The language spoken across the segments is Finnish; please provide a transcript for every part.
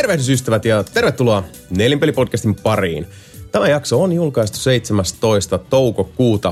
Tervehdys ystävät ja tervetuloa Nelinpeli-podcastin pariin. Tämä jakso on julkaistu 17. toukokuuta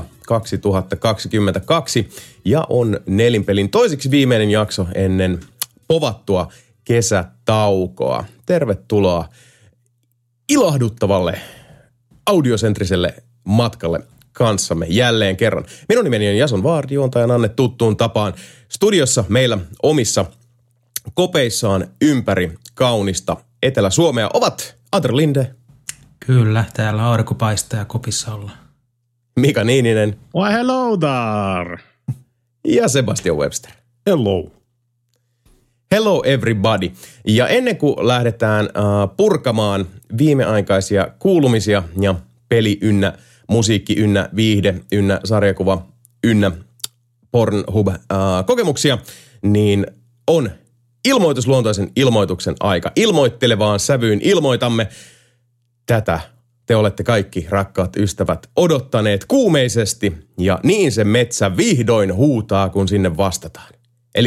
2022 ja on Nelinpelin toiseksi viimeinen jakso ennen povattua kesätaukoa. Tervetuloa ilahduttavalle audiosentriselle matkalle kanssamme jälleen kerran. Minun nimeni on Jason Ward, juontajan Anne tuttuun tapaan. Studiossa meillä omissa kopeissaan ympäri kaunista Etelä-Suomea ovat Andre Linde. Kyllä, täällä aurinko paistaa ja kopissa ollaan. Mika Niininen. Why hello there. Ja Sebastian Webster. Hello. Hello everybody. Ja ennen kuin lähdetään purkamaan viimeaikaisia kuulumisia ja peli ynnä musiikki ynnä viihde ynnä sarjakuva ynnä Pornhub kokemuksia, niin on ilmoitusluontoisen ilmoituksen aika. Ilmoittelevaan sävyyn ilmoitamme. Tätä te olette kaikki, rakkaat ystävät, odottaneet kuumeisesti ja niin se metsä vihdoin huutaa, kun sinne vastataan. Eli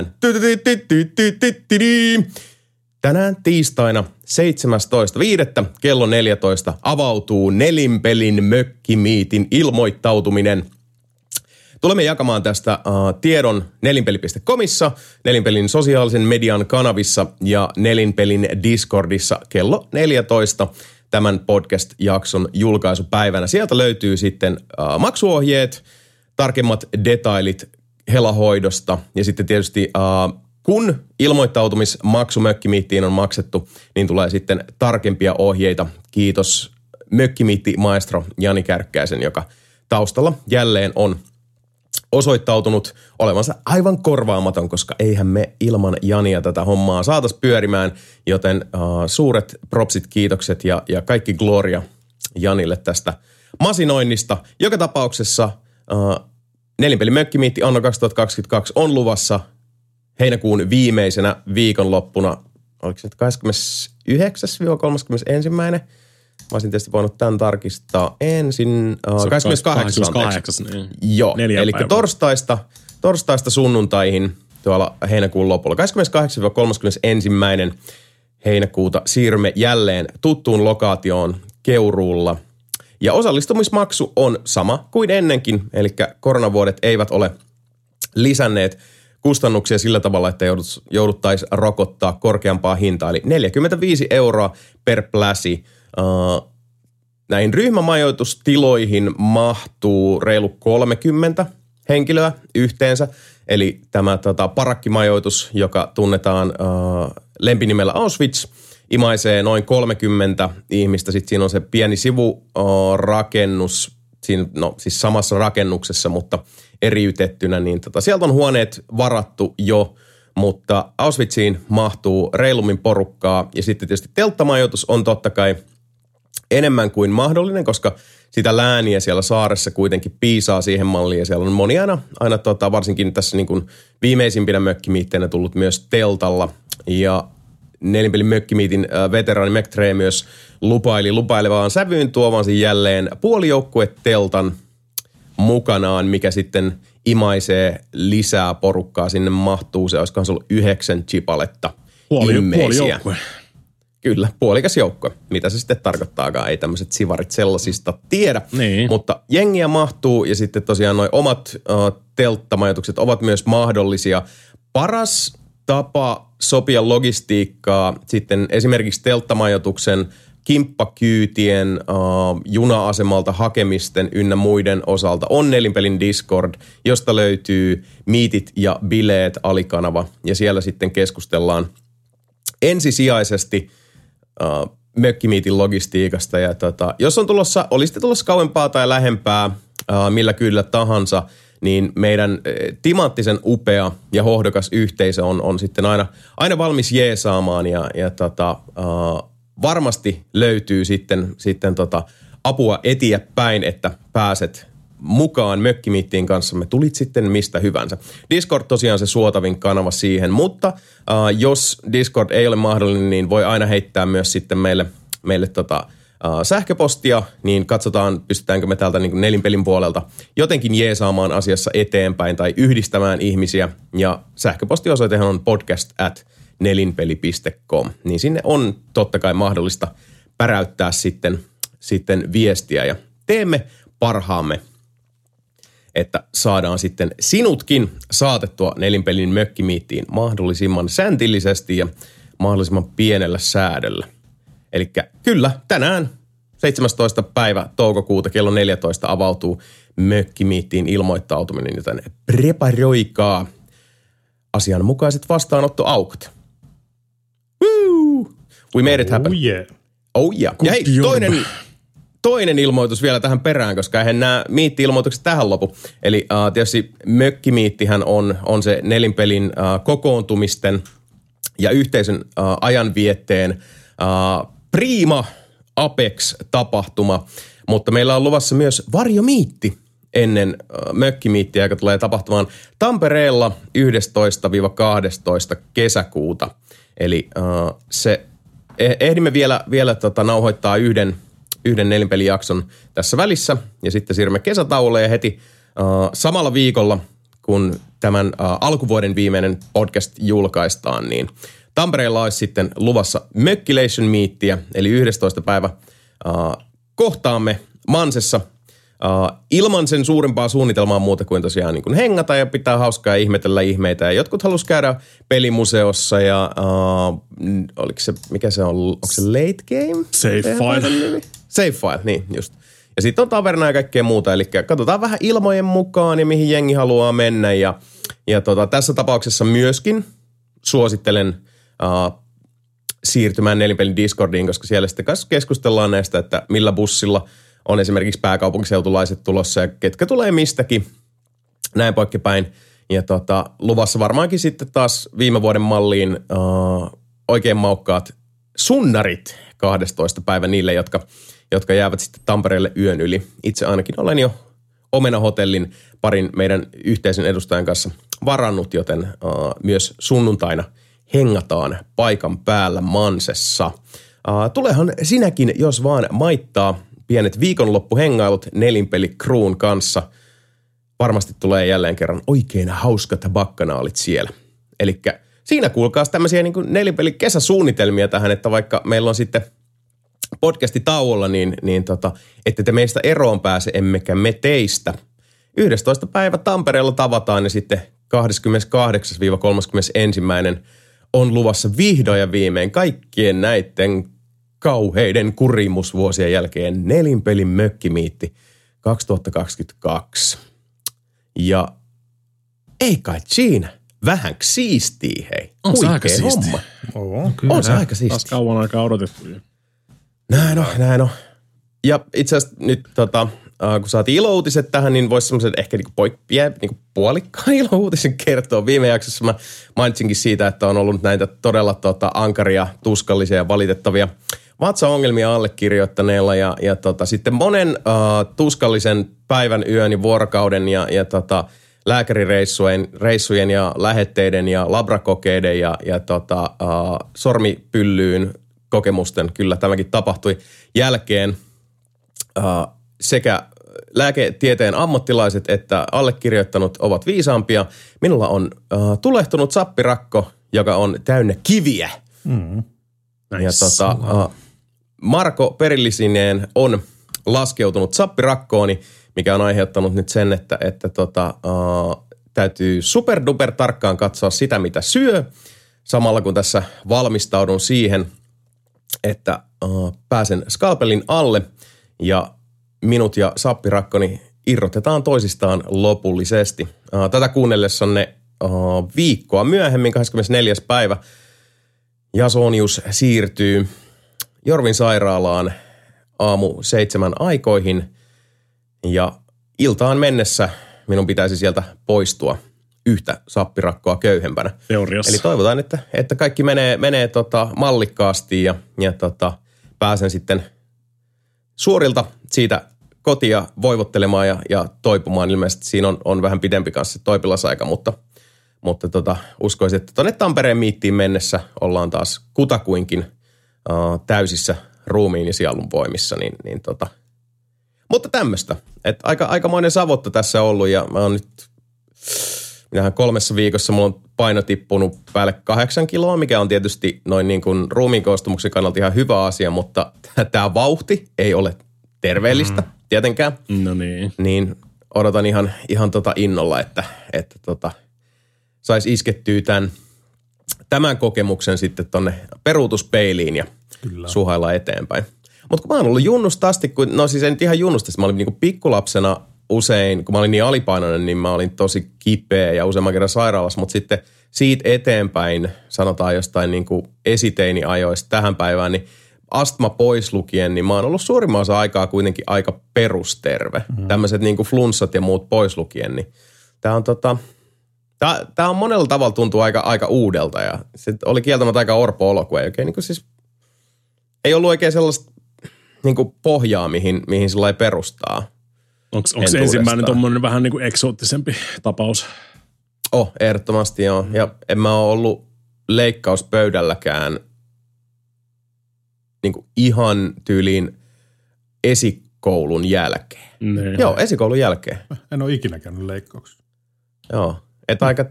tänään tiistaina 17.5. kello 14 avautuu Nelinpelin mökkimiitin ilmoittautuminen. Tulemme jakamaan tästä tiedon nelinpeli.comissa, Nelinpelin sosiaalisen median kanavissa ja Nelinpelin Discordissa kello 14 tämän podcast-jakson julkaisupäivänä. Sieltä löytyy sitten maksuohjeet, tarkemmat detailit helahoidosta ja sitten tietysti kun ilmoittautumismaksu mökkimiittiin on maksettu, niin tulee sitten tarkempia ohjeita. Kiitos mökkimiitti-maestro Jani Kärkkäisen, joka taustalla jälleen on osoittautunut olevansa aivan korvaamaton, koska eihän me ilman Jania tätä hommaa saataisiin pyörimään, joten suuret propsit, kiitokset ja kaikki gloria Janille tästä masinoinnista. Joka tapauksessa Nelinpelin mökkimiitti anno 2022 on luvassa heinäkuun viimeisenä viikonloppuna, oliko se 29-31. Mä olisin tietysti voinut tämän tarkistaa ensin. 28. Niin. Joo, eli torstaista sunnuntaihin tuolla heinäkuun lopulla. 28-31. heinäkuuta siirrymme jälleen tuttuun lokaatioon Keuruulla. Ja osallistumismaksu on sama kuin ennenkin, eli koronavuodet eivät ole lisänneet kustannuksia sillä tavalla, että jouduttaisiin rokottaa korkeampaa hintaa, eli 45 € per pläsi. Näihin ryhmämajoitustiloihin mahtuu reilu 30 henkilöä yhteensä, eli tämä parakkimajoitus, joka tunnetaan lempinimellä Auschwitz, imaisee noin 30 ihmistä. Sitten siinä on se pieni sivurakennus, siinä, siis samassa rakennuksessa, mutta eriytettynä, niin sieltä on huoneet varattu jo, mutta Auschwitziin mahtuu reilummin porukkaa ja sitten tietysti telttamajoitus on totta kai enemmän kuin mahdollinen, koska sitä lääniä siellä saaressa kuitenkin piisaa siihen malliin ja siellä on moni aina varsinkin tässä niin kuin viimeisimpinä mökkimiitteinä tullut myös teltalla ja Nelinpelin mökkimiitin veteraani McTrey myös lupailevaan sävyyn tuovansa jälleen puolijoukkueteltan mukanaan, mikä sitten imaisee lisää porukkaa. Sinne mahtuu, se olisikohan se ollut 9 chipaletta ilmeisiä. Kyllä, puolikas joukko. Mitä se sitten tarkoittaakaan, ei tämmöiset sivarit sellaisista tiedä. Niin. Mutta jengiä mahtuu ja sitten tosiaan noi omat telttamajoitukset ovat myös mahdollisia. Paras tapa sopia logistiikkaa sitten esimerkiksi telttamajoituksen, kimppakyytien, juna-asemalta hakemisten ynnä muiden osalta on Nelinpelin Discord, josta löytyy miitit ja bileet alikanava ja siellä sitten keskustellaan ensisijaisesti mökkimiitin logistiikasta ja jos olisitte tulossa kauempaa tai lähempää millä kyllä tahansa, niin meidän timanttisen upea ja hohdokas yhteisö on sitten aina valmis jeesaamaan ja varmasti löytyy sitten apua eteenpäin, että pääset mukaan mökkimiittiin kanssamme. Tulit sitten mistä hyvänsä. Discord tosiaan se suotavin kanava siihen, mutta jos Discord ei ole mahdollinen, niin voi aina heittää myös sitten meille sähköpostia, niin katsotaan, pystytäänkö me täältä niin Nelinpelin puolelta jotenkin jeesaamaan asiassa eteenpäin tai yhdistämään ihmisiä. Ja sähköpostiosoitehan on podcast@ nelinpeli.com, niin sinne on totta kai mahdollista päräyttää sitten viestiä ja teemme parhaamme, että saadaan sitten sinutkin saatettua Nelinpelin mökkimiittiin mahdollisimman säntillisesti ja mahdollisimman pienellä säädöllä. Elikkä kyllä, tänään 17. päivä toukokuuta kello 14 avautuu mökkimiittiin ilmoittautuminen, joten preparoikaa asianmukaiset vastaanottoaukot. Woo! We made it happen. Oh yeah. Oh yeah. Ja hei, toinen ilmoitus vielä tähän perään, koska eihän nämä miitti-ilmoitukset tähän lopu. Eli tietysti mökkimiittihän on se Nelinpelin kokoontumisten ja yhteisön ajanvietteen prima Apex-tapahtuma, mutta meillä on luvassa myös varjomiitti ennen mökkimiittiä, joka tulee tapahtumaan Tampereella 11-12 kesäkuuta. Eli ehdimme vielä nauhoittaa yhden Nelinpelijakson tässä välissä ja sitten siirrymme kesätauolle ja heti samalla viikolla, kun tämän alkuvuoden viimeinen podcast julkaistaan, niin Tampereella olisi sitten luvassa Mökkilation-miittiä, eli 11. päivä kohtaamme Mansessa ilman sen suurimpaa suunnitelmaa muuta kuin tosiaan niin kuin hengata ja pitää hauskaa ja ihmetellä ihmeitä. Ja jotkut halus käydä pelimuseossa ja oliko se, mikä se on, onko se Late Game? Safe File. Safe File, niin just. Ja sitten on taverna ja kaikkea muuta, eli katsotaan vähän ilmojen mukaan ja mihin jengi haluaa mennä. Ja tässä tapauksessa myöskin suosittelen siirtymään Nelinpelin Discordiin, koska siellä sitten keskustellaan näistä, että millä bussilla on esimerkiksi pääkaupunkiseutulaiset tulossa ja ketkä tulee mistäkin, näin poikkipäin. Ja luvassa varmaankin sitten taas viime vuoden malliin oikein maukkaat sunnarit 12. päivä niille, jotka jäävät sitten Tampereelle yön yli. Itse ainakin olen jo Omena-hotellin parin meidän yhteisön edustajan kanssa varannut, joten myös sunnuntaina hengataan paikan päällä Mansessa. Tulehan sinäkin, jos vaan maittaa pienet viikonloppuhengailut Nelinpeli Crewn kanssa. Varmasti tulee jälleen kerran oikein hauskat bakkanaalit siellä. Elikkä siinä kuulkaas tämmöisiä niin kuin Nelinpeli kesäsuunnitelmia tähän, että vaikka meillä on sitten podcasti tauolla, niin ette te meistä eroon pääse, emmekä me teistä. 11. päivä Tampereella tavataan ja sitten 28-31. on luvassa vihdoin ja viimein kaikkien näiden kauheiden kurimusvuosien jälkeen Nelinpelin mökkimiitti 2022. Ja ei kai siinä. Vähän siistiä, hei. On se aika siistiä. On se aika siistiä. Taas kauan aikaa odotettu. Näin on. Ja itse asiassa nyt kun saatiin ilouutiset tähän, niin voisi semmoisen ehkä niinku puolikkaan ilouutisen kertoa. Viime jaksossa mä mainitsinkin siitä, että on ollut näitä todella ankaria, tuskallisia ja valitettavia vatsaongelmia allekirjoittaneella ja sitten monen tuskallisen päivän, yön ja vuorokauden ja lääkärireissujen ja lähetteiden ja labrakokeiden ja sormipyllyyn kokemusten, kyllä tämäkin tapahtui jälkeen, sekä lääketieteen ammattilaiset että allekirjoittanut ovat viisaampia. Minulla on tulehtunut sappirakko, joka on täynnä kiviä. Nice. Ja Marko perillisineen on laskeutunut sappirakkooni, mikä on aiheuttanut nyt sen, että täytyy superduper tarkkaan katsoa sitä, mitä syö, samalla kun tässä valmistaudun siihen, että pääsen skalpelin alle ja minut ja sappirakkoni irrotetaan toisistaan lopullisesti. Tätä kuunnellessanne viikkoa myöhemmin, 24. päivä, Jasonius siirtyy Jorvin sairaalaan aamu 7 aikoihin ja iltaan mennessä minun pitäisi sieltä poistua yhtä sappirakkoa köyhempänä. Teoriassa. Eli toivotaan, että kaikki menee mallikkaasti ja pääsen sitten suorilta siitä kotia voivottelemaan ja toipumaan. Ilmeisesti siinä on vähän pidempi kanssa toipilasaika, mutta uskoisin, että tuonne Tampereen miittiin mennessä ollaan taas kutakuinkin täysissä ruumiin ja sielun voimissa. Mutta tämmöistä. Että aikamoinen savotta tässä ollut ja mä oon nyt, Minähän 3 viikossa mulla on paino tippunut päälle 8 kiloa, mikä on tietysti noin niin kuin ruumiin koostumuksen kannalta ihan hyvä asia, mutta tämä vauhti ei ole terveellistä tietenkään. No niin. Niin odotan ihan innolla, että saisi iskettyä tämän kokemuksen sitten tonne peruutuspeiliin ja suhailla eteenpäin. Mutta kun mä oon ollut junnusta asti, no siis en nyt ihan junnusta, mä olin niinku pikkulapsena usein, kun mä olin niin alipainoinen, niin mä olin tosi kipeä ja useamman kerran sairaalassa, mutta sitten siitä eteenpäin, sanotaan jostain niinku esiteiniajoista tähän päivään, niin astma pois lukien, niin mä oon ollut suurimman osa aikaa kuitenkin aika perusterve. Tämmöiset niinku flunssat ja muut pois lukien, niin tää on Tämä on monella tavalla tuntuu aika uudelta ja se oli kieltämättä aika orpo-olo, kun ei oikein niinku siis, ei ollut oikein sellaista niinku pohjaa, mihin sillä perustaa. Onko se ensimmäinen tommoinen vähän niinku eksoottisempi tapaus? Ehdottomasti joo. Ja en mä ole ollut leikkauspöydälläkään niinku ihan tyyliin esikoulun jälkeen. Ne. Joo, esikoulun jälkeen. En ole ikinä käynyt leikkauksessa. Joo, että aika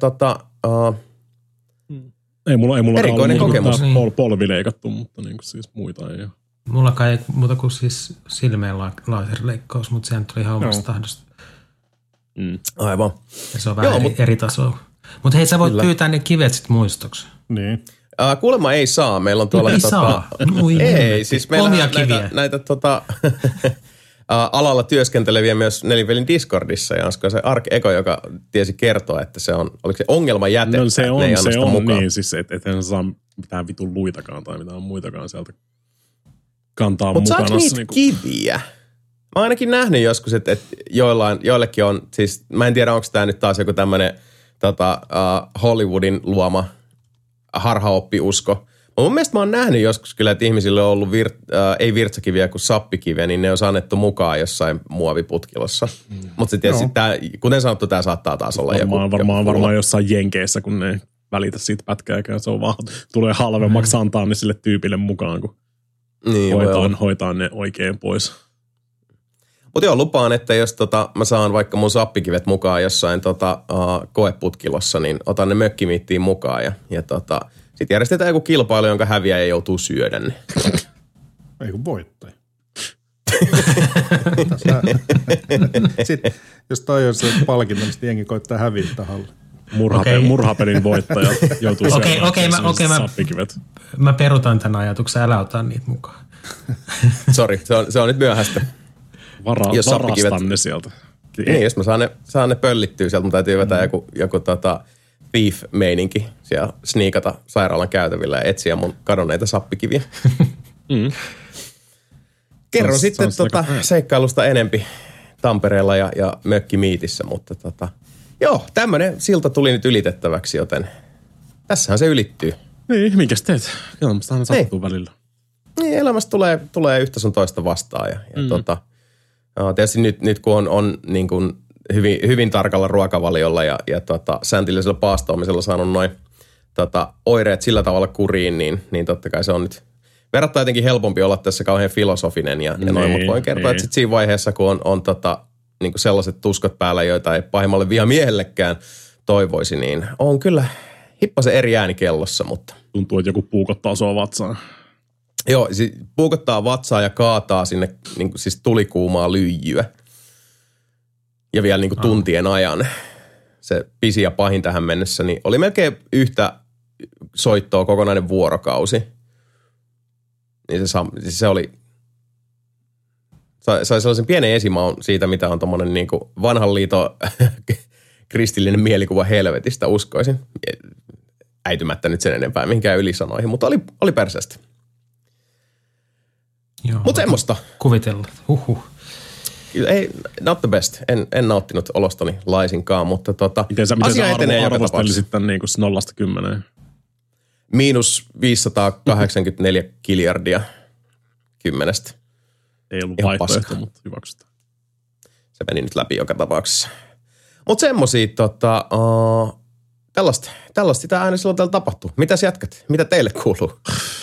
Ei mulla erikoinen kokemus. Polvi leikattu, mutta niinku siis muita ei ole. Mulla ei muuta kuin siis silmeen laserleikkaus, mutta sehän tuli ihan omasta tahdosta. Aivan. Ja se on vähän eri tasoa. Mutta hei, sä voit pyytää ne kivet sit muistoksi. Niin. Kuulemma ei saa. Meillä on tuolla... Ei saa. Ei, siis meillä omia on näitä alalla työskenteleviä myös Nelipelin Discordissa. Ja olisiko se Ark Eko, joka tiesi kertoa, että se on, oliko se ongelmajätettä? No se on mukaan. niin. Siis et en saa mitään vitun luitakaan tai mitään muitakaan sieltä kantaa mut mukana. Mutta saako niitä kiviä? Mä oon ainakin nähnyt joskus, että joillekin on, siis mä en tiedä, onko tämä nyt taas joku tämmöinen Hollywoodin luoma harhaoppiusko. Mun mielestä mä oon nähnyt joskus kyllä, että ihmisille on ollut ei virtsakiviä kuin sappikiviä, niin ne on annettu mukaan jossain muoviputkilossa. Mutta se tietysti, kuten sanottu, tämä saattaa taas olla varmaan jossain Jenkeissä, kun ne välitä siitä pätkääkään. Se on vaan, tulee halvemmaksi antaa ne sille tyypille mukaan, kun hoitaa ne oikein pois. Mutta joo, lupaan, että jos mä saan vaikka mun sappikivet mukaan jossain koeputkilossa, niin otan ne mökkimiittiin mukaan ja sitten järjestetään joku kilpailu, jonka häviäjä joutuu syödä ne. Ei kun voittaja. Sitten, jos toi on se palkinto, niin sitten jengi koittaa häviä tahalle. Murhapelin voittaja joutuu syömään sappikivet. Mä perutan tämän ajatuksen, älä ota niitä mukaan. Sori, se on nyt myöhäistä. Varastan ne sieltä. Niin, jos mä saan ne pöllittyä sieltä, mun täytyy vetää joku thief-meininki siellä sniikata sairaalan käytävillä ja etsiä mun kadonneita sappikiviä. Kerron sitten seikkailusta enempi Tampereella ja mökkimiitissä, mutta joo, tämmönen silta tuli nyt ylitettäväksi, joten tässähän se ylittyy. Niin, minkäs teet? Elämästä aina sattuu välillä. Niin, elämästä tulee yhtä sun toista vastaan ja tietysti nyt kun on niin kuin hyvin tarkalla ruokavaliolla ja sääntillisellä paastoamisella saanut noin oireet sillä tavalla kuriin, niin totta kai se on nyt verrattain jotenkin helpompi olla tässä kauhean filosofinen ja noin, mutta voin kertoa, että sit siinä vaiheessa, kun on niin kuin sellaiset tuskat päällä, joita ei pahimmalle vihamiehellekään toivoisi, niin on kyllä hippasen eri ääni kellossa, mutta... Tuntuu, että joku puukottaa sua vatsaan. Joo, siis puukottaa vatsaa ja kaataa sinne niin kuin, siis tulikuumaa lyijyä. Ja vielä niin kuin tuntien ajan. Se pisin ja pahin tähän mennessä, niin oli melkein yhtä soittoa kokonainen vuorokausi. Niin se oli... Sai sellaisen pienen esimaun siitä, mitä on tommonen niin kuin vanhan liiton kristillinen mielikuva helvetistä, uskoisin. Äitymättä nyt sen enempää mihinkään ylisanoihin, mutta oli perseestä. Mutta semmoista. Kuvitella. Ei, not the best. En nauttinut olostani laisinkaan, mutta miten sä arvostelisit tämän niin kuin 0–10? Miinus 584 kiljardia 10. Ei ollut vaihtoehto, mutta hyväksytään. Se meni nyt läpi joka tapauksessa. Mutta semmosia tällaista sitä aina silloin täällä tapahtuu. Mitäs jatkat? Mitä teille kuuluu?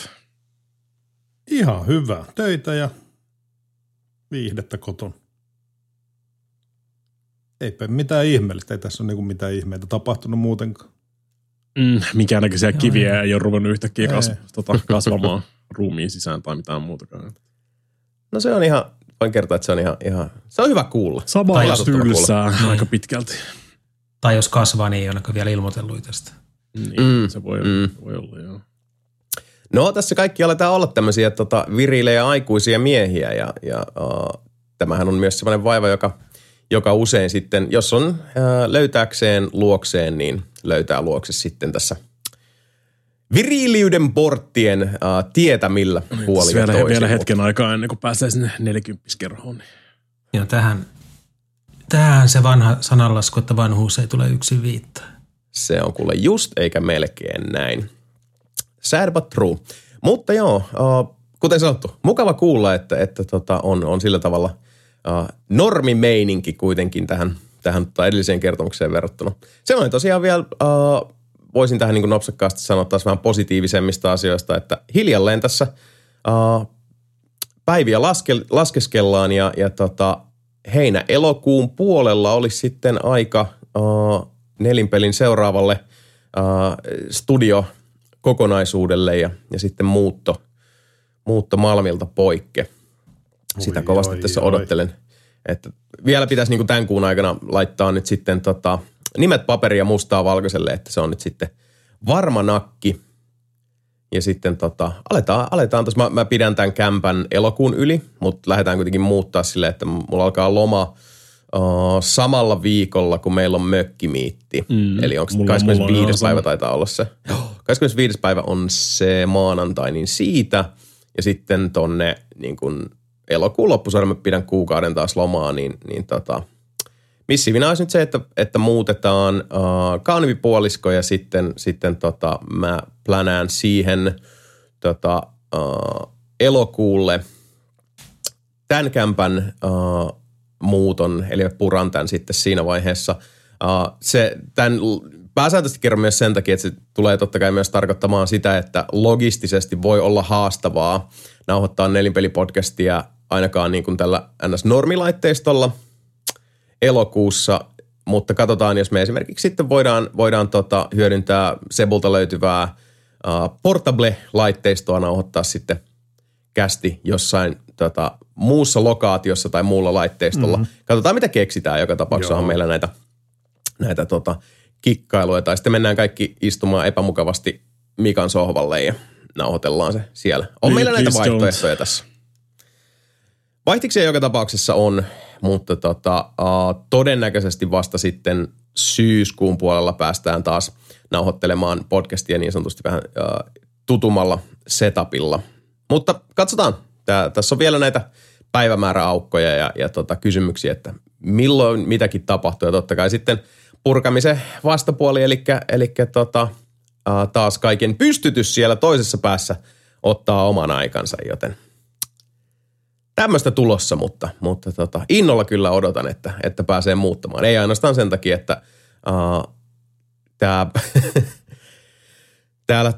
Ihan hyvä. Töitä ja viihdettä koton. Eipä mitään ihmeellistä. Ei tässä ole niinku mitään ihmeitä tapahtunut muutenkaan. Minkään näköisiä kiviä ei ole ruvennut yhtäkkiä kasvamaan ruumiin sisään tai mitään muutakaan. No se on ihan, voin kertoa, että se on ihan se on hyvä kuulla. Samalla tylsää aika pitkälti. Tai jos kasvaa, niin ei ole vielä ilmoitellut tästä. Niin, se voi olla, joo. No tässä kaikki aletaan olla tämmöisiä virilejä aikuisia miehiä ja tämähän on myös sellainen vaiva, joka usein sitten, jos on löytääkseen luokseen, niin löytää luokse sitten tässä viriliyden porttien tietämillä puolin ja toisin. Vielä hetken aikaa ennen kuin pääsee sinne 40-kerhoon. Ja tähän se vanha sananlasku, että vanhuus ei tule yksin viittaa. Se on kuule just eikä melkein näin. Sad but true. Mutta joo, kuten sanottu, mukava kuulla, että on sillä tavalla normimeininki kuitenkin tähän edelliseen kertomukseen verrattuna. Semmoinen tosiaan vielä voisin tähän niin kuin nopsakkaasti sanoa taas vähän positiivisemmista asioista, että hiljalleen tässä päiviä laskeskellaan ja heinä-elokuun puolella olisi sitten aika Nelinpelin seuraavalle studiokokonaisuudelle ja sitten muutto Malmilta poikke. Sitä kovasti tässä odottelen. Että vielä pitäisi niin kuin tämän kuun aikana laittaa nyt sitten nimet paperia mustaa valkoiselle, että se on nyt sitten varma nakki. Ja sitten aletaan tuossa, mä pidän tämän kämpän elokuun yli, mutta lähdetään kuitenkin muuttaa silleen, että mulla alkaa loma samalla viikolla, kun meillä on mökkimiitti. Eli onko 25. päivä taitaa olla se? 25. päivä on se maanantai, niin siitä. Ja sitten tonne niin kun elokuun loppusuoraan mä pidän kuukauden taas lomaa, niin missivinä olisi nyt se, että muutetaan kaunivipuolisko ja sitten mä plänään siihen elokuulle tämän kämpän muuton, eli puran tämän sitten siinä vaiheessa. Tämän pääsääntöisesti kerron myös sen takia, että se tulee totta kai myös tarkoittamaan sitä, että logistisesti voi olla haastavaa nauhoittaa Nelinpeli-podcastia ainakaan niin kuin tällä NS-normilaitteistolla elokuussa, mutta katsotaan, jos me esimerkiksi sitten voidaan hyödyntää Sebulta löytyvää portable-laitteistoa nauhoittaa sitten kästi jossain muussa lokaatiossa tai muulla laitteistolla. Katsotaan, mitä keksitään. Joka tapauksessa on meillä näitä kikkailuja. Tai sitten mennään kaikki istumaan epämukavasti Mikan sohvalle ja nauhoitellaan se siellä. On meillä näitä vaihtoehtoja tässä. Vaihtiksia joka tapauksessa on, mutta todennäköisesti vasta sitten syyskuun puolella päästään taas nauhoittelemaan podcastia niin sanotusti vähän tutumalla setupilla. Mutta katsotaan. Tässä on vielä näitä päivämääräaukkoja ja kysymyksiä, että milloin mitäkin tapahtuu. Ja totta kai sitten purkamisen vastapuoli, eli taas kaiken pystytys siellä toisessa päässä ottaa oman aikansa, joten tämmöistä tulossa, mutta innolla kyllä odotan, että pääsee muuttamaan. Ei ainoastaan sen takia, että täällä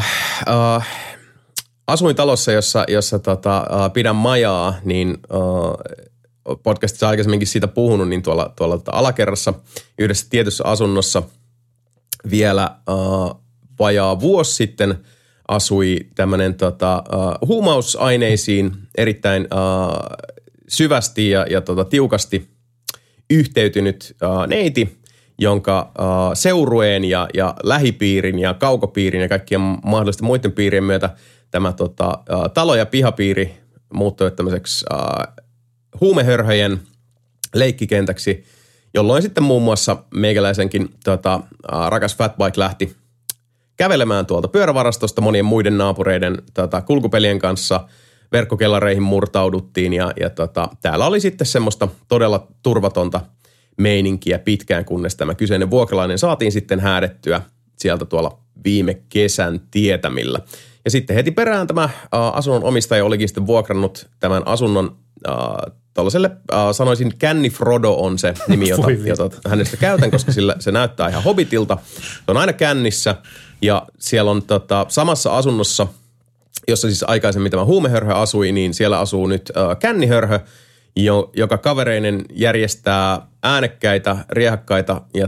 asuintalossa, jossa pidän majaa, niin podcastissa aikaisemminkin siitä puhunut, niin tuolla alakerrassa yhdessä tietyssä asunnossa vielä vajaa vuosi sitten asui tämmöinen huumausaineisiin erittäin syvästi ja tiukasti yhteytynyt neiti, jonka seurueen ja lähipiirin ja kaukopiirin ja kaikkien mahdollisten muiden piirien myötä tämä talo- ja pihapiiri muuttui tämmöiseksi huumehörhöjen leikkikentäksi, jolloin sitten muun muassa meikäläisenkin rakas Fatbike lähti kävelemään tuolta pyörävarastosta monien muiden naapureiden kulkupelien kanssa. Verkkokellareihin murtauduttiin ja täällä oli sitten semmoista todella turvatonta meininkiä pitkään, kunnes tämä kyseinen vuokralainen saatiin sitten häädettyä sieltä tuolla viime kesän tietämillä. Ja sitten heti perään tämä asunnon omistaja olikin sitten vuokrannut tämän asunnon tällaiselle, sanoisin Känni Frodo on se nimi, jota hänestä käytän, koska se näyttää ihan hobbitilta. Se on aina kännissä ja siellä on samassa asunnossa, jossa siis aikaisemmin tämä huumehörhö asui, niin siellä asuu nyt kännihörhö, joka kavereinen järjestää äänekkäitä, riehakkaita ja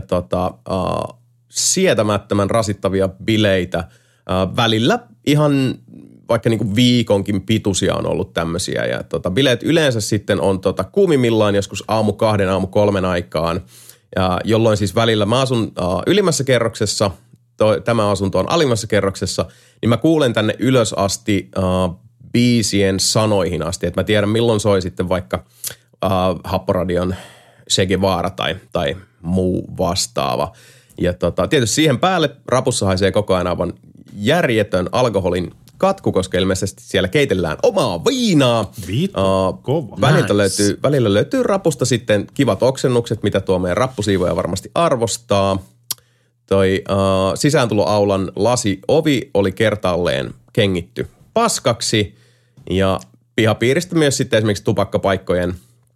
sietämättömän rasittavia bileitä. Välillä ihan vaikka niinku viikonkin pituisia on ollut tämmöisiä. Ja bileet yleensä sitten on kuumimmillaan joskus 2:00, 3:00 aikaan. Ja jolloin siis välillä mä asun ylimmässä kerroksessa, tämä asunto on alimmassa kerroksessa, niin mä kuulen tänne ylös asti biisien sanoihin asti. Että mä tiedän milloin soi sitten vaikka Happoradion Che Guevara tai muu vastaava. Ja tietysti siihen päälle rapussa haisee koko ajan aivan järjetön alkoholin katku, koska ilmeisesti siellä keitellään omaa viinaa. Kova. Välillä löytyy rapusta sitten kivat oksennukset, mitä tuo meidän rappusiivoja varmasti arvostaa. Toi sisääntuloaulan lasiovi oli kertaalleen kengitty paskaksi ja pihapiiristä myös sitten esimerkiksi tupakkapaikkojen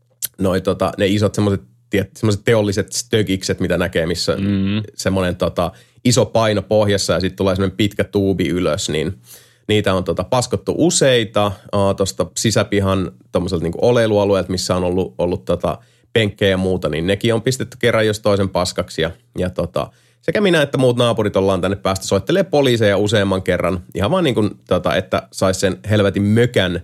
ne isot semmoiset teolliset stökikset, mitä näkee, missä semmoinen iso paino pohjassa ja sitten tulee semmoinen pitkä tuubi ylös, niin niitä on paskottu useita tuosta sisäpihan tommoselta niinku oleilualueelta, missä on ollut penkkejä ja muuta, niin nekin on pistetty kerran jos toisen paskaksi ja sekä minä että muut naapurit ollaan tänne päästä soittelee poliiseja useamman kerran ihan vaan niin kuin, että saisi sen helvetin mökän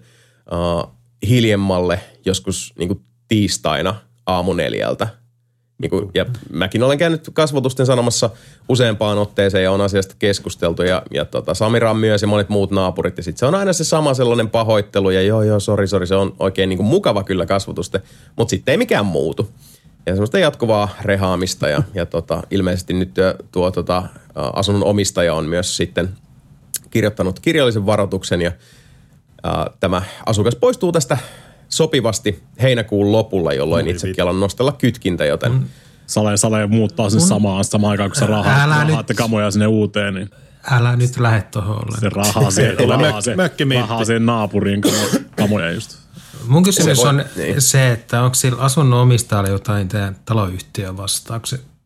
hiljemmalle joskus niin kuin tiistaina 4:00. Niin kuin, ja mäkin olen käynyt kasvotusten sanomassa useampaan otteeseen ja on asiasta keskusteltu ja Samira myös ja monet muut naapurit. Ja sitten se on aina se sama sellainen pahoittelu ja sori, se on oikein niin kuin mukava kyllä kasvotusten, mutta sitten ei mikään muutu. Ja semmoista jatkuvaa rehaamista ja ilmeisesti nyt tuo asunnon omistaja on myös sitten kirjoittanut kirjallisen varoituksen ja tämä asukas poistuu tästä sopivasti heinäkuun lopulla, jolloin itsekin alan nostella kytkintä, joten... Sale muuttaa sen samaan aikaan, kun sä rahaatte kamoja sinne uuteen, niin... Älä nyt lähde tohon ollen. Se rahaa siihen naapuriin kamoja just. Mun kysymys on se, että onko sillä asunnon omistajalla jotain teidän taloyhtiö vastaan?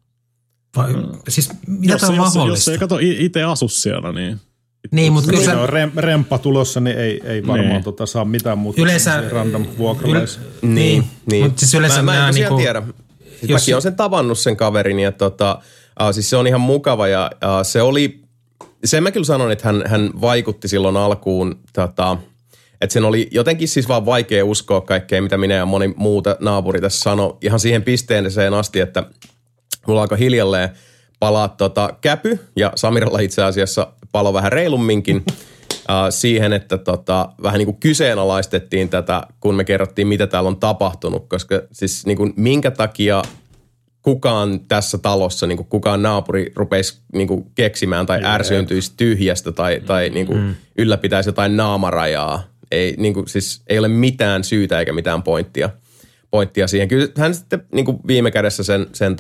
Siis mitä tämä on mahdollista? Jos ei kato itse asu siellä, niin... Niin, mutta kun se on remppa tulossa, niin ei varmaan saa mitään muuta. Yleensä... Random vuokralaisia. Niin. Mutta siis yleensä mä en tosiaan tiedä. Mäkin olen sen tavannut sen kaverin ja siis se on ihan mukava ja se oli... Sen mä kyllä sanon, että hän vaikutti silloin alkuun, että sen oli jotenkin siis vaan vaikea uskoa kaikkea, mitä minä ja moni muuta naapuri tässä sanoi. Ihan siihen pisteeseen asti, että mulla alkoi hiljalleen palaa käpy ja Samiralla itse asiassa palo vähän reilumminkin siihen, että vähän niin kuin kyseenalaistettiin tätä, kun me kerrottiin, mitä täällä on tapahtunut, koska siis niin kuin minkä takia kukaan tässä talossa, niin kuin kukaan naapuri rupeisi niin kuin keksimään tai ärsyyntyisi tyhjästä tai niin kuin ylläpitäisi jotain naamarajaa. Ei, niin kuin, siis ei ole mitään syytä eikä mitään pointtia siihen. Kyllä hän sitten niin kuin viime kädessä sen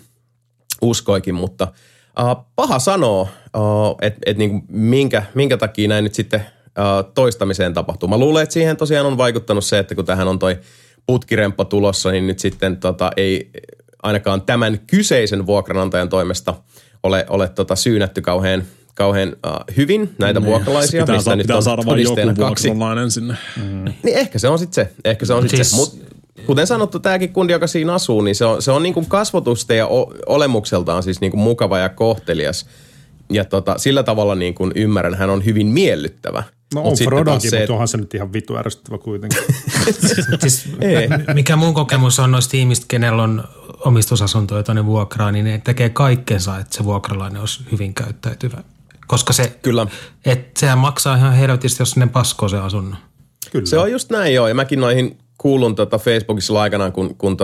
uskoikin, mutta paha sanoo, että niin minkä takia näin nyt sitten toistamiseen tapahtuu. Mä luulen, että siihen tosiaan on vaikuttanut se, että kun tähän on toi putkiremppa tulossa, niin nyt sitten ei ainakaan tämän kyseisen vuokranantajan toimesta ole syynätty kauhean hyvin näitä vuokralaisia, mistä nyt on saada vain joku vuokralainen sinne. Niin ehkä se on sitten se. Mut kuten sanottu, tämäkin kundi, joka siinä asuu, niin se on niin kuin kasvotusten ja olemukseltaan siis niin kuin mukava ja kohtelias. Ja sillä tavalla niin kuin ymmärrän, hän on hyvin miellyttävä. No on Frodokin, mutta onhan se nyt ihan vitu ärsyttävä kuitenkin. Siis, mikä mun kokemus on noista ihmistä, kenellä on omistusasuntoja, jota ne vuokraa, niin ne tekee kaikkensa, että se vuokralainen olisi hyvin käyttäytyvä. Koska se, kyllä. Että sehän maksaa ihan helvetisti, jos ne paskoo se asunnon. Kyllä. Se on just näin joo, ja mäkin noihin kuulun Facebookissa aikanaan, kun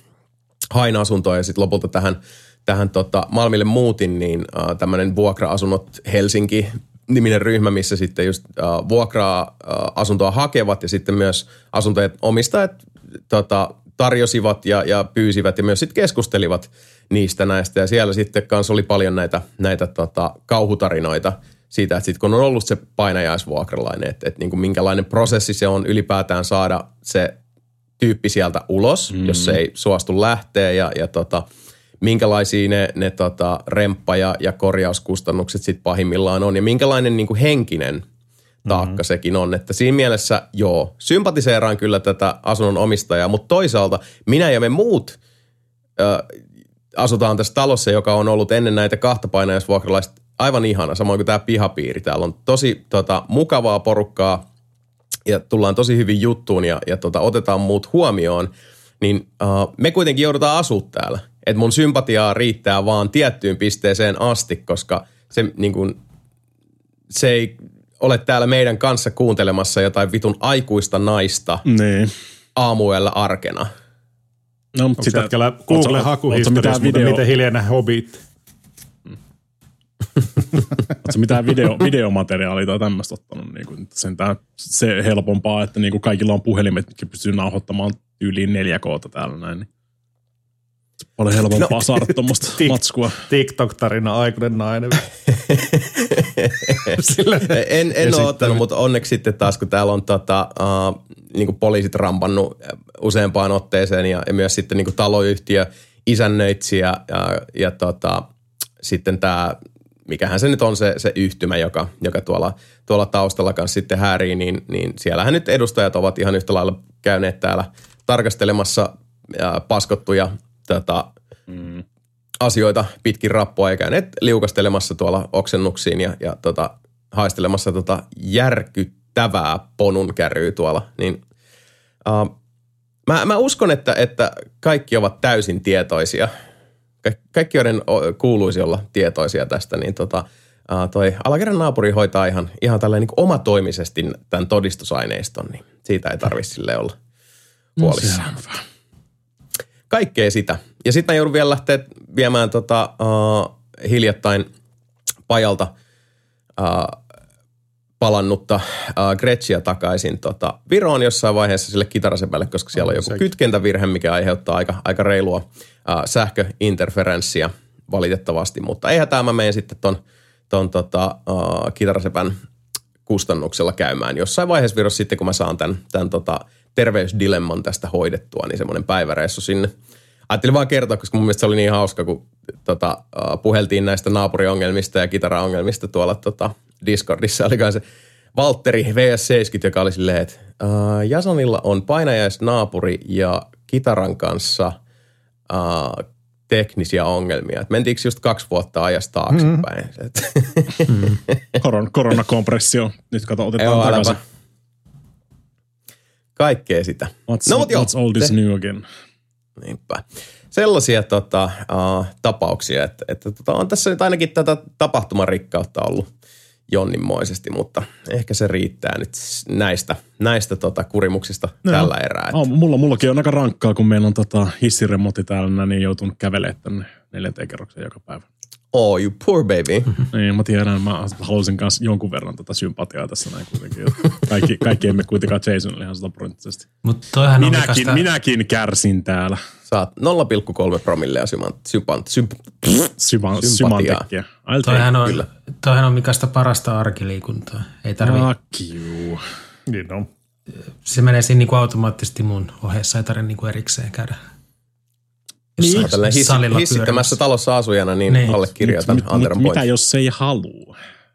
hain asuntoa ja sitten lopulta tähän Malmille muutin, niin tämmöinen vuokra-asunnot Helsinki-niminen ryhmä, missä sitten just vuokra-asuntoa hakevat ja sitten myös asuntojen omistajat tarjosivat ja pyysivät ja myös sitten keskustelivat niistä näistä. Ja siellä sitten kanssa oli paljon näitä kauhutarinoita siitä, että sitten kun on ollut se painajaisvuokralainen, että niin kuin minkälainen prosessi se on ylipäätään saada se tyyppi sieltä ulos, jos se ei suostu lähteä ja minkälaisia ne remppa- ja korjauskustannukset sitten pahimmillaan on ja minkälainen niin kuin henkinen taakka sekin on. Että siinä mielessä sympatiseeraan kyllä tätä asunnon omistajaa, mutta toisaalta minä ja me muut asutaan tässä talossa, joka on ollut ennen näitä kahta painajaisvuokralaista aivan ihana, samoin kuin tämä pihapiiri. Täällä on tosi mukavaa porukkaa ja tullaan tosi hyvin juttuun ja otetaan muut huomioon. Niin me kuitenkin joudutaan asua täällä. Että mun sympatiaa riittää vaan tiettyyn pisteeseen asti, koska se ei ole täällä meidän kanssa kuuntelemassa jotain vitun aikuista naista aamuella arkena. No, onko sitä hetkellä Google-hakuhistoriassa, mutta miten hiljainen Hobbit? Oletko mitään videomateriaalia tai tämmöistä ottanut? Niin se helpompaa, että niin kaikilla on puhelimet, mitkä pystyy nauhoittamaan yliin 4K:ta täällä näin. Niin. Paljon helpompaa saada tuommoista matskua. TikTok-tarina aikuinen nainen. en ole ottanut, mutta onneksi sitten taas, kun täällä on niin poliisit rampannut useampaan otteeseen ja myös sitten niin taloyhtiö, isännöitsijä ja sitten tämä, mikähän se nyt on se yhtymä, joka tuolla taustalla kanssa sitten häärii, niin siellähän nyt edustajat ovat ihan yhtä lailla käyneet täällä tarkastelemassa paskottuja asioita pitkin rappua ja käyneet liukastelemassa tuolla oksennuksiin ja haistelemassa järkyttävää ponunkärryä tuolla. Niin, mä uskon, että kaikki ovat täysin tietoisia. Kaikki, joiden kuuluisi olla tietoisia tästä, niin toi alakerran naapuri hoitaa ihan tälleen niin omatoimisesti tämän todistusaineiston, niin siitä ei tarvitse silleen olla huolissaan. Kaikkea sitä. Ja sitten mä joudun vielä lähteä viemään hiljattain pajalta palannutta Gretchiä takaisin Viroon jossain vaiheessa sille kitarasepälle, koska siellä on joku kytkentävirhe, mikä aiheuttaa aika reilua sähköinterferenssiä valitettavasti. Mutta eihän tämä mä menen sitten ton kitarasepän kustannuksella käymään jossain vaiheessa Virossa sitten, kun mä saan tämän terveysdilemman tästä hoidettua, niin semmoinen päiväreissu sinne. Ajattelin vaan kertoa, koska mun mielestä se oli niin hauska, kun puheltiin näistä naapuriongelmista ja kitaraongelmista tuolla Discordissa. Olikaan se Valtteri VS70, joka oli silleen, että Jasonilla on painajaisnaapuri ja kitaran kanssa teknisiä ongelmia. Et mentiinkö just 2 vuotta ajasta taaksepäin? Koronakompressio. Nyt otetaan takaisin. Kaikkea sitä. What's old is new again? Niinpä. Sellaisia tapauksia, että on tässä nyt ainakin tätä tapahtumarikkautta ollut jonninmoisesti, mutta ehkä se riittää nyt näistä kurimuksista tällä erää. Mullakin on aika rankkaa, kun meillä on hissiremontti täällä, niin joutunut kävelemään tänne 4. kerrokseen joka päivä. Oh, you poor baby. Niin, mä tiedän, mä halusin kanssa jonkun verran sympatiaa tässä näin kuitenkin. Kaikki emme kuitenkaan Jasonille ihan 100%. Mutta toihan on minäkin kärsin täällä. Saat 0,3 promillea symantekkiä. Toihan on Mikasta parasta arkiliikuntaa. Ei tarvitse. Niin on. Se menee siinä niinku automaattisesti mun ohjeessa, ei tarvitse niinku erikseen käydä. Niin, hissittämässä talossa asujana, niin allekirjoitan Anderon pointin. Mitä jos se ei halua?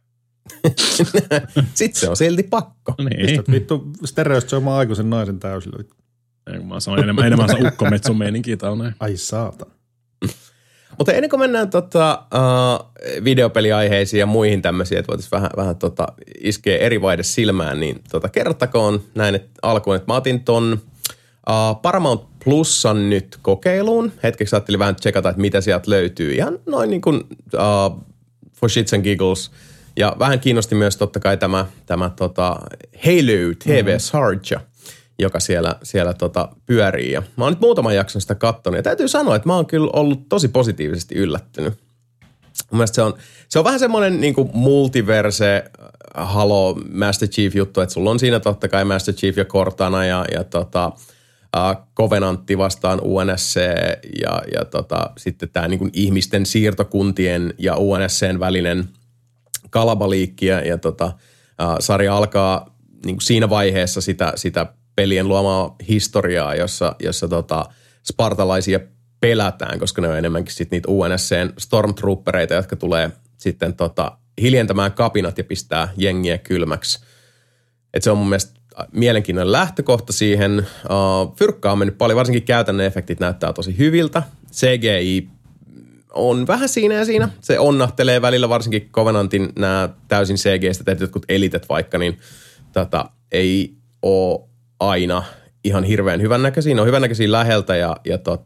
Sitten se on silti pakko. Niin. Pistät vittu stereostoimaan aikuisen naisen täysillä. Mä sanon enemmän se ukkometsun meininkiä täällä. Ai saatan. Mutta ennen kuin mennään videopeliaiheisiin ja muihin tämmöisiin, että voitaisiin vähän iskeä eri vaihde silmään, niin kerrottakoon näin alkuun, että mä otin ton Paramount Plusan nyt kokeiluun. Hetkeksi ajattelin vähän tsekata, että mitä sieltä löytyy. Ihan noin niin kuin for shits and giggles. Ja vähän kiinnosti myös totta kai tämä Halo TV Sarja, joka siellä pyörii. Ja mä oon nyt muutaman jakson sitä katsonut. Ja täytyy sanoa, että mä oon kyllä ollut tosi positiivisesti yllättynyt. Mun mielestä se on vähän semmoinen niin kuin multiverse Halo Master Chief juttu, että sulla on siinä totta kai Master Chief ja Cortana ja Covenantti vastaan UNSC ja sitten tämä niin kuin ihmisten siirtokuntien ja UNSCn välinen kalabaliikki ja sarja alkaa niin kuin siinä vaiheessa sitä pelien luomaa historiaa, jossa spartalaisia pelätään, koska ne on enemmänkin sitten niitä UNSCn stormtroopereita, jotka tulee sitten hiljentämään kapinat ja pistää jengiä kylmäksi. Et se on mun mielestä mielenkiintoinen lähtökohta siihen. Fyrkkaa on mennyt paljon, varsinkin käytännön efektit näyttää tosi hyviltä. CGI on vähän siinä ja siinä. Se onnahtelee välillä, varsinkin Covenantin nämä täysin CGistä tehty jotkut elitet vaikka, niin ei ole aina ihan hirveän hyvännäköisiä. Ne on hyvännäköisiä läheltä ja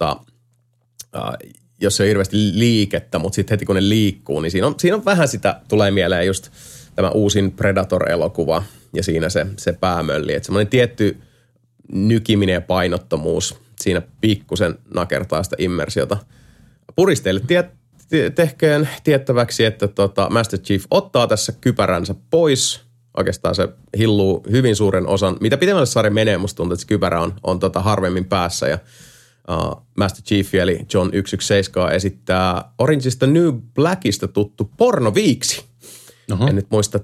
jos se on hirveästi liikettä, mutta sitten heti kun ne liikkuu, niin siinä on vähän sitä, tulee mieleen just tämä uusin Predator-elokuva ja siinä se päämölli. Että semmoinen tietty nykiminen ja painottomuus siinä pikkusen nakertaa sitä immersiota. Puristeille tehköön tiettäväksi, että Master Chief ottaa tässä kypäränsä pois. Oikeastaan se hilluu hyvin suuren osan. Mitä pidemmälle sarja menee, musta tuntuu, että se kypärä on harvemmin päässä. Ja Master Chief eli John 117 esittää Orange is the New Blackista tuttu pornoviiksi. En nyt muista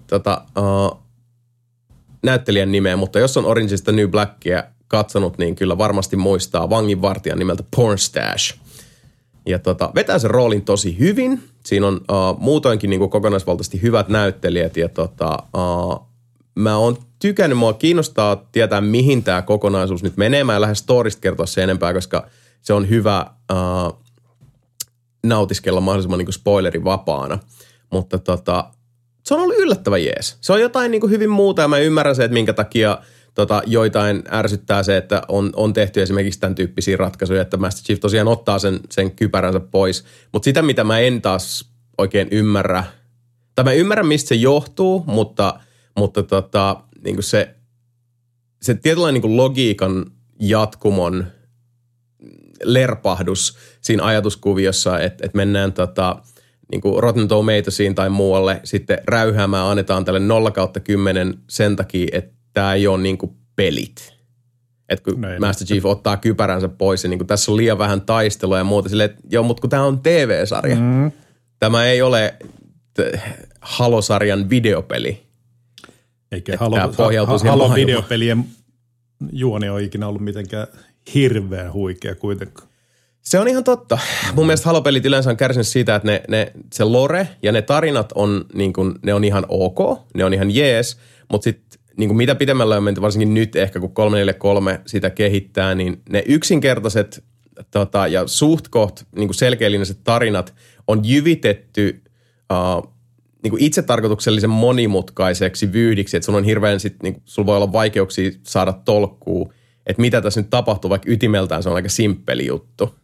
näyttelijän nimeä, mutta jos on Orange is the New Blackia katsonut, niin kyllä varmasti muistaa vanginvartijan nimeltä Pornstash. Ja vetää sen roolin tosi hyvin. Siinä on muutoinkin niin kuin kokonaisvaltaisesti hyvät näyttelijät ja mä oon tykännyt, mua kiinnostaa tietää, mihin tämä kokonaisuus nyt menee. Mä en lähde storista kertoa sen enempää, koska se on hyvä nautiskella mahdollisimman niin kuin spoilerivapaana. Mutta se on ollut yllättävän jees. Se on jotain niin kuin hyvin muuta ja mä ymmärrän se, että minkä takia joitain ärsyttää se, että on tehty esimerkiksi tämän tyyppisiä ratkaisuja, että Master Chief tosiaan ottaa sen kypäränsä pois. Mutta sitä, mitä mä en taas oikein ymmärrä, tai mä ymmärrän, mistä se johtuu, mutta niin kuin se tietynlainen niin kuin logiikan jatkumon lerpahdus siinä ajatuskuviossa, että mennään niin kuin Rotten Tomatoesiin tai muualle sitten räyhäämään, annetaan tälle 0/10 sen takia, että tämä ei ole niin kuin pelit. Että kun Master Chief ottaa kypäränsä pois ja niin kuin tässä on liian vähän taistelua ja muuta silleen, että joo, mutta kun tämä on TV-sarja. Tämä ei ole Halo-sarjan videopeli. Eikä Halo-videopelien juoni ole ikinä ollut mitenkään hirveän huikea kuitenkaan. Se on ihan totta. Mun mielestä Halo-pelit yleensä on kärsinyt siitä, että se lore ja ne tarinat on, niin kuin, ne on ihan ok, ne on ihan jees, mutta sitten niin kuin mitä pidemmällä on menty, varsinkin nyt ehkä kun 343 sitä kehittää, niin ne yksinkertaiset ja suht koht niin kuin selkeälinjaiset tarinat on jyvitetty niin kuin itsetarkoituksellisen monimutkaiseksi vyyhdiksi, että sun on hirveän niin sulla voi olla vaikeuksia saada tolkkuu, että mitä tässä nyt tapahtuu, vaikka ytimeltään se on aika simppeli juttu.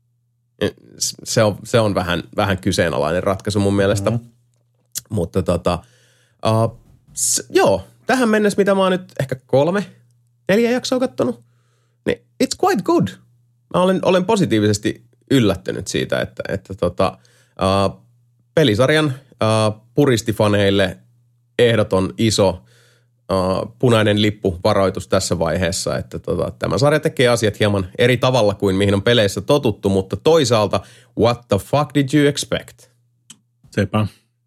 Se on vähän kyseenalainen ratkaisu mun mielestä. Mutta joo, tähän mennessä, mitä mä oon nyt ehkä 3-4 jaksoa kattonut, niin it's quite good. Mä olen positiivisesti yllättynyt siitä, että pelisarjan puristifaneille ehdoton iso punainen lippuvaroitus tässä vaiheessa, että tämä sarja tekee asiat hieman eri tavalla kuin mihin on peleissä totuttu, mutta toisaalta what the fuck did you expect? Sepä.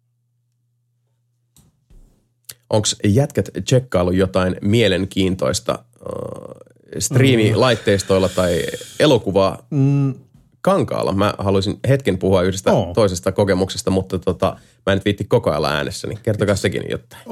Onko jätkät tsekkaillut jotain mielenkiintoista striimilaitteistoilla tai elokuvaa kankaalla? Mä haluaisin hetken puhua yhdestä toisesta kokemuksesta, mutta mä en nyt viitti koko ajan äänessä, niin kertokaa sekin jotain.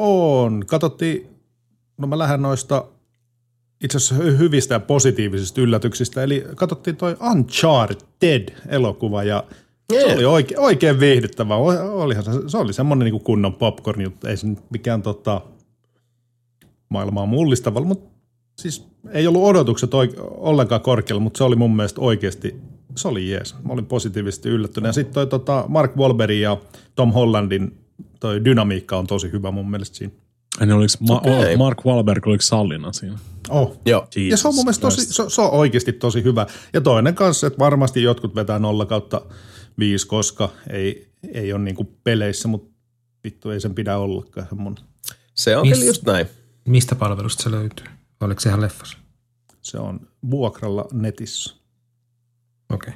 Mä lähden noista itse asiassa hyvistä ja positiivisista yllätyksistä, eli katsottiin toi Uncharted-elokuva ja se oli oikein viihdyttävä. Se oli semmoinen niin kuin kunnon popcorn-juttu, ei se nyt mikään maailmaa mullistavalla, mutta siis ei ollut odotukset ollenkaan korkealla, mutta se oli mun mielestä oikeasti, se oli jees. Mä olin positiivisesti yllättynyt. Ja sitten toi Mark Wahlbergin ja Tom Hollandin toi dynamiikka on tosi hyvä mun mielestä siinä. Oliko Mark Wahlberg, oliko Sallina siinä? Joo. Ja se on mun mielestä se on oikeasti tosi hyvä. Ja toinen kanssa, että varmasti jotkut vetää 0/5, koska ei ole niinku peleissä, mutta vittu ei sen pidä ollakaan. Se on kyllä just näin. Mistä palvelusta se löytyy? Oliko se ihan leffassa? Se on vuokralla netissä. Okei.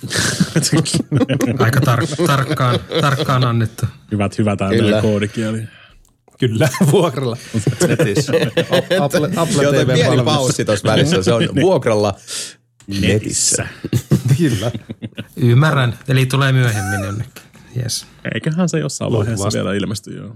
Aika tarkkaan annettu. Hyvät äänen koodikieli. Kyllä, vuokralla netissä. Apple Joo, TV pieni paussi tuossa välissä. Se on vuokralla netissä. Kyllä. Ymmärrän. Eli tulee myöhemmin jonnekin. Yes. Eiköhän se jossain vaiheessa vielä ilmesty, joo.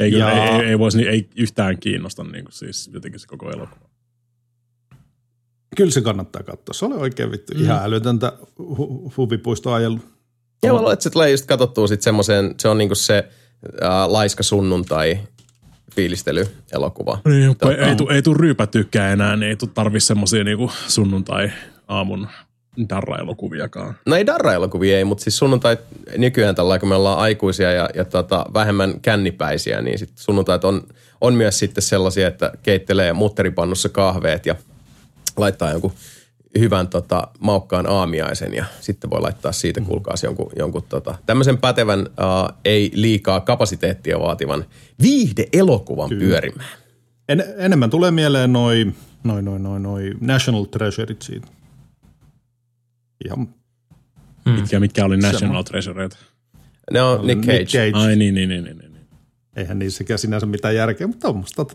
Ei yhtään kiinnosta niin kuin siis jotenkin se koko elokuva. Kyllä se kannattaa katsoa. Se oli oikein vittu ihan älytöntä huvipuistoajelu. Ja mä luulen, että se tulee just katsottua sitten semmoiseen, se on niinku se laiska sunnuntai fiilistelyelokuva. Niin, ei tule ryypätykään enää, niin ei tule tarvitse semmoisia niinku sunnuntai-aamun darra-elokuviakaan. No ei darra-elokuvia ei, mutta siis sunnuntai nykyään tällä kun me ollaan aikuisia ja vähemmän kännipäisiä, niin sit sunnuntait on myös sitten sellaisia, että keittelee mutteripannussa kahveet ja laittaa jonkun hyvän maukkaan aamiaisen ja sitten voi laittaa siitä kuulkaas jonkun tämmöisen pätevän, ei liikaa kapasiteettia vaativan viihde-elokuvan pyörimään. Enemmän tulee mieleen noi National Treasuret siitä. Ihan. Mitkä oli National Treasureita? Ne on Nick Cage. Ai niin. Eihän niissäkään sinänsä mitään järkeä, mutta tuommoista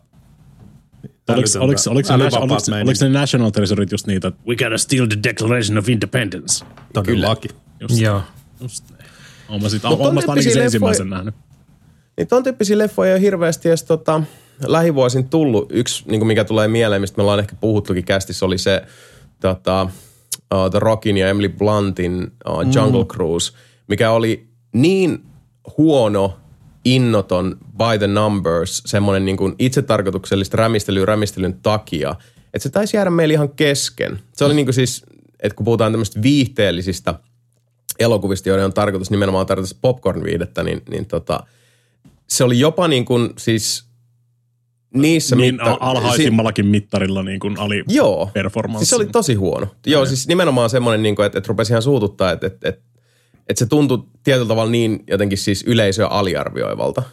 Oliko ne National Treasuret just niitä, että we gotta steal the Declaration of Independence? Todellakin. Joo. Just näin. Oon mä ainakin sen ensimmäisen nähnyt. Niin ton tyyppisiä leffoja on hirveästi edes lähivuosin tullut. Yksi, niin mikä tulee mieleen, mistä me ollaan ehkä puhuttukin kästissä, oli se The Rockin ja Emily Bluntin Jungle Cruise, mikä oli niin huono, innoton, by the numbers, semmoinen niin kuin itsetarkoituksellista rämistelyn takia, että se taisi jäädä meille ihan kesken. Se oli niin kuin siis, että kun puhutaan tämmöistä viihteellisistä elokuvista, joiden on tarkoitus nimenomaan tarkoitus popcorn-viihdettä, niin se oli jopa niin kuin siis niissä niin alhaisimmallakin mittarilla niin kuin aliperformanssi. Siis se oli tosi huono. Joo, siis nimenomaan semmoinen, niin kuin, että rupesi ihan suututtaa, että se tuntui tietyllä tavalla niin jotenkin siis yleisöä aliarvioivalta.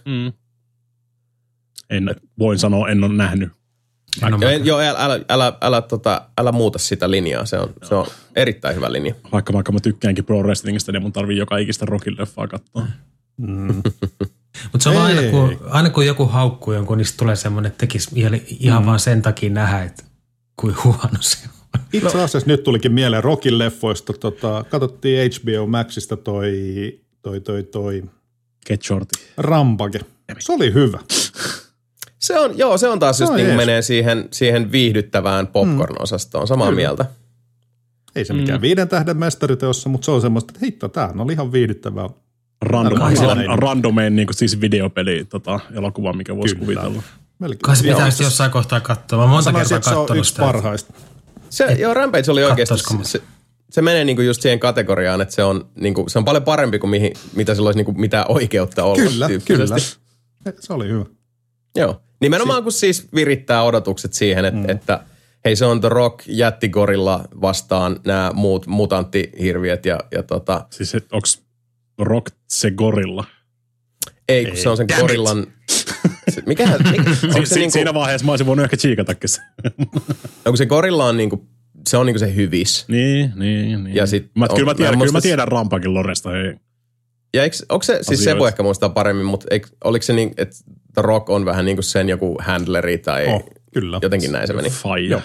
Voin sanoa, en ole nähnyt. Älä muuta sitä linjaa. Se on erittäin hyvä linja. Vaikka mä tykkäänkin pro wrestlingistä, niin mun tarvii joka ikistä Rockin leffaa katsoa. Mutta se on aina kun joku haukkuu jonkun, niin tulee semmoinen, että tekisi ihan vaan sen takia nähdä, että kuin huono se on. Itse asiassa nyt tulikin mieleen Rockin leffoista. Katsottiin HBO Maxista toi Get Shorty. Rampage. Se oli hyvä. Se on taas just niin kuin menee siihen viihdyttävään popcorn-osastoon. Samaa mieltä. Ei se mikään 5 tähden mestariteossa, mutta se on semmoista, että hitto, tämähän oli ihan viihdyttävää. Randomein niin kuin siis videopeli elokuva, mikä voisi kuvitella. Kai se pitäisi jossain kohtaa katsoa. Mä monta kertaa katsonut sitä. Se on yksi parhaista. Rampage oli oikeasti, se menee niinku just siihen kategoriaan, että se on paljon parempi kuin mitä sillä olisi niinku mitään oikeutta olla. Kyllä. Se oli hyvä. Joo. Nimenomaan kun siis virittää odotukset siihen, että hei se on The Rock jättigorilla vastaan nämä muut mutanttihirviöt ja Siis onko Rock se gorilla? Ei, kun se on sen gorillan... Siinä vaiheessa mä olisin voinut ehkä chiikatakin se. Onko se gorilla on niinku, se on niinku se hyvis. Niin. Ja sit kyllä mä tiedän Rampakin loresta. Hei. Ja onko se, siis se voi ehkä muistaa paremmin, mutta oliko se niin, että The Rock on vähän niin kuin sen joku handleri tai kyllä. Jotenkin näin se meni. Faija.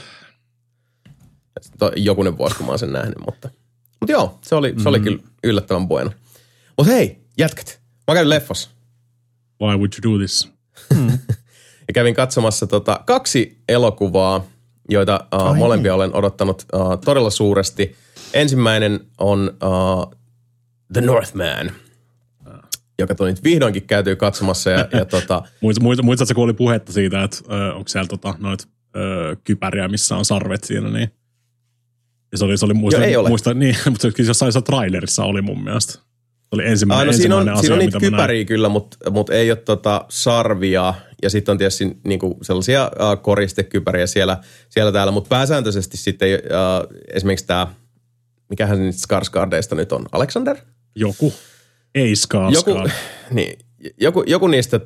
Jokunen vuosi, kun mä oon sen nähnyt, mutta joo, se oli kyllä yllättävän bueno. Mutta hei, jätkät, mä kävin leffassa. Why would you do this? Ja kävin katsomassa 2 elokuvaa, joita molempia olen odottanut todella suuresti. Ensimmäinen on The Northman, joka tuli nyt vihdoinkin käytyy katsomassa. Muistatko, kun oli puhetta siitä, että onko siellä noita kypäriä, missä on sarvet siinä, niin... Ja se oli muista, niin, mutta jossain trailerissa oli mun mielestä. Se oli ensimmäinen asia, siinä on niitä kypäriä kyllä, mutta ei ole sarvia. Ja sitten on tietysti niinku sellaisia koristekypäriä siellä täällä. Mutta pääsääntöisesti sitten esimerkiksi tämä, mikähän niistä Skarsgardeista nyt on, Alexander? Joku. Ei Skarsgard. Joku niistä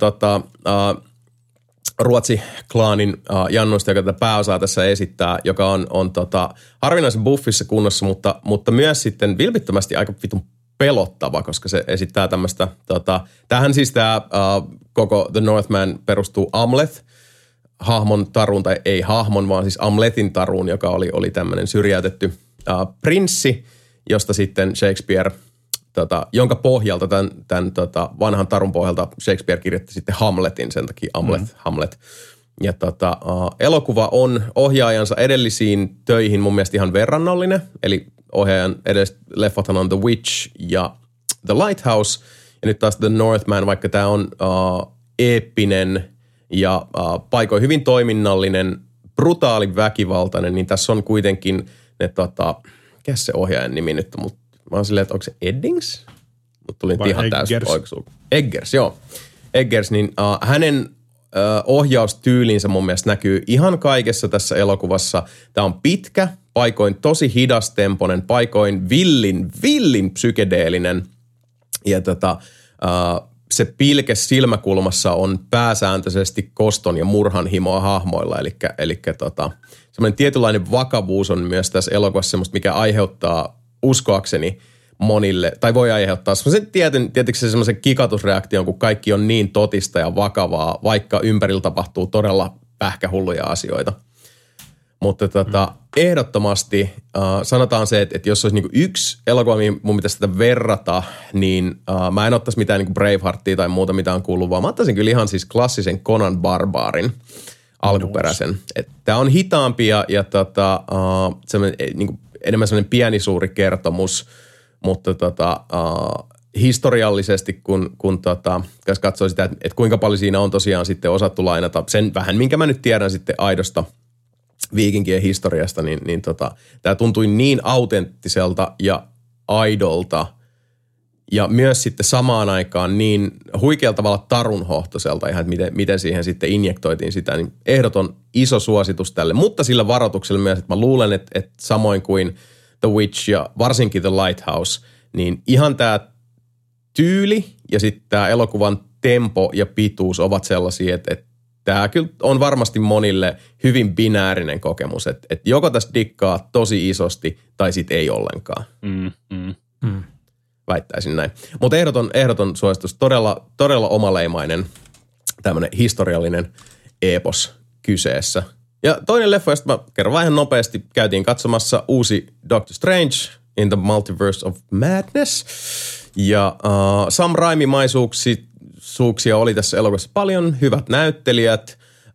Ruotsi-klaanin jannuista, joka tätä pääosaa tässä esittää, joka on harvinaisen buffissa kunnossa, mutta myös sitten vilpittömästi aika vitun pelottava, koska se esittää tämmöistä, tämähän siis tämä koko The Northman perustuu Amleth-hahmon taruun, tai ei hahmon, vaan siis Amletin taruun, joka oli tämmöinen syrjäytetty prinssi, josta sitten Shakespeare, jonka pohjalta, tämän vanhan tarun pohjalta Shakespeare kirjoitti sitten Hamletin, sen takia Hamlet. Ja elokuva on ohjaajansa edellisiin töihin mun mielestä ihan verrannollinen. Eli ohjaajan edelliset leffathan on The Witch ja The Lighthouse. Ja nyt taas The Northman, vaikka tämä on eeppinen ja paikoin hyvin toiminnallinen, brutaali väkivaltainen, niin tässä on kuitenkin ne mikä se ohjaajan nimi nyt on? Mä oon silleen, että onko se Eddings? Mut tuli ihan täysin oikaisu. Eggers, joo. Eggers, niin hänen ohjaustyylinsä mun mielestä näkyy ihan kaikessa tässä elokuvassa. Tämä on pitkä, paikoin tosi hidastempoinen, paikoin villin psykedeellinen. Ja se pilke silmäkulmassa on pääsääntöisesti koston ja murhan himoa hahmoilla. Eli semmoinen tietynlainen vakavuus on myös tässä elokuvassa semmoista, mikä aiheuttaa uskoakseni monille, tai voi aiheuttaa semmoisen tietysti semmoisen kikatusreaktion, kun kaikki on niin totista ja vakavaa, vaikka ympärillä tapahtuu todella pähkähulluja asioita. Mutta ehdottomasti sanotaan se, että jos olisi niinku yksi elokuva, mihin mun pitäisi sitä verrata, niin mä en ottaisi mitään niinku Braveheartia tai muuta, mitä on kuullut, vaan mä ottaisin kyllä ihan siis klassisen Conan Barbarin alkuperäisen. Tämä on hitaampi ja niinku enemmän semmoinen pieni suuri kertomus, mutta historiallisesti, kun katsoo sitä, että kuinka paljon siinä on tosiaan sitten osattu lainata sen vähän, minkä mä nyt tiedän sitten aidosta viikinkien historiasta, niin tämä tuntui niin autenttiselta ja aidolta ja myös sitten samaan aikaan niin huikealla tavalla tarunhohtoiselta ihan, että miten siihen sitten injektoitiin sitä, niin ehdoton iso suositus tälle, mutta sillä varoituksella myös, että mä luulen, että samoin kuin The Witch ja varsinkin The Lighthouse, niin ihan tämä tyyli ja sitten tämä elokuvan tempo ja pituus ovat sellaisia, että tämä kyllä on varmasti monille hyvin binäärinen kokemus, että joko tässä dikkaa tosi isosti tai sitten ei ollenkaan. Väittäisin näin. Mutta ehdoton suositus, todella omaleimainen tämmöinen historiallinen epos kyseessä. Ja toinen leffa, josta mä kerron vähän nopeasti, käytiin katsomassa uusi Doctor Strange in the Multiverse of Madness. Ja Sam Raimi-maisuuksia oli tässä elokuvassa paljon, hyvät näyttelijät.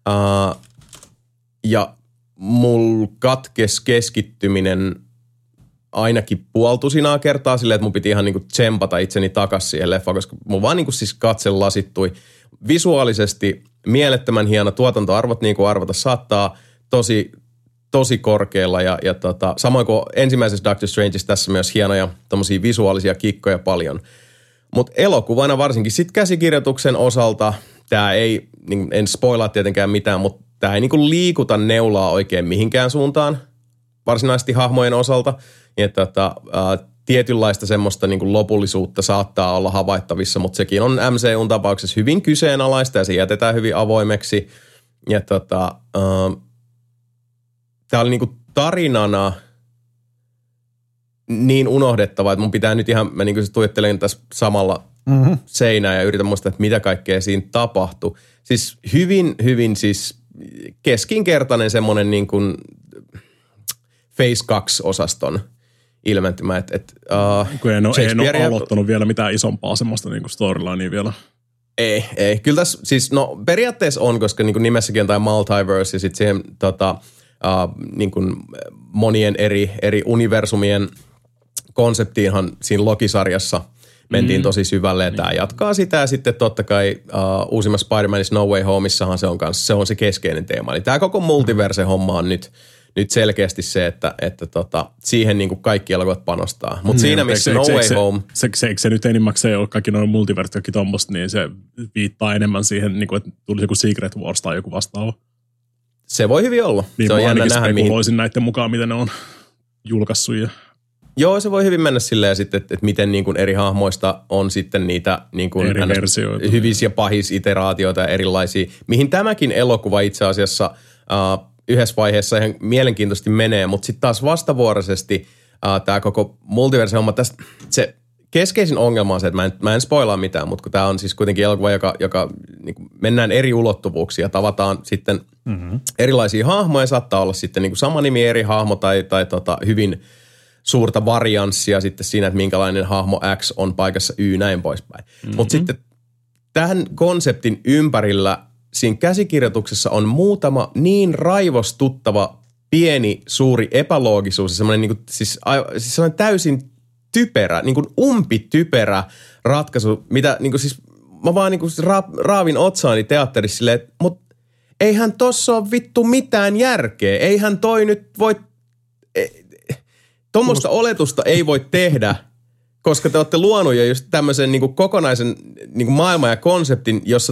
Ja mulla katkes keskittyminen ainakin puoltusinaa kertaa silleen, että mun piti ihan niinku tsempata itseni takas siihen leffaan, koska mun vaan niinku siis katse lasittui. Visuaalisesti mielettömän hieno, tuotantoarvot niin kuin arvota saattaa, tosi korkealla ja samoin kuin ensimmäisessä Doctor Strangeissa tässä myös hienoja tommosia visuaalisia kikkoja paljon. Mutta elokuvana varsinkin sit käsikirjoituksen osalta, tää ei, niin en spoilaa tietenkään mitään, mutta tää ei niinku liikuta neulaa oikein mihinkään suuntaan varsinaisesti hahmojen osalta. Että tietynlaista semmoista niin kuin lopullisuutta saattaa olla havaittavissa, mutta sekin on MCUn tapauksessa hyvin kyseenalaista ja se jätetään hyvin avoimeksi. Ja tää oli niin kuin tarinana niin unohdettava, että mun pitää nyt ihan, mä niin kuin tuijottelen tässä samalla seinää ja yritän muistaa, että mitä kaikkea siinä tapahtui. Siis hyvin siis keskinkertainen semmoinen niin kuin Phase 2-osaston ilmentymä. Kun en ole aloittanut vielä mitään isompaa semmoista niin kuin storylinea vielä. Ei. Kyllä tässä siis, no periaatteessa on, koska niin kuin nimessäkin on tämä multiverse ja sitten siihen niin kuin monien eri universumien konseptiinhan siinä Loki-sarjassa mentiin tosi syvälle. Tämä jatkaa sitä ja sitten totta kai uusimmassa Spider-Manissa No Way Homeissahan se on se keskeinen teema. Eli tämä koko multiverse-homma on nyt selkeästi se, että siihen niin kuin kaikki elokuvat panostaa. Mutta siinä, missä No Way Home... Se nyt enimmäkseen ole kaikki noin multiverse jokin tommoista, niin se viittaa enemmän siihen, niin kuin, että tulisi joku Secret Wars tai joku vastaava. Se voi hyvin olla. Niin se on jännä nähdä, spekuloisin näiden mukaan, miten ne on julkaissut. Joo, se voi hyvin mennä silleen sitten, että miten niin kuin eri hahmoista on sitten niitä niin kuin eri versioita. Hyvis- ja pahis-iteraatioita ja erilaisia, mihin tämäkin elokuva itse asiassa... yhdessä vaiheessa ihan mielenkiintoisesti menee, mutta sitten taas vastavuoroisesti tämä koko multiverse-homma, tästä se keskeisin ongelma on se, että mä en spoilaa mitään, mutta kun tämä on siis kuitenkin elokuva, joka niin kuin mennään eri ulottuvuuksia, tavataan sitten erilaisia hahmoja, saattaa olla sitten niin kuin sama nimi eri hahmo tai hyvin suurta varianssia sitten siinä, että minkälainen hahmo X on paikassa Y, näin poispäin. Mutta sitten tähän konseptin ympärillä siinä käsikirjoituksessa on muutama niin raivostuttava pieni suuri epäloogisuus ja semmoinen niin kuin, siis semmoinen täysin typerä, niin kuin umpityperä ratkaisu, mitä niin kuin siis mä vaan niin kuin raavin otsaani teatterissa silleen, että mut eihän tossa ole vittu mitään järkeä. Eihän toi nyt voi, tuommoista oletusta ei voi tehdä, koska te olette luonut jo just tämmöisen niin kuin kokonaisen niin kuin maailman ja konseptin, jossa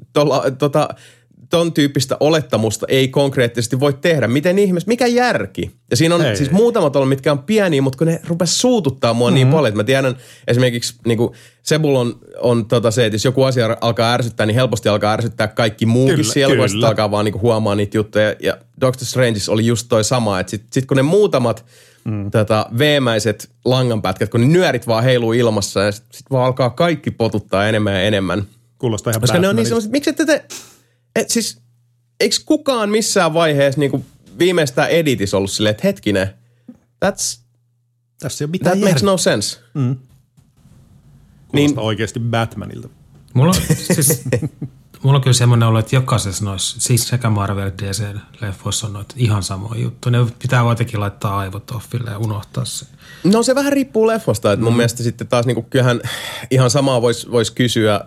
ton tyyppistä olettamusta ei konkreettisesti voi tehdä. Miten ihmeessä, mikä järki? Ja siinä on siis muutamat olla, mitkä on pieniä, mutta kun ne rupes suututtaa mua niin paljon, että mä tiedän esimerkiksi niin kuin Sebul on se, että jos joku asia alkaa ärsyttää, niin helposti alkaa ärsyttää kaikki muukin siellä, kun sitten alkaa vaan niin kuin huomaa niitä juttuja. Ja Doctor Strangeissa oli just toi sama, että sit kun ne muutamat veemäiset langanpätkät, kun ne nyörit vaan heiluu ilmassa ja sit vaan alkaa kaikki potuttaa enemmän ja enemmän. Kuulostaa ihan koska ne on niin sellaiset, miksi ette te... siis, eikö kukaan missään vaiheessa niinku viimeistään editissä ollut silleen, että hetkinen, tässä ei ole mitään that makes no sense. Kuulostaa oikeasti Batmanilta. Mulla on kyllä semmoinen ollut, että jokaisessa noissa, siis sekä Marvel että DC-leffoissa on noita ihan samoja juttuja. Ne pitää jotenkin laittaa aivot offille ja unohtaa se. No se vähän riippuu leffosta, että mun mielestä sitten taas niinku kyllähän ihan samaa vois kysyä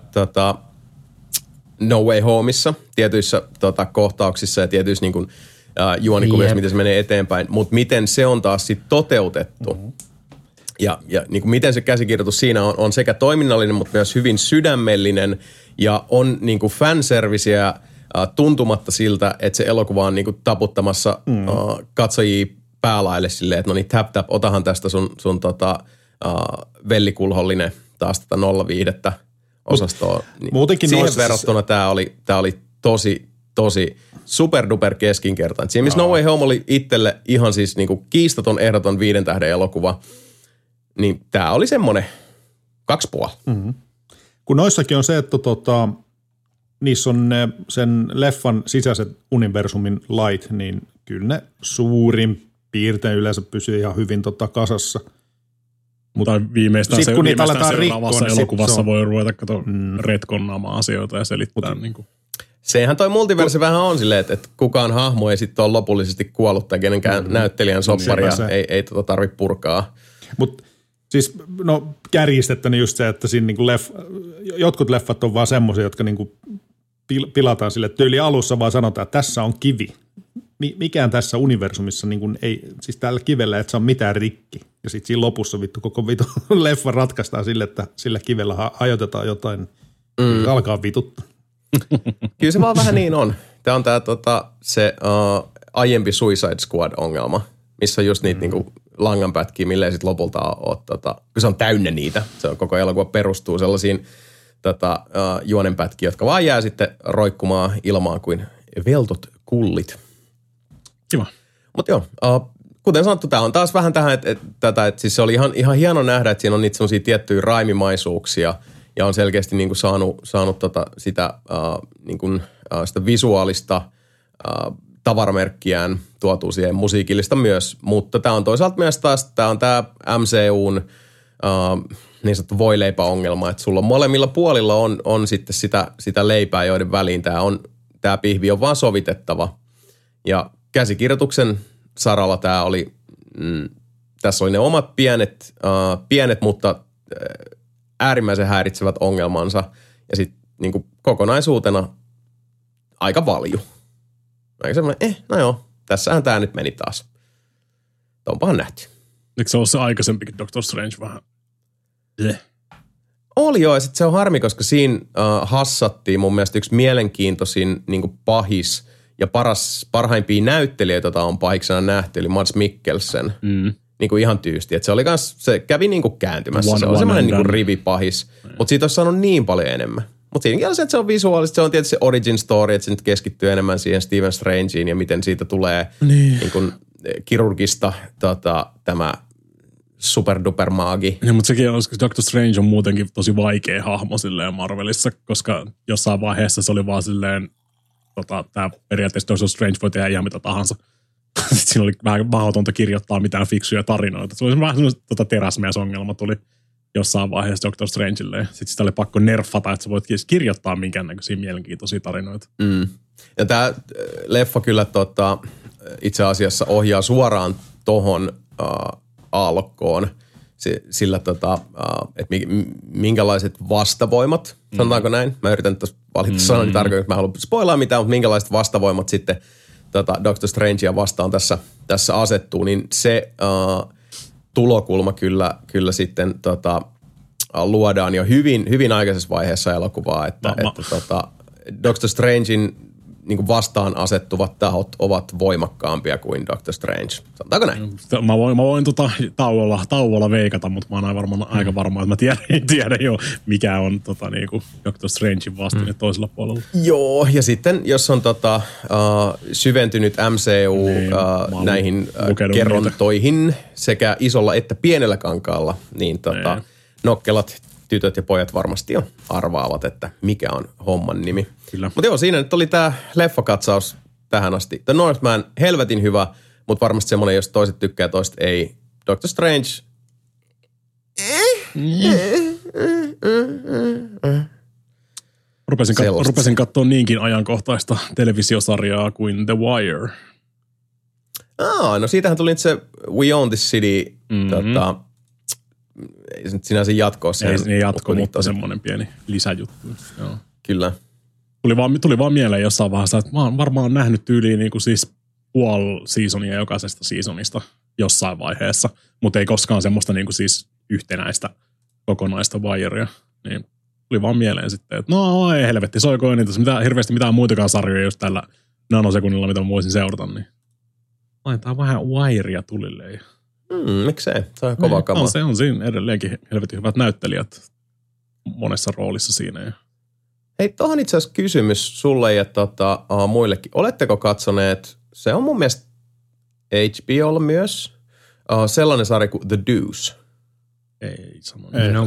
No Way Homeissa, tietyissä kohtauksissa ja tietyissä niin kuin, juonikuvissa, miten se menee eteenpäin, mutta miten se on taas sitten toteutettu. Ja niin kuin miten se käsikirjoitus siinä on sekä toiminnallinen, mutta myös hyvin sydämellinen ja on niin kuin fanserviceä tuntumatta siltä, että se elokuva on niin kuin taputtamassa katsojia päälaille silleen, että no niin tap, otahan tästä sun vellikulhollinen taas tätä 0,5 osastoa. Muutenkin siihen verrattuna tämä oli tosi superduper keskinkertainen. Siinä missä No Way Home oli itselle ihan siis niinku kiistaton ehdoton 5 tähden elokuva, niin tämä oli semmoinen 2,5. Kun noissakin on se, että niissä on ne sen leffan sisäiset universumin lait, niin kyllä ne suurin piirtein yleensä pysyy ihan hyvin kasassa. Mutta viimeistään seuraavassa niin elokuvassa voi ruveta retkonnaamaan asioita ja selittää. Sehän toi multiverse vähän on silleen, että kukaan hahmo ei sitten ole lopullisesti kuollut tai kenenkään näyttelijän sopparia ei tarvitse purkaa. Mutta siis kärjistettäni just se, että siinä niinku jotkut leffat on vaan semmoisia, jotka niinku pilataan sille tyyli alussa vaan sanotaan, että tässä on kivi. Mikään tässä universumissa niinku ei, siis täällä kivellä et saa mitään rikki. Ja sitten siinä lopussa koko leffa ratkaistaan sille, että sillä kivellä hajotetaan jotain, alkaa vituttaa. Kyllä se vaan vähän niin on. Tämä on se aiempi Suicide Squad-ongelma, missä on just niitä niinku langanpätkiä, millä ei sitten lopulta ole, kun se on täynnä niitä. Se on koko elokuva perustuu sellaisiin juonenpätkiä, jotka vaan jää sitten roikkumaan ilmaan kuin veltot kullit. Kiva. Mutta joo, kuten sanottu, tämä on taas vähän tähän, että siis se oli ihan hieno nähdä, että siinä on niitä sellaisia tiettyjä raimimaisuuksia ja on selkeästi niin kuin saanut sitä visuaalista tavaramerkkiään tuotua siihen musiikillista myös, mutta tämä on toisaalta myös taas, tämä on tämä MCUn niin sanottu voileipäongelma, että sulla on molemmilla puolilla on sitten sitä leipää, joiden väliin tämä pihvi on vaan sovitettava. Ja käsikirjoituksen saralla tämä oli, tässä oli ne omat pienet mutta äärimmäisen häiritsevät ongelmansa ja sitten niin kokonaisuutena aika valju. Aika semmoinen, no joo, tässähän tämä nyt meni taas. Onpahan nähty. Eikö se ole se aikaisempikin Doctor Strange vähän? Oli joo, ja sitten se on harmi, koska siinä hassattiin mun mielestä yksi mielenkiintoisin niin pahis ja parhaimpia näyttelijöitä, joita on pahiksena nähty, eli Mads Mikkelsen. Niin kuin ihan tyysti. Että se kävi niin kuin kääntymässä. Se on semmoinen niin kuin rivipahis. Mutta siitä olisi saanut niin paljon enemmän. Mutta siinäkin on se, että se on visuaalista. Se on tietysti se origin story, että se nyt keskittyy enemmän siihen Stephen Strangeen ja miten siitä tulee niin kuin kirurgista tämä superduper maagi. Ja, mutta sekin on, koska Doctor Strange on muutenkin tosi vaikea hahmo silleen Marvelissa, koska jossain vaiheessa se oli vaan silleen, tämä periaatteessa Doctor Strange voi tehdä ihan mitä tahansa. Siinä oli vähän mahdotonta kirjoittaa mitään fiksuja tarinoita. Se oli vähän semmoinen teräsmiesongelma tuli. jossain vaiheessa Doctor Strangelle. Sitten sitä oli pakko nerfata, että sä voit kirjoittaa minkäännäköisiä mielenkiintoisia tarinoita. Ja tämä leffa kyllä itse asiassa ohjaa suoraan tohon aallokkoon sillä, että minkälaiset vastavoimat, sanotaanko näin? Mä yritän tuossa valita sanoa tarkoin, että mä haluan spoilaa mitään, mutta minkälaiset vastavoimat sitten Doctor Strangea vastaan tässä asettuu, niin se tulokulma kyllä sitten luodaan jo hyvin, hyvin aikaisessa vaiheessa elokuvaa, että Doctor Strangein niin kuin vastaan asettuvat tahot ovat voimakkaampia kuin Doctor Strange. Sanotaanko näin? Mä voin tauolla veikata, mutta mä oon aika varma, että mä tiedän jo, mikä on niinku Doctor Strangein vastine toisella puolella. Joo, ja sitten jos on syventynyt MCU näihin kerrontoihin sekä isolla että pienellä kankaalla, niin nokkelat tytöt ja pojat varmasti jo arvaavat, että mikä on homman nimi. Mutta joo, siinä nyt oli tää leffakatsaus tähän asti. The Northman, helvetin hyvä, mutta varmasti semmoinen, jos toiset tykkää, toiset ei. Doctor Strange. Rupesin katsoa niinkin ajankohtaista televisiosarjaa kuin The Wire. No siitähän tuli nyt se We Own This City, ei se nyt sinänsä jatkoa sen. Ei jatko, mutta semmoinen pieni lisäjuttu. Joo. Kyllä. Tuli vaan mieleen jossain vaiheessa, että mä oon varmaan nähnyt tyyliin niin kuin siis puoli seasonia jokaisesta seasonista jossain vaiheessa, mutta ei koskaan semmoista niin kuin siis yhtenäistä kokonaista Wirea. Niin tuli vaan mieleen sitten, että no ei helvetti, soiko niitä hirveästi mitään muitakaan sarjoja just tällä nanosekunnilla, mitä mä voisin seurata, niin laitetaan vähän Wirea tulille. Miksei? Se on kova kama. Se on siinä edelleenkin helvetin hyvät näyttelijät monessa roolissa siinä. Hei, tohon itse asiassa kysymys sulle ja muillekin. Oletteko katsoneet, se on mun mielestä HBOlla myös, sellainen sarja kuin The Deuce? Ei sano.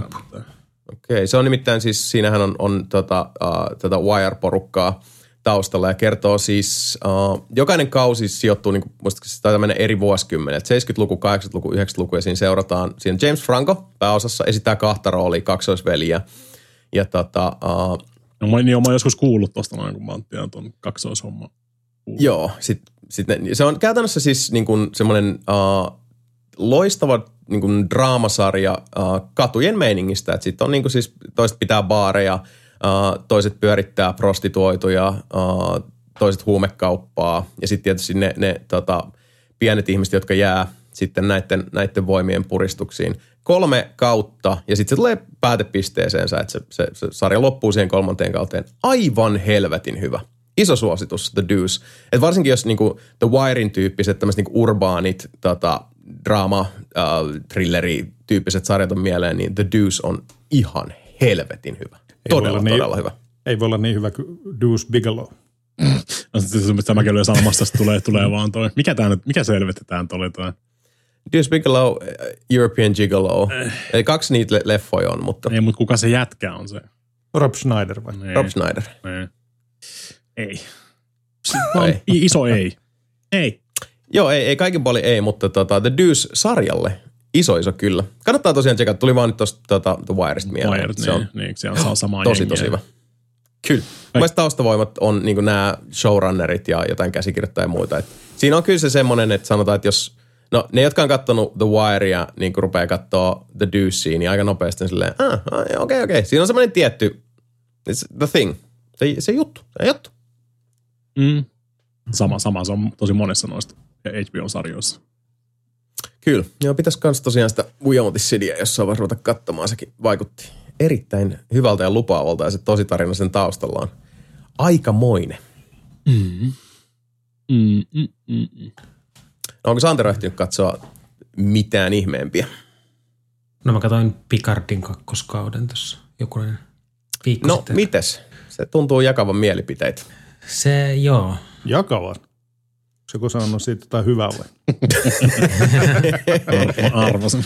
Okei, se on nimittäin siis, siinähän on tätä Wire-porukkaa taustalla ja kertoo siis, jokainen kausi sijoittuu, niin kuin, muistatko se taitaa mennä eri vuosikymmenet, 70-luku, 80-luku, 90-luku ja siinä seurataan, siinä James Franco pääosassa esittää 2 roolia, kaksoisveliä ja No mä oon joskus kuullut tosta noin, kun mä oon tiedän tuon kaksoishomma. Joo, se on käytännössä siis niin kuin semmoinen loistava niin kuin draamasarja katujen meiningistä, että sitten on niin kuin siis toiset pitää baareja, toiset pyörittää prostituoituja, toiset huumekauppaa ja sitten tietysti ne pienet ihmiset, jotka jää sitten näiden voimien puristuksiin. 3 kautta ja sitten se tulee päätepisteeseensä, että se sarja loppuu siihen 3. kauteen. Aivan helvetin hyvä. Iso suositus, The Deuce. Et varsinkin jos niinku The Wirein tyyppiset, tämmöiset niinku urbaanit, draama, thrilleri-tyyppiset sarjat on mieleen, niin The Deuce on ihan helvetin hyvä. Todella hyvä. Ei voi olla niin hyvä kuin Deuce Bigelow. Tämäkin oli sanomassa, tulee vaan toi. Mikä selvetti tämän oli toi? Deuce Bigelow, European Gigolo. Eli 2 niitä leffoja on, mutta... Ei, mutta kuka se jätkä on se? Rob Schneider vai? Rob Schneider. Ei. Iso ei. Ei. Joo, ei kaikin puolin ei, mutta The Deuce-sarjalle iso kyllä. Kannattaa tosiaan tsekata. Tuli vaan nyt tuosta The Wiresta mieleen. Se on samaa tosi hyvä. Kyllä. Mielestäni taustavoimat on niin nämä showrunnerit ja jotain käsikirjoittajia ja muita. Et siinä on kyllä se semmoinen, että sanotaan, että jos... No, ne, jotka on kattonut The Wirea, niin kun rupeaa katsoa The Deucea, niin aika nopeasti silleen, okei. Siinä on semmoinen tietty, it's the thing. Se juttu. Sama, se on tosi monessa noista HBO-sarjoissa. Kyllä. Joo, pitäisi kans tosiaan sitä We Own This Cityä jossain vaiheessa ruveta katsomaan. Sekin vaikutti erittäin hyvältä ja lupaavalta ja se tositarina sen taustalla on aikamoinen. Onko Santero ehtinyt katsoa mitään ihmeempiä? No mä katsoin Picardin 2. kauden tuossa jokunen viikko sitten. No mites? Se tuntuu jakavan mielipiteitä. Se joo. Jakavan? Onko joku sanonut siitä jotain hyvää vai? Arvasin.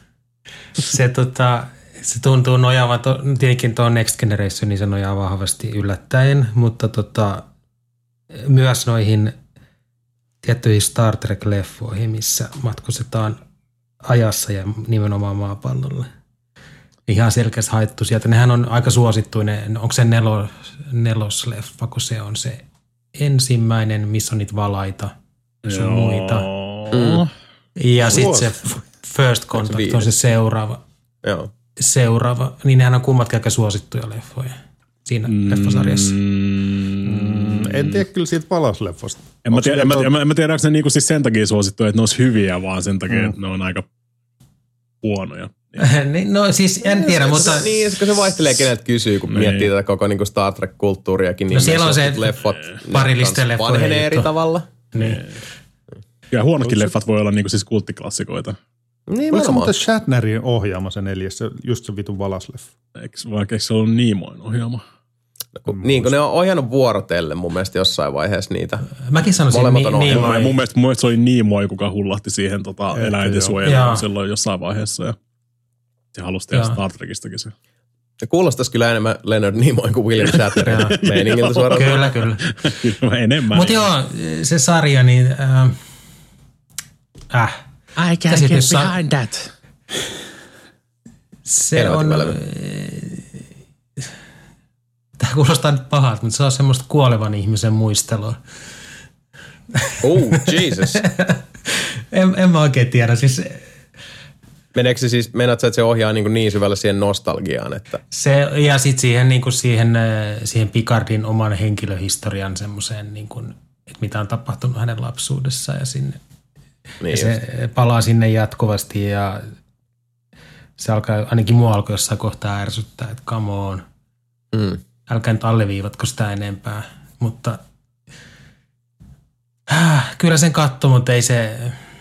Se tuntuu nojaavan, tietenkin tuo Next Generation, niin se nojaa vahvasti yllättäen, mutta myös noihin tiettyihin Star Trek-leffoihin, missä matkustetaan ajassa ja nimenomaan maapallolle. ihan selkeästi haettu sieltä. Nehän on aika suosittuinen. Onko se nelosleffa, kun se on se ensimmäinen, missä on niitä valaita ja sun muita. Ja sitten se First Contact on se seuraava. Joo. Seuraava. Niin nehän on kummatkin aika suosittuja leffoja siinä leffasarjassa. En tiedä kyllä siitä valasleffosta. En mä tiedä, onko ne niinku siis sen takia suosittuja, että ne olisi hyviä, vaan sen takia, että ne on aika huonoja. No siis en tiedä, mutta... Niin, kun se vaihtelee kenet kysyy, kun miettii tätä koko niin Star Trek-kulttuuriakin, niin siellä on se leffot parillisten leffoja vanhenee eri tavalla. Niin. Ja huonokin leffat voi olla niinku siis kulttiklassikoita. Niin, oliko se muuten Shatnerin ohjaama se 4, just se vitun valasleffa? Eikö se ollut Nimoin ohjaama? Niin, kun ne on ohjannut vuorotellen mun mielestä jossain vaiheessa niitä. Mäkin sanoisin Nimoy. Mun mielestä se oli Nimoy, kuka hullahti siihen eläinten suojeluun silloin jossain vaiheessa. Ja se halusi tehdä Star Trekistäkin se. Se kuulostaisi kyllä enemmän Leonard Nimoy kuin William Shatnerin meiningiltä suoraan. Kyllä. Enemmän. Mutta joo, se sarja, niin... I can't get behind that. Se on... Tämä kuulostaa nyt pahalta, mutta se on semmoista kuolevan ihmisen muistelua. Oh, Jesus. en mä oikein tiedä. Siis, meneekö se siis, meinaatko, että se ohjaa niin syvälle siihen nostalgiaan? Että... ja sitten siihen Picardin oman henkilöhistorian semmoiseen, niin kuin, että mitä on tapahtunut hänen lapsuudessaan ja sinne. Niin ja se palaa sinne jatkuvasti ja se alkaa, ainakin mua alkoi jossain kohtaa ärsyttää, että come on. Älkää nyt alleviivatko sitä enempää, mutta kyllä sen katsoo, mutta ei se...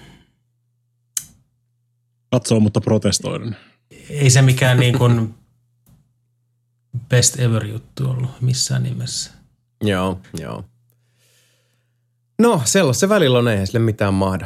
Katsoo, mutta protestoiden. Ei se mikään niin kuin best ever juttu ollut missään nimessä. Joo. No, sellaista se välillä on, eihän sille mitään mahda.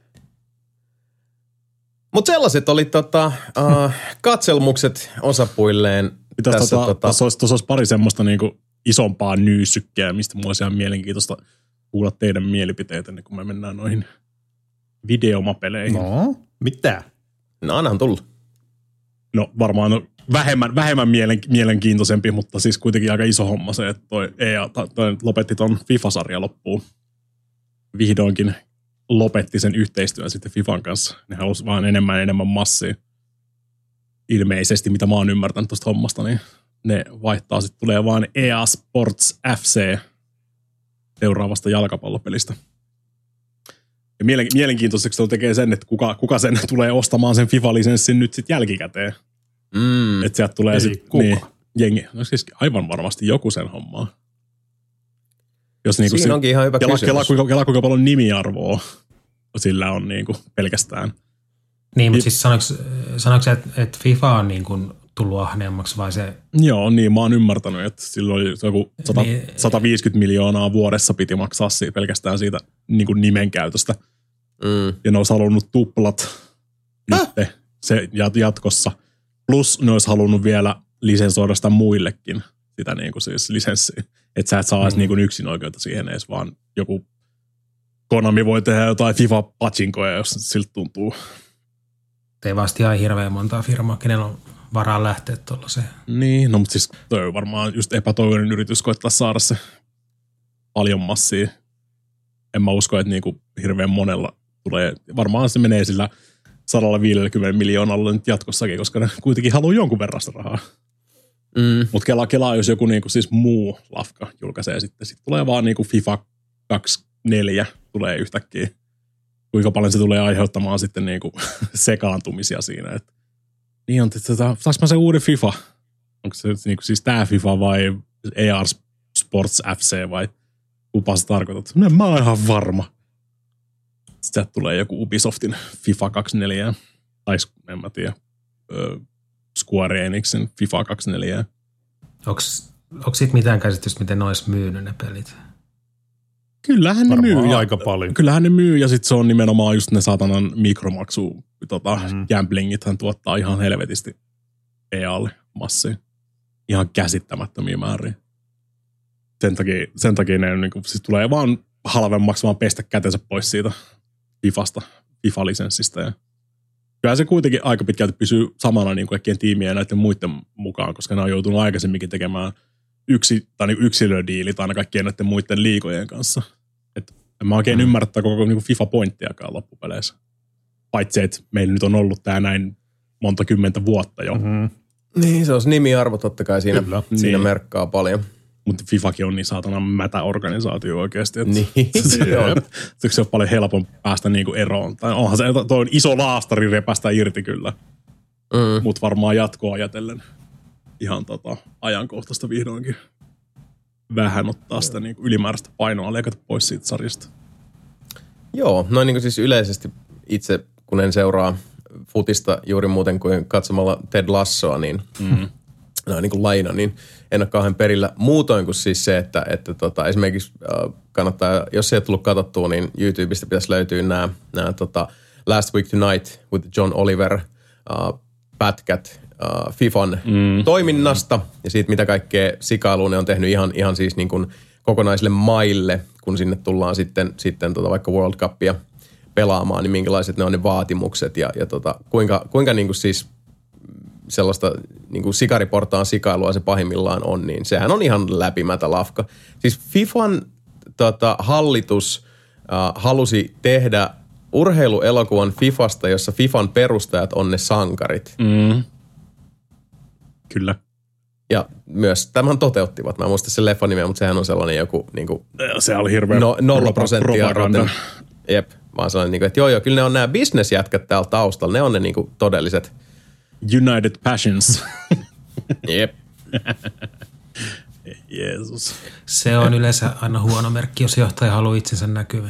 Mutta sellaiset oli katselmukset osapuilleen. Tuossa olisi pari semmoista niinku isompaa nyysykkeä, mistä mulla olisi ihan mielenkiintoista kuulla teidän mielipiteitä, kun me mennään noihin videomapeleihin. No, mitä? No, annahan tulla. No varmaan vähemmän mielenkiintoisempi, mutta siis kuitenkin aika iso homma se, että toi lopetti ton FIFA-sarja loppuun. Vihdoinkin lopetti sen yhteistyön sitten FIFAn kanssa. Ne halusi vaan enemmän massia. Ilmeisesti, mitä mä oon ymmärtänyt tuosta hommasta, niin ne vaihtaa sitten, tulee vaan EA Sports FC seuraavasta jalkapallopelistä. Ja mielenkiintoiseksi se tekee sen, että kuka sen tulee ostamaan sen FIFA-lisenssin nyt sitten jälkikäteen. Että sieltä tulee sitten jengi. No siis aivan varmasti joku sen hommaa. Jos niinku siinä onkin ihan hyvä kysymys. Kela kuinka paljon nimiarvoa sillä on niinku pelkästään. Niin, mutta siis sanoiko että FIFA on niin kuin tullut ahneemmaksi vai se? Joo, niin mä oon ymmärtänyt, että silloin oli joku 150 miljoonaa vuodessa piti maksaa pelkästään siitä niin kuin nimen käytöstä. Ja ne olisi halunnut tuplat nyt se jatkossa. Plus ne olisi halunnut vielä lisensoida sitä muillekin, sitä niin kuin siis lisenssiä. Että sä et saa edes niin kuin yksin oikeutta siihen edes, vaan joku Konami voi tehdä jotain FIFA-pachinkoja, jos siltä tuntuu. Ei vasta ihan hirveän montaa firmaa, kenellä on varaa lähteä tuollaiseen. Niin, no mutta siis toi on varmaan just epätoivoinen yritys koittaa saada se paljon massia. En mä usko, että niinku hirveän monella tulee. Varmaan se menee sillä 150 miljoonalla nyt jatkossakin, koska ne kuitenkin haluaa jonkun verran sitä rahaa. Mutta kelaa, jos joku niinku siis muu lafka julkaisee sitten tulee vaan niinku FIFA 24 tulee yhtäkkiä. Kuinka paljon se tulee aiheuttamaan sitten niinku sekaantumisia siinä. Et, niin on, saanko mä se uuden FIFA? Onko se niinku siis tää FIFA vai EA Sports FC vai kupa sä tarkoitat? No mä oon ihan varma. Sitten tulee joku Ubisoftin FIFA 24. Tai en mä tiedä. Square Enixin FIFA 24. Onko siitä mitään käsitystä, miten ne olisi myynyt ne pelit? Kyllähän ne myy. Aika paljon. Kyllähän ne myy ja sitten se on nimenomaan just ne saatanan mikromaksu gamblingithan tuottaa ihan helvetisti EAlle massia. Ihan käsittämättömiä määriä. Sen takia ne niin kuin, siis tulee vaan halvemmaksi vaan pestä kätensä pois siitä FIFA-lisenssistä ja kyllä se kuitenkin aika pitkälti pysyy samana niin kaikkien tiimien ja näiden muiden mukaan, koska ne on joutunut aikaisemminkin tekemään yksilödiilit aina kaikkien näiden muiden liigojen kanssa. Et en mä oikein ymmärrä koko niin FIFA-pointtiakaan loppupeleissä. Paitsi, että meillä nyt on ollut tää näin monta kymmentä vuotta jo. Mm-hmm. Niin, se on nimiarvo totta kai siinä niin. Merkkaa paljon. Mutta FIFAkin on niin saatana mätä organisaatio oikeasti. Niin, se on paljon helpompi päästä niinku eroon. Tai onhan se toi on iso laastari repästä irti kyllä. Mutta varmaan jatkoa ajatellen ihan ajankohtaista vihdoinkin vähän ottaa sitä niinku ylimääräistä painoa leikata pois siitä sarjasta. Joo, noin niin siis yleisesti itse, kun en seuraa futista juuri muuten kuin katsomalla Ted Lassoa, niin no, niin kuin lajina, niin en ole kauhean perillä muutoin kuin siis se, että esimerkiksi kannattaa, jos ei ole tullut katsottua, niin YouTubesta pitäisi löytyä nämä Last Week Tonight with John Oliver pätkät FIFAn toiminnasta ja siitä, mitä kaikkea sikailuun ne on tehnyt ihan siis niin kuin kokonaisille maille, kun sinne tullaan sitten vaikka World Cupia pelaamaan, niin minkälaiset ne on ne vaatimukset ja kuinka niin kuin siis sellaista niin kuin sikariportaan sikailua se pahimmillaan on, niin sehän on ihan läpimätä lafka. Siis FIFAn hallitus halusi tehdä urheiluelokuvan FIFasta, jossa FIFAn perustajat on ne sankarit. Kyllä. Ja myös tämän toteuttivat. Mä en muista sen leffan nimeä, mutta sehän on sellainen joku niin kuin se oli hirveä 0%. Jep, vaan sellainen, että joo, kyllä ne on nämä bisnesjätkät täällä taustalla. Ne on ne niin kuin todelliset United Passions. Jep. Jeesus. Se on yleensä aina huono merkki, jos johtaja haluaa itsensä näkyvän.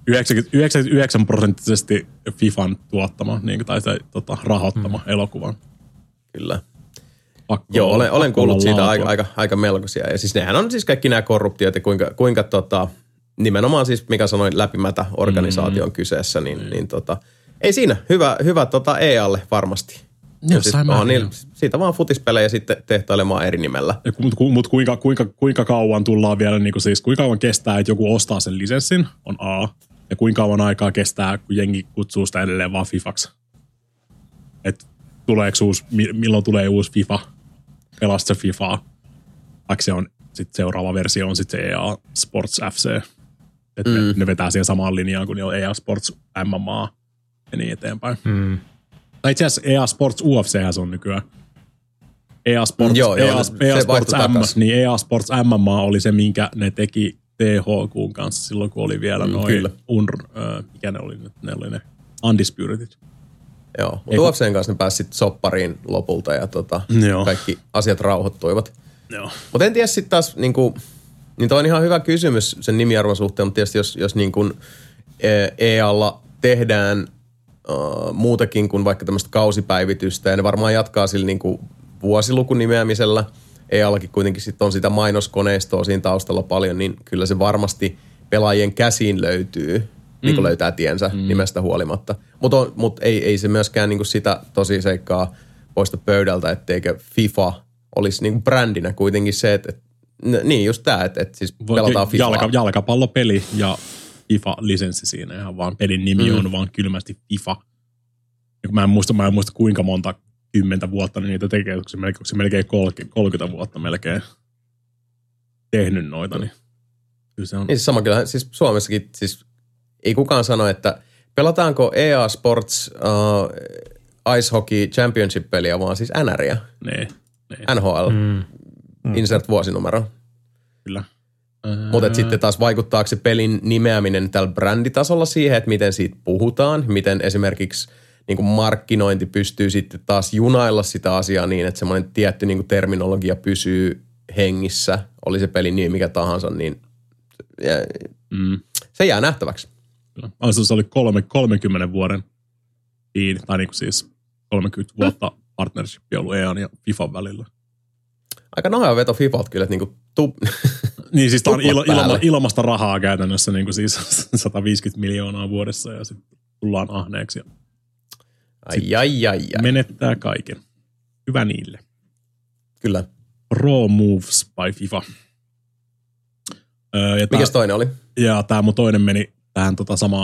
99% FIFAn tuottama tai rahoittama elokuvan. Kyllä. Joo, olen kuullut siitä aika melkoisia. Ja siis nehän on siis kaikki nämä korruptiot ja kuinka nimenomaan siis, mikä sanoin, läpimätä organisaation kyseessä, niin ei siinä. Hyvä EAlle varmasti. Siis siitä vaan futispelejä sitten tehtailemaan eri nimellä. Mutta kuinka kauan tullaan vielä, niin siis kuinka kauan kestää, että joku ostaa sen lisenssin, on A. Ja kuinka kauan aikaa kestää, kun jengi kutsuu sitä edelleen vaan FIFAksi. Että milloin tulee uusi FIFA, pelasta se FIFA, vaikka se on sitten seuraava versio on sitten se EA Sports FC. Että ne vetää siihen samaan linjaan kuin EA Sports MMA ja niin eteenpäin. Tai itse asiassa EA Sports UFC se on nykyään. EA Sports MMA oli se, minkä ne teki THQ:n kanssa silloin, kun oli vielä mikä ne oli nyt? Ne oli ne Undisputed. Joo, mutta UFCn kanssa ne pääsi sitten soppariin lopulta ja kaikki asiat rauhoittuivat. Mutta en tiedä sitten taas, niin toi on ihan hyvä kysymys sen nimiarvon suhteen, mutta tietysti jos niin kuin EAlla tehdään muutakin kuin vaikka tämmöistä kausipäivitystä, ja ne varmaan jatkaa sillä niin kuin vuosilukun nimeämisellä. EAllakin kuitenkin sitten on sitä mainoskoneistoa siinä taustalla paljon, niin kyllä se varmasti pelaajien käsiin löytyy, niin kuin löytää tiensä nimestä huolimatta. Mutta ei se myöskään niin kuin sitä tosi seikkaa poista pöydältä, etteikö FIFA olisi niin kuin brändinä kuitenkin se, että niin just tämä, että siis pelataan FIFAa. Jalkapallopeli ja FIFA-lisenssi siinä ihan vaan pelin nimi on vaan kylmästi FIFA. Ja mä en muista kuinka monta 10 vuotta niin niitä tekee, onko se melkein 30 vuotta melkein tehnyt noita. Niin se on. Niin siis sama kyllä, siis Suomessakin siis ei kukaan sano, että pelataanko EA Sports Ice Hockey Championship-peliä, vaan siis NRiä. Nee. NHL. Insert vuosinumero. Kyllä. Mutta sitten taas vaikuttaako se pelin nimeäminen tällä bränditasolla siihen, että miten siitä puhutaan, miten esimerkiksi niin kuin markkinointi pystyy sitten taas junailla sitä asiaa niin, että semmoinen tietty niin kuin terminologia pysyy hengissä, oli se pelin nimi mikä tahansa, niin se jää nähtäväksi. Kyllä. Se oli 30 vuoden tai niin kuin siis 30 vuotta partnershipia ollut EAN ja FIFAn välillä. Aika nahja veto FIFAlta kyllä, että niin kuin niin siis tämä on ilmasta rahaa käytännössä niin kuin siis 150 miljoonaa vuodessa ja sitten tullaan ahneeksi. Ai. Menettää kaiken. Hyvä niille. Kyllä. Pro Moves by FIFA. Mikäs toinen oli? Ja tämä mun toinen meni tähän samaan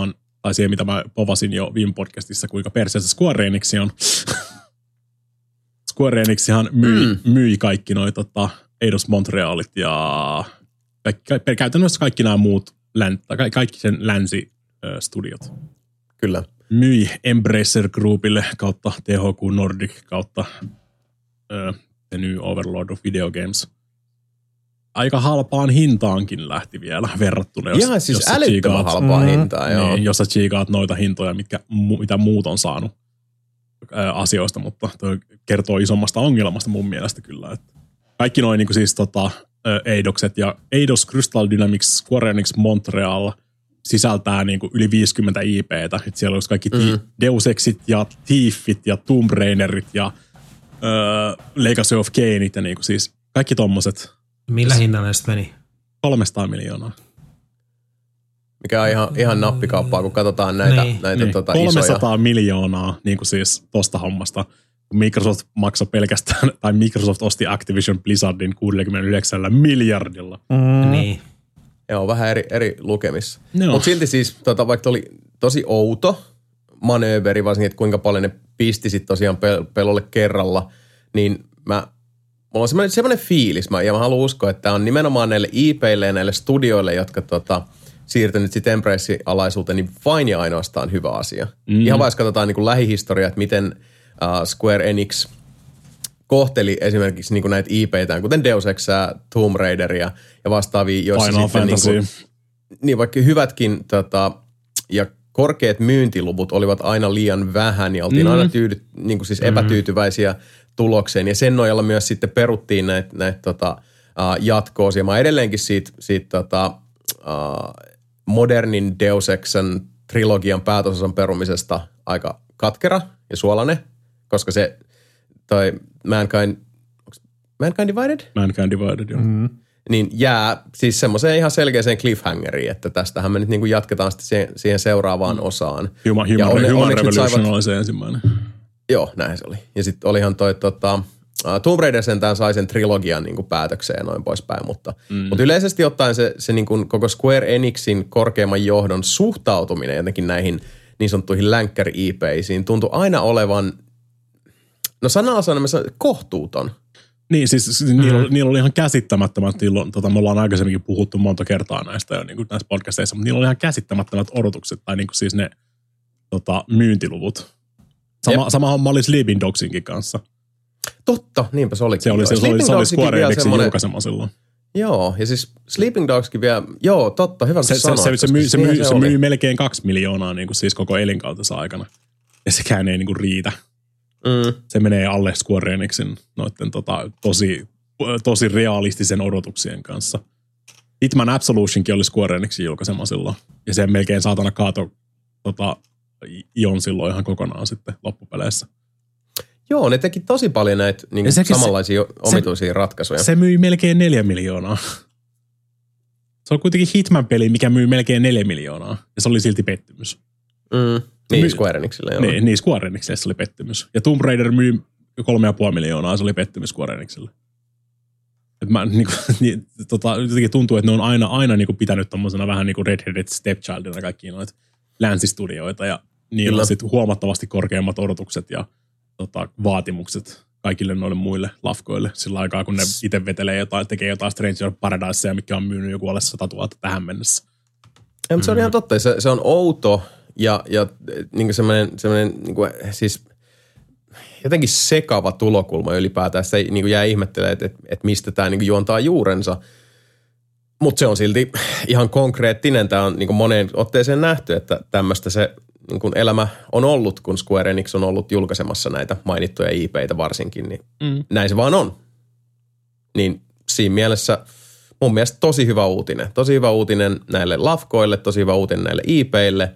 tai siihen, mitä mä povasin jo viime podcastissa, kuinka perseessä Square Enix on. Square Enixihan myi kaikki noi Eidos Montrealit ja käytännössä kaikki nämä muut, kaikki sen länsistudiot. Kyllä. Myi Embracer Groupille kautta THQ Nordic kautta The New Overlord of Video Games. Aika halpaan hintaankin lähti vielä verrattuna. Ihan siis älyttömän halpaa hintaa, joo. Niin, jos sä tsiikaat noita hintoja, mitä muut on saanut asioista, mutta toi kertoo isommasta ongelmasta mun mielestä kyllä. Että kaikki noin niin siis Eidokset ja Eidos Crystal Dynamics Square Enix Montreal sisältää niin yli 50 IPtä. Et siellä olisi kaikki Deus Exit ja Thiefit ja Tomb Raiderit ja Legacy of Kainit ja niin siis kaikki tommoset. Millä hinnalla sitten meni? 300 miljoonaa. Mikä on ihan nappikauppaa, kun katsotaan näitä niin. 300 isoja. Miljoonaa niin kuin siis tosta hommasta. Microsoft maksoi pelkästään, tai Microsoft osti Activision Blizzardin 69 miljardilla. Niin. Joo, vähän eri lukemissa. No. Mutta silti siis, vaikka oli tosi outo manööveri, varsinkin, että kuinka paljon ne pisti sit tosiaan pelolle kerralla, niin mulla on semmoinen fiilis, mä haluan uskoa, että tämä on nimenomaan näille IPille ja näille studioille, jotka siirtynyt sitten Embrace-alaisuuteen, niin vain ja ainoastaan hyvä asia. Ihan vaan jos katsotaan niin kuin lähihistoriaa, että miten Square Enix kohteli esimerkiksi niin kuin näitä IP:tään, kuten Deus Ex, Tomb Raideria ja vastaavia, joissa Final sitten niin vaikka hyvätkin ja korkeat myyntiluvut olivat aina liian vähän ja oltiin aina niin kuin siis epätyytyväisiä tulokseen. Ja sen nojalla myös sitten peruttiin näitä jatkoosia. Mä edelleenkin siitä modernin Deus Exen trilogian päätösosan perumisesta aika katkera ja suolainen, koska se toi Mankind Divided? Mankind Divided, joo. Niin jää siis semmoiseen ihan selkeäseen cliffhangeriin, että tästähän me nyt niin kuin jatketaan sitten siihen seuraavaan osaan. Human Revolution oli se ensimmäinen. Joo, näin se oli. Ja sitten olihan toi Tomb Raider sentään sai sen trilogian niin kuin päätökseen ja noin poispäin, mutta yleisesti ottaen se niin kuin koko Square Enixin korkeimman johdon suhtautuminen jotenkin näihin niin sanottuihin länkkäri-IP:isiin tuntui aina olevan, no sanalla sanomassa kohtuuton. Niin, siis niillä oli ihan käsittämättömät, me ollaan aikaisemminkin puhuttu monta kertaa näistä jo niin kuin näissä podcasteissa, mutta niillä oli ihan käsittämättömät odotukset, tai niin kuin siis ne myyntiluvut. Sama homma oli Sleeping Dogsinkin kanssa. Totta, niinpä se olikin. Se oli Square Enixin julkaisema silloin. Joo, ja siis Sleeping Dogskin vielä, joo, totta, hyvä kun sanoit. Se myi melkein 2 miljoonaa niin kuin siis koko elinkautensa aikana. Ja sekään ei niin kuin riitä. Se menee alle Square Enixin noitten tosi realistisen odotuksien kanssa. Hitman Absolutionkin oli Square Enixin julkaisema silloin. Ja se melkein saatana kaato Ion silloin ihan kokonaan sitten loppupeleissä. Joo, ne teki tosi paljon näitä niin samanlaisia omituisia ratkaisuja. Se myi melkein 4 miljoonaa. Se on kuitenkin Hitman-peli, mikä myy melkein 4 miljoonaa. Ja se oli silti pettymys. Niin, Square Enixille, joo. Niin, Square Enixille se oli pettymys. Ja Tomb Raider myy 3,5 miljoonaa, se oli pettymys Square Enixille. Jotenkin tuntuu, että ne on aina niin kuin pitänyt tommosena vähän niin kuin Red-Headed Stepchildina kaikkia noita länsistudioita. Ja niillä on sitten huomattavasti korkeammat odotukset ja vaatimukset kaikille noille muille lafkoille sillä aikaa, kun ne itse vetelee jotain, tekee jotain Stranger Paradisea, mikä on myynyt joku alle 100 000 tähän mennessä. Ja, mutta se on ihan totta. Se on outo ja niin semmoinen niin kuin, siis jotenkin sekava tulokulma ylipäätään. Sitä niin jää ihmettelemään, että mistä tämä niin juontaa juurensa. Mutta se on silti ihan konkreettinen. Tämä on niin moneen otteeseen nähty, että tämmöistä se niin kuin elämä on ollut, kun Square Enix on ollut julkaisemassa näitä mainittuja IP:itä varsinkin, niin näin se vaan on. Niin siinä mielessä mun mielestä tosi hyvä uutinen. Tosi hyvä uutinen näille lafkoille, tosi hyvä uutinen näille IP:ille.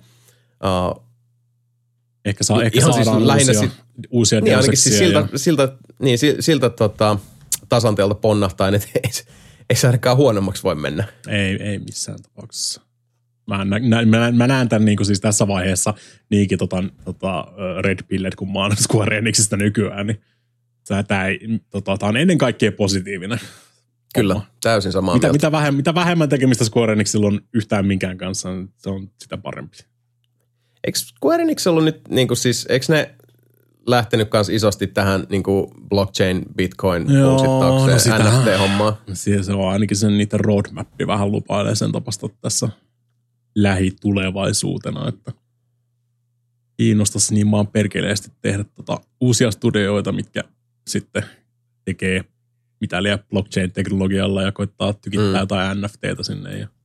Ehkä saadaan siis uusia niin ainakin siis siltä tasanteelta ponnahtaa, että ei se ainakaan huonommaksi voi mennä. Ei missään tapauksessa. Mä näen tämän niin kuin siis tässä vaiheessa niinkin Red Pillet, kun mä oon Square Enixistä nykyään, niin tämä on ennen kaikkea positiivinen. Kyllä, täysin samaa mieltä. Mitä vähemmän tekemistä Square Enixillä on yhtään minkään kanssa, niin se on sitä parempi. Eikö Square Enix ollut nyt, niin kuin siis, eikö ne lähtenyt kanssa isosti tähän niin kuin blockchain, bitcoin pulsittaukseen, NFT-hommaa? Se on ainakin sen niiden roadmappi vähän lupailee sen tapasta tässä lähitulevaisuutena, että kiinnostaisi niin maan perkeleesti tehdä uusia studioita, mitkä sitten tekee mitä liian blockchain-teknologialla ja koittaa tykittää jotain NFTtä sinne. Ja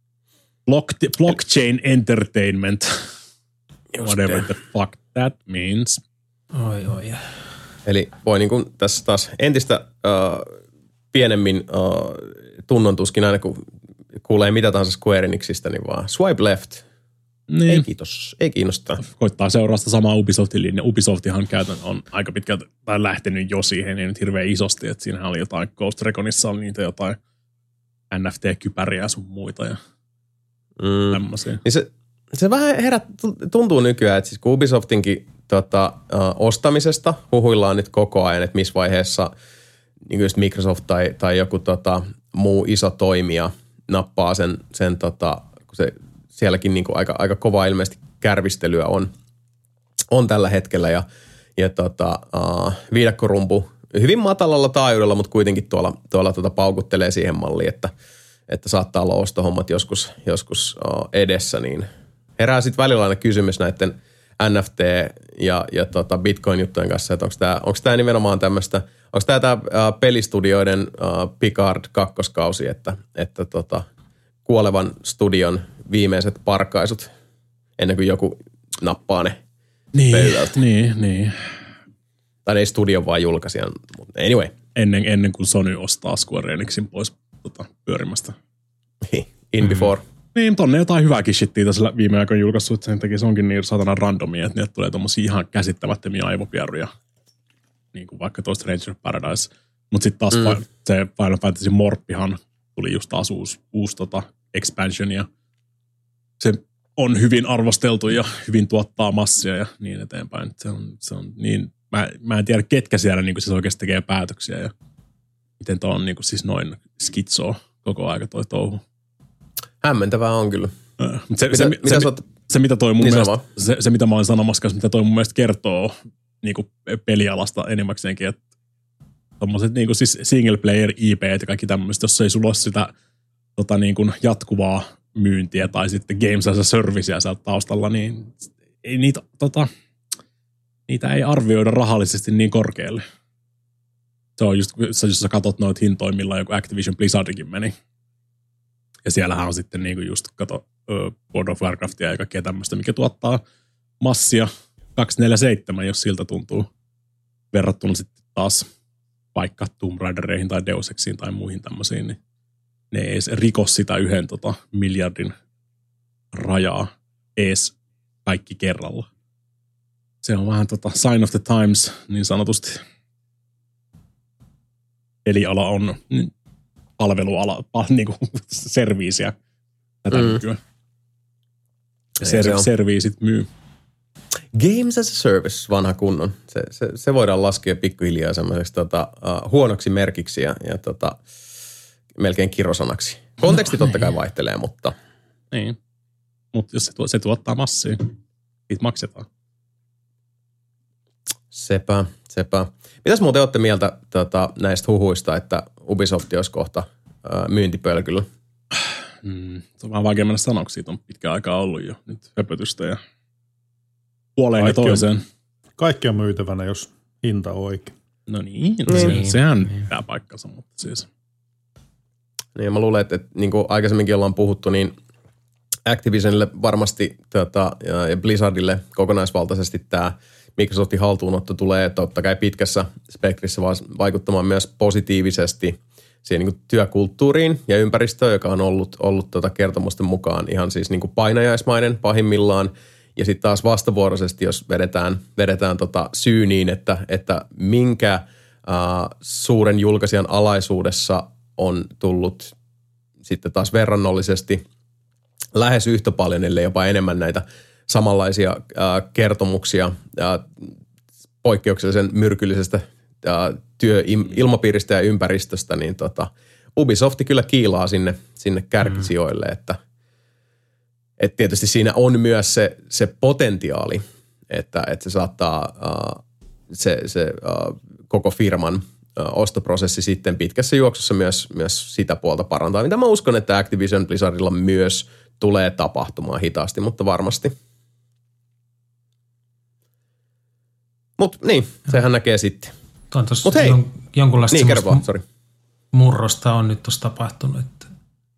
blockchain entertainment. Whatever the fuck that means. Oi. Eli voi niin kuin tässä taas entistä pienemmin tunnontuskin aina, kun kuulee mitä tahansa Square Enixistä, niin vaan swipe left. Niin. Ei kiitos, ei kiinnosta. Koittaa seuraa sitä samaa Ubisoftin linja. Ubisoftihan on aika pitkälti lähtenyt jo siihen, ei nyt hirveän isosti, että siinähän oli jotain Ghost Reconissa oli niitä jotain NFT-kypäriä ja sun muita ja tämmöisiä. Niin se vähän tuntuu nykyään, että siis kun Ubisoftinkin ostamisesta huhuillaan nyt koko ajan, että missä vaiheessa niin just Microsoft tai joku muu iso toimija nappaa sen kun se sielläkin niin kuin aika kova ilmeisesti kärvistelyä on tällä hetkellä ja viidakkorumpu hyvin matalalla taajuudella, mutta kuitenkin tuolla paukuttelee siihen malliin, että saattaa olla ostohommat joskus edessä, niin herää sitten välillä aina kysymys näiden NFT ja Bitcoin-juttujen kanssa, että onko tämä nimenomaan tämmöistä, onko tämä pelistudioiden Picard kakkoskausi, että kuolevan studion viimeiset parkaisut ennen kuin joku nappaa ne pöydältä. Niin. Tai ei studion vaan julkaisijan, mutta anyway. Ennen kuin Sony ostaa Square Enixin pois pyörimästä. In before. Niin, tonne jotain hyvääkin shittiä tässä viime aikoina julkaissut, että sen takia se onkin niin saatana randomia, että niitä tulee tommosia ihan käsittämättömiä aivopieruja. Niin kuin vaikka tuo Stranger of Paradise. Mutta sitten taas se Final Fantasy Morppihan tuli just taas uusi expansion ja se on hyvin arvosteltu ja hyvin tuottaa massia ja niin eteenpäin. Se on niin, mä en tiedä ketkä siellä niin siis oikeasti tekee päätöksiä ja miten tuo on niin siis noin skitsoa koko aika toi touhu. Hämmentävää on kyllä. Se mitä toi mun mielestä, se mitä mä olen sanomassa, mitä toi mun mielestä kertoo niin pelialasta enimmäkseenkin, että tommoset niin siis single player IP ja kaikki tämmöistä, jos ei sulla ole sitä niin jatkuvaa myyntiä tai sitten games as a servicea sieltä taustalla, niin ei niitä ei arvioida rahallisesti niin korkealle. Se on just, jos sä katot noita hintoja, millä joku Activision Blizzardikin meni. Ja siellähän on sitten niinku just, World of Warcraftia ja kaikkea tämmöistä, mikä tuottaa massia 247, jos siltä tuntuu. Verrattuna sitten taas vaikka Tomb Raidereihin tai Deus Exiin tai muihin tämmöisiin, niin ne ei edes riko sitä 1 miljardin rajaa ees kaikki kerralla. Se on vähän sign of the times, niin sanotusti. Peliala on palveluala, niin kuin serviisiä tätä nykyään. Serviisit myy. Games as a service, vanha kunnon. Se voidaan laskea pikkuhiljaa semmoiseksi huonoksi merkiksi ja melkein kirosanaksi. Konteksti totta kai vaihtelee, mutta... Niin, mutta jos se tuottaa massia, niitä maksetaan. Sepä. Mitäs muuten olette mieltä näistä huhuista, että Ubisoft olisi kohta myyntipölkyllä? Se on vähän vaikea mennä sanoksi, siitä on pitkään aikaa ollut jo nyt höpötystä ja puoleen ja toiseen. Kaikki on myytävänä, jos hinta on oikein. No niin, sehän pitää paikkansa, mutta siis... Niin, mä luulen, että niin kuin aikaisemminkin ollaan puhuttu, niin Activisionille varmasti ja Blizzardille kokonaisvaltaisesti tämä Microsoftin haltuunotto tulee totta kai pitkässä spektrissä vaikuttamaan myös positiivisesti siihen niin kuin työkulttuuriin ja ympäristöön, joka on ollut kertomusten mukaan ihan siis niin kuin painajaismainen pahimmillaan. Ja sitten taas vastavuoroisesti, jos vedetään syy niin, että minkä suuren julkaisijan alaisuudessa on tullut sitten taas verrannollisesti lähes yhtä paljon, ellei jopa enemmän näitä samanlaisia kertomuksia poikkeuksellisen myrkyllisestä työilmapiiristä ja ympäristöstä, niin Ubisofti kyllä kiilaa sinne kärkisijoille, että että tietysti siinä on myös se potentiaali, että se saattaa se koko firman ostoprosessi sitten pitkässä juoksussa myös sitä puolta parantaa, mitä mä uskon, että Activision Blizzardilla myös tulee tapahtumaan hitaasti, mutta varmasti. Mutta niin, sehän näkee sitten. Mutta hei, jonkunlaista niin, murrosta on nyt tuossa tapahtunut, että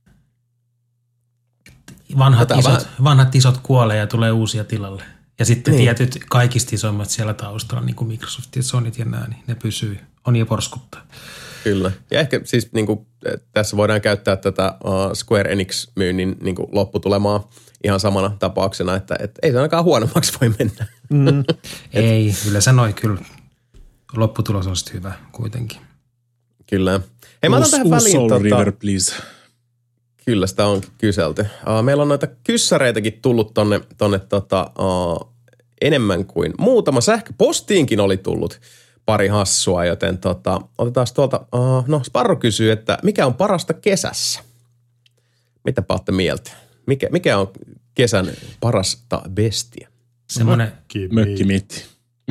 vanhat isot kuolee ja tulee uusia tilalle. Ja sitten tietyt kaikista isommat siellä taustalla, niin kuin Microsoft ja Sonyt ja nämä, niin ne pysyy, on jo porskuttaa. Kyllä. Ja ehkä siis niin kuin, tässä voidaan käyttää tätä Square Enix-myynnin niin kuin lopputulemaa ihan samana tapauksena, että ei se ainakaan huonommaksi voi mennä. Ei, kyllä sanoi kyllä. Lopputulos on sitten hyvä kuitenkin. Kyllä. Hei, mä otan tähän väliin. Soul River, please. Kyllä, sitä on kyselty. Meillä on noita kyssäreitäkin tullut tonne enemmän kuin muutama. Sähköpostiinkin oli tullut pari hassua, joten otetaan tuolta. Sparro kysyy, että mikä on parasta kesässä? Mitä olette mieltä? Mikä on kesän parasta bestiä? Semmoinen mökkimiitti.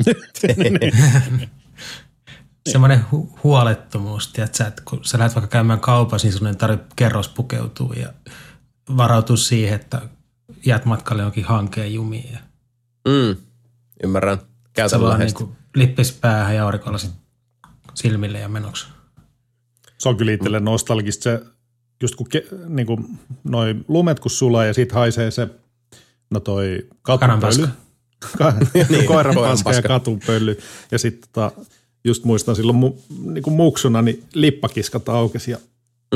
Semmoinen huolettomuus, tiedätkö, että kun sä lähdet vaikka käymään kaupassa, niin sun ei tarvitse kerros pukeutua ja varautua siihen, että jäät matkalle jonkin hankeen jumiin. Ymmärrän. Käytännönläheisesti. Niin lippis päähän ja aurinkolasit silmille ja menoksi. Se on kyllä itselle nostalgista se, just kun niinku, noi lumet kun sulaa ja sit haisee se, toi katupöly. Koiranpaska ja katupöly. Ja sitten just muistan silloin niinku muksuna, niin lippakiskat aukesi ja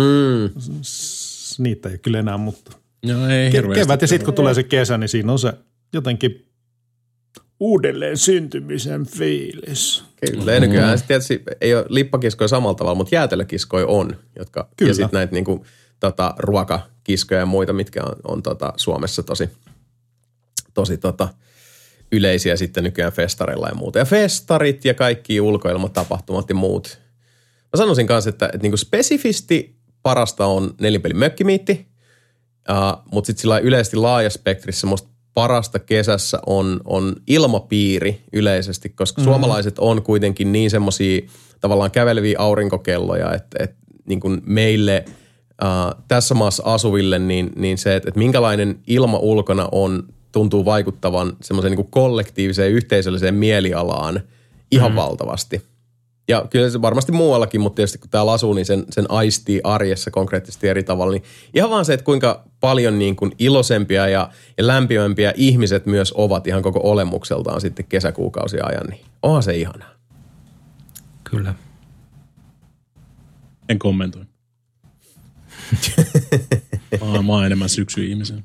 niitä ei kyllä enää, mutta kevät ja sitten kun tulee se kesä, niin siinä on se jotenkin uudelleen syntymisen fiilis. Kyllä, nykyään tietysti ei ole lippakiskoja samalla tavalla, mutta jäätelökiskoja on, jotka ja sitten näitä niinku, ruokakiskoja ja muita, mitkä on Suomessa tosi yleisiä sitten nykyään festareilla ja muuta. Ja festarit ja kaikki ulkoilmatapahtumat ja muut. Mä sanoisin kanssa, että niinku spesifisti parasta on nelinpelin mökkimiitti, mutta sitten sillä yleisesti laajaspektrissä musta parasta kesässä on ilmapiiri yleisesti, koska suomalaiset on kuitenkin niin semmosia tavallaan käveleviä aurinkokelloja, että niin kuin meille tässä maassa asuville niin se, että minkälainen ilma ulkona on, tuntuu vaikuttavan semmoiseen niin kuin kollektiiviseen yhteisölliseen mielialaan ihan valtavasti. Ja kyllä se varmasti muuallakin, mutta tietysti kun täällä asuu, niin sen aistii arjessa konkreettisesti eri tavalla. Niin ihan vaan se, että kuinka paljon niin kuin iloisempia ja lämpimämpiä ihmiset myös ovat ihan koko olemukseltaan sitten kesäkuukausien ajan, niin onhan se ihanaa. Kyllä. En kommentoi. Mä oon enemmän syksy-ihmisen.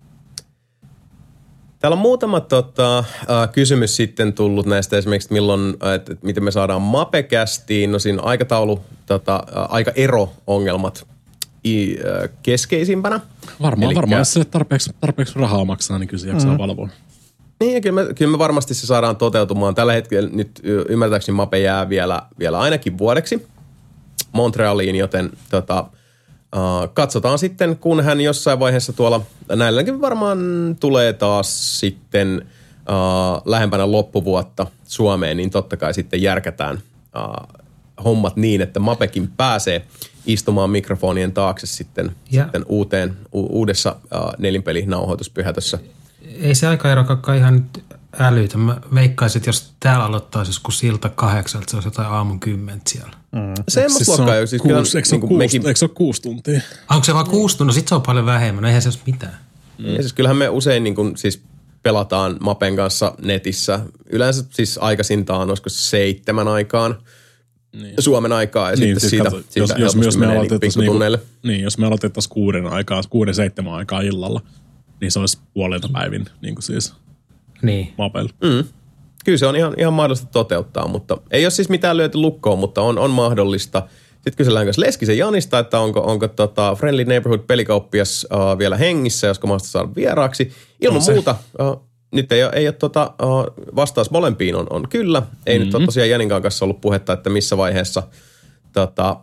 Täällä on muutama kysymys sitten tullut näistä esimerkiksi, milloin, että miten me saadaan Mapekästiin. No siinä aikataulu, aikaero-ongelmat keskeisimpänä. Varmaan, jos se tarpeeksi rahaa maksaa, niin kyllä se jaksaa valvoa. Niin, ja kyllä me varmasti se saadaan toteutumaan. Tällä hetkellä nyt ymmärtääkseni Mape jää vielä ainakin vuodeksi Montrealiin, joten katsotaan sitten, kun hän jossain vaiheessa tuolla, näilläkin varmaan tulee taas sitten lähempänä loppuvuotta Suomeen, niin totta kai sitten järkätään hommat niin, että Mapekin pääsee istumaan mikrofonien taakse sitten uudessa nelinpelinauhoituspyhätössä. Ei se aikaerokakaan ihan nyt älytä. Mä veikkaisin, että jos täällä aloittaisi joskus silta 8, se olisi jotain aamun 10 siellä. Semmoista luokkaa jo. Siis eikö se ole 6 tuntia? Onko se vaan 6 tuntia? No sit se on paljon vähemmän. No eihän se ole mitään. Ja siis kyllähän me usein niin kun, siis pelataan Mapen kanssa netissä. Yleensä siis aikaisintaan, olisiko 7 aikaan. Niin. Suomen aikaa ja niin, sitten siitä jos me jos me aloitettaisiin 6-7 aikaa illalla, niin se olisi puolelta päivin niin kuin siis Mapella. Kyllä se on ihan mahdollista toteuttaa, mutta ei ole siis mitään lyöty lukkoon, mutta on mahdollista. Sitten kysellään myös Leskisen Janista, että onko Friendly Neighborhood pelikauppias vielä hengissä, josko mahdollista saada vieraaksi. Ilman muuta, nyt ei ole vastaus molempiin on kyllä. Ei nyt ole tosiaan Janinkaan kanssa ollut puhetta, että missä vaiheessa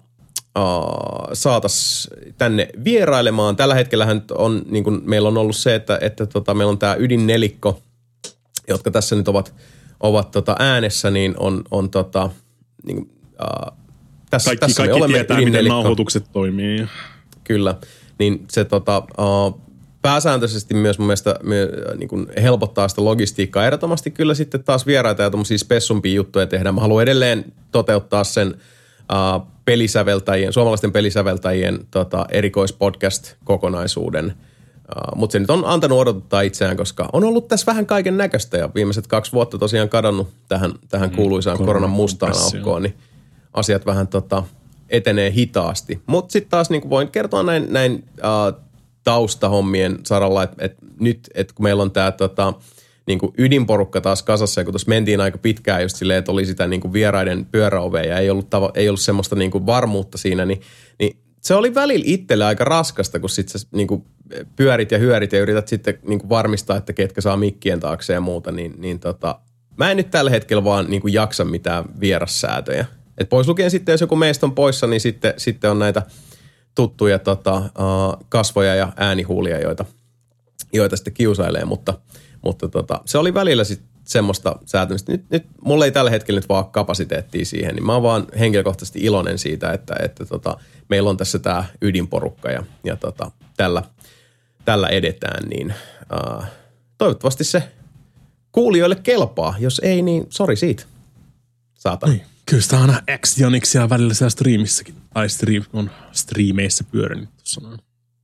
saataisiin tänne vierailemaan. Tällä hetkellähän on, niin kuin meillä on ollut se, että meillä on tämä ydinnelikko, jotka tässä nyt ovat äänessä, niin on niin, tässä kaikki me olemme tietää, miten nauhoitukset toimii. Kyllä, niin se pääsääntöisesti myös mun mielestä niin kuin helpottaa sitä logistiikkaa. Ehdottomasti kyllä sitten taas vieraita ja tommosia spessumpia juttuja tehdään. Mä haluan edelleen toteuttaa sen suomalaisten pelisäveltäjien erikoispodcast-kokonaisuuden. Mutta se nyt on antanut odottaa itseään, koska on ollut tässä vähän kaiken näköistä ja viimeiset 2 vuotta tosiaan kadonnut tähän kuuluisaan koronan mustaan aukkoon, niin asiat vähän etenee hitaasti. Mutta sitten taas niin kuin voin kertoa näin taustahommien saralla, että nyt, että kun meillä on tämä niin kuin ydinporukka taas kasassa, ja kun tuossa mentiin aika pitkään just silleen, että oli sitä niin kuin vieraiden pyöräovea ja ei ollut semmoista niin kuin varmuutta siinä, niin se oli välillä itselle aika raskasta, kun sitten sä niin kuin pyörit ja hyörit ja yrität sitten niin kuin varmistaa, että ketkä saa mikkien taakse ja muuta, niin mä en nyt tällä hetkellä vaan niin kuin jaksa mitään vierassäätöjä. Et pois lukien sitten, jos joku meistä on poissa, niin sitten on näitä tuttuja kasvoja ja äänihuulia, joita sitten kiusailee, mutta se oli välillä sitten semmoista säätämistä. Nyt mulla ei tällä hetkellä nyt vaan kapasiteettia siihen, niin mä oon vaan henkilökohtaisesti iloinen siitä, että meillä on tässä tämä ydinporukka ja tällä edetään, niin toivottavasti se kuulijoille kelpaa. Jos ei, niin sori siitä. Saatan. Niin. Kyllä sitä aina X-Joniksia välillä siellä striimissäkin. Tai on striimeissä pyörinyt tuossa noin.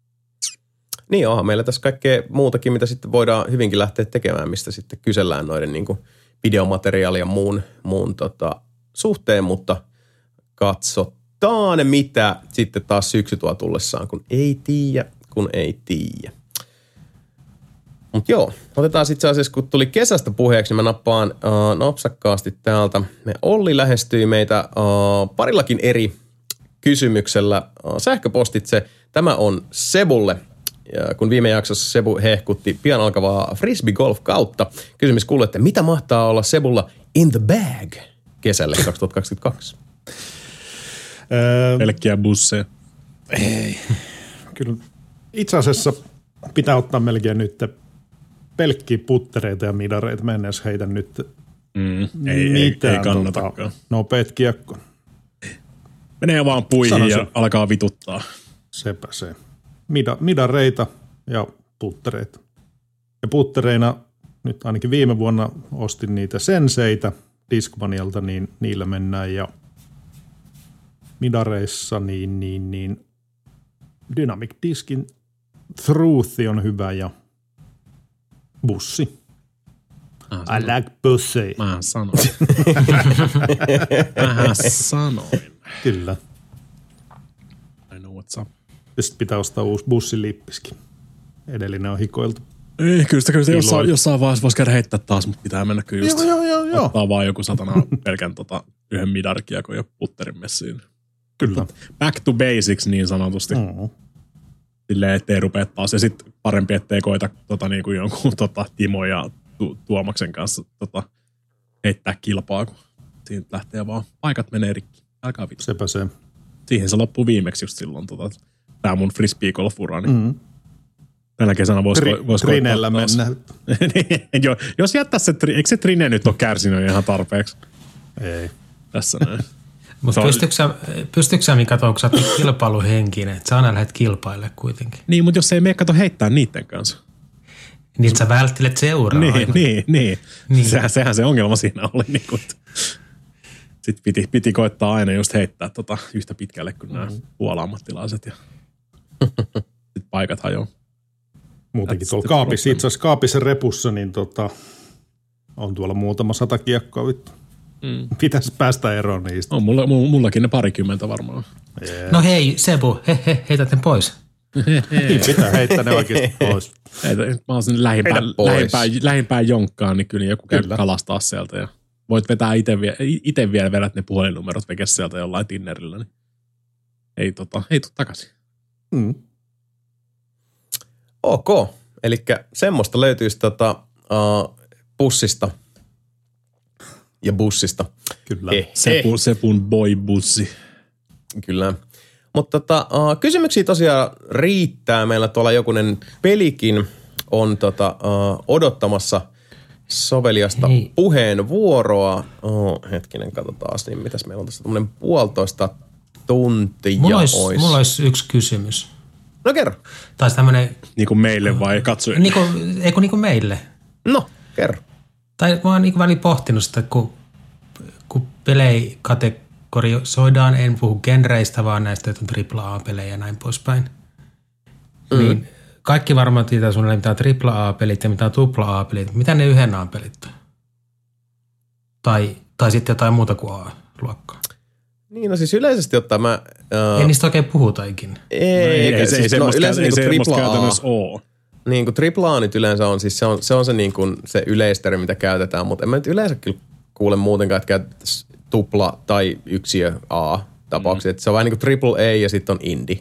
Niin onhan meillä tässä kaikkea muutakin, mitä sitten voidaan hyvinkin lähteä tekemään, mistä sitten kysellään noiden niin kuin videomateriaalin ja muun suhteen, mutta katsotaan mitä sitten taas syksy tuo tullessaan, kun ei tiedä. Mutta joo, otetaan itse asiassa, kun tuli kesästä puheeksi, niin mä nappaan napsakkaasti täältä. Olli lähestyi meitä parillakin eri kysymyksellä sähköpostitse. Tämä on Sebulle. Ja kun viime jaksossa Sebu hehkutti pian alkavaa frisbee-golf-kautta, kysymys kuului, että mitä mahtaa olla Sebulla in the bag kesälle 2022? Pelkkiä busseja. Ei. Kyllä itse asiassa pitää ottaa melkein nyt pelkkiä puttereita ja midareita. Mä en edes heitä nyt mitään ei kannatakaan. Nopeat kiekko. Menee vaan puihin ja alkaa vituttaa. Sepä se. Midareita ja puttereita. Ja puttereina nyt ainakin viime vuonna ostin niitä senseitä Discmanialta, niin niillä mennään. Ja midareissa niin Dynamic Diskin Truth on hyvä ja bussi. I like bussi. Mä sanoin. Kyllä. I know what's up. Ja sitten pitää ostaa uusi bussilippiskin. Edellinen on hikoiltu. Ei, kyllä sitä jossain vaiheessa voisi käydä heittää taas, mutta pitää mennä kyllä just Joo. ottaa vaan joku satana pelkän yhden midarkiekon ja putterin messiin. Kyllä. Back to basics niin sanotusti. Silleen, ettei rupea taas. Ja sitten parempi, ettei koita niin kuin jonkun Timo ja Tuomaksen kanssa heittää kilpaa, kun siitä lähtee vaan. Paikat menee rikki. Älkää vittu. Sepä se. Siihen se loppuu viimeksi just silloin. Tää mun frisbee-golf-ura, niin tänä kesänä voisi Trinellä mennä. Jos jättäisi se, eikö se Trine nyt ole kärsinyt ihan tarpeeksi? Ei. Tässä näin. Mutta pystytkö sä, Mika, onko sä kilpailuhenkinen? Että sä aina lähdet kilpaille kuitenkin. Niin, mutta jos ei mene kato heittää niiden kanssa. Niin, että sä välttelet seuraa. Niin. Sehän se ongelma siinä oli. Niin kuin, sitten piti koittaa aina just heittää yhtä pitkälle kuin nämä puola-ammattilaiset. Ja sitten paikat hajoaa. Muutenkin tuolla kaapissa, itse asiassa kaapissa repussa, niin on tuolla muutama 100 kiekkoa vittu. Pitäisi päästä eroon niistä. On mullakin ne 20 varmaan. Yeah. No hei, Sebu, heität ne pois. Pitää heittää ne oikeasti pois. Mä oon sinne lähimpään jonkkaan, niin kyllä joku käy kalastaa sieltä. Ja voit vetää itse vielä vedät ne puhelinnumerot vekes sieltä jollain Tinnerillä. Niin ei tuu takaisin. Ok. Elikkä semmoista löytyisi pussista ja bussista. Kyllä. Sepun boy-bussi. Kyllä. Mutta kysymyksiä tosiaan riittää. Meillä tuolla jokunen pelikin on odottamassa soveliasta puheenvuoroa. Hetkinen, katsotaan, niin mitäs meillä on tässä tämmöinen 1,5 tuntia Mulla olisi yksi kysymys. No kerro. Taisi tämmöinen... Niin kuin meille vai katsojille? Niin kuin meille. No, kerro. Tai mä oon niin väliin pohtinut sitä, kun pelejä kategorisoidaan, en puhu genreistä, vaan näistä, että on AAA-pelejä ja näin poispäin. Niin kaikki varmaan tietää suunnilleen, mitä on AAA-pelit ja mitä on AA-pelit. Mitä ne yhden A-pelit on? Tai sitten jotain muuta kuin A-luokkaa. Niin, no siis yleisesti ottaen mä... Ei niistä oikein puhuta ikinä. Ei semmoista käytännössä ole. Niin kuin AAA nyt yleensä on, siis se on se, niin kuin se yleistermi, mitä käytetään, mutta en mä nyt yleensä kyllä kuule muutenkaan, että käytettäisiin tupla tai yksiö A-tapauksia. Se on vähän niin kuin AAA ja sitten on indie.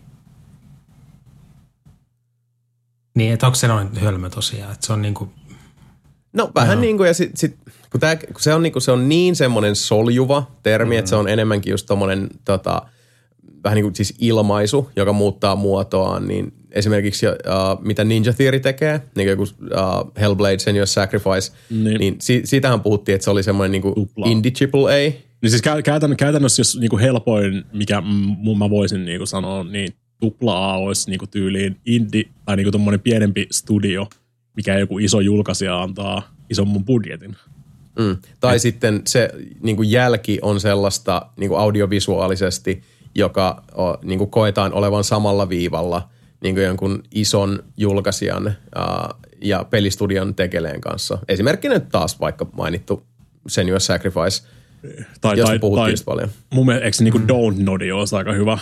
Niin, että onko se noin hölmö tosiaan, että se on niin kuin... No vähän niin kuin, ja sit kun se on niin semmoinen soljuva termi, että se on enemmänkin just tommonen vähän niin kuin siis ilmaisu, joka muuttaa muotoaan, niin esimerkiksi mitä Ninja Theory tekee, niin kuin joku Hellblade, Senua's Sacrifice, niin siitähän puhuttiin, että se oli semmoinen niin kuin indie AAA. Niin siis käytännössä, jos niin kuin helpoin, mikä mä voisin niin kuin sanoa, niin AAA olisi niin kuin tyyliin indie tai niin kuin tommoinen pienempi studio, mikä joku iso julkaisija antaa isomman budjetin. Tai sitten se niin kuin jälki on sellaista niin kuin audiovisuaalisesti, joka niin kuin koetaan olevan samalla viivalla niin kuin jonkun ison julkaisijan ja pelistudion tekeleen kanssa. Esimerkkinä nyt taas vaikka mainittu Senua's Sacrifice, josta puhuttiin paljon. Mun mielestä eikö se niin kuin Don't Nod olisi aika hyvä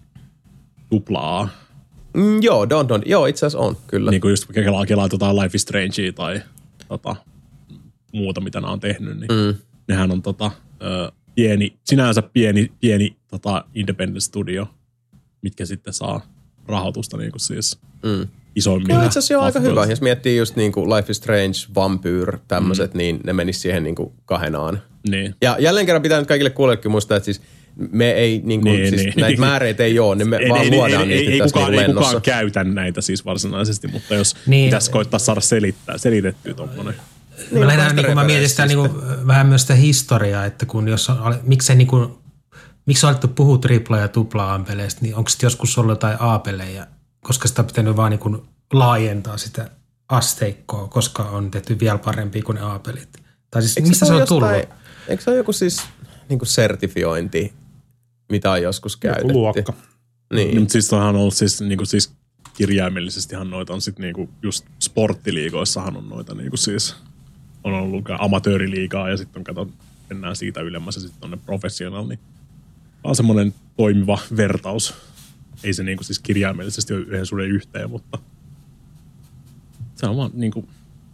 tuplaa? Joo, Don't Nod. Joo, itse asiassa on, kyllä. Niin kuin just kelaa Life is Strangea tai muuta, mitä nämä on tehnyt, niin nehän on sinänsä pieni independent studio, mitkä sitten saa rahoitusta niin kuin siis isoimmille. Joo, itse asiassa aika hyvä. Jos miettii just niin kuin Life is Strange, Vampyr, tämmöiset, niin ne menis siihen niin kuin kahenaan. Niin. Ja jälleen kerran pitää nyt kaikille kuulijoillekin muistaa, että siis me ei, näitä määreitä ei ole, niin me vaan luodaan niitä tässä niin lennossa. Ei kukaan käytä näitä siis varsinaisesti, mutta jos pitäisi koittaa saada selitettyä tuommoinen. Mä lähdetään, niin mä mietin sitä niin vähän myös sitä historiaa, että kun jos miksi on alettu puhua tripla- ja tupla-A-peleistä, niin onko sitten joskus ollut jotain A-pelejä, koska sitä on pitänyt vaan niin laajentaa sitä asteikkoa, koska on tehty vielä parempia kuin ne A-pelit. Tai siis mistä se on tullut? Eikö se ole joku siis niin kuin sertifiointi, mitä on joskus käytetty? Joku luokka. Niin. Mutta siis onhan ollut siis kirjaimellisestihan noita on sitten niinku just sporttiliigoissahan on noita niinku siis on ollut amatööriliigaa ja sitten mennään siitä ylemmäs ja sitten on ne professional, niin on semmoinen toimiva vertaus. Ei se niinku siis kirjaimellisesti ole yhden suhde yhteen, mutta se on vaan niinku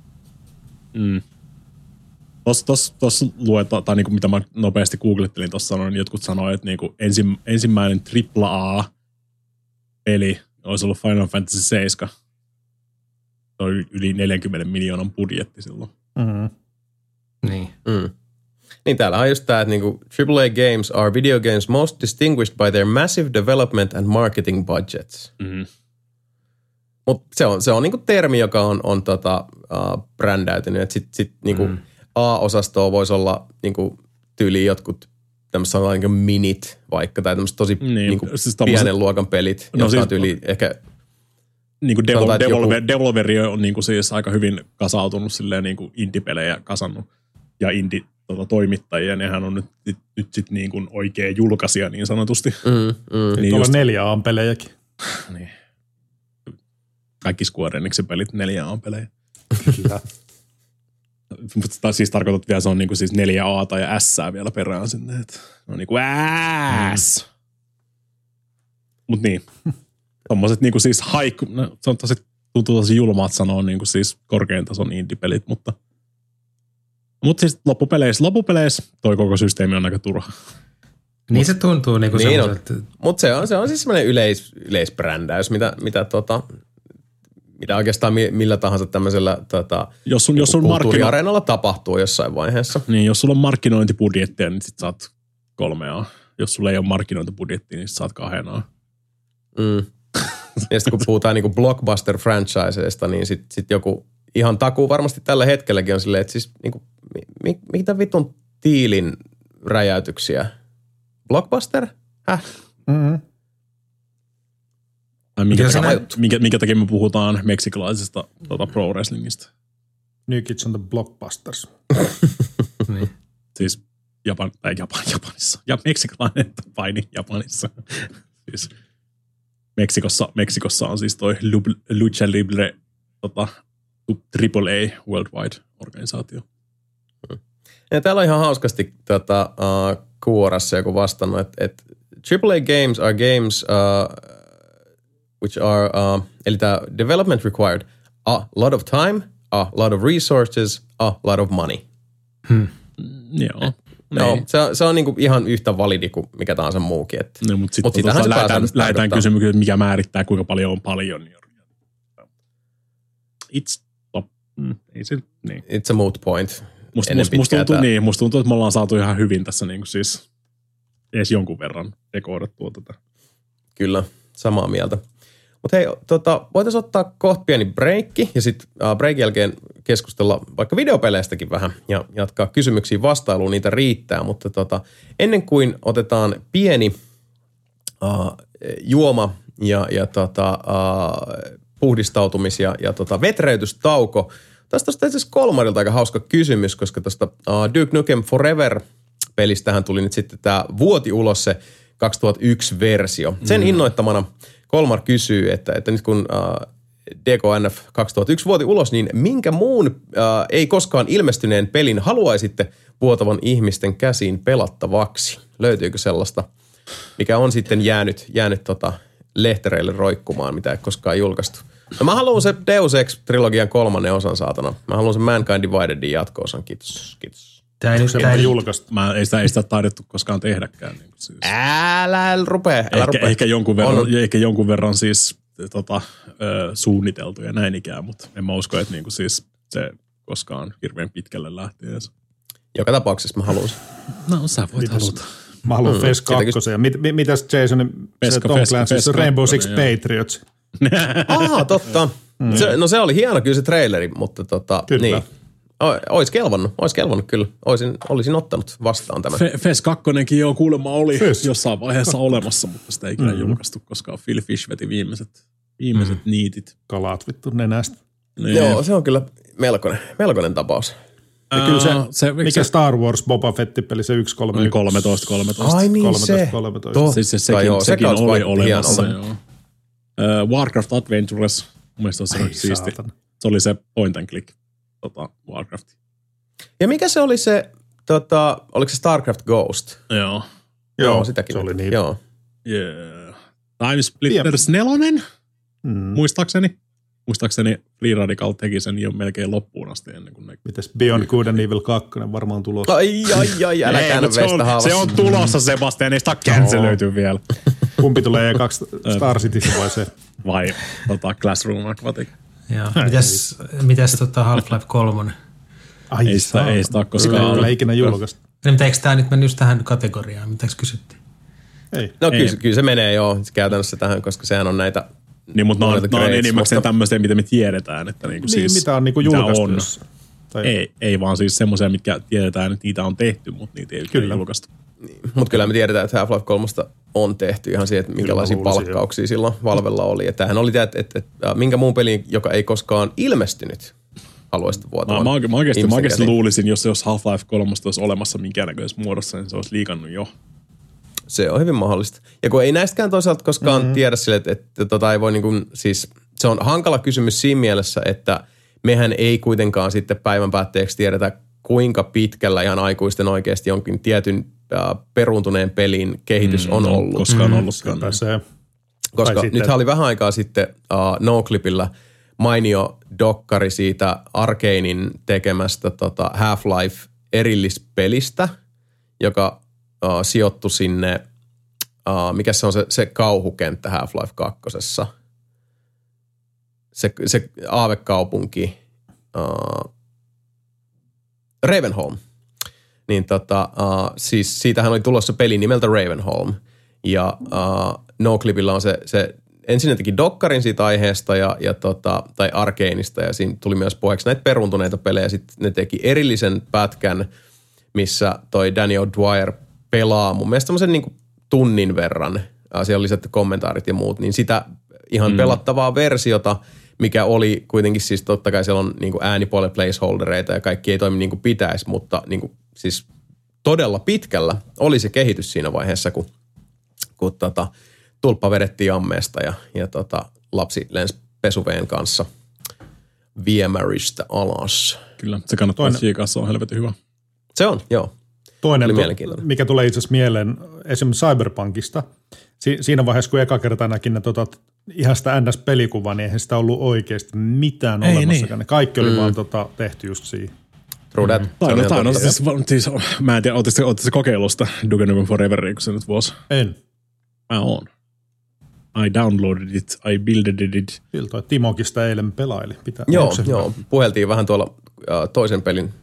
Tuossa luetaan, tai niinku mitä mä nopeasti googlettelin tuossa sanoin, niin jotkut sanoivat, että niinku ensimmäinen AAA-peli olisi ollut Final Fantasy 7. Se oli yli 40 miljoonan budjetti silloin. Niin. Niin täällä on just tämä, että niinku AAA games are video games most distinguished by their massive development and marketing budgets. Mutta se on niinku termi, joka on brändäytynyt, että sit niinku A-osastoa voisi olla niinku tyyliin jotkut tämmöiset niin minit vaikka, tai tämmöiset tosi niinku siis pienen luokan pelit, jotka on tyyliin ehkä... Niinku Devolveri on niinku siis aika hyvin kasautunut silleen niinku indie-pelejä kasannut ja indie-toimittajia, nehän on nyt sit niinku oikea julkaisija niin sanotusti. Niin tuolla 4A-pelejäkin. Niin. Kaikki Square Enixin pelit 4A-pelejä. Kyllä. Mutta siis tarkoitat vielä, se on niinku siis 4A ja S vielä perään sinne, että on niinku S. Mut niin. Tommoset niinku siis haiku, no, se on tuntuu tosi julmaa, että sanoo niinku siis korkean tason indie-pelit, mutta siis loppupeleissä toi koko systeemi on aika turha. Niin se tuntuu niinku niin semmoiselta. Mutta se on siis semmoinen yleisbrändäys, mitä oikeastaan millä tahansa tämmöisellä jos sun kulttuuriareenalla tapahtuu jossain vaiheessa. Niin, jos sulla on markkinointibudjettia, niin sit saat 3A. Jos sulla ei ole markkinointibudjettia, niin sit saat 2A. Ja sitten kun puhutaan niinku blockbuster-franchiseista, niin sit joku ihan takuu varmasti tällä hetkelläkin on silleen, että siis niinku, mitä vitun tiilin räjäytyksiä? Blockbuster? Häh? Mm-hmm. Minkä takia me puhutaan meksikalaisesta pro wrestlingista? New Kids on the Blockbusters. Niin. Siis Japanissa. Ja meksikalainen paini Japanissa. Siis Meksikossa on siis toi Lucha Libre AAA Worldwide-organisaatio. Ja täällä on ihan hauskasti kuorassa joku vastannut, että AAA games are games which are, eli tämä development required a lot of time, a lot of resources, a lot of money. Joo. No, se on niinku ihan yhtä validi kuin mikä tahansa muukin. No, mutta sitten lähdetään kysymykseen, että mikä määrittää, kuinka paljon on paljon. It's a moot point. Musta tuntuu, että me ollaan saatu ihan hyvin tässä niin kuin siis edes jonkun verran dekoodattua tätä. Kyllä, samaa mieltä. Mutta hei, voitaisiin ottaa kohta pieni breikki ja sitten breikin jälkeen keskustella vaikka videopeleistäkin vähän ja jatkaa kysymyksiä vastailuun, niitä riittää. Mutta ennen kuin otetaan pieni juoma ja puhdistautumis- ja vetreytystauko. Tästä on itse asiassa Kolmarilta aika hauska kysymys, koska tuosta Duke Nukem Forever-pelistähän tuli nyt sitten tämä vuoti ulos se 2001-versio. Sen innoittamana Kolmar kysyy, että nyt kun DKNF 2001 vuoti ulos, niin minkä muun ei koskaan ilmestyneen pelin haluaisitte vuotavan ihmisten käsiin pelattavaksi? Löytyykö sellaista, mikä on sitten jäänyt lehtereille roikkumaan, mitä ei koskaan julkaistu? No mä haluan se Deus Ex-trilogian 3. osan, saatana. Mä haluan sen Mankind Dividedin jatko-osan. Kiitos. Tämä ei julkaistu. Ei sitä taidettu koskaan tehdäkään. Niin siis. Älä rupea. Ehkä jonkun verran siis suunniteltu ja näin ikään, mutta en mä usko, että niinku siis se koskaan hirveän pitkälle lähtee. Joka tapauksessa mä haluan. No sä voit haluta. Mä haluan FES 2. Mitäs Jasonin Tom Clancy's Rainbow Six Patriots? Totta. Se oli hieno kyllä se traileri, mutta kyllä. Niin. Ois kelvannut kyllä. Olisin ottanut vastaan tämän. FES 2 jo kuulemma oli jossain vaiheessa olemassa, mutta sitä ei ikinä julkaistu, koska Phil Fish veti viimeiset niitit. Kalat vittu nenästä. Niin. Joo, se on kyllä melkoinen tapaus. Ja kyllä mikä Star Wars Boba Fett-peli, se 1.13. 13. Ai niin 13. se. Siis sekin oli olemassa. Warcraft Adventures, mun mielestä se oli siisti. Se oli se point and click Warcraft. Ja mikä se oli se, oliko se StarCraft Ghost? Joo, sitäkin. Se oli niin. Joo. Yeah. Time Splitters 4, muistaakseni Free Radical teki sen jo melkein loppuun asti ennen kuin ne. Mites Beyond Good and Evil 2 varmaan tulossa? Ai, älä käännä veistä haavassa. Se on tulossa, Sebastian, ei sitä cancelöity vielä. Kumpi tulee E2 Star Cityssä vai se? Vai Classroom Aquatic. Joo. Mitäs Half-Life 3? Ei sitä ole koskaan. Ei ole ikinä julkaista. Mutta eikö tämä nyt mennyt just tähän kategoriaan, mitä kysyttiin? Ei. No kyllä se menee käytännössä tähän, koska sehän on näitä. Niin, mutta ne on enimmäkseen tämmöisiä, mitä me tiedetään. Että niinku siis, mitä on niinku julkaistu. Ei vaan siis semmoisia, mitkä tiedetään, että niitä on tehty, mutta niitä ei kyllä julkaistu. Niin. Mutta kyllä me tiedetään, että Half-Life 3 on tehty ihan siihen, että minkälaisia palkkauksia silloin Valvella oli. Ja tämähän oli tämä, että minkä muun pelin, joka ei koskaan ilmestynyt, haluaisit vuotavan. Mä oikeasti luulisin, jos Half-Life 3 olisi olemassa minkäännäköisessä muodossa, niin se olisi liikannut jo. Se on hyvin mahdollista. Ja kun ei näistäkään toisaalta koskaan tiedä sille, että ei voi niin kuin, siis se on hankala kysymys siinä mielessä, että mehän ei kuitenkaan sitten päivän päätteeksi tiedetä, kuinka pitkällä ihan aikuisten oikeasti jonkin tietyn peruuntuneen pelin kehitys on ollut. Koskaan ollutkaan. Koska nythän oli vähän aikaa sitten NoClipillä mainio dokkari siitä Arkanein tekemästä Half-Life erillispelistä, joka sijoittui sinne, mikä se on se kauhukenttä Half-Life 2. Se aavekaupunki, Ravenholm. Niin siis siitähän oli tulossa peli nimeltä Ravenholm. Ja NoClipillä on se ensin teki dokkarin siitä aiheesta tai Arkaneista ja siinä tuli myös puheeksi näitä peruuntuneita pelejä. Sitten ne teki erillisen pätkän, missä toi Danny O'Dwyer pelaa mun mielestä semmoisen niin tunnin verran. Siellä on lisätty kommentaarit ja muut, niin sitä ihan pelattavaa versiota, mikä oli kuitenkin siis totta kai siellä on niin äänipuolelle placeholdereita ja kaikki ei toimi niin kuin pitäisi, mutta niin kuin, siis todella pitkällä oli se kehitys siinä vaiheessa, kun tulppa vedettiin ammeesta ja lapsi lensi pesuveen kanssa viemäristä alas. Kyllä, se kannattaa tsiikaa, se on helvetin hyvä. Se on, joo. Toinen, mikä tulee itse asiassa mieleen esimerkiksi Cyberpunkista. Siinä vaiheessa, kun eka kertaa näkin ne ihan sitä NS-pelikuvaa, niin eihän sitä ollut oikeasti mitään olemassakaan. Ne kaikki oli vaan tehty just siihen. True that. Siis, mä en tiedä, ootte se kokeilusta Duke Nukem Forever, kun se nyt vuosi? En. Mä oon. I downloaded it, I builded it. Siltä Timokista eilen pelaili. Joo. Puheltiin vähän tuolla toisen pelin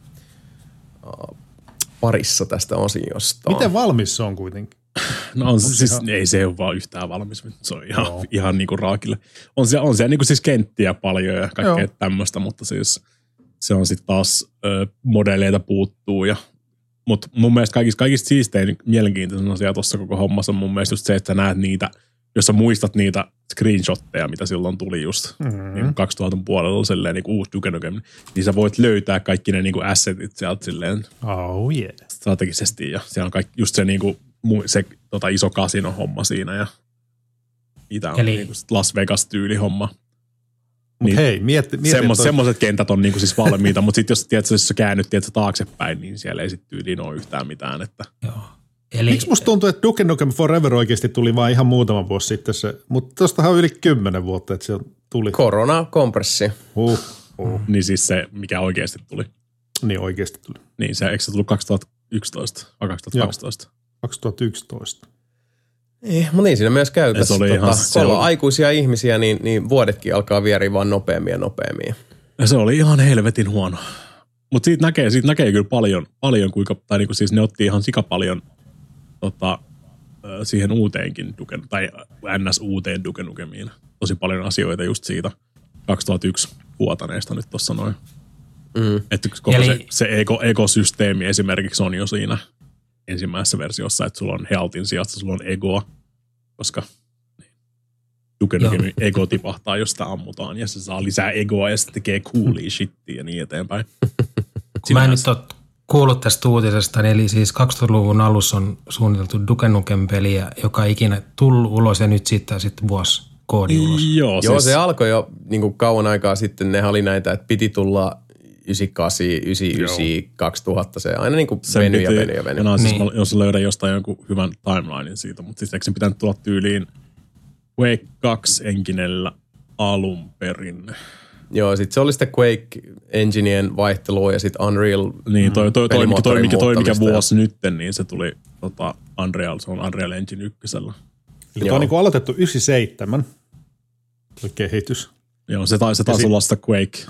parissa tästä osiosta. Miten valmis se on kuitenkin? No on siis, ei se ole vaan yhtään valmis. Se on ihan niinku raakille. On siellä niinku siis kenttiä paljon ja kaikkea tämmöistä, mutta siis se on sitten taas modeleita puuttuu. Mutta mun mielestä kaikista siistein mielenkiintoinen asia tuossa koko hommassa on mun mielestä just se, että sä näet niitä, jos sä muistat niitä screenshotteja, mitä silloin tuli just niin 2000 puolella silleen niin uusi Duke Nukem, niin sä voit löytää kaikki ne niin kuin assetit sieltä silleen strategisesti ja siellä on kaikki, just se, niin kuin, se iso kasino-homma siinä ja mitä on niin kuin Las Vegas-tyyli homma. Mutta hei, mieti semmoiset kentät on niinku siis valmiita, mutta sitten jos sä käännyt taaksepäin, niin siellä ei sitten tyyliin ole yhtään mitään. Että. Joo. Miksi musta tuntuu, että Duke Nukem Forever oikeasti tuli vaan ihan muutama vuosi sitten se, mutta tostahan on yli 10 vuotta, että se tuli. Korona-kompressi. Niin siis se, mikä oikeasti tuli. Niin oikeasti tuli. Niin se, eikö se tullut 2011 vai 2012? Joo, 2011. Mutta niin siinä myös käy. Kun ollaan aikuisia ihmisiä, niin vuodetkin alkaa vieriä vaan nopeammin ja nopeammin. Ja se oli ihan helvetin huono. Mutta siitä näkee kyllä paljon kuinka, tai niinku siis ne otti ihan sikapaljon siihen uuteenkin, tai NS-uuteen Duke Nukemiin. Tosi paljon asioita just siitä 2001 vuotaneesta nyt tuossa noin. Että koko se ekosysteemi esimerkiksi on jo siinä ensimmäisessä versiossa, että sulla on healthin sijasta, sulla on egoa, koska Duke Nukemin ego tipahtaa, jos sitä ammutaan, ja se saa lisää egoa, ja se tekee coolia shittiä ja niin eteenpäin. Mä en nyt ole kuullut tästä uutisesta, eli siis 2000-luvun alussa on suunniteltu Duke Nukem-peliä, joka ei ikinä tullut ulos, ja nyt siitä sitten vuosi koodi ulos. Joo, siis se alkoi jo niin kuin kauan aikaa sitten, ne oli näitä, että piti tulla 98, 99, 2000, se aina niin kuin veny. No, siis jos löydän jostain jonkun hyvän timelinein siitä, mutta siis eikö sen pitänyt tulla tyyliin Quake 2 enginellä alun perin? Joo, sitten se oli sitten Quake engineen vaihtelua ja sitten Unreal. Niin, toi mikä vuosi nytten, niin se tuli Unreal, se on Unreal Engine 1. Eli tuo on niin kuin aloitettu 97, oli kehitys. Joo, se taisi olla sitä Quake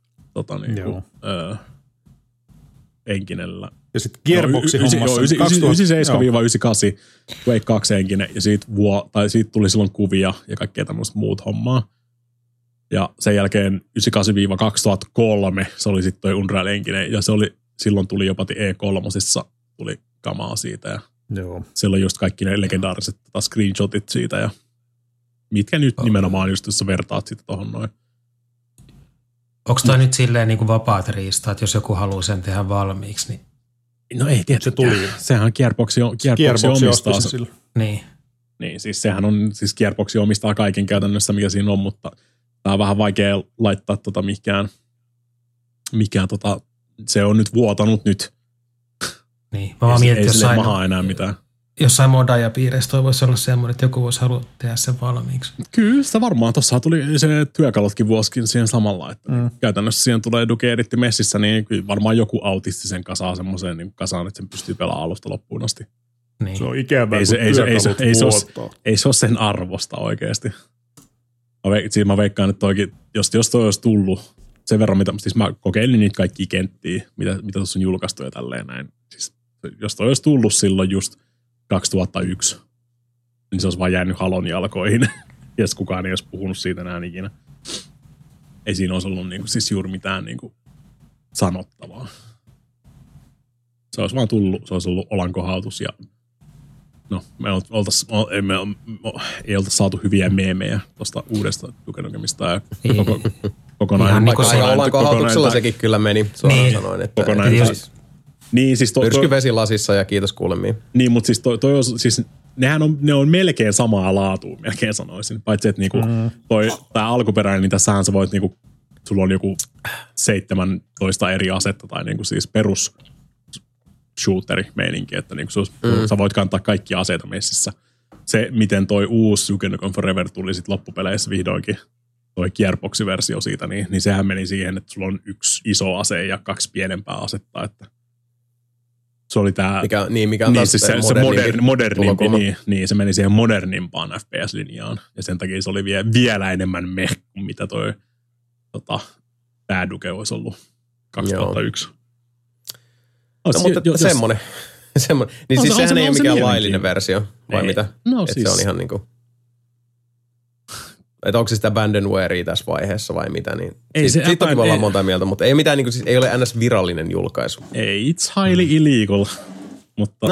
enginellä. Ja sitten Gearboxin hommassa 97-98 Quake 2 enkinen ja siitä tuli silloin kuvia ja kaikkea tämmöistä muut hommaa. Ja sen jälkeen 98-2003 se oli sitten toi Unreal Engine ja silloin tuli jopa E3 tuli kamaa siitä ja silloin just kaikki ne legendaariset screenshotit siitä ja mitkä nyt nimenomaan just jos sä vertaat sitä tohon noin. Onko toi nyt silleen niin kuin vapaat riistaa, että jos joku haluaa sen tehdä valmiiksi, niin... No ei tietysti. Se tuli. Sehän Gearbox omistaa. Se niin, siis sehän on, siis Gearbox omistaa kaiken käytännössä, mikä siinä on, mutta tää on vähän vaikea laittaa mikään se on nyt vuotanut nyt. Niin, mä vaan mietin, ei sille maha enää mitään. Jossain modaajapiireissä toi voisi olla semmoinen, että joku voisi halua tehdä sen valmiiksi. Kyllä, sitä varmaan. Tuossa tuli se työkalutkin vuosikin siihen samalla, että käytännössä siihen tulee Duke Editti messissä, niin varmaan joku autisti sen kasaa semmoiseen niin kasaan, että sen pystyy pelaamaan alusta loppuun asti. Niin. Se on ikävää, kun ei se ole sen arvosta oikeasti. Mä veikkaan, että toikin, jos toi olisi tullut sen verran, mitä siis mä kokeilin niitä kaikkia kenttiä, mitä tuossa on julkaistu ja tälleen näin. Siis, jos toi olisi tullut silloin just 2001, niin se olisi vaan jäänyt Halon jalkoihin. ties kukaan ei olisi puhunut siitä enää ikinä. Ei siinä olisi ollut niin kuin, siis juuri mitään niin kuin sanottavaa. Se olisi vaan tullut, se olisi ollut olankohautus ja no, me ei oltaisi saatu hyviä meemejä tuosta uudesta Duke Nukemista ja kokonaan. Olankohautuksella sekin kyllä meni, suoraan sanoin. Että niin, siis myrsky vesilasissa ja kiitos kuulemiin. Niin, mutta siis, siis ne on melkein samaa laatua, melkein sanoisin. Paitsi, että niinku tämä alkuperäinen, niin tässähän sä voit, niinku, sulla on joku 17 eri asetta tai niinku siis perus shooteri-meininki, että niinku sä voit kantaa kaikki aseita messissä. Se, miten toi uusi Duke Nukem Forever tuli sit loppupeleissä vihdoinkin, toi Gearbox-versio siitä, niin sehän meni siihen, että sulla on yksi iso ase ja 2 pienempää asetta, että se oli tää mikä on taas siis se modernimpi, niin se meni siihen modernimpaan FPS-linjaan. Ja sen takia se oli vielä enemmän kuin mitä toi tää Duke olisi ollut 2001. No, mutta semmonen. Niin siis sehän ei ole mikään laillinen versio, vai mitä? No siis. Se on ihan niinku että onko se sitä abandonwarea tässä vaiheessa vai mitä, niin siitä on olla monta mieltä, mutta ei mitään, niin kuin, siis ei ole ns. Virallinen julkaisu. Ei, it's highly illegal. Mutta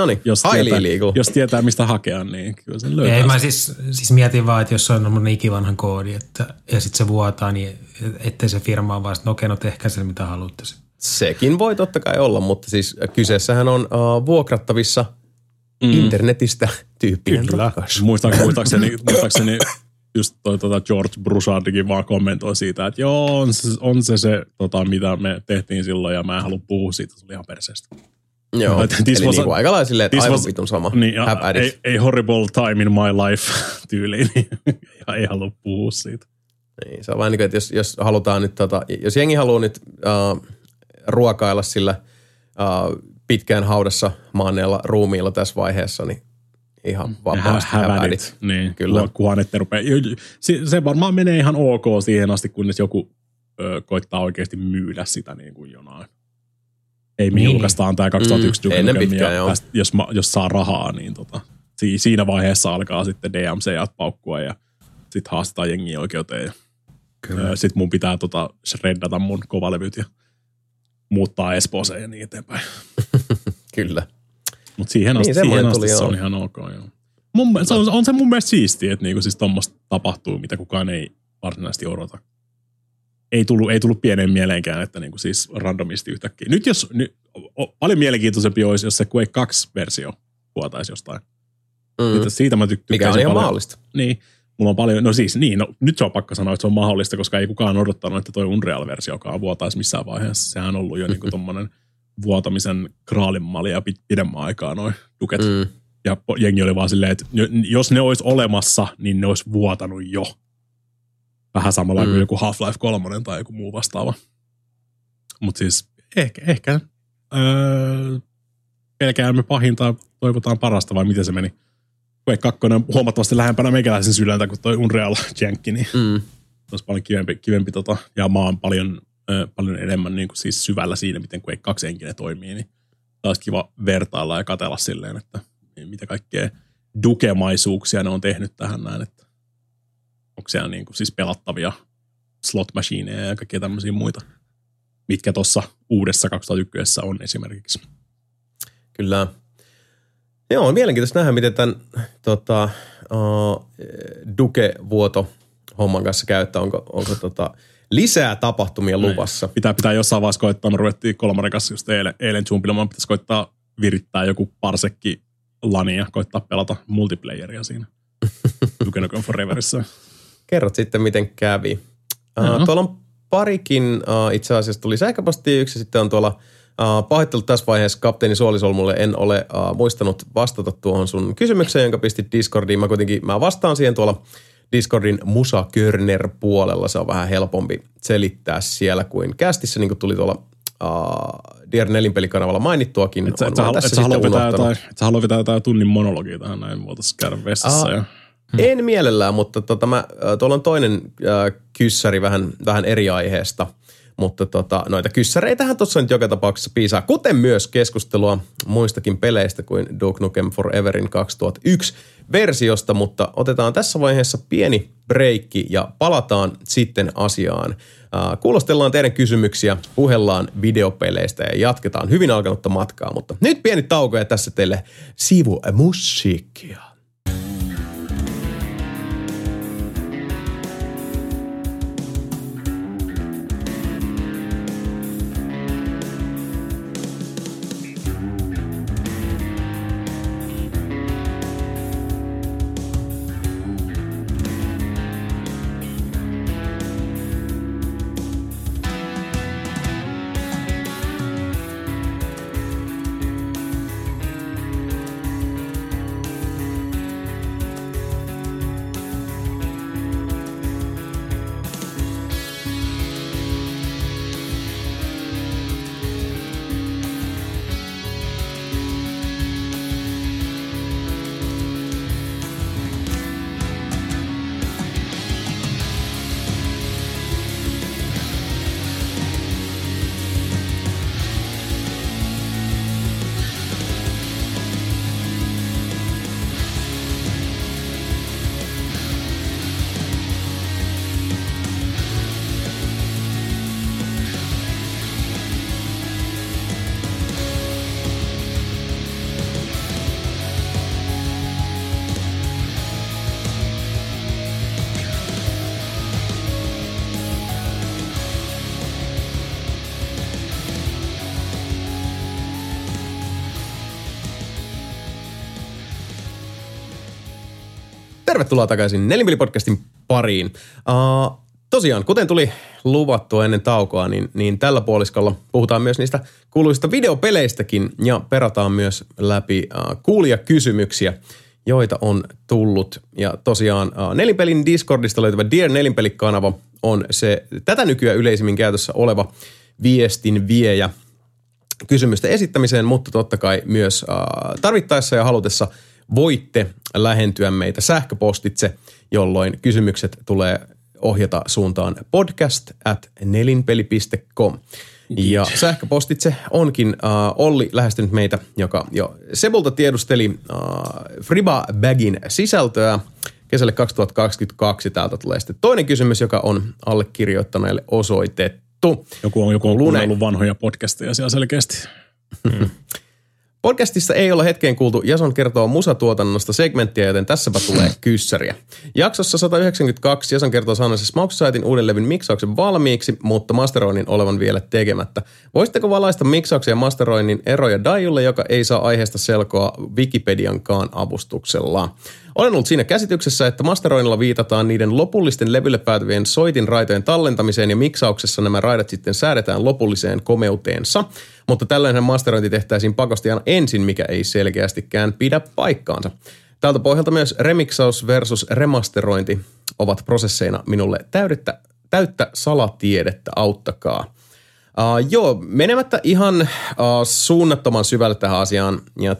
jos tietää, mistä hakea, niin kyllä sen löytää. Ei, mä siis mietin vaan, että jos se on semmoinen ikivanhan koodi, ja sitten se vuotaa, niin ettei se firma on vaan, että okei, no tehkää se, mitä haluatte. Sekin voi totta kai olla, mutta siis kyseessähän on vuokrattavissa internetistä tyyppinen ratkaisu. Muistaakseni just George Brouchardikin vaan kommentoi siitä, että joo, on se mitä me tehtiin silloin ja mä en halua puhua siitä, se oli ihan perseestä. Joo, eli niinku aika lailla silleen, että aivan vitun sama. Niin, a horrible time in my life tyyliin, ja ei halua puhua siitä. Niin, se on vaan niin kuin, että jos halutaan nyt, jos jengi haluaa nyt ruokailla sillä pitkään haudassa maanneella ruumiilla tässä vaiheessa, niin ihan vapaasti häpädit. Niin, kyllä. Kunhan ette rupea. Se varmaan menee ihan ok siihen asti, kunnes joku koittaa oikeasti myydä sitä niin kuin jonain. Ei me julkaistaan tämä 2001 Duke Nukemia, jos saa rahaa, niin siinä vaiheessa alkaa sitten DMC-jat paukkua ja sitten haastetaan jengiä oikeuteen. Sitten mun pitää shreddata mun kovalevyt ja muuttaa Espooseen ja niin eteenpäin. Kyllä. Mutta siihen asti se on ihan ok. On se mun mielestä siistiä, että niinku siis tommoista tapahtuu, mitä kukaan ei varsinaisesti odota. Ei tullut pieneen mieleenkään, että niinku siis randomisti yhtäkkiä. Nyt paljon mielenkiintoisempi olisi, jos se Quake 2-versio vuotaisi jostain. Siitä mä tykkään. Mikä on ihan mahdollista. Niin. Mulla on paljon, nyt se on pakko sanoa, että se on mahdollista, koska ei kukaan odottanut, että toi Unreal-versiokaan vuotaisi missään vaiheessa. Sehän on ollut jo niinku tommonen vuotamisen kraalinmalli ja pidemmän aikaa noi Duket. Ja jengi oli vaan silleen, että jos ne olisi olemassa, niin ne olisi vuotanut jo. Vähän samalla kuin joku Half-Life 3 tai joku muu vastaava. Mutta siis ehkä pelkäämme pahinta, toivotaan parasta vai miten se meni. Quake 2 on huomattavasti lähempänä meikäläisen sydäntä kuin toi Unreal-jänkki, niin olisi paljon kivempi ja mä oon paljon enemmän niin kuin siis syvällä siinä, miten Quake 2 henkinen toimii, niin olisi kiva vertailla ja katsella silleen, että mitä kaikkea dukemaisuuksia ne on tehnyt tähän näin, että onko siellä niin kuin siis pelattavia slot machineja ja kaikkia tämmöisiä muita, mitkä tuossa uudessa 2001 on esimerkiksi. Kyllä. Joo, on mielenkiintoista nähdä, miten tämän Duke-vuoto-homman kanssa käyttää. Onko lisää tapahtumia luvassa? Pitää jossain vaiheessa koittaa. Me ruvettiin Kolmarin kanssa just eilen jumpilemaan. Pitäisi koittaa virittää joku parsekki lani ja koittaa pelata multiplayeria siinä Duke Nukem Foreverissä. Kerrot sitten, miten kävi. Tuolla on parikin itse asiassa tuli sähköpostia. Yksi sitten on tuolla pahoittelut tässä vaiheessa kapteeni Suolisolmulle. En ole muistanut vastata tuohon sun kysymykseen, jonka pistit Discordiin. Mä vastaan siihen tuolla Discordin Musa Körner-puolella. Se on vähän helpompi selittää siellä kuin kästissä, niin kuin tuli tuolla Dear Nelinpelikanavalla mainittuakin. Et sä halua vetää jotain tunnin monologia tähän näin, voitaisiin käydä vessassa. En mielellään, mutta tuolla on toinen kyssäri vähän eri aiheesta. Mutta noita kyssäreitähän tuossa nyt joka tapauksessa piisaa, kuten myös keskustelua muistakin peleistä kuin Duke Nukem Foreverin 2001 versiosta, mutta otetaan tässä vaiheessa pieni breikki ja palataan sitten asiaan. Kuulostellaan teidän kysymyksiä, puhellaan videopeleistä ja jatketaan hyvin alkanutta matkaa, mutta nyt pieni tauko ja tässä teille sivumusiikkia. Tervetuloa takaisin Nelinpeli-podcastin pariin. Tosiaan, kuten tuli luvattua ennen taukoa, niin tällä puoliskolla puhutaan myös niistä kuuluisista videopeleistäkin ja perataan myös läpi kuulijakysymyksiä, joita on tullut. Ja tosiaan Nelinpelin Discordista löytyvä Dear Nelinpeli-kanava on se tätä nykyään yleisimmin käytössä oleva viestin viejä kysymysten esittämiseen, mutta totta kai myös tarvittaessa ja halutessa voitte lähentyä meitä sähköpostitse, jolloin kysymykset tulee ohjata suuntaan podcast@nelinpeli.com. Ja sähköpostitse onkin Olli lähestynyt meitä, joka jo Sebulta tiedusteli Friba-bagin sisältöä kesälle 2022. Täältä tulee sitten toinen kysymys, joka on allekirjoittaneelle osoitettu. Joku on kuunnellut vanhoja podcasteja siellä selkeästi. Podcastissa ei ole hetkeen kuultu Jason kertoo musatuotannosta segmenttiä, joten tässäpä tulee kyssäriä. Jaksossa 192 Jason kertoo saaneensa Smoke Societyn uuden levyn miksauksen valmiiksi, mutta masteroinnin olevan vielä tekemättä. Voisitteko valaista miksauksen ja masteroinnin eroja Daijulle, joka ei saa aiheesta selkoa Wikipediankaan avustuksella? Olen ollut siinä käsityksessä, että masteroinnilla viitataan niiden lopullisten levylle päätyvien soitinraitojen tallentamiseen ja miksauksessa nämä raidat sitten säädetään lopulliseen komeuteensa, mutta tällainen masterointi tehtäisiin pakosti aina ensin, mikä ei selkeästikään pidä paikkaansa. Tältä pohjalta myös remiksaus versus remasterointi ovat prosesseina minulle täyttä salatiedettä, auttakaa. Menemättä ihan suunnattoman syvälle tähän asiaan ja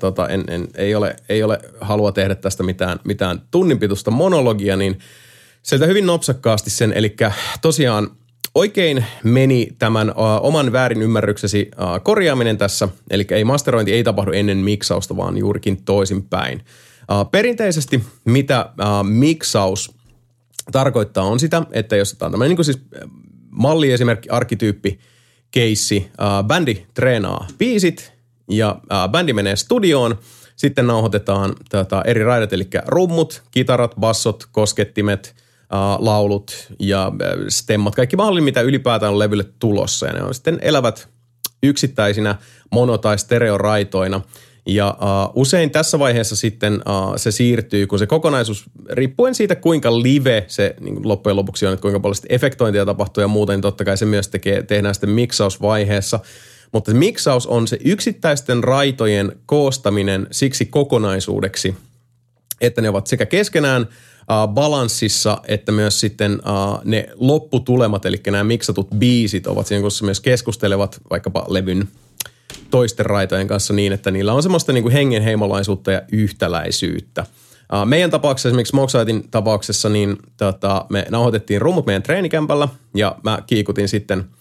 ei ole halua tehdä tästä mitään tunninpituista monologia, niin sieltä hyvin nopsakkaasti sen, eli tosiaan oikein meni tämän oman väärinymmärryksesi korjaaminen tässä, eli ei masterointi ei tapahdu ennen miksausta, vaan juurikin toisinpäin. Perinteisesti mitä miksaus tarkoittaa on sitä, että jos otetaan tämmöinen niin kuin siis malliesimerkki, arkkityyppi, keissi, bändi treenaa biisit ja bändi menee studioon, sitten nauhoitetaan eri raidat, eli rummut, kitarat, bassot, koskettimet, laulut ja stemmat, kaikki mahdollinen, mitä ylipäätään on levylle tulossa. Ja ne on sitten elävät yksittäisinä mono- tai stereoraitoina. Ja usein tässä vaiheessa sitten se siirtyy, kun se kokonaisuus, riippuen siitä kuinka live se niin loppujen lopuksi on, että kuinka paljon efektointia tapahtuu ja muuta, niin totta kai se myös tehdään sitten miksausvaiheessa. Mutta miksaus on se yksittäisten raitojen koostaminen siksi kokonaisuudeksi, että ne ovat sekä keskenään balanssissa, että myös sitten ne lopputulemat, eli nämä miksatut biisit ovat siinä, kun myös keskustelevat vaikkapa levyn toisten raitojen kanssa niin, että niillä on semmoista niin kuin hengenheimolaisuutta ja yhtäläisyyttä. Meidän tapauksessa, esimerkiksi Smoke Societyn tapauksessa, niin me nauhoitettiin rummut meidän treenikämpällä ja mä kiikutin sitten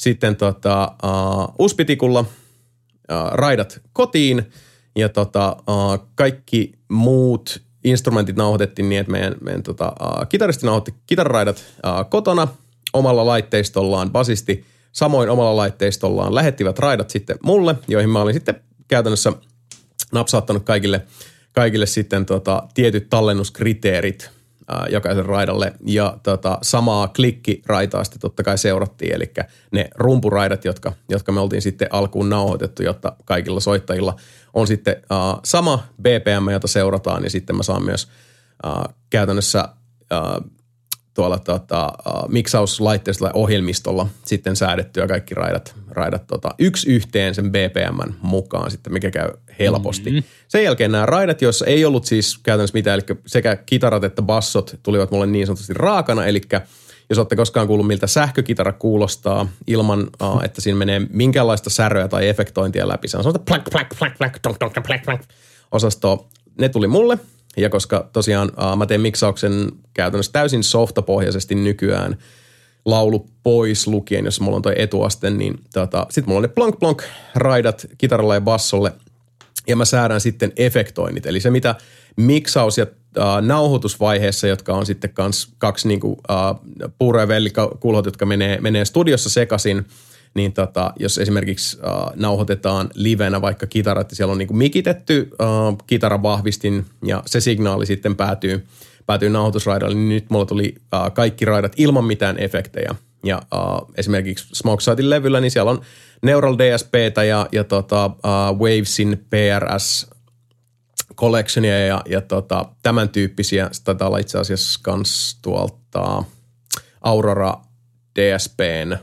sitten USB-tikulla raidat kotiin ja kaikki muut instrumentit nauhoitettiin niin, että meidän kitaristi nauhoitti kitararaidat kotona omalla laitteistollaan, basisti samoin omalla laitteistollaan lähettivät raidat sitten mulle, joihin mä olin sitten käytännössä napsauttanut kaikille sitten tietyt tallennuskriteerit jokaisen raidalle ja samaa klikkiraitaa sitten totta kai seurattiin, eli ne rumpuraidat, jotka me oltiin sitten alkuun nauhoitettu, jotta kaikilla soittajilla on sitten sama BPM, jota seurataan, ja sitten mä saan myös käytännössä tuolla miksauslaitteesta tai ohjelmistolla sitten säädettyä kaikki raidat yksi yhteen sen BPM:n mukaan sitten, mikä käy helposti. Mm-hmm. Sen jälkeen nämä raidat, joissa ei ollut siis käytännössä mitään, eli sekä kitarat että bassot tulivat mulle niin sanotusti raakana, eli jos olette koskaan kuullut, miltä sähkökitara kuulostaa ilman, että siinä menee minkäänlaista säröä tai efektointia läpi, se on sellaista plank, plank, plank, plank, tonk, tonk, plank, plank osastoa, ne tuli mulle. Ja koska tosiaan mä teen miksauksen käytännössä täysin softapohjaisesti nykyään laulu pois lukien, jos mulla on toi etuaste, niin sit mulla on ne plonk raidat kitaralla ja bassolle ja mä säädän sitten efektoinnit. Eli se mitä miksaus- ja nauhoitusvaiheessa, jotka on sitten kaksi niinku puuro- ja vellikulhot, jotka menee studiossa sekaisin, niin jos esimerkiksi nauhoitetaan livenä vaikka kitarat, ja siellä on niinku mikitetty kitaravahvistin ja se signaali sitten päätyy nauhoitusraidalle, niin nyt mulla tuli kaikki raidat ilman mitään efektejä. Ja esimerkiksi Smoke Sightin levyllä, niin siellä on Neural DSPtä ja Wavesin PRS Collectionia ja tämän tyyppisiä. Se taitaa olla itse asiassa kans tuolta Aurora DSPn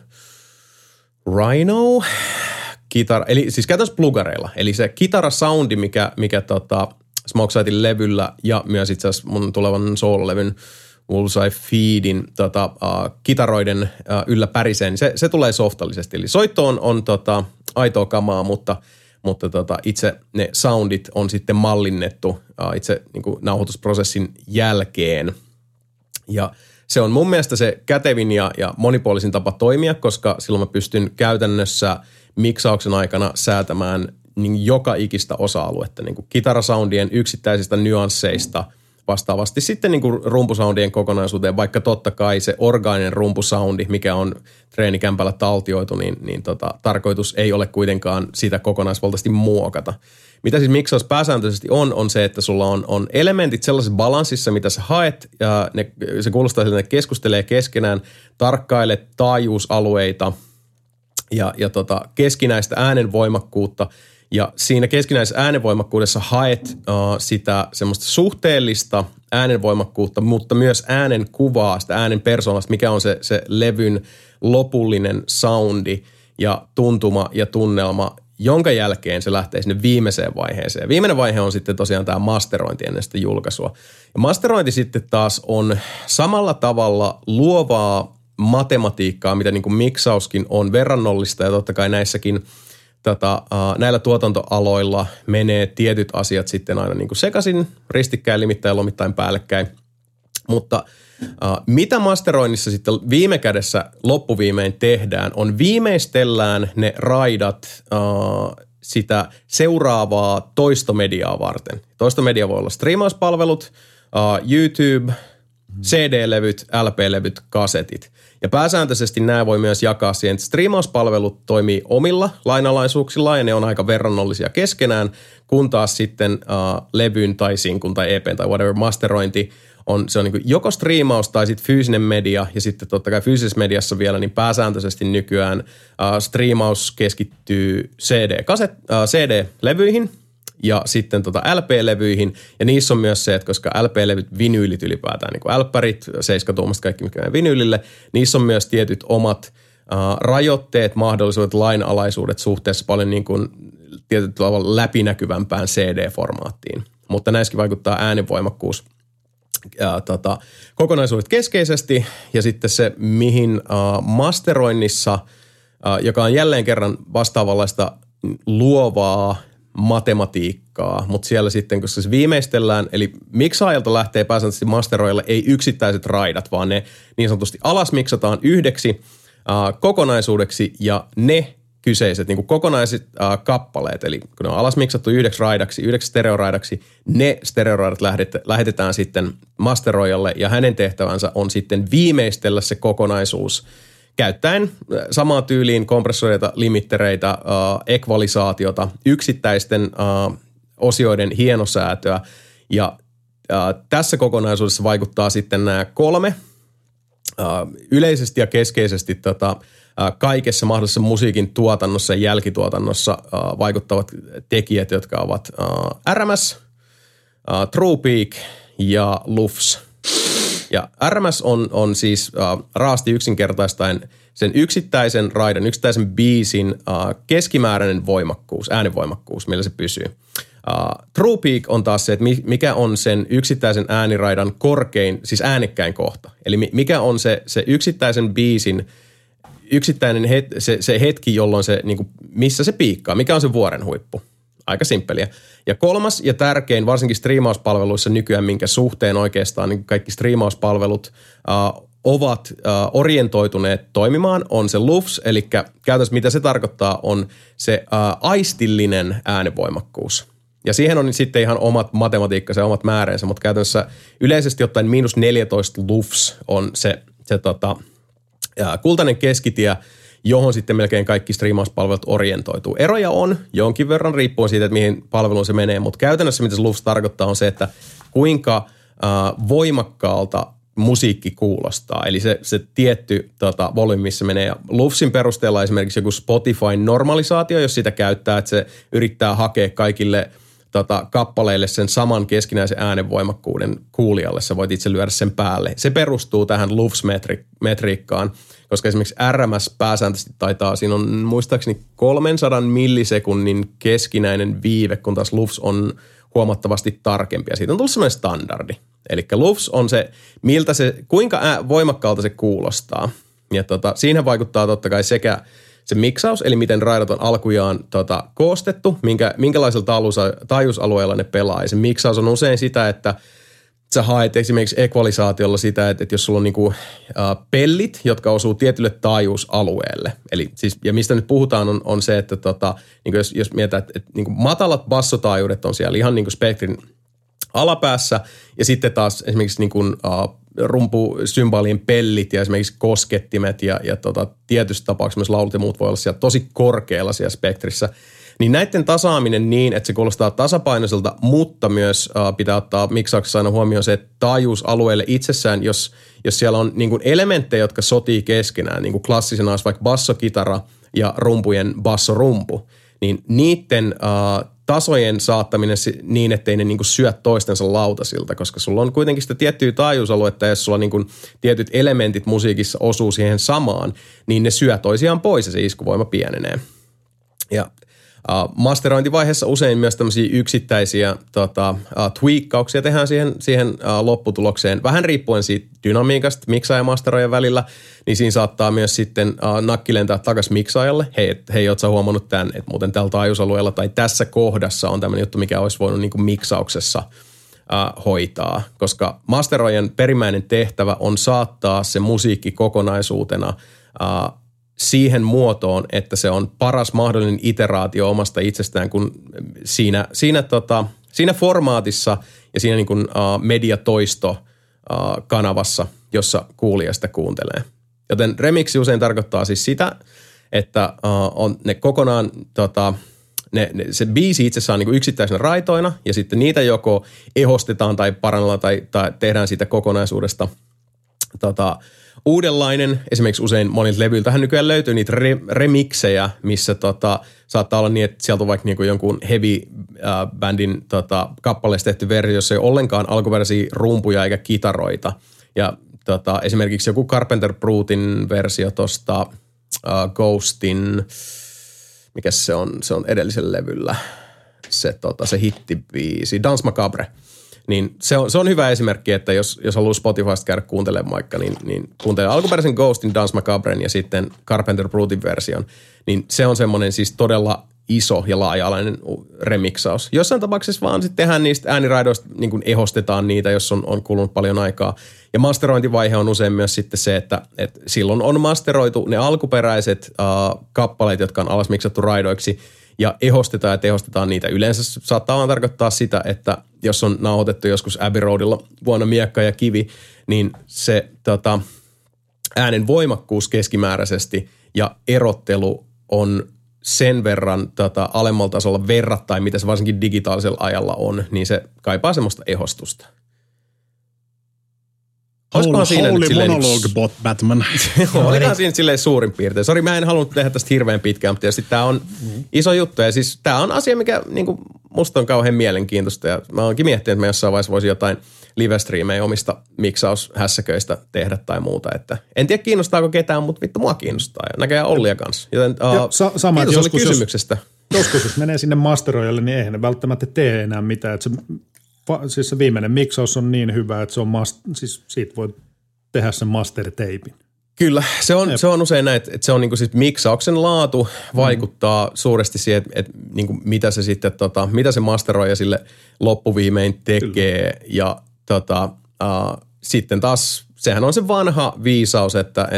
Rhino kitara, eli siis käytännössä plugareilla. Eli se kitarasoundi, mikä Smoke Sightin levyllä ja myös itse asiassa mun tulevan soololevyn Bullseye Feedin kitaroiden yllä pärisee, niin se tulee softallisesti. Eli soitto on aitoa kamaa, mutta itse ne soundit on sitten mallinnettu itse niin kuin nauhoitusprosessin jälkeen. Ja se on mun mielestä se kätevin ja monipuolisin tapa toimia, koska silloin mä pystyn käytännössä miksauksen aikana säätämään niin joka ikistä osa-aluetta, niin kuin kitarasoundien yksittäisistä nyansseista vastaavasti sitten niin kuin rumpusoundien kokonaisuuteen, vaikka totta kai se orgaaninen rumpusoundi, mikä on treenikämpällä taltioitu, niin tarkoitus ei ole kuitenkaan sitä kokonaisvaltaisesti muokata. Mitä siis miksaus pääsääntöisesti on se, että sulla on elementit sellaisessa balanssissa, mitä sä haet, ja se kuulostaa siltä, että ne keskustelee keskenään, tarkkaile taajuusalueita ja keskinäistä äänenvoimakkuutta, ja siinä keskinäisessä äänenvoimakkuudessa haet sitä semmoista suhteellista äänenvoimakkuutta, mutta myös äänen kuvaa, sitä äänen persoonasta, mikä on se levyn lopullinen soundi ja tuntuma ja tunnelma, jonka jälkeen se lähtee sinne viimeiseen vaiheeseen. Viimeinen vaihe on sitten tosiaan tämä masterointi ennen sitä julkaisua. Ja masterointi sitten taas on samalla tavalla luovaa matematiikkaa, mitä niin kuin miksauskin on verrannollista, ja totta kai näissäkin näillä tuotantoaloilla menee tietyt asiat sitten aina niin kuin sekaisin, ristikkäin, limittäin, lomittain, päällekkäin. Mutta mitä masteroinnissa sitten viime kädessä loppuviimein tehdään, on viimeistellään ne raidat sitä seuraavaa toistomediaa varten. Toistomedia voi olla striimauspalvelut, YouTube, CD-levyt, LP-levyt, kasetit. Ja pääsääntöisesti nämä voi myös jakaa siihen, että striimauspalvelut toimii omilla lainalaisuuksilla ja ne on aika verrannollisia keskenään, kun taas sitten levyn tai sinkun tai EPn tai whatever masterointi se on niin kuin joko striimaus tai sitten fyysinen media, ja sitten totta kai fyysisessä mediassa vielä, niin pääsääntöisesti nykyään striimaus keskittyy CD-levyihin ja sitten LP-levyihin, ja niissä on myös se, että koska LP-levyt, vinyylit ylipäätään, niin kuin älppärit, 7-tuumasta kaikki mikä on vinyylille, niissä on myös tietyt omat rajoitteet, mahdollisuudet, lainalaisuudet suhteessa paljon niin kuin tietyllä tavalla läpinäkyvämpään CD-formaattiin, mutta näissäkin vaikuttaa äänenvoimakkuus kokonaisuudet keskeisesti, ja sitten se, mihin masteroinnissa, joka on jälleen kerran vastaavanlaista luovaa matematiikkaa, mutta siellä sitten, koska se viimeistellään, eli miksaajalta lähtee pääsääntöisesti masteroille ei yksittäiset raidat, vaan ne niin sanotusti alasmiksataan yhdeksi kokonaisuudeksi ja ne kyseiset niin kuin kokonaiset kappaleet, eli kun ne on alas miksattu 9 stereoraidaksi, ne stereoraidat lähetetään sitten masteroijalle ja hänen tehtävänsä on sitten viimeistellä se kokonaisuus käyttäen samaan tyyliin kompressoreita, limittereitä, ekvalisaatiota, yksittäisten osioiden hienosäätöä ja tässä kokonaisuudessa vaikuttaa sitten nämä 3 yleisesti ja keskeisesti kaikessa mahdollisessa musiikin tuotannossa ja jälkituotannossa vaikuttavat tekijät, jotka ovat RMS, True Peak ja Lufs. Ja RMS on siis raasti yksinkertaistaen sen yksittäisen raidan, yksittäisen biisin keskimääräinen voimakkuus, äänenvoimakkuus, millä se pysyy. True Peak on taas se, että mikä on sen yksittäisen ääniraidan korkein, siis äänekkäin kohta. Eli mikä on se yksittäisen biisin yksittäinen se hetki, jolloin se, niin kuin, missä se piikkaa, mikä on se vuoren huippu. Aika simppeliä. Ja 3. ja tärkein, varsinkin striimauspalveluissa nykyään, minkä suhteen oikeastaan niin kaikki striimauspalvelut ovat orientoituneet toimimaan, on se Lufs, eli käytännössä mitä se tarkoittaa, on se aistillinen äänenvoimakkuus. Ja siihen on sitten ihan omat matematiikkansa ja omat määränsä, mutta käytännössä yleisesti ottaen -14 Lufs on se kultainen keskitie, johon sitten melkein kaikki striimauspalvelut orientoituu. Eroja on jonkin verran riippuen siitä, että mihin palveluun se menee, mutta käytännössä mitä se Lufs tarkoittaa on se, että kuinka voimakkaalta musiikki kuulostaa. Eli se tietty volyymi, missä menee. Ja Lufsin perusteella esimerkiksi joku Spotifyn normalisaatio, jos sitä käyttää, että se yrittää hakea kaikille kappaleille sen saman keskinäisen äänenvoimakkuuden kuulijalle. Sä voit itse lyödä sen päälle. Se perustuu tähän Lufs-metriikkaan, koska esimerkiksi RMS pääsääntöisesti taitaa, siinä on muistaakseni 300 millisekunnin keskinäinen viive, kun taas Lufs on huomattavasti tarkempi. Ja siitä on tullut sellainen standardi. Eli Lufs on se, kuinka voimakkaalta se kuulostaa. Ja siinä vaikuttaa totta kai sekä se miksaus, eli miten raidat on alkujaan koostettu, minkälaisella taajuusalueella ne pelaa. Ja se miksaus on usein sitä, että sä haet esimerkiksi ekvalisaatiolla sitä, että jos sulla on niinku, pellit, jotka osuu tietylle taajuusalueelle. Eli siis, ja mistä nyt puhutaan on se, että niinku jos mietitään, että niinku matalat bassotaajuudet on siellä ihan niinku spektrin alapäässä ja sitten taas esimerkiksi niin kuin, rumpusymbalien pellit ja esimerkiksi koskettimet ja tietyssä tapauksessa myös laulut ja muut voi olla siellä tosi korkealla siellä spektrissä. Niin näiden tasaaminen niin, että se kuulostaa tasapainoiselta, mutta myös pitää ottaa miksauksessa aina huomioon se, että taajuusalueelle itsessään, jos siellä on niin kuin elementtejä, jotka sotii keskenään, niin kuin klassisena olisi vaikka bassokitara ja rumpujen bassorumpu, niin niiden tasojen saattaminen niin, ettei ne niinku syö toistensa lautasilta, koska sulla on kuitenkin sitä tiettyä taajuusaluetta, ja jos sulla niinku tietyt elementit musiikissa osuu siihen samaan, niin ne syö toisiaan pois ja se iskuvoima pienenee. Ja masterointivaiheessa usein myös tämmöisiä yksittäisiä tweakkauksia tehdään siihen lopputulokseen. Vähän riippuen siitä dynamiikasta miksaaja ja masteroijan välillä, niin siinä saattaa myös sitten nakki lentää takaisin miksaajalle. Hei, ootko sä huomannut tämän, että muuten tällä taajuusalueella tai tässä kohdassa on tämmöinen juttu, mikä olisi voinut niin kuin miksauksessa hoitaa. Koska masteroijan perimmäinen tehtävä on saattaa se musiikki kokonaisuutena siihen muotoon, että se on paras mahdollinen iteraatio omasta itsestään, kun siinä formaatissa ja siinä niin kuin mediatoisto-kanavassa, jossa kuulija sitä kuuntelee. Joten remixi usein tarkoittaa siis sitä, että on ne kokonaan se biisi itsessään on niin kuin yksittäisenä raitoina ja sitten niitä joko ehostetaan tai parannellaan tai tehdään siitä kokonaisuudesta uudenlainen. Esimerkiksi usein monilta levyiltähän nykyään löytyy niitä remiksejä, missä saattaa olla niin, että sieltä on vaikka niinku jonkun heavy-bändin kappaleesta tehty versio, jossa ei ole ollenkaan alkuperäisiä rumpuja eikä kitaroita. Ja esimerkiksi joku Carpenter Brutin versio tuosta Ghostin, mikä se on edellisellä levyllä, se hittibiisi, Danse Macabre. Niin se on hyvä esimerkki, että jos haluaa Spotifysta käydä kuuntelemaan vaikka, niin kuuntelee alkuperäisen Ghostin, Danse Macabren ja sitten Carpenter Brutin version. Niin se on semmoinen siis todella iso ja laaja-alainen remiksaus. Jossain tapauksessa vaan sitten tehdään niistä ääniraidoista, niin kuin ehostetaan niitä, jos on kulunut paljon aikaa. Ja masterointivaihe on usein myös sitten se, että silloin on masteroitu ne alkuperäiset kappaleet, jotka on alasmiksattu raidoiksi, ja tehostetaan niitä. Yleensä saattaa vaan tarkoittaa sitä, että jos on nauhoitettu joskus Abbey Roadilla vuonna Miekka ja Kivi, niin se äänen voimakkuus keskimääräisesti ja erottelu on sen verran alemmalla tasolla verrattain, mitä se varsinkin digitaalisella ajalla on, niin se kaipaa semmoista ehostusta. Olisikohan siinä Holy nyt silleen monologue bot Batman. Olikohan siinä silleen suurin piirtein. Sori, mä en halunnut tehdä tästä hirveän pitkään, mutta tietysti tää on iso juttu. Ja siis tää on asia, mikä niinku musta on kauhean mielenkiintoista. Ja mä oonkin miettinyt, että mä jossain vaiheessa voisin jotain live-striimejä omista miksaushässäköistä tehdä tai muuta. Että en tiedä kiinnostaako ketään, mutta vittu mua kiinnostaa. Ja näköjään Ollia kanssa. Joten sama, kiitos joskus, kysymyksestä. Joskus jos menee sinne masteroijalle, niin eihän ne välttämättä tee enää mitään. Että siis se viimeinen miksaus on niin hyvä, että se on siis siitä voi tehdä sen master-teipin. Kyllä, se on usein näin, että se on niinku siis miksauksen laatu vaikuttaa suuresti siihen, että niinku mitä se sitten mitä se masteroija sille loppuviimein tekee. Kyllä. Ja sitten taas sehän on se vanha viisaus, että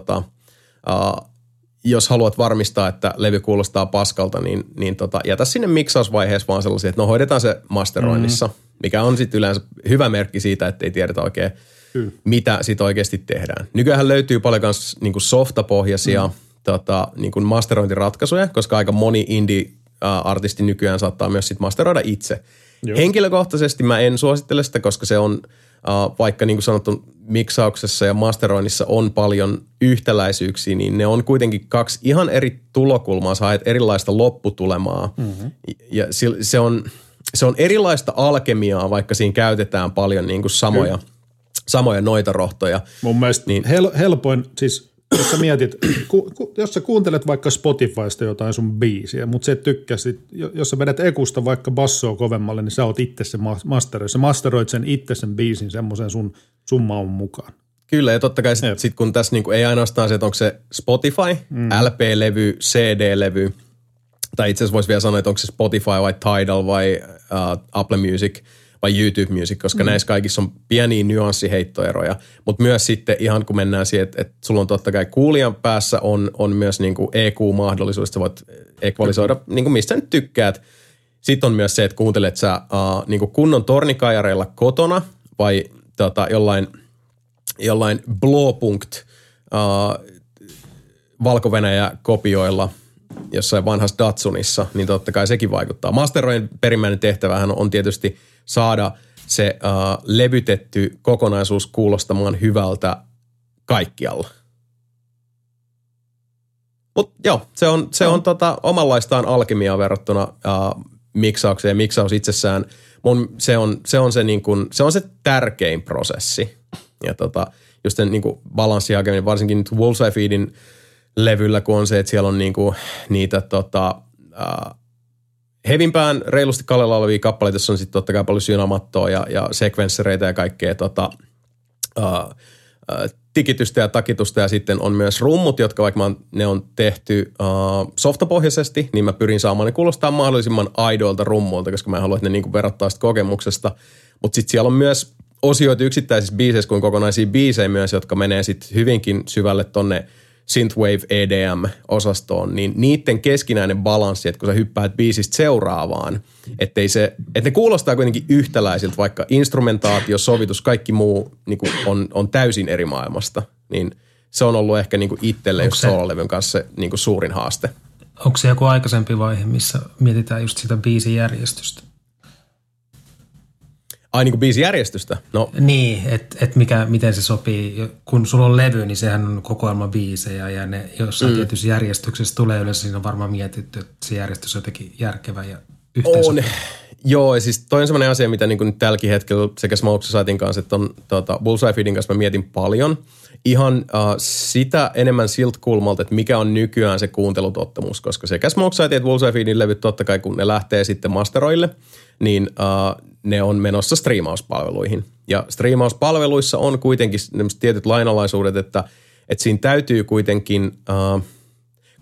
jos haluat varmistaa, että levy kuulostaa paskalta, niin jätä sinne miksausvaiheessa vaan sellaisia, että no hoidetaan se masteroinnissa, mikä on sitten yleensä hyvä merkki siitä, että ei tiedetä oikein, mitä sitten oikeasti tehdään. Nykyään löytyy paljon myös niinku softapohjaisia niinku masterointiratkaisuja, koska aika moni indie-artisti nykyään saattaa myös sit masteroida itse. Joo. Henkilökohtaisesti mä en suosittele sitä, koska se on vaikka niin kuin sanottu miksauksessa ja masteroinnissa on paljon yhtäläisyyksiä, niin ne on kuitenkin kaksi ihan eri tulokulmaa, sä haet erilaista lopputulemaa. Ja se on erilaista alkemiaa, vaikka siinä käytetään paljon niin kuin samoja noitarohtoja. Mun mielestä niin, helpoin, siis jos sä mietit, jos sä kuuntelet vaikka Spotifysta jotain sun biisiä, mutta sä et tykkäsit, jos sä vedät ekusta vaikka bassoa kovemmalle, niin sä oot itse se masteroi. Sä masteroit sen itse sen biisin semmoisen sun maun mukaan. Kyllä, ja totta kai sit kun tässä niinku ei ainoastaan se, että onko se Spotify, LP-levy, CD-levy, tai itse asiassa voisi vielä sanoa, että onko se Spotify vai Tidal vai Apple Music vai YouTube Music, koska näissä kaikissa on pieniä nyanssiheittoeroja. Mutta myös sitten ihan kun mennään siihen, että sulla on totta kai kuulijan päässä on myös niinku EQ-mahdollisuus, että sä voit ekvalisoida niinku mistä nyt tykkäät. Sitten on myös se, että kuuntelet sä niinku kunnon tornikajareilla kotona vai jollain Blåpunkt Valko-Venäjä-kopioilla jossain vanhassa Datsunissa, niin totta kai sekin vaikuttaa. Masteroin perimmäinen tehtävähän on tietysti saada se levytetty kokonaisuus kuulostamaan hyvältä kaikkialla. Mutta joo, se on omanlaistaan alkemiaa verrattuna miksaukseen, ja miksaus itsessään, se on se tärkein prosessi. Ja just sen niinku balanssin hakeminen, varsinkin nyt Bullseye Feedin levyllä, kun on se, että siellä on niinku niitä hevimpään reilusti kallella olevia kappaleita, jossa on sitten totta kai paljon synamattoa ja sekvenssereitä ja kaikkea tikitystä ja takitusta, ja sitten on myös rummut, jotka vaikka ne on tehty softapohjaisesti, niin mä pyrin saamaan ne kuulostaa mahdollisimman aidoilta rummuilta, koska mä en halua, että ne niinku verrattaa sitä kokemuksesta. Mutta sitten siellä on myös osioita yksittäisissä biiseissä kuin kokonaisia biisejä myös, jotka menee sitten hyvinkin syvälle tonne synthwave EDM-osastoon, niin niiden keskinäinen balanssi, että kun sä hyppäät biisistä seuraavaan, että ne kuulostaa kuitenkin yhtäläisiltä, vaikka instrumentaatio, sovitus, kaikki muu niin on täysin eri maailmasta, niin se on ollut ehkä niin itselle just soololevyn kanssa se niin suurin haaste. Onko se joku aikaisempi vaihe, missä mietitään just sitä biisin järjestystä? Ai niin kuin biisijärjestystä? No. Niin, että miten se sopii. Kun sulla on levy, niin sehän on kokoelma biisejä ja ne jossain tietyssä järjestyksessä tulee yleensä. Siinä on varmaan mietitty, että se järjestys on jotenkin järkevä ja yhteensopiva. Joo, ja siis toi on semmoinen asia, mitä niin kuin nyt tälläkin hetkellä sekä Smoke Societyn kanssa että Bullseye Feedin kanssa mä mietin paljon. Ihan sitä enemmän siltä kulmalta, että mikä on nykyään se kuuntelutottamus, koska sekä Smoke Society että Bullseye Feedin levyt totta kai, kun ne lähtee sitten masteroille, niin ne on menossa striimauspalveluihin. Ja striimauspalveluissa on kuitenkin tietyt lainalaisuudet, että siinä täytyy kuitenkin,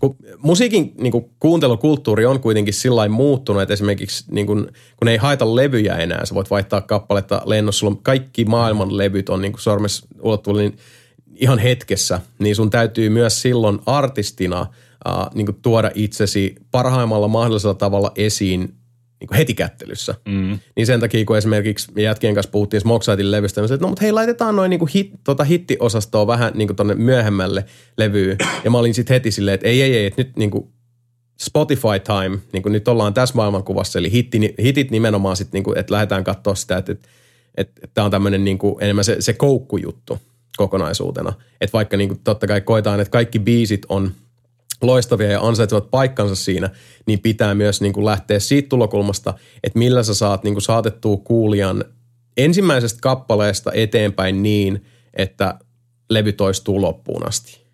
musiikin niin kuin kuuntelukulttuuri on kuitenkin sillain muuttunut, että esimerkiksi niin kuin, kun ei haeta levyjä enää, sä voit vaihtaa kappaletta lennossa, sulla on kaikki maailman levyt on niin kuin sormessa ulottuvilla niin ihan hetkessä, niin sun täytyy myös silloin artistina niin kuin tuoda itsesi parhaimmalla mahdollisella tavalla esiin niin kuin heti kättelyssä. Niin sen takia, kun esimerkiksi jätkien kanssa puhuttiin Smoke-Sightin levystä, niin että no mutta hei, laitetaan noin niin kuin hittiosastoa vähän niin kuin tonne myöhemmälle levyyn. Ja mä olin sitten heti silleen, että ei, että nyt niin kuin Spotify time, niin kuin nyt ollaan tässä maailmankuvassa, eli hitit nimenomaan sitten, niin kuin, että lähdetään katsoa sitä, että tämä on tämmöinen niin kuin enemmän se koukkujuttu kokonaisuutena. Että vaikka niin kuin totta kai koetaan, että kaikki biisit on loistavia ja ansaitsevat paikkansa siinä, niin pitää myös niin kuin lähteä siitä tulokulmasta, että millä sä saat niin kuin saatettua kuulijan ensimmäisestä kappaleesta eteenpäin niin, että levy toistuu loppuun asti.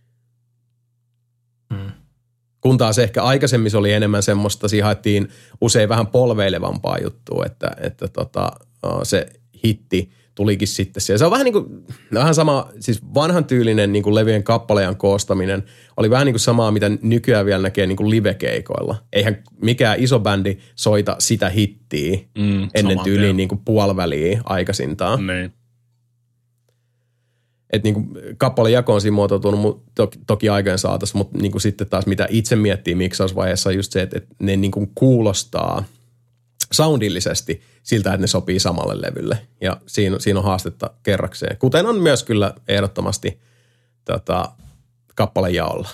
Kun taas ehkä aikaisemmin se oli enemmän semmoista, siihen haettiin usein vähän polveilevampaa juttua, että se hitti tulikin sitten siellä. Se on vähän sama, siis vanhan tyylinen niin kuin levyjen kappalejan koostaminen oli vähän niin kuin samaa, mitä nykyään vielä näkee niin kuin livekeikoilla. Eihän mikään iso bändi soita sitä hittiä ennen tyyliin niin kuin puoliväliä aikaisintaan. Niin. Että niin kuin kappalejako on siinä muotoutunut toki aikojen saatossa, mutta niin kuin sitten taas mitä itse miettii miksausvaiheessa on just se, että ne niin kuin kuulostaa soundillisesti siltä, että ne sopii samalle levylle. Ja siinä on haastetta kerrakseen. Kuten on myös kyllä ehdottomasti kappalejaolla.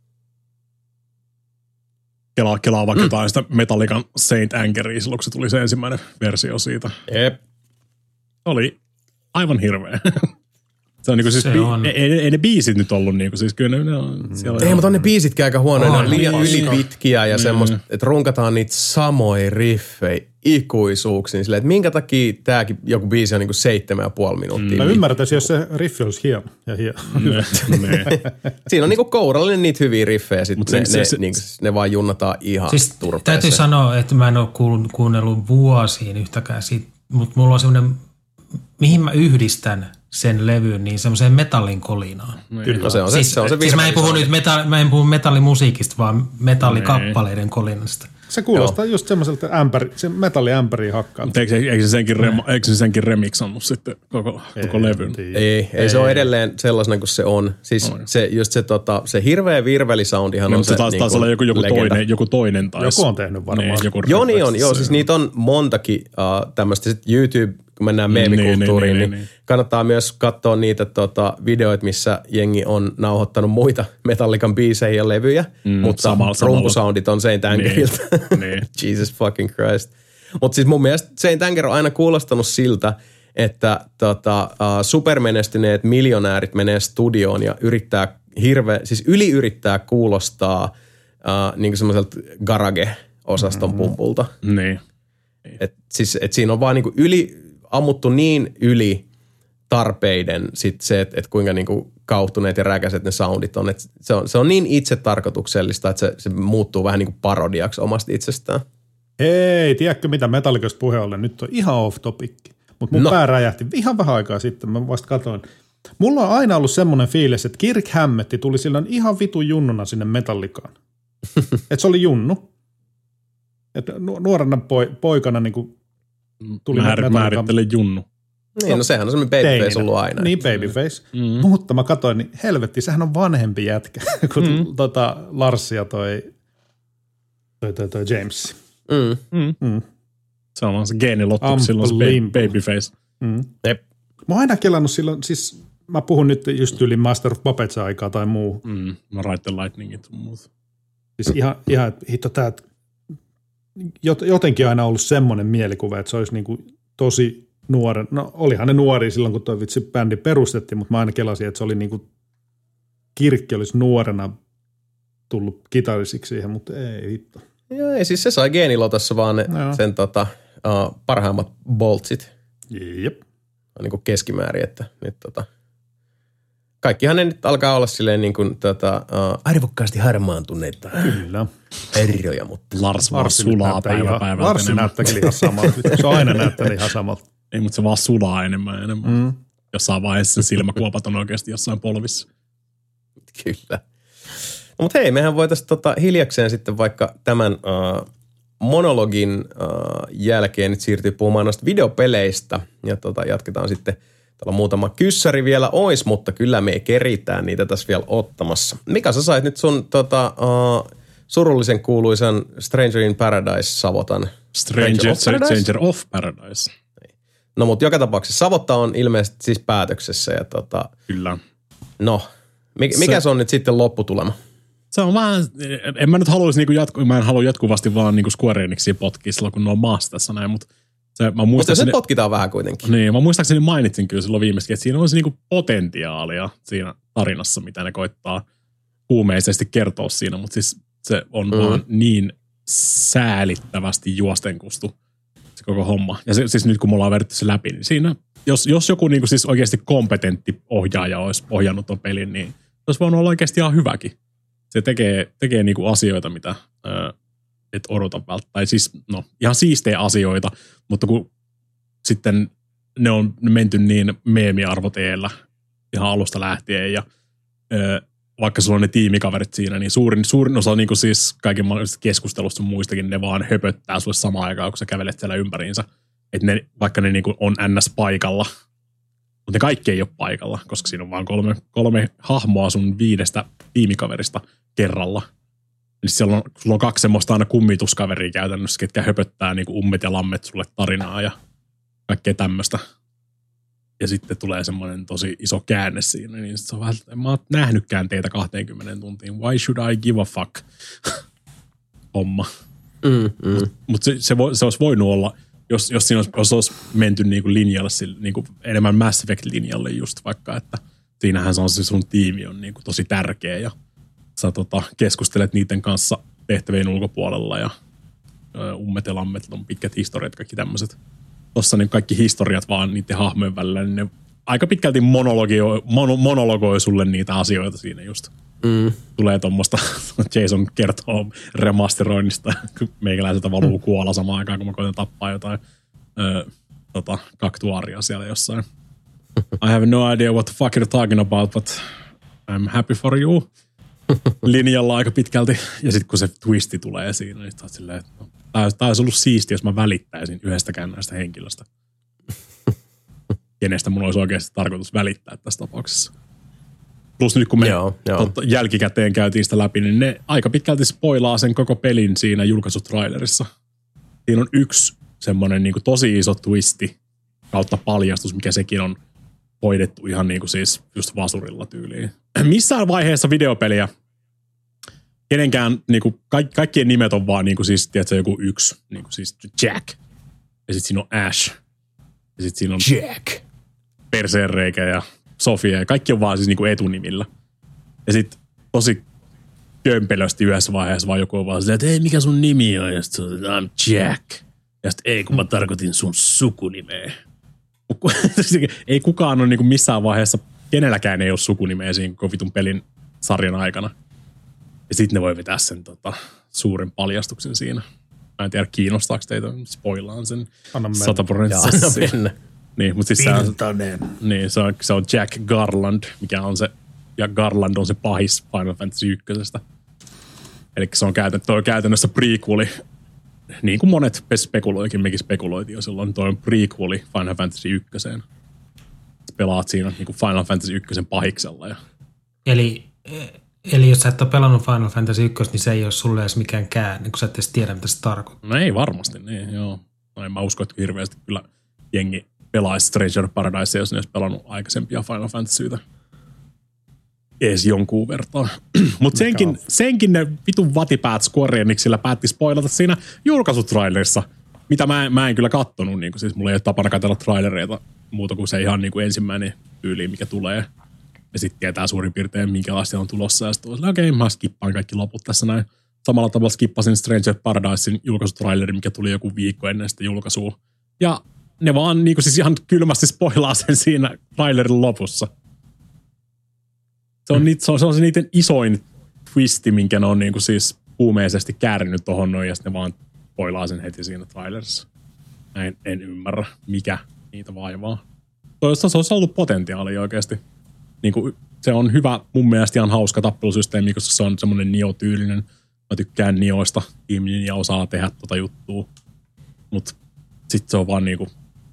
Kelaa vaikka jotain sitä Metallican Saint Angeria silloin, kun se tuli se ensimmäinen versio siitä. Jep. Oli aivan hirveä. Se on niinku siis, ei ne biisit nyt ollut niinku, siis kyllä ne on siellä. Ei, mutta on ne biisitkään aika huonoja, ne on liian ylipitkiä ja semmoista, että runkataan niitä samoja riffejä ikuisuuksiin silleen, että minkä takia tääkin joku biisi on niinku 7,5 minuuttia. Mä ymmärtäisin, jos se riffi olisi hieno ja hieno. Siinä on niinku kourallinen niitä hyviä riffejä, sit ne vaan junnataan ihan siis turpeeseen. Täytyy sanoa, että mä en ole kuunnellut vuosiin yhtäkään siitä, mutta mulla on semmoinen, mihin mä yhdistän sen levyn, niin semmoiseen metallin kolinaan. Kyllä, se on siis mä en puhu metallimusiikista, vaan metallikappaleiden kolinasta. Se kuulostaa just semmoiselta se metalliämpäriin hakkaa. Eikö se senkin remixannut sitten koko levyn? Ei se ole edelleen sellaisena kuin se on. Siis se hirveä virvelisoundihan on se taas olla joku toinen taas. Joku on tehnyt varmaan. Joni on, joo, siis niitä on montakin tämmöistä. Sitten YouTube, kun mennään meemikulttuuriin, niin kannattaa myös katsoa niitä videoita, missä jengi on nauhoittanut muita Metallican biisejä ja levyjä, mutta rumpusoundit on Saint Angerilta. Niin. Jesus fucking Christ. Mutta siis mun mielestä Saint Anger on aina kuulostanut siltä, että supermenestyneet miljonäärit menee studioon ja yliyrittää kuulostaa niin kuin semmoiselta garage-osaston pumpulta. Niin. Et siinä on vaan niinku ammuttu niin yli tarpeiden sit se, että kuinka niinku kauhtuneet ja räkäiset ne soundit on. Et se on niin itsetarkoituksellista, että se muuttuu vähän niinku parodiaksi omasta itsestään. Ei, tiedätkö mitä Metallicasta puheen ollen? Nyt on ihan off topic. Mutta mun pää räjähti ihan vähän aikaa sitten, mä vasta katsoin. Mulla on aina ollut semmoinen fiilis, että Kirk Hammetti tuli silloin ihan vitun junnuna sinne Metallicaan. Että se oli junnu. Että nuorena poikana niinku tuli määrittele junnu. Niin, no sehän on semmoinen babyface ollut aina. Niin, babyface. Mutta mä katsoin, niin helvetti, sehän on vanhempi jätkä kuin Lars ja toi James. Se on se geenilotto, silloin se babyface. Mä oon aina kelannut silloin, siis mä puhun nyt just yli Master of Puppets aikaa tai muu. Mä Ride the Lightningit ja muut. Siis ihan hitto tää, jotenkin aina ollut semmoinen mielikuva, että se olisi niinku tosi nuoren. No olihan ne nuoria silloin, kun toi vitsi bändi perustettiin, mutta mä aina kelasin, että se oli niinku, Kirkki olisi nuorena tullut kitarisiksi siihen, mutta ei hitto. Joo, ei siis se sai geenilotassa vaan sen parhaimmat boltsit. Jep. Niin kuin keskimäärin, että nyt kaikkihan ne nyt alkaa olla silleen niin kuin arvokkaasti harmaantuneita. Kyllä. Herjoja, mutta Lars vaan sulaa päivältä. Lars näyttääkin ihan samalta. Se on aina näyttänyt ihan samalta. Ei, mutta se vaan sulaa enemmän. Jossain vaiheessa sen silmäkuopat on oikeasti jossain polvissa. Kyllä. Mutta hei, mehän voitaisiin hiljakseen sitten vaikka tämän monologin jälkeen nyt siirtyy puhumaan noista videopeleistä. Ja jatketaan sitten, täällä muutama kyssäri vielä ois, mutta kyllä me keritään niitä tässä vielä ottamassa. Mika, sä sait nyt sun surullisen kuuluisan Stranger in Paradise-savotan. Stranger of Paradise. No mutta joka tapauksessa savotta on ilmeisesti siis päätöksessä. Ja Kyllä. No, mikä se on nyt sitten lopputulema? Se on vähän, en mä nyt haluaisi mä en halua jatkuvasti vaan Square Enixia potkia silloin, kun ne on maassa tässä näin, mutta mutta se potkitaan vähän kuitenkin. Niin, mä muistaakseni mainitsin kyllä silloin viimeiskin, että siinä olisi potentiaalia siinä tarinassa, mitä ne koittaa kuumeisesti kertoa siinä, mutta siis se on vaan niin säälittävästi juostenkustu se koko homma. Ja siis nyt kun me ollaan vedetty se läpi, niin siinä, jos joku siis oikeasti kompetentti ohjaaja olisi ohjannut ton pelin, niin se olisi voinut olla oikeasti ihan hyväkin. Se tekee asioita, mitä et odota välttämättä. Siis, ihan siistejä asioita, mutta kun sitten ne on menty niin meemiarvot eellä ihan alusta lähtien ja vaikka sulla on ne tiimikaverit siinä, niin suurin osa siis kaiken mahdollisesta keskustelusta muistakin ne vaan höpöttää sulle samaan aikaan, kun sä kävelet siellä ympäriinsä. Että vaikka ne on NS paikalla, mutta ne kaikki ei ole paikalla, koska siinä on vaan kolme hahmoa sun 5 tiimikaverista kerralla. Eli sulla on 2 semmoista aina kummituskaveria käytännössä, ketkä höpöttää ummet ja lammet sulle tarinaa ja kaikkea tämmöistä. Ja sitten tulee semmoinen tosi iso käänne siinä, niin se on vähän, en mä oon nähnytkään teitä 20 tuntiin. Why should I give a fuck? Homma. Mutta se olisi voinut olla, jos siinä olisi menty linjalle, enemmän Mass Effect-linjalle just vaikka, että siinähän se on se sun tiimi on tosi tärkeä ja sä keskustelet niiden kanssa tehtävien ulkopuolella ja ummet ja lammet on pitkät historiat, kaikki tämmöiset. Tossa kaikki historiat vaan niiden hahmojen välillä, niin ne aika pitkälti monologoi sulle niitä asioita siinä just. Tulee tuommoista, Jason kertoo remasteroinnista, kun meikäläiseltä valuu kuola samaan aikaan, kun mä koitan tappaa jotain kaktuaria siellä jossain. I have no idea what the fuck you're talking about, but I'm happy for you. Linjalla aika pitkälti. Ja sitten kun se twisti tulee siinä, niin sitten silleen, että tämä olisi ollut siistiä, jos mä välittäisin yhdestäkään näistä henkilöstä. Kenestä mun olisi oikeasti tarkoitus välittää tässä tapauksessa. Plus nyt kun me jälkikäteen käytiin sitä läpi, niin ne aika pitkälti spoilaa sen koko pelin siinä julkaisutrailerissa. Siinä on yksi semmoinen tosi iso twisti kautta paljastus, mikä sekin on hoidettu ihan siis just vasurilla tyyliin. Missään vaiheessa videopeliä kenenkään, kaikkien nimet on vaan siis, tiedätkö, joku yksi, siis Jack. Ja sit siinä on Ash. Ja sit siinä on Jack. Perseenreikä ja Sofia. Ja kaikki on vaan siis etunimillä. Ja sit tosi kömpelösti yhdessä vaiheessa vaan joku on vaan silleen, että hei, mikä sun nimi on? Ja sit I'm Jack. Ja sit ei, kun mä tarkoitin sun sukunimeä. Ei kukaan ole missään vaiheessa, kenelläkään ei ole sukunimeä siinä vitun pelin sarjan aikana. Ja sitten ne voi vetää sen suuren paljastuksen siinä. Mä en tiedä, kiinnostaako teitä, spoilaan sen 100%. Niin, mutta siis se on Jack Garland, mikä on se, ja Garland on se pahis Final Fantasy 1. Eli se on käytännössä prequeli. Niin kuin monet spekuloikin, mekin spekuloitiin jo silloin, toi on prequeli Final Fantasy 1. Pelaat siinä Final Fantasy 1 pahiksella. Ja Eli jos sä et ole pelannut Final Fantasy 1, niin se ei ole sulle edes mikään käänne, kun sä et edes tiedä, mitä se tarkoittaa. No ei varmasti, niin joo. No en mä usko, että hirveästi kyllä jengi pelaisi Stranger Paradise, jos ne olisi pelannut aikaisempia Final Fantasyitä. Ees jonkun vertaan. Mutta senkin ne vitun vatipäät Square Enixillä päätti spoilata siinä julkaisutrailerissa, mitä mä en kyllä kattonut. Siis mulla ei ole tapana katsella trailereita muuta kuin se ihan ensimmäinen tyyli, mikä tulee. Ja sitten tietää suurin piirtein, minkälaista on tulossa. Ja sitten okei, mä skippaan kaikki loput tässä näin. Samalla tavalla skippasin Stranger Paradisein julkaisutrailerin, mikä tuli joku viikko ennen sitä julkaisua. Ja ne vaan siis ihan kylmästi spoilaa sen siinä trailerin lopussa. Se on se niiden isoin twisti, minkä ne on siis kuumeisesti käärinyt tohon noin, ja sitten ne vaan spoilaa sen heti siinä trailerissa. En ymmärrä, mikä niitä vaivaa. Toisaalta se olisi ollut potentiaalia oikeasti Se on hyvä, mun mielestä ihan hauska tappelusysteemi, koska se on semmoinen Nioh-tyylinen. Mä tykkään Niohista, ihminen ja osaa tehdä tota juttua. Mut sit se on vaan niinku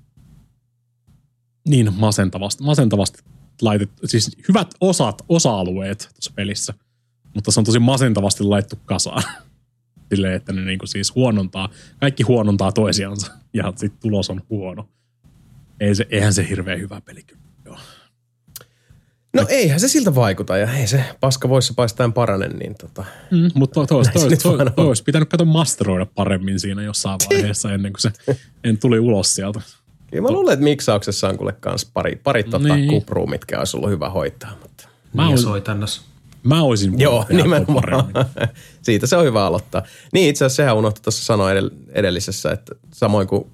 niin masentavasti laitettu. Siis hyvät osa-alueet tuossa pelissä, mutta se on tosi masentavasti laittu kasaan. Silleen, että ne niinku siis kaikki huonontaa toisiansa ja sit tulos on huono. Eihän se hirveän hyvä peli kyllä. Joo. No eihän se siltä vaikuta ja ei se paska voissa paistaen parane, niin mutta olisi pitänyt masteroida paremmin siinä jossain vaiheessa ennen kuin se tuli ulos sieltä. Kyllä mä luulen, että miksauksessa on kuule kans pari niin. Kuprua, mitkä olisi ollut hyvä hoitaa. Mutta. Mä olisin joo, nimenomaan. Siitä se on hyvä aloittaa. Niin itse asiassa sehän unohtui tuossa sanoa edellisessä, että samoin kuin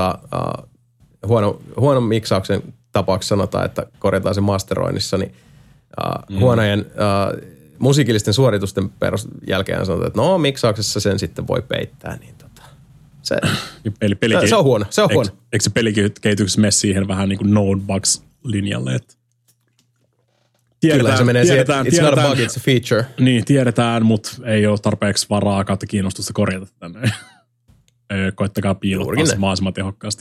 huonon miksauksen tapauksessa sanotaan, että korjataan se masteroinnissa, niin huonojen musiikillisten suoritusten jälkeen sanotaan, että no miksauksessa sen sitten voi peittää, niin se on huono. Se on huono. Eikö se pelikehityksessä mene siihen vähän niin kuin known bugs linjalle, että kyllä se menee siihen, it's not a bug, it's a feature. Niin, tiedetään, mutta ei ole tarpeeksi varaa kautta kiinnostusta korjata tänne. Koittakaa piilottaa se mahdollisimman tehokkaasti.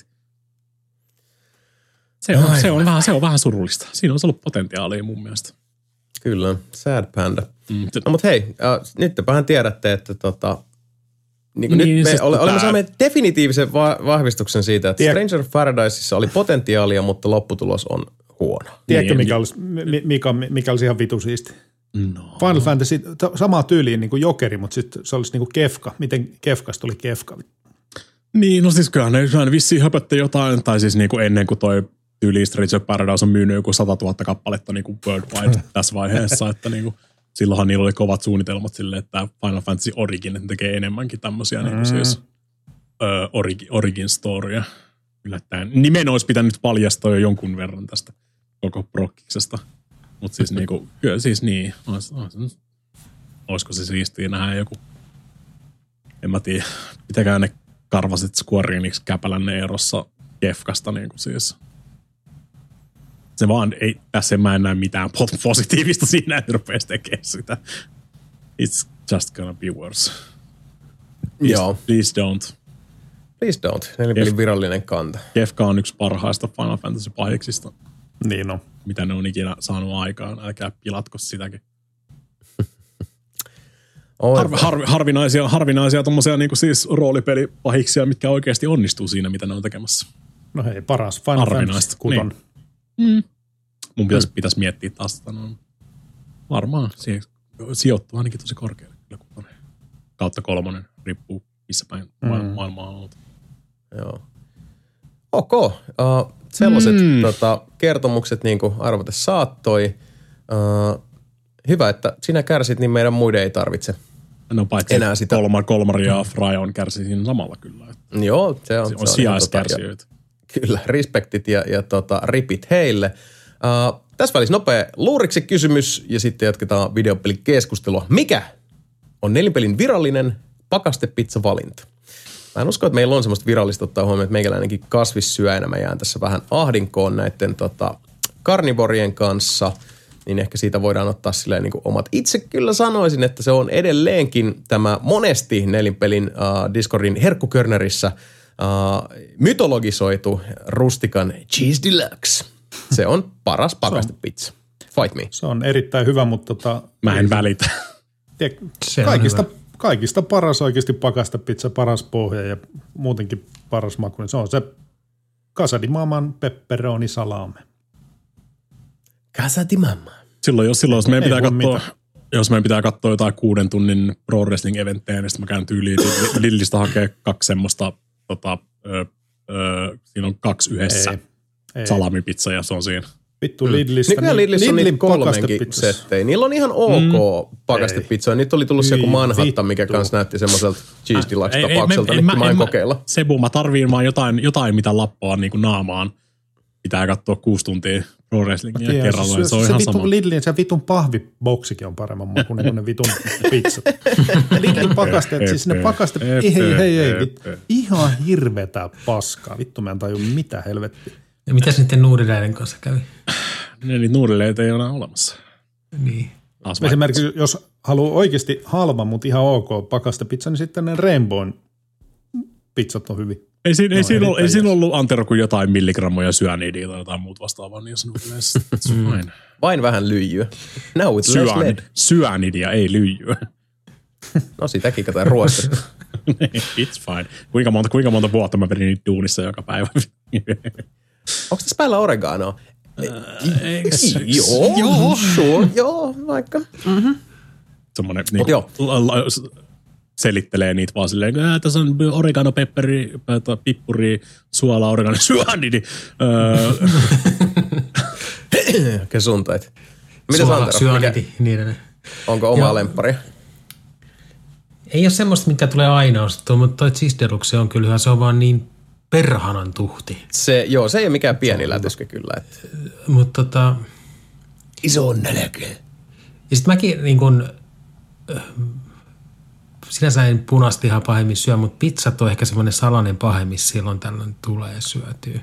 Se on vähän surullista. Siinä on ollut potentiaalia mun mielestä. Kyllä, sad panda. No mutta hei, nyt tepähän tiedätte, että nyt me olemme saaneet definitiivisen vahvistuksen siitä, että Stranger of Paradiseissa oli potentiaalia, mutta lopputulos on huono. Tiedätkö, mikä olisi ihan vitu siisti? No. Final Fantasy, samaa tyyliin niin kuin Jokeri, mutta sitten se olisi niin kuin Kefka. Miten Kefkasta tuli Kefka? Niin, no siis kyllähän ne vissiin höpötti jotain, tai siis niin kuin ennen kuin toi tyyli Stranger of Paradise on myynyt joku 100 000 kappaletta niin kuin worldwide tässä vaiheessa, että niin kuin, silloinhan niillä oli kovat suunnitelmat silleen, että Final Fantasy Origin tekee enemmänkin tämmöisiä niin kuin siis origin storya. Yllättäen. Nimen olisi pitänyt paljastaa jo jonkun verran tästä koko prokkiksesta. Mutta siis niinku, kyllä siis niin, olisiko se siistiä nähdä joku, en mä tiedä, pitäkää ne karvasit Square Enix käpälänne erossa Kefkasta niinku siis. Se vaan, tässä mä en näe mitään positiivista siinä, että rupeaisi tekemään sitä. It's just gonna be worse. Joo. Please don't. Please don't. Nelipelin virallinen kanta. Kefka on yksi parhaista Final Fantasy -pahiksista. Niin on. Mitä ne on ikinä saanut aikaan. Älkää pilatko sitäkin. Harvinaisia tommosia niinku siis roolipelipahiksia, mitkä oikeasti onnistuu siinä, mitä ne on tekemässä. No hei, paras Final Fantasy 6. Niin. Mun pitäisi miettiä taas, että varmaan sijoittuu ainakin tosi korkealle. Kautta 3, riippuu missä päin maailmaa on ollut. Joo. Ok. Sellaiset kertomukset niin kuin arvote saattoi. Hyvä, että sinä kärsit, niin meidän muiden ei tarvitse paitsi enää sitä. Kolmari ja Fryon kärsi siinä samalla kyllä. Joo, se on sijaiskärsijöitä. Kyllä, respektit ja ripit heille. Tässä välissä nopea luuriksi kysymys ja sitten jatketaan videopelikeskustelua. Mikä on Nelinpelin virallinen pakastepizza-valinta? Mä en usko, että meillä on semmoista virallista ottaa huomioon, että meikäläinenkin kasvissyöjänä mä jään tässä vähän ahdinkoon näiden karnivorien kanssa, niin ehkä siitä voidaan ottaa silleen niin kuin omat. Itse kyllä sanoisin, että se on edelleenkin tämä monesti Nelinpelin Discordin herkkukörnerissä mytologisoitu rustikan Cheese Deluxe. Se on paras pakastepizza. Fight me. Se on erittäin hyvä, mutta mä en välitä. Kaikista paras oikeasti pakastepizza, paras pohja ja muutenkin paras maku. Se on se Casa di Mamman pepperoni salame. Casa di Mamma. Silloin jos meidän pitää katsoa jotain 6 tunnin pro wrestling eventtejä, niin sitten mä käyn tyyliin Lillistä hakee 2 semmoista, siinä on 2 yhdessä salamipizza ja se on siinä. Vittu Lidlistä. Nykyään Lidlissä on niitä 3 settejä. Niillä on ihan ok pakastepizza. Nyt oli tullut se joku Manhattan, mikä kanssa näytti semmoiselta cheese deluxe-tapaukselta. Nyt mä en kokeilla. Sebu, mä tarviin vaan jotain mitä lappaa niin kuin naamaan. Pitää katsoa 6 tuntia pro wrestlingia kerrallaan. Se on ihan sama. Lidlin se vitun pahviboksikin on paremman makuinen kuin ne vitun pizzat. Lidlin pakasteet, siis ne pakasteet, hei, ihan hirvetä paskaa. Vittu mä en taju mitä helvettiä. Ja mitäs niiden nuudileiden kanssa kävi? Niitä nuudileitä ei ole enää olemassa. Niin. Esimerkiksi jos haluaa oikeasti halva, mutta ihan ok pakastepizza, niin sitten ne Rainbown pizzat on hyvin. Ei siinä ollut Antero kuin jotain milligrammoja syanidia tai jotain muuta vastaavaa, niin jos yleensä. Vain vähän lyijyä. Now with less lead. Syanidia, ei lyijyä. No sitäkin katsotaan ruoasta. It's fine. Kuinka monta vuotta mä vedin niitä duunissa joka päivä? Onko tässä päällä oreganoa? Joo, vaikka. Mm-hmm. Semmoinen selittelee niitä vaan silleen, tässä on oregano, pepperi, pippuri, suola, oregano, syönidi. Kesuntait. Suola, syönidi, niiden. Onko oma lemppari? Ei ole semmoista, mikä tulee aina ostettua, mutta toi cheese deluxe on kyllähän, se on vaan niin perhanan tuhti. Se ei ole mikään pieni lätyskä kyllä. Mutta iso on nälkä. Ja sit mäkin niin kun, sinänsä en punaista ihan pahemmin syö, mutta pizzat on ehkä semmoinen salainen pahe, missä silloin tällöin tulee syötyä.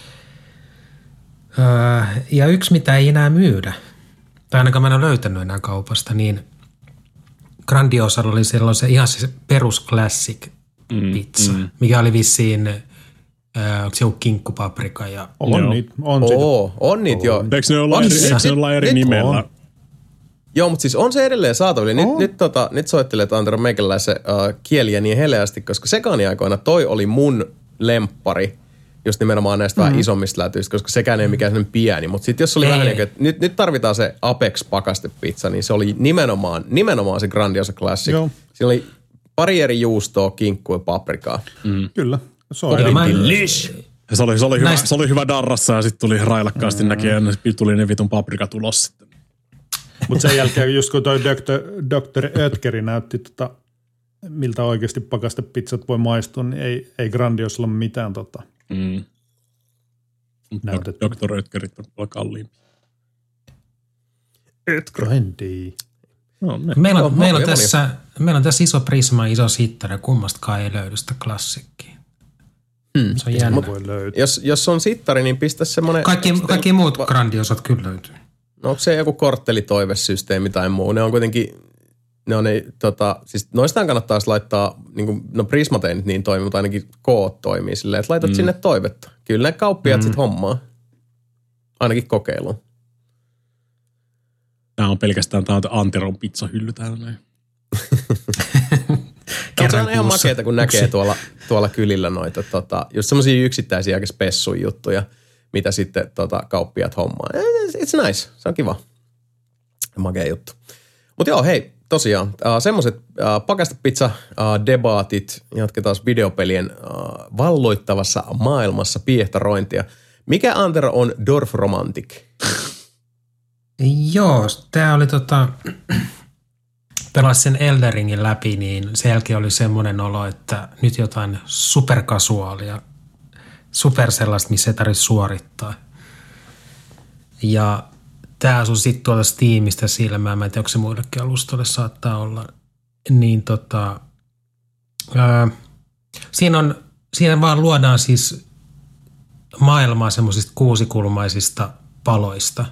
Ja yksi, mitä ei enää myydä, tai ainakaan mä en ole löytänyt enää kaupasta, niin Grandiosalla oli silloin se ihan se perus classic pizza, mikä oli vissiin, onko se joku kinkkupaprika ja... On niitä, on niitä jo. Eikö ne olla eri nimellä? Joo, mutta siis on se edelleen saatavilla. Nyt soittelet Antero meikäläisen kieliä niin heleästi, koska sekaaniaikoina toi oli mun lemppari, just nimenomaan näistä vähän isommista lätyistä, koska sekään ei ole mikään sellainen pieni. Mutta sitten jos oli vähän niin kuin, että nyt tarvitaan se Apex-pakastepizza, niin se oli nimenomaan se Grandiosa Classic. Joo. Siinä oli pari eri juustoa, kinkkua ja paprikaa. Kyllä. Se oli hyvä darrassa ja sitten tuli railakkaasti näkee, ja tuli ne vitun paprikatulos sitten. Mutta sen jälkeen, just kun toi Dr. Oetkeri näytti, miltä oikeasti pakastepizzat voi maistua, niin ei Grandiosalla ole mitään näytetty. Dr. Oetkerit on paljon kalliimpi. Grandi. No, meillä on tässä iso prisma, iso sittari, kummastakaan ei löydy sitä klassikkiä. Se on jännä. Jos on sittari, niin pistä semmoinen... Kaikki muut Grandiosat kyllä löytyy. No onko se joku korttelitoivesysteemi tai muu? Ne on kuitenkin, siis noistaan kannattaa laittaa, niin kuin, no Prismat ei nyt niin toimi, mutta ainakin koot toimii silleen, että laitat sinne toivetta. Kyllä ne kauppiaat sit hommaa. Ainakin kokeiluun. Tämä on pelkästään Anteron pizzahylly täällä näin. Se on ihan makeeta, kun näkee tuolla kylillä noita, just semmosia yksittäisiä aika spessun juttuja, mitä sitten kauppiaat hommaa. It's nice. Se on kiva. Makea juttu. Mutta joo, hei, tosiaan, semmoiset pakastepizza-debaatit, jatketaan videopelien valloittavassa maailmassa piehtarointia. Mikä Antero on Dorf Romantic? Joo, tää oli pelasin sen Elden Ringin läpi, niin sen jälkeen oli semmoinen olo, että nyt jotain superkasuaalia, super sellaista, missä ei tarvitse suorittaa. Ja tää asui sitten tuolta Steamista silmään, mä en tiedä, onko se muillekin alustoille saattaa olla. Niin siinä vaan luodaan siis maailmaa semmoisista kuusikulmaisista paloista.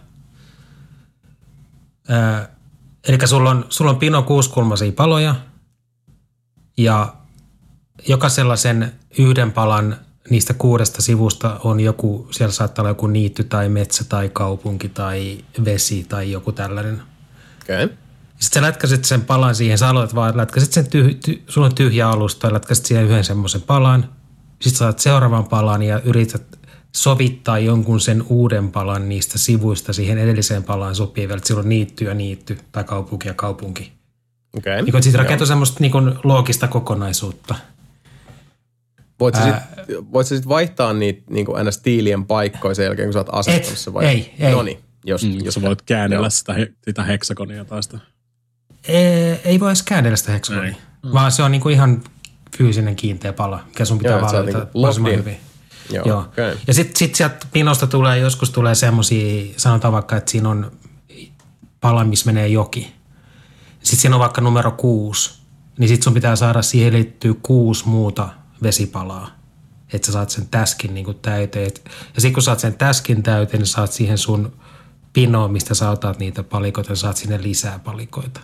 Eli sulla on pino kuusikulmaisia paloja ja jokaisella sen yhden palan niistä 6 sivusta on joku, siellä saattaa olla joku niitty tai metsä tai kaupunki tai vesi tai joku tällainen. Okay. Sitten sä lätkäsit sen palan siihen, sä aloitat vaan, lätkäsit sen, sulla on tyhjä alusta ja lätkäsit siihen yhden semmoisen palan. Sitten saat seuraavan palan ja yrität sovittaa jonkun sen uuden palan niistä sivuista siihen edelliseen palaan sopiville, että silloin niitty ja niitty tai kaupunki ja kaupunki. Okay. Niin sitten rakentaa semmoista niin loogista kokonaisuutta. Voitko sä sitten vaihtaa niitä niin kuin aina stiilien paikkoja sen jälkeen, kun sä oot asettanut se vai? Ei. Noniin, jos sä voit käännellä sitä heksagonia tai sitä. Ei voi edes käännellä sitä heksagonia, vaan se on niin kuin ihan fyysinen kiinteä pala, mikä sun pitää valita mahdollisimman hyvin. Joo. Okay. Ja sitten sieltä pinosta joskus tulee semmosia, sanotaan vaikka, että siinä on pala, missä menee joki. Sitten siinä on vaikka numero 6, niin sitten sun pitää saada siihen liittyä 6 muuta vesipalaa, että sä saat sen täskin niin kuin täyteen. Ja sitten kun saat sen täskin täyteen, niin saat siihen sun pinoa, mistä sä otat niitä palikoita ja saat sinne lisää palikoita.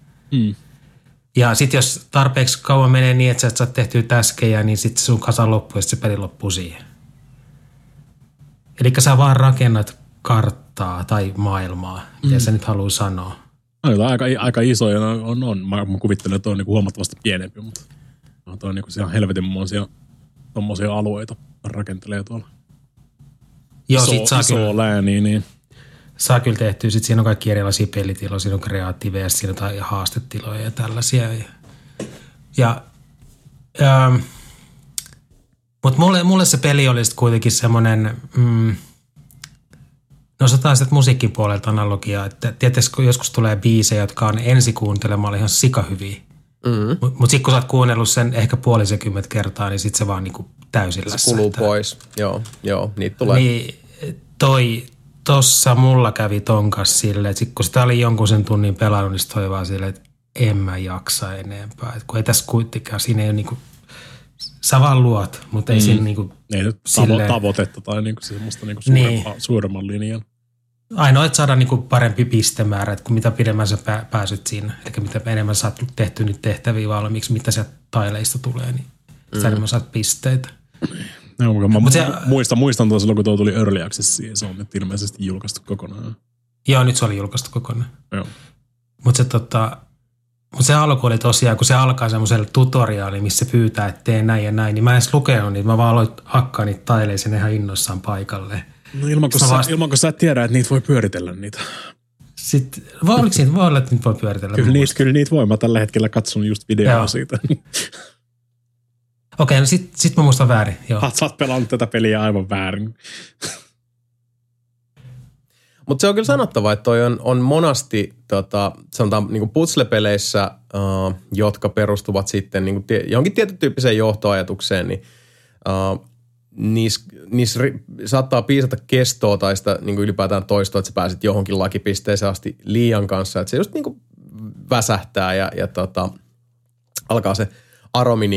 Ja sitten jos tarpeeksi kauan menee niin, että sä et saa tehtyä täskejä, niin sitten sun kasa loppuu ja se peli loppuu siihen. Eli sä vaan rakennat karttaa tai maailmaa, miten sä nyt haluaa sanoa. Aika isoja on. Mä kuvittelen, että on niinku huomattavasti pienempi, mutta on niinku ihan helvetinmoisia tommosia alueita rakentelee tuolla. Joo, iso lääni, niin. Saa kyllä tehtyä. Sitten siinä on kaikki erilaisia pelitiloja, siinä on kreatiiveja, siinä on haastetiloja ja tällaisia. Mutta mulle se peli oli sitten kuitenkin semmoinen, no se taas musiikin puolelta analogia, että tietysti kun joskus tulee biisejä, jotka on ensikuuntelemalla ihan sikahyviä. Mutta sitten kun sä oot kuunnellut sen ehkä 50 kertaa, niin sitten se vaan niinku täysin lässähtää. Se kuluu pois. Joo, niitä tulee. Niin tossa mulla kävi ton kanssa silleen, että kun sitä oli jonkun sen tunnin pelannut, niin toi vaan silleen, että en mä jaksa enempää. Et kun ei tässä kuitenkaan, siinä ei ole niinku, sä vaan luot, mutta ei siinä niinku ei tavoitetta tai niinku semmoista niinku suuremman linjan. Ainoa, että saadaan niinku parempi pistemäärä, että kun mitä pidemmän sä pääsyt siinä, eli mitä enemmän sä oot tehty niitä tehtäviä valmiiksi, mitä sieltä taileista tulee, niin sitä enemmän saat pisteitä. No, mä muistan tuossa silloin, kun tuo tuli Early Accessiin, se on nyt ilmeisesti julkaistu kokonaan. Joo, nyt se oli julkaistu kokonaan. Joo. Mutta se alku oli tosiaan, kun se alkaa semmoisella tutoriaali, missä se pyytää, että tee näin ja näin, niin mä en edes lukenut niitä, mä vaan aloin hakkaa niitä taileja sinne ihan innossaan paikalle. No ilman kun sä et tiedä, että niitä voi pyöritellä niitä. Sitten, voi olla, että niitä voi pyöritellä. Kyllä niitä voi. Mä tällä hetkellä katson just videoa siitä. Okei, no sit mä muistan väärin. Joo. Sä oot pelannut tätä peliä aivan väärin. Mutta se on kyllä sanottava, että toi on monasti, sanotaan niinku puzzle-peleissä, jotka perustuvat sitten niinku johonkin tietyn tyyppiseen johtoajatukseen, niin niissä saattaa piisata kestoa tai sitä niinku ylipäätään toistoa, että sä pääsit johonkin lakipisteeseen asti liian kanssa. Että se just niinku väsähtää ja alkaa se aromi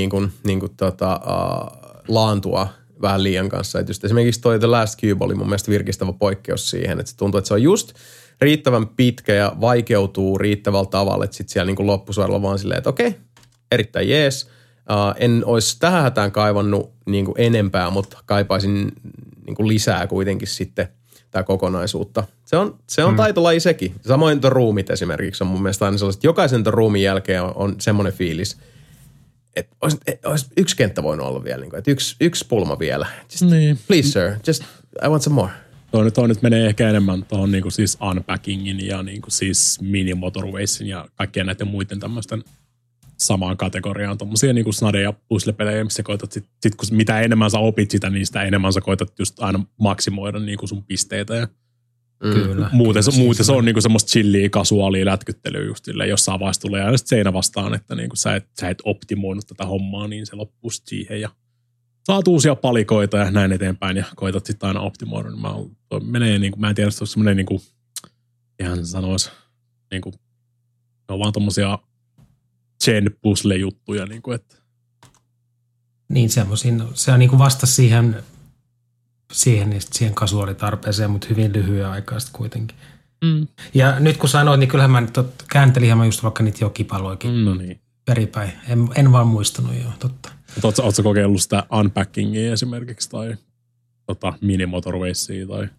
laantua vähän liian kanssa. Et just esimerkiksi toi The Last Cube oli mun mielestä virkistävä poikkeus siihen, että se tuntuu, että se on just riittävän pitkä ja vaikeutuu riittävällä tavalla, että sitten siellä niinku loppusuoralla vaan silleen, että okei, erittäin jees. En olisi tähän hätään kaivannut niinku enempää, mutta kaipaisin niinku lisää kuitenkin sitten tämä kokonaisuutta. Se on taitolaji sekin. Samoin The Roomit esimerkiksi on mun mielestä aina sellaiset, jokaisen The Roomin jälkeen on semmoinen fiilis, että olisi yksi kenttä voinut olla vielä, että yksi pulma vielä. Just, please sir, just I want some more. Tuo nyt menee ehkä enemmän tuohon niinku siis unpackingin ja niinku siis mini-motorwaysin ja kaikkien näiden muiden tämmöisten samaan kategoriaan. Tuommoisia niinku snade- ja puzzle-pelejä, missä koetat sit kun mitä enemmän sä opit sitä, niin sitä enemmän sä koetat just aina maksimoida niinku sun pisteitä. Ja Kyllä. Muuten se on niinku semmoista chillia, kasuaalia lätkyttelyä just silleen. Jossain vaiheessa tulee aina seinä vastaan, että niinku sä et optimoinut tätä hommaa, niin se loppuu siihen. Ja saat uusia palikoita ja näin eteenpäin ja koetat sitten aina optimoida. Menee niinku, mä en tiedä, se on semmoinen niinku, ihan sanois, niinku, ne on vaan tommosia chain puzzle-juttuja, niinku, että. Niin semmoisin, se on niinku vasta siihen kasuaalitarpeeseen, mutta hyvin lyhyen aikaa sitten kuitenkin. Ja nyt kun sanoit, niin kyllähän mä nyt kääntelin mä just vaikka niitä jokipaloikin. No niin. Peripäin. En vaan muistanut jo, totta. Ootko kokeillut sitä unpackingia esimerkiksi tai mini-motorwaysia tai?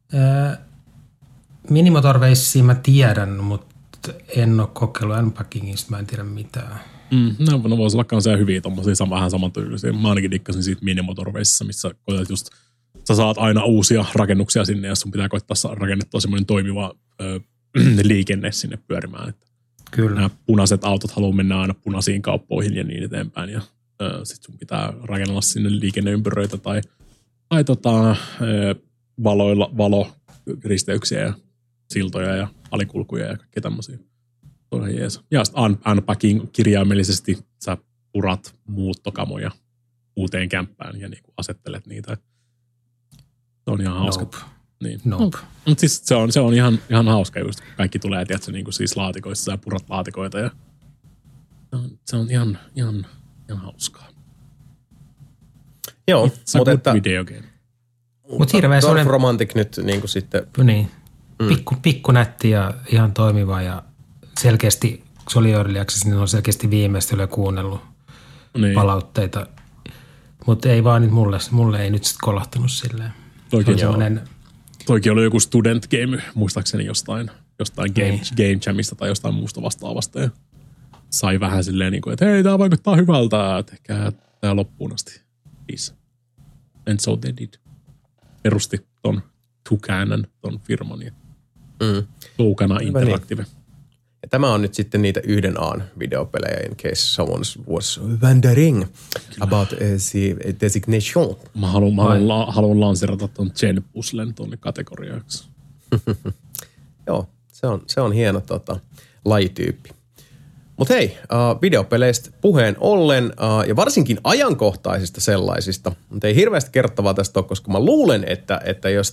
Mini-motorwaysia mä tiedän, mutta en ole kokeillut unpackingista, mä en tiedä mitään. No voisi olla kanssa hyviä tommosia vähän samantyylisiä. Mä ainakin dikkasin siitä mini-motorwayssa, missä koetat just sä saat aina uusia rakennuksia sinne ja sun pitää koittaa rakennettua semmoinen toimiva liikenne sinne pyörimään. Kyllä. Nämä punaiset autot haluaa mennä aina punaisiin kauppoihin ja niin eteenpäin. Ja sit sun pitää rakennella sinne liikenneympyröitä tai valoristeyksiä ja siltoja ja alikulkuja ja kaikkea tämmöisiä. Ja sitten unpacking kirjaimellisesti sä purat muuttokamoja uuteen kämppään ja niinku asettelet niitä. Se on ihan hauska. Niin. Nope. Mutta siis se on ihan hauska just. Kaikki tulee, tiedätkö, niin kuin siis laatikoissa ja purat laatikoita. Ja se on ihan hauskaa. Joo, mutta että video game. Mutta hirveä Dorf Romantic nyt niin kuin sitten. Niin. Pikku nätti ja ihan toimiva ja selkeästi, kun se oli early access, niin on selkeästi viimeistelyä kuunnellut palautteita. Mutta ei vaan nyt mulle ei nyt sitten kolahtanut silleen. Toikin oli joku student game, muistaakseni jostain game jamista tai jostain muusta vastaavasta. Ja sai vähän silleen, että hei, tää vaikuttaa hyvältä, tehkää tää loppuun asti. Peace. And so they did. Perusti ton Tucanan, ton firman ja Tucana Interactive. Ja tämä on nyt sitten niitä 1A videopelejä, in case someone was wondering about the designation. Mä haluan lanserata ton Gen Puzzlen tuonne kategoriaksi. Joo, se on hieno lajityyppi. Mutta hei, videopeleistä puheen ollen, ja varsinkin ajankohtaisista sellaisista, mutta ei hirveästi kerrottavaa tästä ole, koska mä luulen, että jos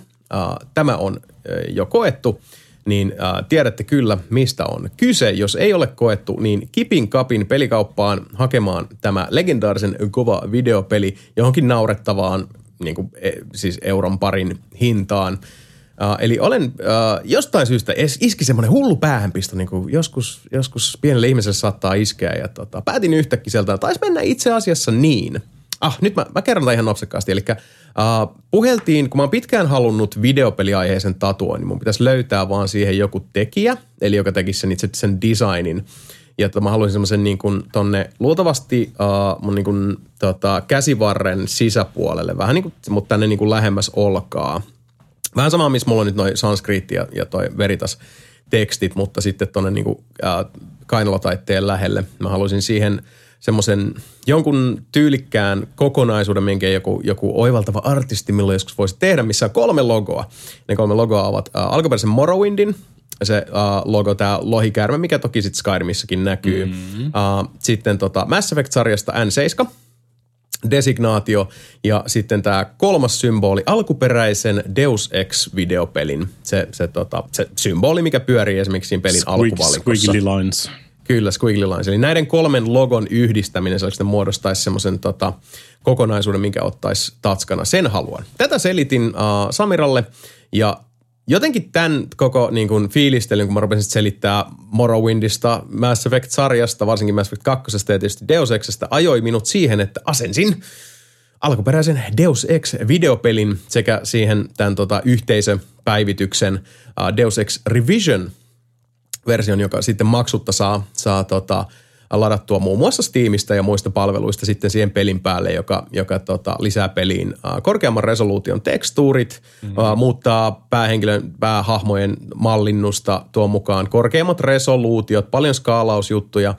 tämä on jo koettu, niin tiedätte kyllä, mistä on kyse. Jos ei ole koettu, niin kipin kapin pelikauppaan hakemaan tämä legendaarisen kova videopeli johonkin naurettavaan, niin kuin, siis euron parin hintaan. Eli olen jostain syystä iski semmoinen hullu päähänpisto, niin kuin joskus pienelle ihmiselle saattaa iskeä. Ja päätin yhtäkkiä sieltä, taisi mennä itse asiassa niin. Nyt mä kerron tämän ihan nopsakkaasti. Eli puheltiin, kun mä oon pitkään halunnut videopeliaiheisen tatuoin, niin mun pitäisi löytää vaan siihen joku tekijä, eli joka tekisi sen designin. Ja mä haluaisin semmoisen niin kuin tonne luultavasti mun niin kuin, käsivarren sisäpuolelle, vähän niin kuin, mutta tänne niin kuin lähemmäs olkaa. Vähän sama, missä mulla on nyt noi sanskriitti ja toi veritas tekstit, mutta sitten tonne niin kuin, kainalotaitteen lähelle. Mä haluaisin siihen semmoisen jonkun tyylikkään kokonaisuuden, minkä joku oivaltava artisti milloin joskus voisi tehdä, missä on 3 logoa. Ne 3 logoa ovat alkuperäisen Morrowindin, se logo, tämä lohikäärme, mikä toki sitten Skyrimissäkin näkyy. Sitten Mass Effect-sarjasta N7, designaatio, ja sitten tämä 3. symboli, alkuperäisen Deus Ex-videopelin. Se symboli, mikä pyörii esimerkiksi siinä pelin alkuvalikossa. Squiggly lines. Kyllä, squiggly lines. Eli näiden 3 logon yhdistäminen, se muodostaisi semmoisen kokonaisuuden, minkä ottaisi tatskana. Sen haluan. Tätä selitin Samiralle, ja jotenkin tämän koko niin kuin fiilistelyn, kun mä rupesin selittää Morrowindista, Mass Effect-sarjasta, varsinkin Mass Effect 2 ja tietysti Deus Existä, ajoi minut siihen, että asensin alkuperäisen Deus Ex-videopelin sekä siihen tämän yhteisöpäivityksen Deus Ex Revision-version, joka sitten maksutta saa ladattua muun muassa Steamista ja muista palveluista sitten siihen pelin päälle, joka lisää peliin korkeamman resoluution tekstuurit, muuttaa päähahmojen mallinnusta, tuo mukaan korkeammat resoluutiot, paljon skaalausjuttuja,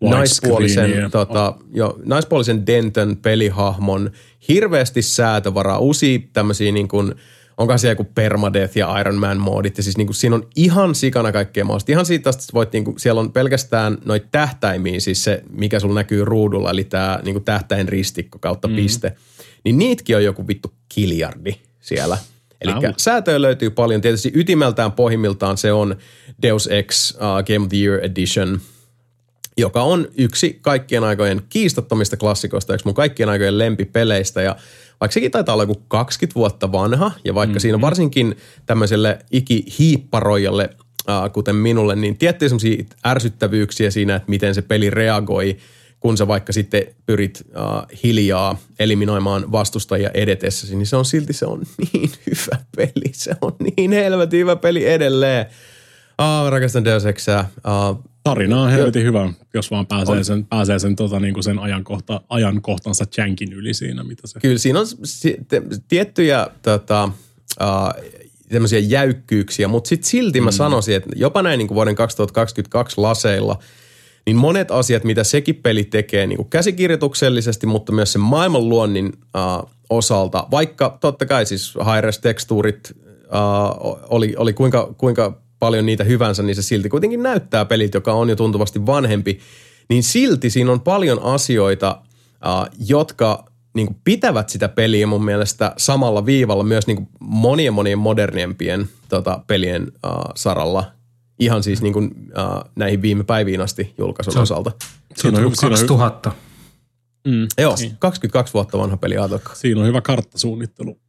naispuolisen Denton pelihahmon, hirveästi säätövaraa, uusia tämmöisiä niin kuin, onko siellä joku Permadeath ja Iron Man -moodit, ja siis niin kuin siinä on ihan sikana kaikkea mahdollista. Ihan siitä että voit, niin kuin, siellä on pelkästään noita tähtäimiä, siis se, mikä sulla näkyy ruudulla, eli tämä niin kuin tähtäin ristikko kautta piste, niin niitäkin on joku vittu kiljardi siellä. Eli säätöä löytyy paljon. Tietysti ytimeltään pohjimmiltaan se on Deus Ex Game of the Year Edition, joka on yksi kaikkien aikojen kiistattomista klassikoista, yksi mun kaikkien aikojen lempipeleistä, ja vaikka sekin taitaa olla joku 20 vuotta vanha, ja vaikka siinä varsinkin tämmöiselle ikihiipparoijalle, kuten minulle, niin tiettyjä semmoisia ärsyttävyyksiä siinä, että miten se peli reagoi, kun sä vaikka sitten pyrit hiljaa eliminoimaan vastustajia edetessäsi, niin se on niin hyvä peli. Se on niin helvetin hyvä peli edelleen. Rakastan Deus Exää. Tarina on helvetin hyvä, jos vaan pääsee sen niinku sen ajankohtansa jankin yli siinä, mitä se. Kyllä siinä on tiettyjä tämmöisiä jäykkyyksiä, mutta sitten silti mä sanoisin, että jopa näin niin kuin vuoden 2022 laseilla, niin monet asiat, mitä sekin peli tekee niin kuin käsikirjoituksellisesti, mutta myös sen maailmanluonnin osalta, vaikka totta kai siis high-res-tekstuurit oli kuinka paljon niitä hyvänsä, niin se silti kuitenkin näyttää pelit, joka on jo tuntuvasti vanhempi, niin silti siinä on paljon asioita, jotka niin kuin pitävät sitä peliä mun mielestä samalla viivalla myös niin kuin monien moderniempien pelien saralla. Ihan siis niin kuin, näihin viime päiviin asti julkaisun osalta. Se on 2000. Joo, 22 vuotta vanha peli, ajatelkaa. Siinä on hyvä karttasuunnittelu.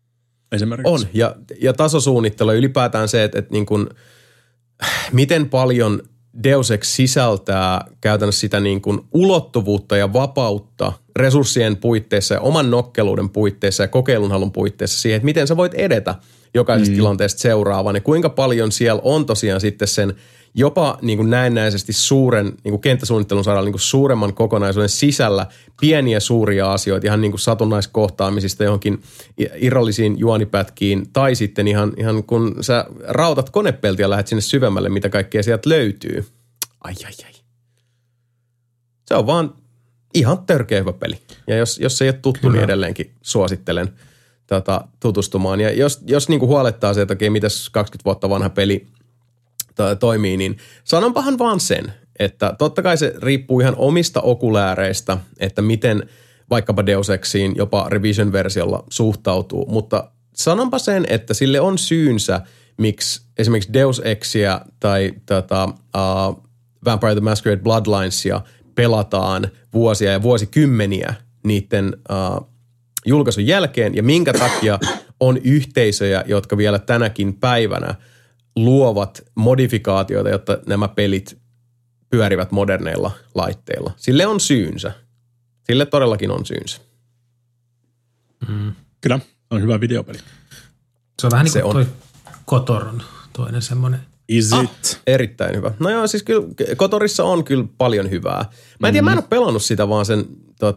esimerkiksi. On, ja tasosuunnittelu ylipäätään se, että niin kuin, miten paljon Deus Ex sisältää käytännössä sitä niin kuin ulottuvuutta ja vapautta resurssien puitteissa ja oman nokkeluuden puitteissa ja kokeilunhalun puitteissa siihen, että miten sä voit edetä jokaisesta tilanteesta seuraavaan ja kuinka paljon siellä on tosiaan sitten sen jopa niin kuin näennäisesti suuren niin kuin kenttäsuunnittelun saralla niin kuin suuremman kokonaisuuden sisällä pieniä suuria asioita ihan niin kuin satunnaiskohtaamisista johonkin irrallisiin juonipätkiin tai sitten ihan kun sä rautat konepeltiä ja lähdet sinne syvemmälle, mitä kaikkea sieltä löytyy. Ai. Se on vaan ihan törkeä hyvä peli. Ja jos ei ole tuttu, niin edelleenkin suosittelen tutustumaan. Ja jos niin kuin huolettaa se, että okei, mitäs 20 vuotta vanha peli toimii, niin sanonpahan vaan sen, että totta kai se riippuu ihan omista okulääreistä, että miten vaikkapa Deus Exiin jopa Revision-versiolla suhtautuu, mutta sanonpa sen, että sille on syynsä, miksi esimerkiksi Deus Exia tai Vampire the Masquerade Bloodlinesia pelataan vuosia ja vuosikymmeniä niiden julkaisun jälkeen ja minkä takia on yhteisöjä, jotka vielä tänäkin päivänä luovat modifikaatioita, jotta nämä pelit pyörivät moderneilla laitteilla. Sille on syynsä. Sille todellakin on syynsä. Kyllä, on hyvä videopeli. Se on vähän niin kuin toi Kotoron toinen semmoinen. Is it? Erittäin hyvä. No joo, siis kyllä Kotorissa on kyllä paljon hyvää. Mä en tiedä, mä en ole pelannut sitä vaan sen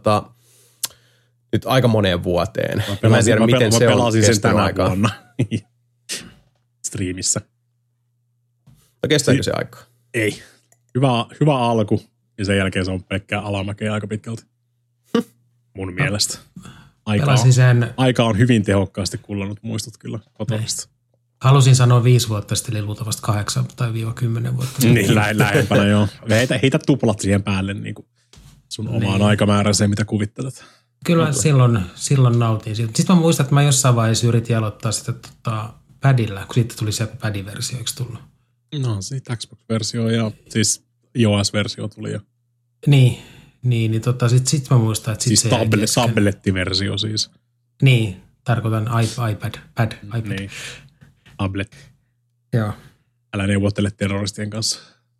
nyt aika moneen vuoteen. Mä en tiedä, miten se on kestänyt aikaa. Vuonna. Striimissä. No kestääkö se aikaa? Ei. Hyvä alku ja sen se on pelkkää alamäkeä aika pitkälti. Mun mielestä. Aika on hyvin tehokkaasti kullannut muistut kyllä Kotorista. Halusin sanoa 5 vuotta sitten, eli luultavasti 8 tai 10 vuotta sitten. Niin, lähempänä joo. Heitä tuplat siihen päälle niin kuin sun omaan aikamääräiseen, mitä kuvittelet. Kyllä silloin nautin siitä. Sitten mä muistan, että mä jossain vaiheessa yritin aloittaa sitä padilla, kun siitä tuli se pad-versio, eikö tullut? No, siitä Xbox-versio ja siis iOS-versio tuli jo. Niin sit mä muistan, että siis tablettiversio siis. Niin, tarkoitan iPad. Niin, tablet. Joo. Älä neuvottele terroristien kanssa.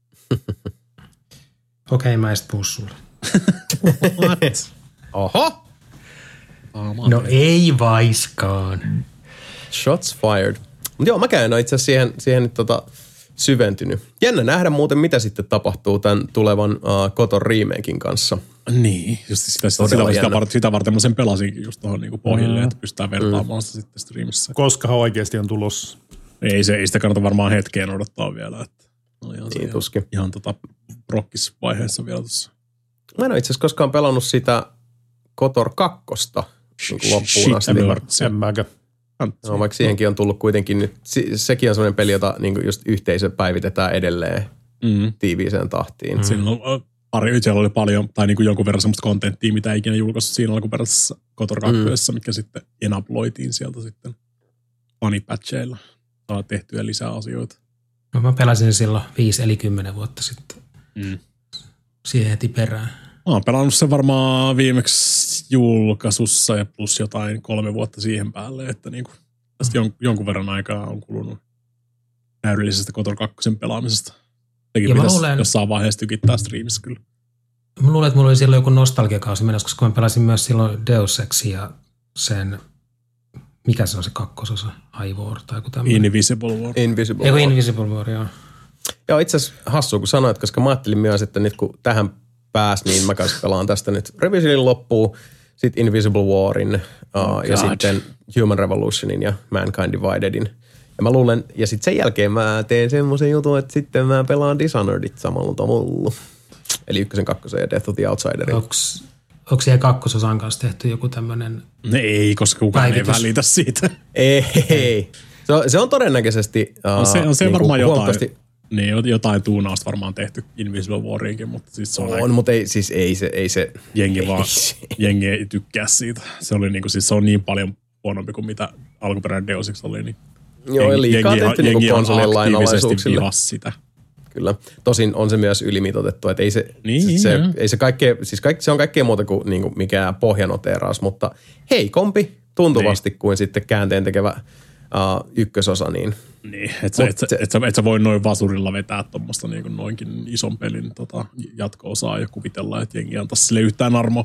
Okei, mä en sit puhu sulle. What? Oho! No ei vaiskaan. Shots fired. Mutta joo, mäkään en ole itse asiassa siihen nyt syventynyt. Jännä nähdä muuten, mitä sitten tapahtuu tämän tulevan Kotor remaken kanssa. Niin, just sitä varten mä sen pelasinkin just tuohon niinku pohjille, että pystytään vertaamaan sitä sitten streamissä. Koska oikeasti on tulossa? Ei sitä kannata varmaan hetkeen odottaa vielä. Että niin, tuskin. Ihan prokkisvaiheessa vielä tuossa. Mä en ole itse asiassa koskaan pelannut sitä Kotor 2 niin loppuun asti. En mäkään. No, vaikka siihenkin on tullut kuitenkin nyt, sekin on sellainen peli, jota niin just yhteisö päivitetään edelleen tiiviiseen tahtiin. Siellä oli paljon, tai niin kuin jonkun verran semmoista kontenttia, mitä ikinä julkaissut siinä alkuperäisessä Kotor 2, mitkä sitten enabloitiin sieltä sitten fanipatcheilla. Saa tehtyä lisää asioita. No, mä pelasin silloin 5 eli 10 vuotta sitten. Siihen heti perään. Mä oon pelannut sen varmaan viimeksi julkaisussa ja plus jotain 3 vuotta siihen päälle, että niinku tästä jonkun verran aikaa on kulunut täydellisestä Kotor 2 pelaamisesta. Sekin pitäisi jossain vaiheessa tykittää striimissä kyllä. Mä luulen, että mulla oli silloin joku nostalgiakausi menossa, koska mä pelasin myös silloin Deus Exia ja sen, mikä se on se kakkososa, Ivor tai joku tämmöinen. Invisible War. Invisible War, joo. Joo, itse asiassa hassua, kun sanoit, koska mä ajattelin myös, että nyt kun tähän pääsi, niin mä kanssa pelaan tästä nyt Revisionin loppuun, sitten Invisible Warin ja sitten Human Revolutionin ja Mankind Dividedin. Ja mä luulen, ja sitten sen jälkeen mä teen semmoisen jutun, että sitten mä pelaan Dishonoredit samalla tavalla. Eli 1, 2 ja Death of the Outsiderin. Onko siellä 2 kanssa tehty joku tämmöinen ei, koska kukaan ei välitä siitä. Ei. Se on todennäköisesti on se niin varmaan jotain tuunausta varmaan tehty Invisible Wariinkin, mutta siis se on mutta ei se. Jengi ei tykkää siitä. Se oli niinku, siis se on niin paljon huonompi kuin mitä alkuperäinen Deus Ex oli. Niin joo, liikaa tehty niinku konsolin lainalaisuuksille. Sitä. Kyllä. Tosin on se myös ylimitoitettu, että ei se kaikkea, siis se on kaikkea muuta kuin niinku mikään pohjanoteeraus, mutta heikompi tuntuvasti kuin sitten käänteen tekevä ykkösosa. Niin, et sä voi noin vasurilla vetää tuommoista niin noinkin ison pelin jatko-osaa ja kuvitella, että jengi antaisi sille yhtään armoa.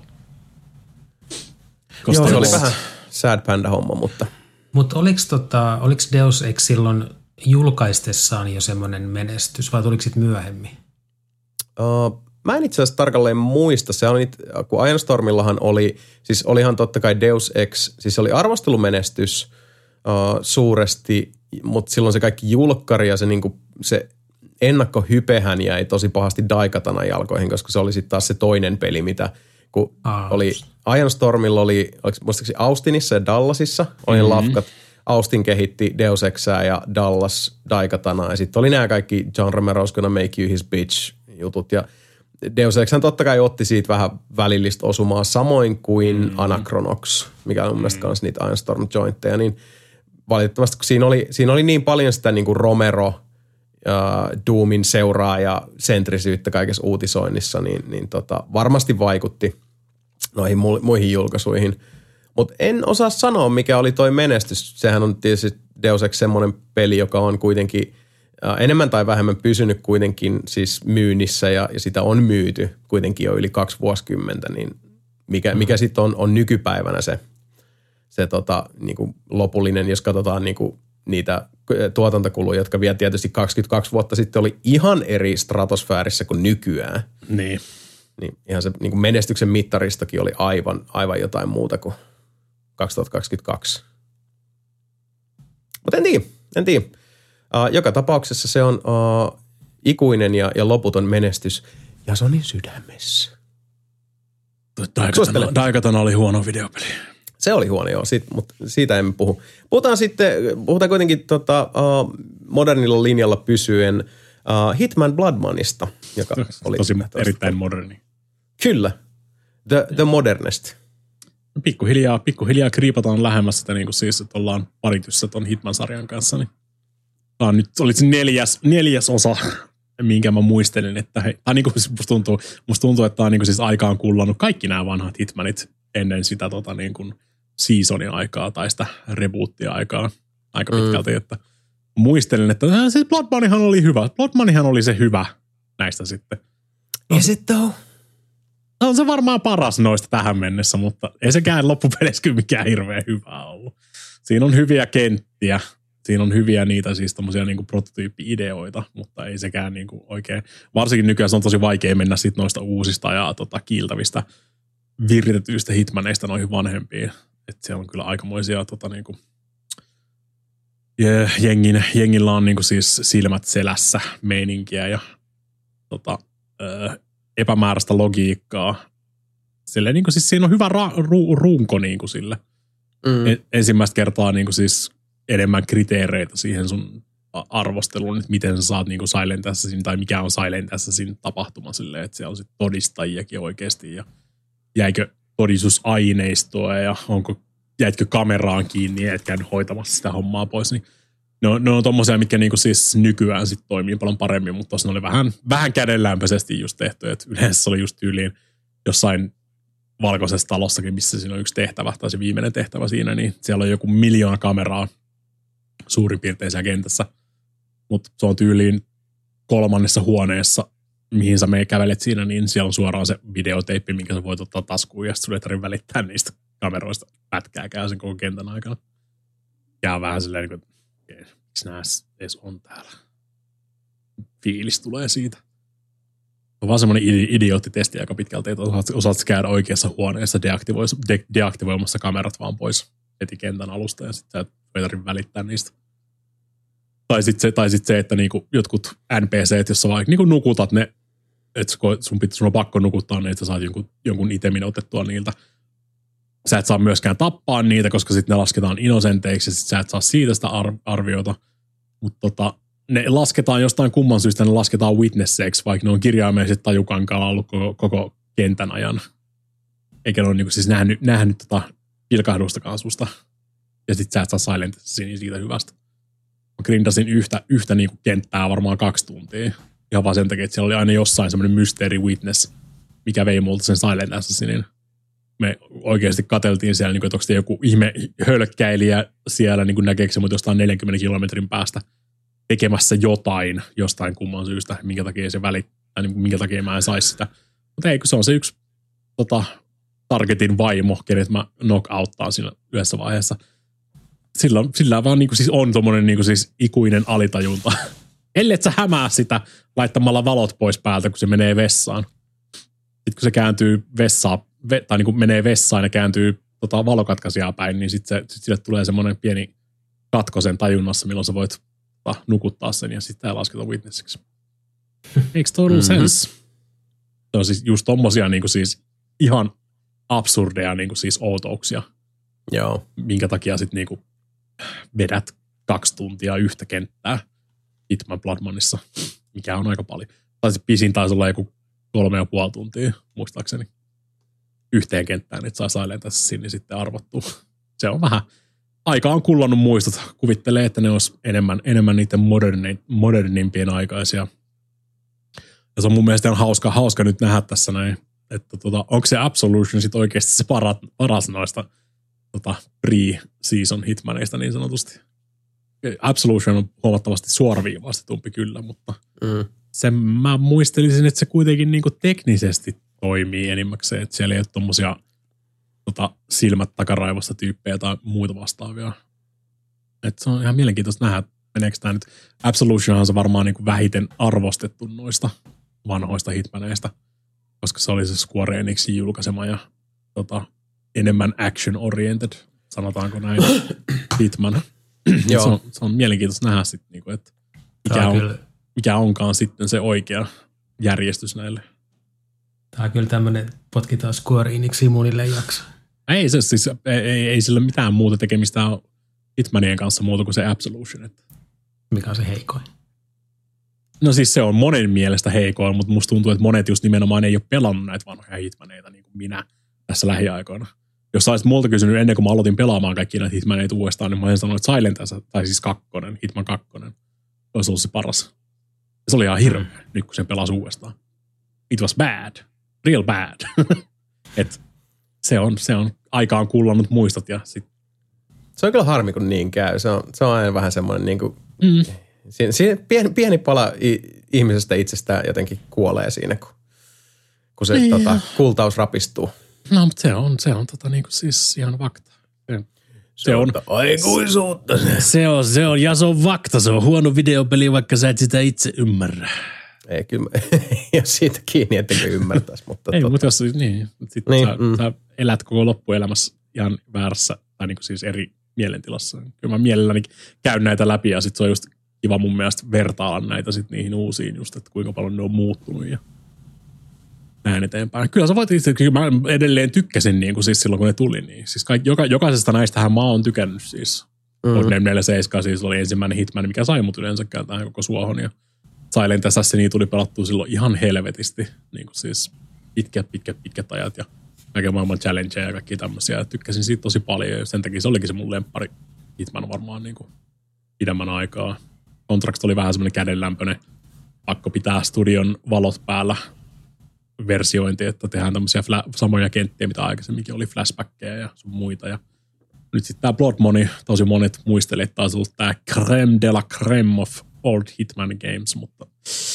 Joo, se oli vähän sad panda-homma, mutta... Mutta oliko Deus Ex silloin julkaistessaan jo semmoinen menestys, vai tuliko sitten myöhemmin? Mä en itse asiassa tarkalleen muista. Se oli, kun Iron Stormillahan oli, siis olihan totta kai Deus Ex, siis se oli arvostelumenestys suuresti, mutta silloin se kaikki julkkari ja se ennakkohypehän jäi tosi pahasti Daikatanan jalkoihin, koska se oli sitten taas se toinen peli, mitä kun oli Iron Stormilla oli muistaakseni Austinissa ja Dallasissa oli lafkat. Austin kehitti Deus Exää ja Dallas Daikatanaa ja sitten oli nämä kaikki John Romero's Gonna Make You His Bitch -jutut ja Deus Exhän totta kai otti siitä vähän välillistä osumaa samoin kuin Anachronox, mikä on mun mielestä kans niitä Iron Storm jointteja, niin valitettavasti kun siinä oli niin paljon sitä niin kuin Romero Doomin seuraa ja sentrisyyttä kaikessa uutisoinnissa, niin varmasti vaikutti noihin muihin julkaisuihin. Mutta en osaa sanoa, mikä oli toi menestys. Sehän on tietysti Deus Ex semmoinen peli, joka on kuitenkin enemmän tai vähemmän pysynyt kuitenkin siis myynnissä ja sitä on myyty kuitenkin jo yli 2 vuosikymmentä, niin mikä sitten on nykypäivänä se niinku lopullinen, jos katsotaan niinku niitä tuotantokuluja, jotka vielä tietysti 22 vuotta sitten oli ihan eri stratosfäärissä kuin nykyään. Niin ihan se niin kuin menestyksen mittaristokin oli aivan jotain muuta kuin 2022. Mutta en tiedä. Joka tapauksessa se on ikuinen ja loputon menestys Jasonin sydämessä. Daikatana oli huono videopeli. Se oli huono, joo, mutta siitä emme puhu. Puhutaan kuitenkin modernilla linjalla pysyen Hitman Blood Moneysta, joka oli tosi erittäin moderni. Kyllä, the modernest. Pikkuhiljaa kriipataan lähemmäs sitä, niin kuin siis, että ollaan parityssä ton Hitman-sarjan kanssa. Niin. Tämä on nyt oli se neljäs osa, minkä mä muistelin, että niin kuin musta tuntuu, että tämä on niin kuin siis aikaan kullannut kaikki nämä vanhat Hitmanit ennen sitä niin kuin seasonin aikaa tai sitä rebootia aikaa aika pitkälti, että muistelin, että se Blood Moneyhan oli hyvä. Blood Moneyhan oli se hyvä näistä sitten. Is it though? On se varmaan paras noista tähän mennessä, mutta ei sekään loppupeleissä kyllä mikään hirveän hyvää ollut. Siinä on hyviä kenttiä, siinä on hyviä niitä siis tommosia niinku prototyyppi-ideoita, mutta ei sekään niinku oikein. Varsinkin nykyään se on tosi vaikea mennä sit noista uusista ja kiiltävistä viritetyistä hitmaneista noihin vanhempiin. Että siellä on kyllä aikamoisia niinku jengillä on niinku siis silmät selässä meininkiä ja epämääräistä logiikkaa. Silleen niinku siis siinä on hyvä runko niinku sille. Ensimmäistä kertaa niinku siis enemmän kriteereitä siihen sun arvosteluun, että miten sä saat niinku Silent Assassin tai mikä on Silent Assassin tapahtuma silleen, että siellä on sit todistajiakin oikeasti ja jäikö todistusaineistoa ja jäitkö kameraan kiinni ja et käynyt hoitamassa sitä hommaa pois, niin ne on tommosia, mitkä niinku siis nykyään sit toimii paljon paremmin, mutta tossa ne oli vähän kädenlämpöisesti just tehty, että yleensä se oli just tyyliin jossain valkoisessa talossakin, missä siinä on yksi tehtävä, tai se viimeinen tehtävä siinä, niin siellä on joku 1 miljoona kameraa suurin piirtein siellä kentässä, mutta se on tyyliin 3. huoneessa, mihin sä kävelet siinä, niin siellä on suoraan se videoteippi, minkä sä voit ottaa taskuun, ja sitten sun ei tarvitse välittää niistä kameroista pätkääkään sen koko kentän aikana. Ja vähän silleen, niin kuin, miksi nämä edes on täällä? Fiilis tulee siitä. On vaan semmoinen idioottitesti aika pitkälti, että osaat käydä oikeassa huoneessa deaktivoimassa kamerat vaan pois heti kentän alusta, ja sitten sä ei tarvitse välittää niistä. Tai sitten se, että niinku jotkut NPCt, jos sä vaikka niinku nukutat ne, että sun on pakko nukuttaa ne, että sä saat jonkun itemin otettua niiltä. Sä et saa myöskään tappaa niitä, koska sitten ne lasketaan innocenteiksi ja sit sä et saa siitä sitä arviota. Mutta ne lasketaan jostain kumman syystä, ne lasketaan witnesseiksi, vaikka ne on kirjaimellisesti tajukankaalla ollut koko kentän ajan. Eikä ne ole niinku siis nähnyt pilkahdustakaan susta. Ja sit sä et saa Silent Assassin siitä hyvästä. Mä grindasin yhtä niinku kenttää varmaan 2 tuntia. Ihan vaan sen takia, että siellä oli aina jossain semmoinen mystery witness, mikä vei multa sen Silent Assassinin. me oikeasti katseltiin siellä, niin kuin, että onko joku ihme hölkkäilijä siellä, niin kuin näkeekö se, mutta jostain 40 kilometrin päästä tekemässä jotain jostain kumman syystä, minkä takia se välittää, niin minkä takia mä en saisi sitä. Mutta ei, kun se on se yksi targetin vaimo, kenet mä knockouttaan siinä yhdessä vaiheessa. Sillä vaan niin kuin, siis on tommonen niin kuin, siis ikuinen alitajunta. Ellet sä hämää sitä laittamalla valot pois päältä, kun se menee vessaan. Sitten kun se kääntyy vessaan, tai niin kuin menee vessaan ja kääntyy valokatkaisijaa päin, niin sitten sille tulee semmoinen pieni katko sen tajunnassa, milloin sä voit nukuttaa sen ja sitten lasketa witnessiksi. Makes total sense. Se on siis just tommosia niin kuin siis ihan absurdeja niin kuin siis outouksia. Joo. Minkä takia sitten niin kuin vedät 2 tuntia yhtä kenttää Hitman Bloodmonissa, mikä on aika paljon. Tai sitten pisin taisi olla joku 3,5 tuntia, muistaakseni, yhteen kenttään, että saa Silentassa sinne sitten arvottua. Se on vähän, aika on kullannut muistot. Kuvittelee, että ne olisi enemmän niiden modernimpien aikaisia. Ja se on mun mielestä ihan hauska nyt nähdä tässä näin, että onko se Absolution sitten oikeasti se paras noista pre-season hitmaneista niin sanotusti. Absolution on huomattavasti suoraviivaistetumpi kyllä, mutta sen mä muistelisin, että se kuitenkin niinku teknisesti toimii enimmäkseen, että siellä ei ole tommosia silmät takaraivosta tyyppejä tai muita vastaavia. Että se on ihan mielenkiintoista nähdä, että meneekö tämä nyt. Absolutionhan on se varmaan niinku vähiten arvostettu noista vanhoista hitmaneista, koska se oli se Square Enixin julkaisema ja enemmän action-oriented, sanotaanko näin, Hitman. Se on mielenkiintoista nähdä sitten, niinku, että mikä onkaan sitten se oikea järjestys näille. Tämä on kyllä tämmöinen potkitaan Square Enixin munille jakso. Ei, se, siis, ei sillä mitään muuta tekemistä Hitmanien kanssa muuta kuin se Absolution. Että. Mikä on se heikoin? No siis se on monen mielestä heikoin, mutta musta tuntuu, että monet just nimenomaan ei ole pelannut näitä vanhoja Hitmaneita niin kuin minä tässä lähiaikoina. Jos sä olisit multa kysynyt ennen kuin mä aloitin pelaamaan kaikki näitä Hitmaneita uudestaan, niin mä olisin sanonut, että Silent tai siis Hitman 2, olisi ollut se paras. Ja se oli ihan hirveä, nyt kun sen pelasi uudestaan. It was bad. Real bad. Et se on aikaan kullannut muistot ja sit. Se on kyllä harmi, kun niin käy. Se on aina vähän semmoinen niin kuin, siinä pieni pala ihmisestä itsestään jotenkin kuolee siinä, kun se kultaus rapistuu. No, mutta se on niinku siis ihan fakta. Se on aikuisuutta. Se on, ja se on fakta. Se on huono videopeli, vaikka sä et sitä itse ymmärrä. Ei, kyllä ei ole siitä kiinni, ettenkö ymmärtäisi. Mutta ei, mutta jos niin. Sitten niin, sä elät koko loppuelämässä ihan väärässä, tai niin kuin siis eri mielentilassa. Kyllä mä mielelläni käyn näitä läpi, ja sitten se on just kiva mun mielestä vertailla näitä sitten niihin uusiin, just, että kuinka paljon ne on muuttunut ja näin eteenpäin. Kyllä sä voit itse, kyllä mä edelleen tykkäsin niin kuin siis silloin, kun ne tuli. Niin. Siis jokaisesta näistähän mä oon tykännyt siis. Codename 47 siis oli ensimmäinen Hitman, mikä sai mut yleensäkään tähän koko suohon. Ja Silent Assassini tuli pelattua silloin ihan helvetisti. Niin kuin siis pitkät ajat ja kaiken maailman challengeja ja kaikki tämmöisiä. Tykkäsin siitä tosi paljon ja sen takia se olikin se mun lemppari Hitman varmaan niin kuin pidemmän aikaa. Contract oli vähän semmoinen kädenlämpöinen. Pakko pitää studion valot päällä versiointi, että tehdään tämmöisiä samoja kenttiä, mitä aikaisemminkin oli flashbackkejä ja sun muita. Ja nyt sitten tämä Blood Money, tosi monet muisteli, että taisi ollut tämä crème de la crème of old Hitman games, mutta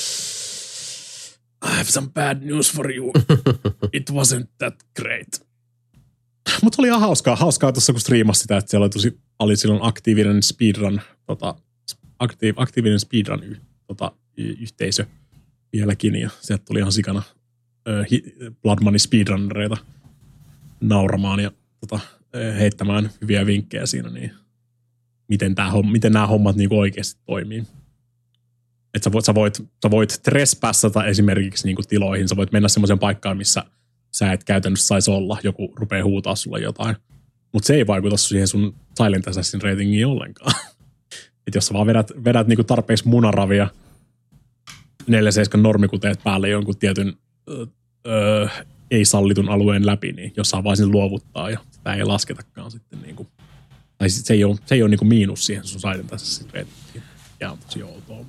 I have some bad news for you. It wasn't that great. Mutta oli ihan hauskaa tuossa, kun striimasi sitä, että siellä oli silloin aktiivinen speedrun, aktiivinen speedrun yhteisö vieläkin, ja sieltä tuli ihan sikana Blood Money speedrunnereita nauramaan ja heittämään hyviä vinkkejä siinä, niin miten nämä hommat niinku oikeasti toimii. Että sä voit trespassata esimerkiksi niinku tiloihin, sä voit mennä semmoiseen paikkaan, missä sä et käytännössä saisi olla, joku rupeaa huutaa sulle jotain. Mutta se ei vaikuta siihen sun Silent Assassin ratingiin ollenkaan. Että jos sä vaan vedät niinku tarpeeksi munaravia 4/7 normikuteet päälle jonkun tietyn ei-sallitun alueen läpi, niin jossain vaiheessa luovuttaa ja sitä ei lasketakaan sitten niinku, tai se ei ole niinku miinus siihen sun Silent Assassin ratingiin. Ja on tosi outoa.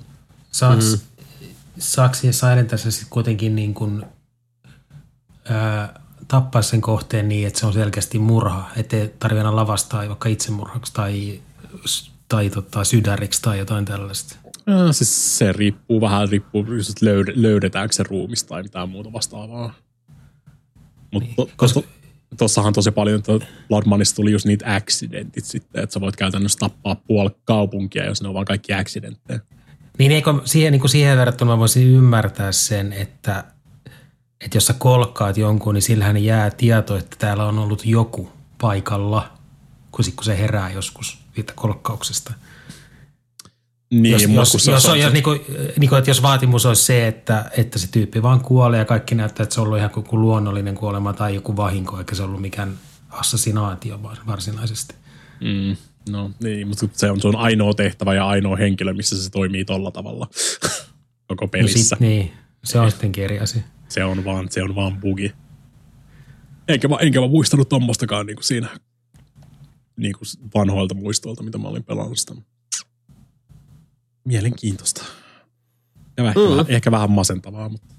Saako siihen Silent Assassin kuitenkin niin kuin, tappaa sen kohteen niin, että se on selkeästi murha, ettei tarvitse aina lavastaa vaikka itsemurhaksi tai sydäriksi tai jotain tällaista. Siis se riippuu just, että löydetäänkö se ruumista tai mitään muuta vastaavaa. Mutta niin, tuossahan tosi paljon, että Bloodmonista tuli just niitä accidentit sitten, että sä voit käytännössä tappaa puoli kaupunkia, jos ne on vaan kaikki accidentteja. Niin eikö siihen verrattuna mä voisin ymmärtää sen, että jos sä kolkkaat jonkun, niin sillähän jää tieto, että täällä on ollut joku paikalla, kun se herää joskus siitä kolkkauksesta. Niin, jos vaatimus olisi se, että se tyyppi vaan kuolee ja kaikki näyttää, että se on ollut ihan kuin luonnollinen kuolema tai joku vahinko, eikä se ollut mikään assassinaatio varsinaisesti. No niin, mutta se on ainoa tehtävä ja ainoa henkilö, missä se toimii tolla tavalla koko pelissä. No niin, se on sittenkin eri asia. Se on vaan bugi. Enkä mä muistanut tommostakaan niinku siinä niinku vanhoilta muistoilta, mitä mä olin pelannut sitä. Mielenkiintoista. Ja ehkä vähän masentavaa, mutta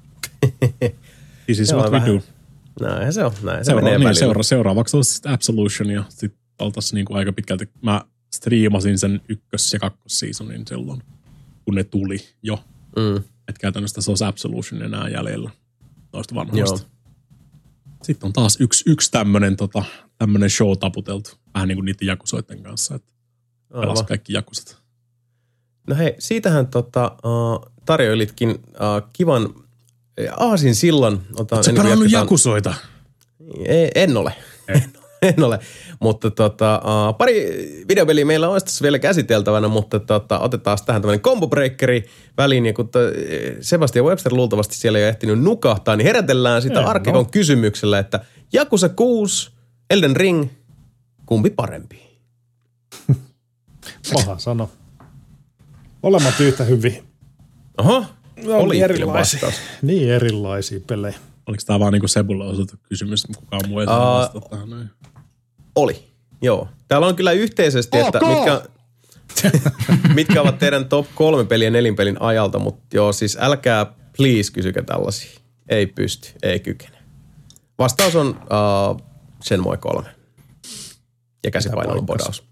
this is what we do. Näinhän se on. Se menee välillä. Seuraavaksi olisi sitten Absolution ja sitten oltaisiin niinku aika pitkälti. Mä striimasin sen 1. ja 2. seasonin silloin, kun ne tuli jo. Että käytännössä se olisi Absolution enää jäljellä noista vanhoista. Joo. Sitten on taas yksi tämmönen show taputeltu. Vähän niin kuin niiden jakusoiden kanssa, että pelas kaikki jakusat. No hei, siitähän tarjoilitkin kivan aasinsillan. Oletko pelannut jakusoita? En ole. En ole. Mutta pari videopeliä meillä olisi tässä vielä käsiteltävänä, mutta otetaan tähän tämmöinen combo breakeri väliin. Ja kun Sebastian Webster luultavasti siellä ei ole ehtinyt nukahtaa, niin herätellään sitä Arkekon kysymyksellä, että Yakuza 6, Elden Ring, kumpi parempi? Paha sano. Olemat yhtä hyvin. Aha, oli erilaisia. Niin erilaisia pelejä. Oliko tämä vaan niinku Sebulle osoitettu kysymys, kukaan muu ei saa vastata tähän näin? Oli, joo. Täällä on kyllä yhteisesti, että mitkä ovat teidän top 3 peliä 4 pelin ajalta, mutta joo, siis älkää please kysykö tällaisia. Ei pysty, ei kykene. Vastaus on Shenmue 3 ja käsipainolla bodaus.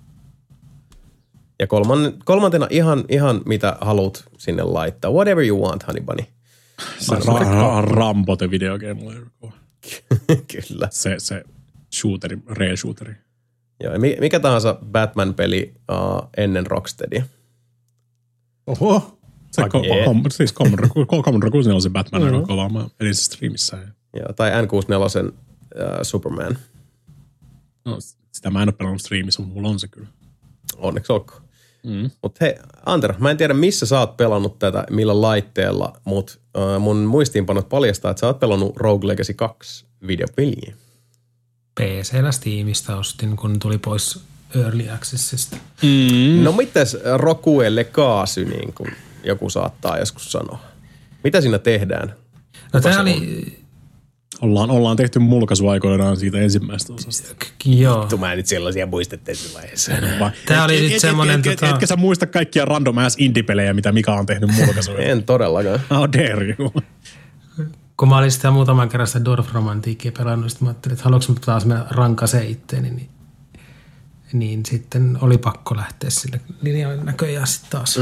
Ja kolmantena ihan mitä haluat sinne laittaa. Whatever you want, honey bunny. Rambo the video game. Kyllä. Se shooteri, rail-shooteri. Joo, mikä tahansa Batman-peli ennen Rocksteadia. Oho. Siis Commodore 64 on se Batman aika kova. Mä elin se streamissä. Joo, tai N64 Superman. No, sitä mä en ole pelannut streamissa, mutta mulla on se kyllä. Onneksi olkoon. Mutta hei, Antero, mä en tiedä missä sä oot pelannut tätä, millä laitteella, mutta mun muistiinpanot paljastaa, että sä oot pelannut Rogue Legacy 2 videopeliä. PC:llä Steamista ostin, kun tuli pois Early Accessista. No mites Rogue Legacy, niin kuin joku saattaa joskus sanoa? Mitä siinä tehdään? No tää oli... Ollaan tehty mulkaisu aikoinaan siitä ensimmäisestä osasta. Joo. Mä en nyt sellaisia muista tässä vaiheessa. Tää oli nyt semmonen... Etkä sä muista kaikkia random ass indie-pelejä, mitä Mika on tehnyt mulkaisuja? En todellakaan. How dare you? Kun mä olin sitä muutaman kerran sitä Dorf-romantiikkia pelannut, sitten mä ajattelin, että haluanko mä taas mennä rankaseen itteeni, niin sitten oli pakko lähteä sille linjalle näköjään sitten taas.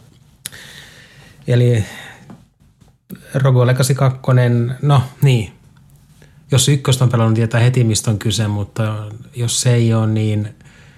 Eli Rogue Legacy 2, no niin. Jos ykköstä on pelannut, tietää heti, mistä on kyse, mutta jos se ei ole, niin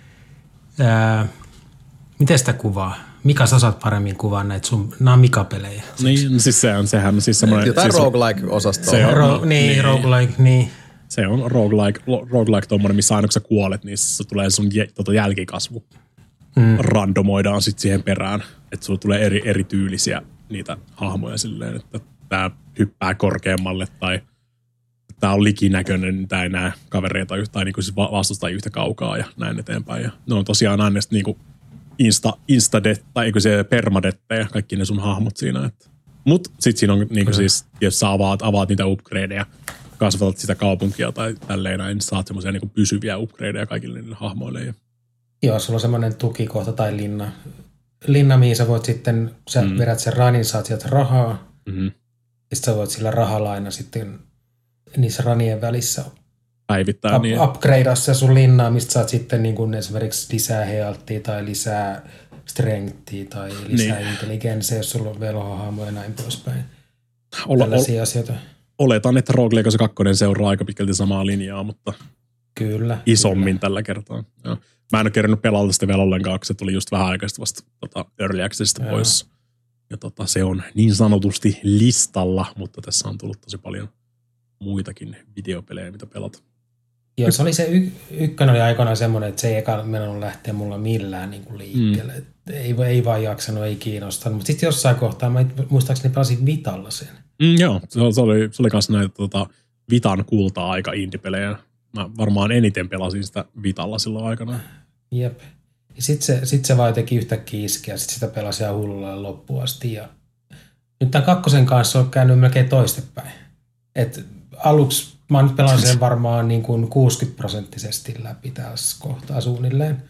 miten sitä kuvaa? Mika, sä saat paremmin kuvaa näitä nämä Mika-pelejä. Niin, siis sehän siis semmoinen... Jotain siis roguelike-osastoa. Roguelike, niin. Se on roguelike tommoinen, missä aina kun sä kuolet, niin se tulee sun jälkikasvu. Randomoidaan sitten siihen perään, että sulla tulee eri tyylisiä niitä hahmoja silleen, että tää hyppää korkeammalle tai tää on likinäköinen, niin tää ei näe kavereita tai niinku siis vastustaa yhtä kaukaa ja näin eteenpäin. Ja ne on tosiaan aina sitten niinku instadet tai eikö se permadetteja, kaikki ne sun hahmot siinä. Mut sit siinä on niinku siis, jos sä avaat niitä upgradeja, kasvatat sitä kaupunkia tai tälleen näin, niin saat semmoisia niinku pysyviä upgradeja kaikille niille hahmoille. Joo, sulla on semmoinen tukikohta tai linna, mihin sä voit sitten, sä vedät sen ranin, saat sieltä rahaa, ja sitten sä voit sillä rahalla aina sitten niissä ranien välissä päivittää. Niin. Upgradeaa se sun linnaa, mistä saat sitten niin kuin esimerkiksi lisää healthia tai lisää strengthia tai lisää intelligenssiä, jos sulla on velohahmoja ja näin poispäin. Tällaisia asioita. Oletan, että Rogue Legacy 2 seuraa aika pitkälti samaa linjaa, mutta isommin tällä kertaa. Joo. Mä en ole kerännyt pelata sitä vielä ollenkaan, kun se tuli just vähän aikaisesti vasta Early Accessista pois. Ja se on niin sanotusti listalla, mutta tässä on tullut tosi paljon muitakin videopelejä, mitä pelata. Joo, se oli se ykkönen oli aikoinaan semmoinen, että se ei eka mennyt lähteä mulla millään niin kuin liikkeelle. Ei vaan jaksanut, ei kiinnostanut. Mutta sitten jossain kohtaa, mä muistaakseni pelasin Vitalla sen. Joo, se oli kanssa näitä Vitan kulta-aika indie-pelejä. Mä varmaan eniten pelasin sitä Vitalla silloin aikana. Jep. Ja sit se vaan jotenkin yhtäkkiä iskeä, sit sitä pelasi ihan hullulla loppuun asti. Ja nyt tämän 2 kanssa on käynyt melkein toistepäin. Et aluksi mä oon nyt pelannut sen varmaan niin kuin 60% läpi tässä kohtaa suunnilleen.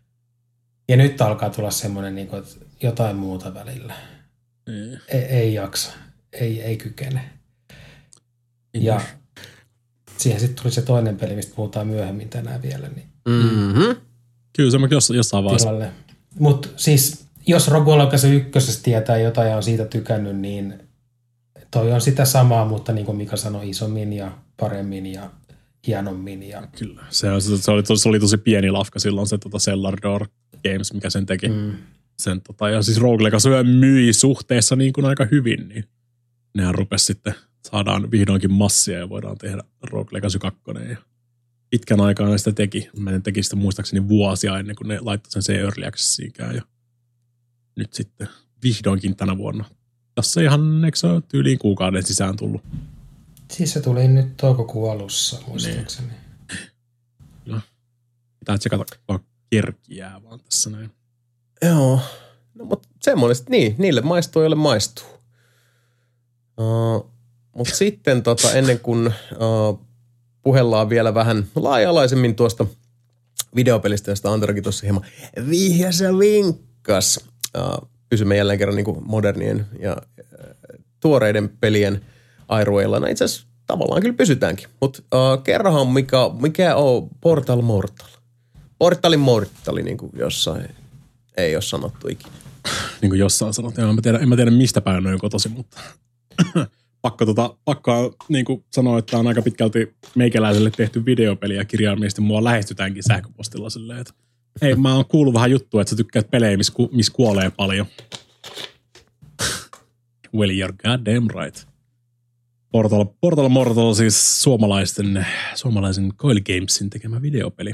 Ja nyt alkaa tulla semmoinen, niin kuin, että jotain muuta välillä. Ei jaksa. Ei kykene. Ja siihen sitten tuli se toinen peli, mistä puhutaan myöhemmin tänään vielä. Niin Kyllä se jossain vaiheessa. Mutta siis, jos Rogue Legacy 1 tietää jotain ja on siitä tykännyt, niin toi on sitä samaa, mutta niin kuin Mika sanoi, isommin ja paremmin ja hienommin. Ja kyllä, se oli tosi pieni lafka silloin se Cellar Door Games, mikä sen teki. Sen, ja siis Rogue Legacy myi suhteessa niin kuin aika hyvin, niin nehän rupesi sitten, saadaan vihdoinkin massia ja voidaan tehdä Rogue Legacy 2. Ja pitkän aikaa ne sitä teki. Mä en teki sitä muistaakseni vuosia ennen kuin ne laittoi sen Early Accessiinkään. Ja nyt sitten vihdoinkin tänä vuonna. Tässä ihan, eikö se ole tyyliin kuukauden sisään tullut? Siis se tuli nyt toukokuun alussa, muistaakseni. No, pitää tsekata, vaan kerkiää vaan tässä näin. Joo, no mutta semmoinen, että niille maistuu, joille maistuu. Mutta sitten ennen kuin puhellaan vielä vähän laaja-alaisemmin tuosta videopelistä, josta Anterokin tuossa hieman vihjasi ja vinkkas. Pysymme jälleen kerran niin kuin modernien ja tuoreiden pelien airueilla. No itse asiassa tavallaan kyllä pysytäänkin. Mutta kerrohan, mikä on Portal Mortal? Portalin Mortali, niin kuin jossain ei ole sanottu ikinä. Niin kuin jossain sanottu. En mä tiedä mistä päin on kotoisin, mutta pakko niin kuin sanoa, että on aika pitkälti meikäläiselle tehty videopeli ja kirjaimellisesti mua lähestytäänkin sähköpostilla silleen, että hei, mä oon kuullut vähän juttua, että sä tykkäät pelejä, missä kuolee paljon. Well, you're goddamn right. Portal Mortal siis suomalaisen Coil Gamesin tekemä videopeli.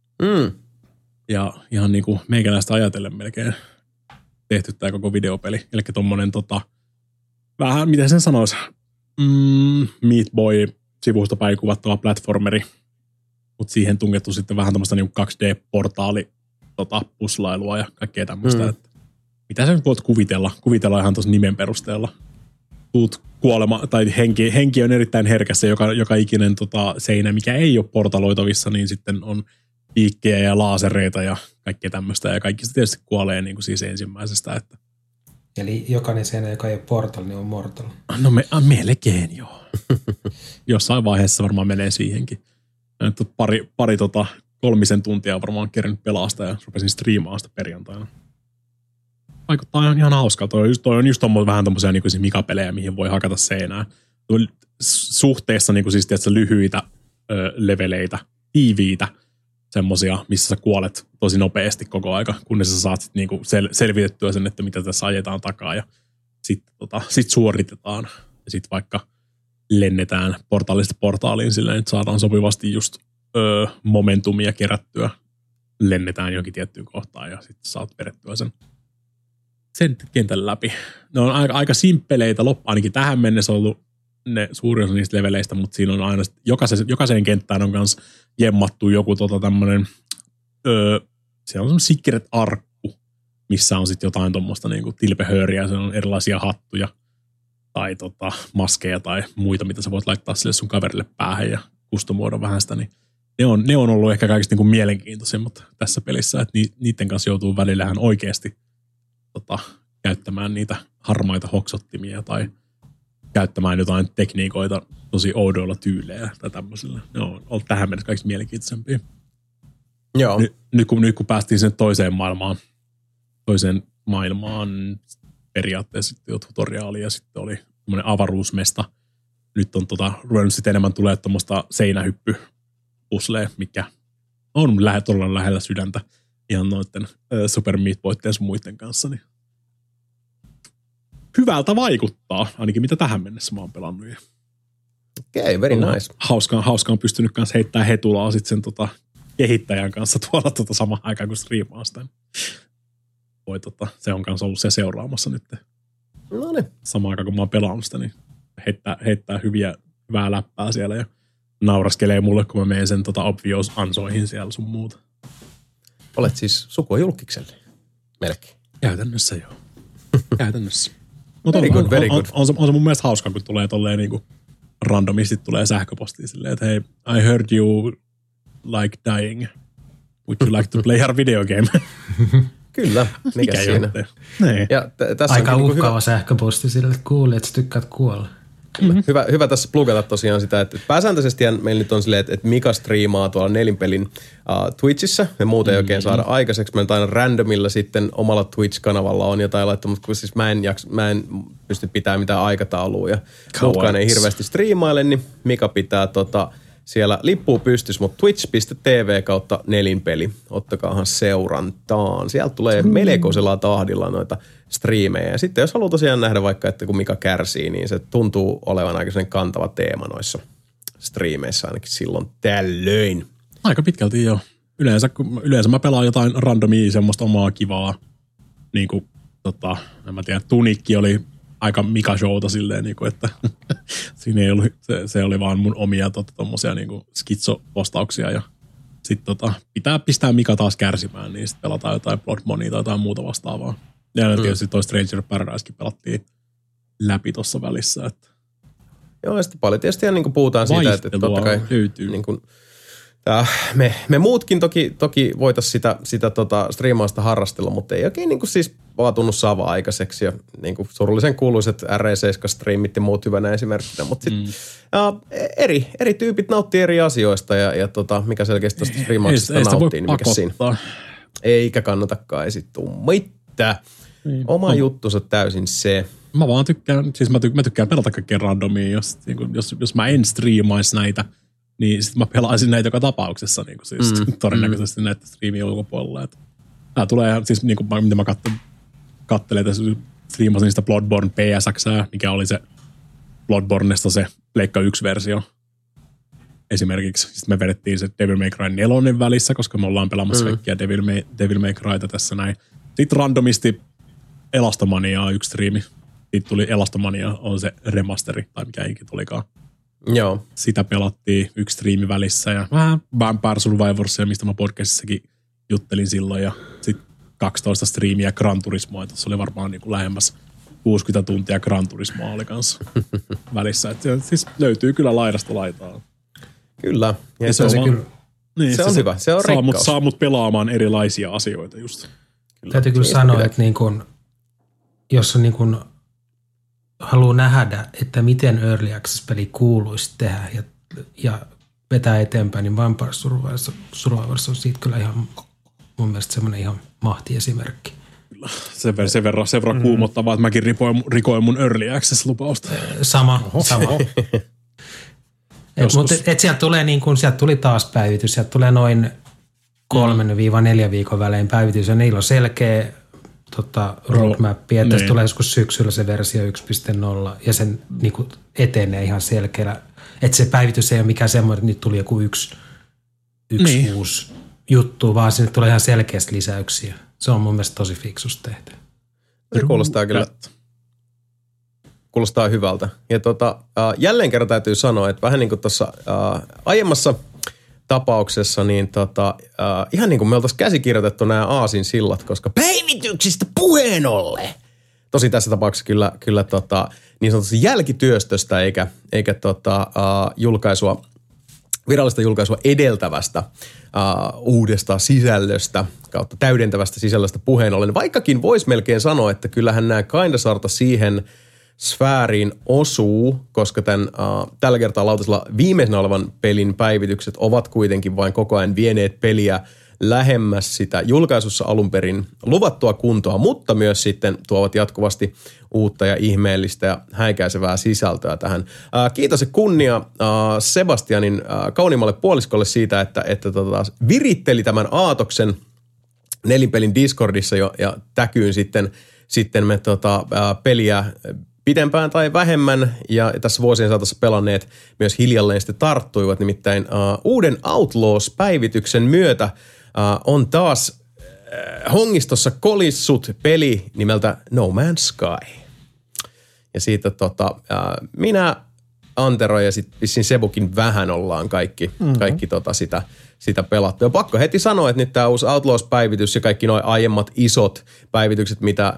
Ja ihan niin kuin meikäläistä ajatellen melkein tehty tää koko videopeli. Eli tommonen vähän, miten sen sanoisi, Meat Boy sivusta päin kuvattava platformeri, mutta siihen tungettu sitten vähän tämmöistä niin 2D-portaali puslailua ja kaikkea tämmöistä. Että mitä sä nyt voit kuvitella ihan tuossa nimen perusteella. Tuut kuolema, tai henki on erittäin herkässä, joka ikinen seinä, mikä ei ole portaloitavissa, niin sitten on piikkejä ja laasereita ja kaikkea tämmöistä. Ja kaikki se tietysti kuolee niin kuin siis ensimmäisestä. Että eli jokainen seinä, joka ei ole Portal, niin on Mortal. No melkein joo. Jossain vaiheessa varmaan menee siihenkin. Pari 3 tuntia varmaan kerännyt pelasta ja rupesin striimaan sitä perjantaina. Vaikuttaa ihan hauskaa. Toi on just vähän tommosia niin kuin Mika-pelejä, mihin voi hakata seinää. Suhteessa niin kuin siis tiedätkö, lyhyitä leveleitä, tiiviitä, semmosia, missä sä kuolet tosi nopeasti koko aika, kunnes sä saat sit niinku selvitettyä sen, että mitä tässä ajetaan takaa ja sit suoritetaan. Ja sit vaikka lennetään portaalista portaaliin silleen, että saadaan sopivasti just momentumia kerättyä. Lennetään johonkin tiettyyn kohtaan ja sitten saat vedettyä sen kentän läpi. Ne on aika simppeleitä ainakin tähän mennessä ollut ne suurin osa niistä leveleistä, mutta siinä on aina jokaiseen kenttään on kanssa jemmattu joku tämmönen se on semmoinen secret-arkku, missä on sitten jotain tuommoista niinku tilpehööriä, se on erilaisia hattuja tai maskeja tai muita, mitä sä voit laittaa sille sun kaverille päähän ja kustomoida vähän sitä, niin ne on ollut ehkä kaikista niinku mielenkiintoisimmat tässä pelissä, että niiden kanssa joutuu välillähän oikeasti käyttämään niitä harmaita hoksottimia tai käyttämään jotain tekniikoita tosi oudoilla tyyleillä tai tämmöisillä. Ne on ollut tähän mennessä kaikista mielenkiintoisempia. Joo. Nyt kun päästiin sen toiseen maailmaan periaatteessa jo tutoriaali ja sitten oli semmoinen avaruusmesta. Nyt on ruvennut sitten enemmän tulee tuommoista seinähyppypusleja, mikä on todella lähellä sydäntä ihan noiden Super Meat Boyten sun muiden kanssa. Niin hyvältä vaikuttaa, ainakin mitä tähän mennessä mä oon pelannut. Okei, very nice. Hauskaan pystynyt kanssa heittämään hetulaa sit sen kehittäjän kanssa tuolla samaan aikaan, kun striimaa sitä. Se on kanssa ollut se seuraamassa nyt. No niin. Samaan aikaan, kun mä oon pelannut sitä, niin heittää hyvää läppää siellä ja nauraskelee mulle, kun mä menen sen obvious-ansoihin siellä sun muuta. Olet siis sukua julkikselle. Melkein. Käytännössä joo. Käytännössä. Very good. On se mun mielestä hauska, kun tulee tolleen niinku randomisti tulee sähköpostiin silleen, että hei, I heard you like dying. Would you like to play our video game? Kyllä, mikä siinä. Ja tässä aika uhkaava sähköposti sille, että kuuli, että sä tykkäät kuolla. Hyvä tässä plugata tosiaan sitä, että pääsääntöisesti meillä nyt on silleen, että Mika striimaa tuolla Nelinpelin Twitchissä. Me muuten ei oikein saada aikaiseksi. Meillä aina randomilla sitten omalla Twitch-kanavalla on jotain laittaa, mutta kun siis mä en pysty pitämään mitään aikataulua ja muutkaan ei hirveästi striimaile, niin Mika pitää siellä lippuu pystys, mutta twitch.tv/nelinpeli. Ottakaahan seurantaan. Sieltä tulee melkoisella tahdilla noita striimejä. Ja sitten jos haluaa tosiaan nähdä vaikka, että kun Mika kärsii, niin se tuntuu olevan aika sen kantava teema noissa striimeissä ainakin silloin tällöin. Aika pitkälti joo. Yleensä mä pelaan jotain randomia semmoista omaa kivaa. Niin kuin, en mä tiedä, Tunikki oli aika Mika-showta silleen, niin kuin, että siinä ei ollut, se oli vaan mun omia tommosia niin kuin skitso-postauksia ja sitten pitää pistää Mika taas kärsimään, niin sitten pelataan jotain Blood Moneya tai jotain muuta vastaavaa. Ja tietysti toi Stranger Paradisekin pelattiin läpi tuossa välissä. Että joo, ja sitten paljon tietysti niin kuin puhutaan siitä, että totta kai niin kuin, me muutkin toki voitaisiin sitä striimausta harrastella, mutta ei oikein niin kuin siis vaan tunnu saavaa aikaiseksi. Ja niin kuin surullisen kuuluiset RE7-striimit ja muut hyvänä esimerkkinä. Mutta sitten eri tyypit nauttii eri asioista ja mikä selkeästi tuosta striimauksesta nauttii, niin mikä siinä. Eikä kannatakaan esittua mitään. Oma juttunsa täysin se. Mä vaan tykkään, siis mä tykkään pelata kaikkea randomia, jos mä en striimaisi näitä, niin sitten mä pelaisin näitä joka tapauksessa, niin kuin siis todennäköisesti näitä striimien ulkopuolella. Tää tulee, siis niin kuin mitä mä kattelen tässä, striimasin sitä Bloodborne PSXää, mikä oli se Bloodbornesta se Pleikka 1-versio esimerkiksi. Sitten me vedettiin se Devil May Cry 4 välissä, koska me ollaan pelaamassa kaikkia Devil May Cryta tässä näin. Sitten randomisti Elastomaniaa yksi striimi. Sitten tuli Elastomania, on se remasteri, tai mikä ikinä tulikaan. Joo. Sitä pelattiin yksi striimi välissä ja vähän Vampire Survivorsia, mistä mä podcastissakin juttelin silloin. Ja sitten 12 striimiä Gran Turismoa. Tuossa oli varmaan niin kuin lähemmäs 60 tuntia Gran Turismoa oli kanssa välissä. Et siis löytyy kyllä laidasta laitaa. Kyllä. Ja se on kyllä. Niin, se on hyvä. Se on rikkaus. Saa mut pelaamaan erilaisia asioita just. Täytyy kyllä sanoa, että niin kun, jos on niin kun haluaa nähdä, että miten Early Access-peli kuuluisi tehdä ja vetää eteenpäin, niin Vampire Survivors on siitä kyllä ihan mun mielestä semmoinen ihan mahtiesimerkki. Kyllä. Sen verran kuumottavaa, että mäkin rikoin mun Early Access-lupausta. Sama. Mutta sieltä tulee niin kuin, sieltä tuli taas päivitys, sieltä tulee noin 3-4 viikon välein päivitys ja niillä on selkeä roadmappi, että se tulee joskus syksyllä se versio 1.0 ja sen niin kuin etenee ihan selkeällä. Että se päivitys ei ole mikään semmoinen, että nyt tuli joku yksi uusi juttu, vaan sinne tulee ihan selkeästi lisäyksiä. Se on mun mielestä tosi fiksusti tehty. Se kuulostaa kyllä. Kuulostaa hyvältä. Ja jälleen kerran täytyy sanoa, että vähän niin kuin tuossa aiemmassa tapauksessa, niin ihan niin kuin me oltaisiin käsikirjoitettu nämä aasinsillat, koska päivityksistä puheen ollen. Tosin tässä tapauksessa kyllä niin sanotusti jälkityöstöstä eikä virallista julkaisua edeltävästä uudesta sisällöstä kautta täydentävästä sisällöstä puheen ollen. Vaikkakin voisi melkein sanoa, että kyllähän nämä kinda sarta siihen sfääriin osuu, koska tällä kertaa lautasella viimeisenä olevan pelin päivitykset ovat kuitenkin vain koko ajan vieneet peliä lähemmäs sitä julkaisussa alun perin luvattua kuntoa, mutta myös sitten tuovat jatkuvasti uutta ja ihmeellistä ja häikäisevää sisältöä tähän. Kiitos ja kunnia Sebastianin kauniimmalle puoliskolle siitä, että viritteli tämän aatoksen Nelinpelin Discordissa ja täkyyn sitten me peliä pidempään tai vähemmän ja tässä vuosien saatossa pelanneet myös hiljalleen sitten tarttuivat. Nimittäin uuden Outlaws-päivityksen myötä on taas hongistossa kolissut peli nimeltä No Man's Sky. Ja siitä minä, Antero ja sitten vissiin Sebukin vähän ollaan kaikki sitä pelattu. Ja pakko heti sanoa, että nyt tämä uusi Outlaws-päivitys ja kaikki nuo aiemmat isot päivitykset, mitä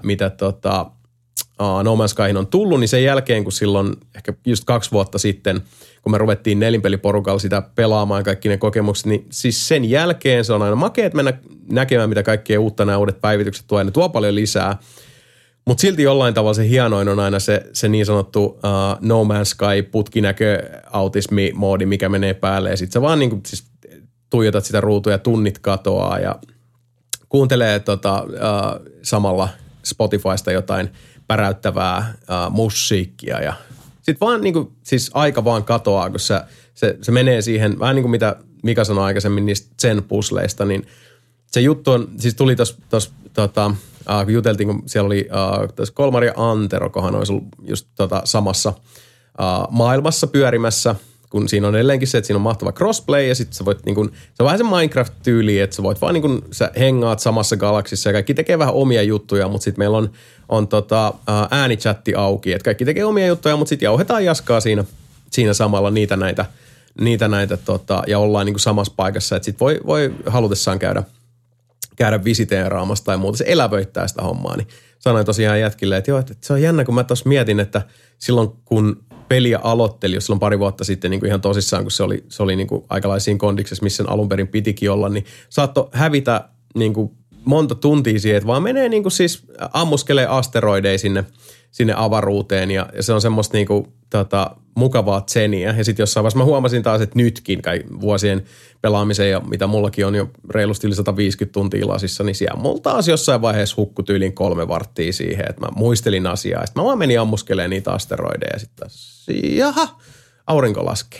No Man's Skyhin on tullut, niin sen jälkeen, kun silloin ehkä just 2 vuotta sitten, kun me ruvettiin nelinpeliporukalla sitä pelaamaan kaikki ne kokemukset, niin siis sen jälkeen se on aina makeet mennä näkemään, mitä kaikkea uutta nämä uudet päivitykset tuo, ja ne tuo paljon lisää. Mutta silti jollain tavalla se hienoin on aina se niin sanottu No Man's Sky putkinäkö-autismi-moodi, mikä menee päälle, ja sitten sä vaan niinku siis tuijotat sitä ruutua ja tunnit katoaa, ja kuuntelee samalla Spotifysta jotain päräyttävää musiikkia ja sitten vaan niinku, siis aika vaan katoaa, kun se menee siihen, vähän niin kuin mitä Mika sanoi aikaisemmin niistä Zen-pusleista, niin se juttu on, siis tuli tuossa kun juteltiin, kun siellä oli Kolmari ja Antero, kohan olisi ollut just samassa maailmassa pyörimässä, kun siinä on edelleenkin se, että siinä on mahtava crossplay ja sitten sä voit niinku, se on vähän se Minecraft-tyyli, että sä voit vaan niinku, sä hengaat samassa galaksissa ja kaikki tekee vähän omia juttuja, mutta sitten meillä on äänichatti auki, että kaikki tekee omia juttuja, mutta sitten jauhetaan jaskaa siinä samalla niitä näitä ja ollaan niinku samassa paikassa, että sitten voi halutessaan käydä visiteeraamassa tai muuta. Se elävöittää sitä hommaa, niin sanoin tosiaan jätkille, että joo, että se on jännä, kun mä tuossa mietin, että silloin kun peliä aloitteli, jos silloin 2 vuotta sitten niin kuin ihan tosissaan, kun se oli niin kuin aikalaisiin kondiksessa, missä sen alun perin pitikin olla, niin saattoi hävitä niin kuin monta tuntia siihen, että vaan menee niin kuin siis ammuskelee asteroideja sinne avaruuteen ja se on semmoista niin kuin, mukavaa tseniä. Ja sitten jossain vaiheessa mä huomasin taas, että nytkin vuosien pelaamiseen ja mitä mullakin on jo reilusti yli 150 tuntia lasissa, niin siellä mulla taas jossain vaiheessa hukkui tyyliin 3 varttia siihen, että mä muistelin asiaa. Ja sitten mä vaan menin ammuskelemaan niitä asteroideja ja sitten jaha, aurinko laskee.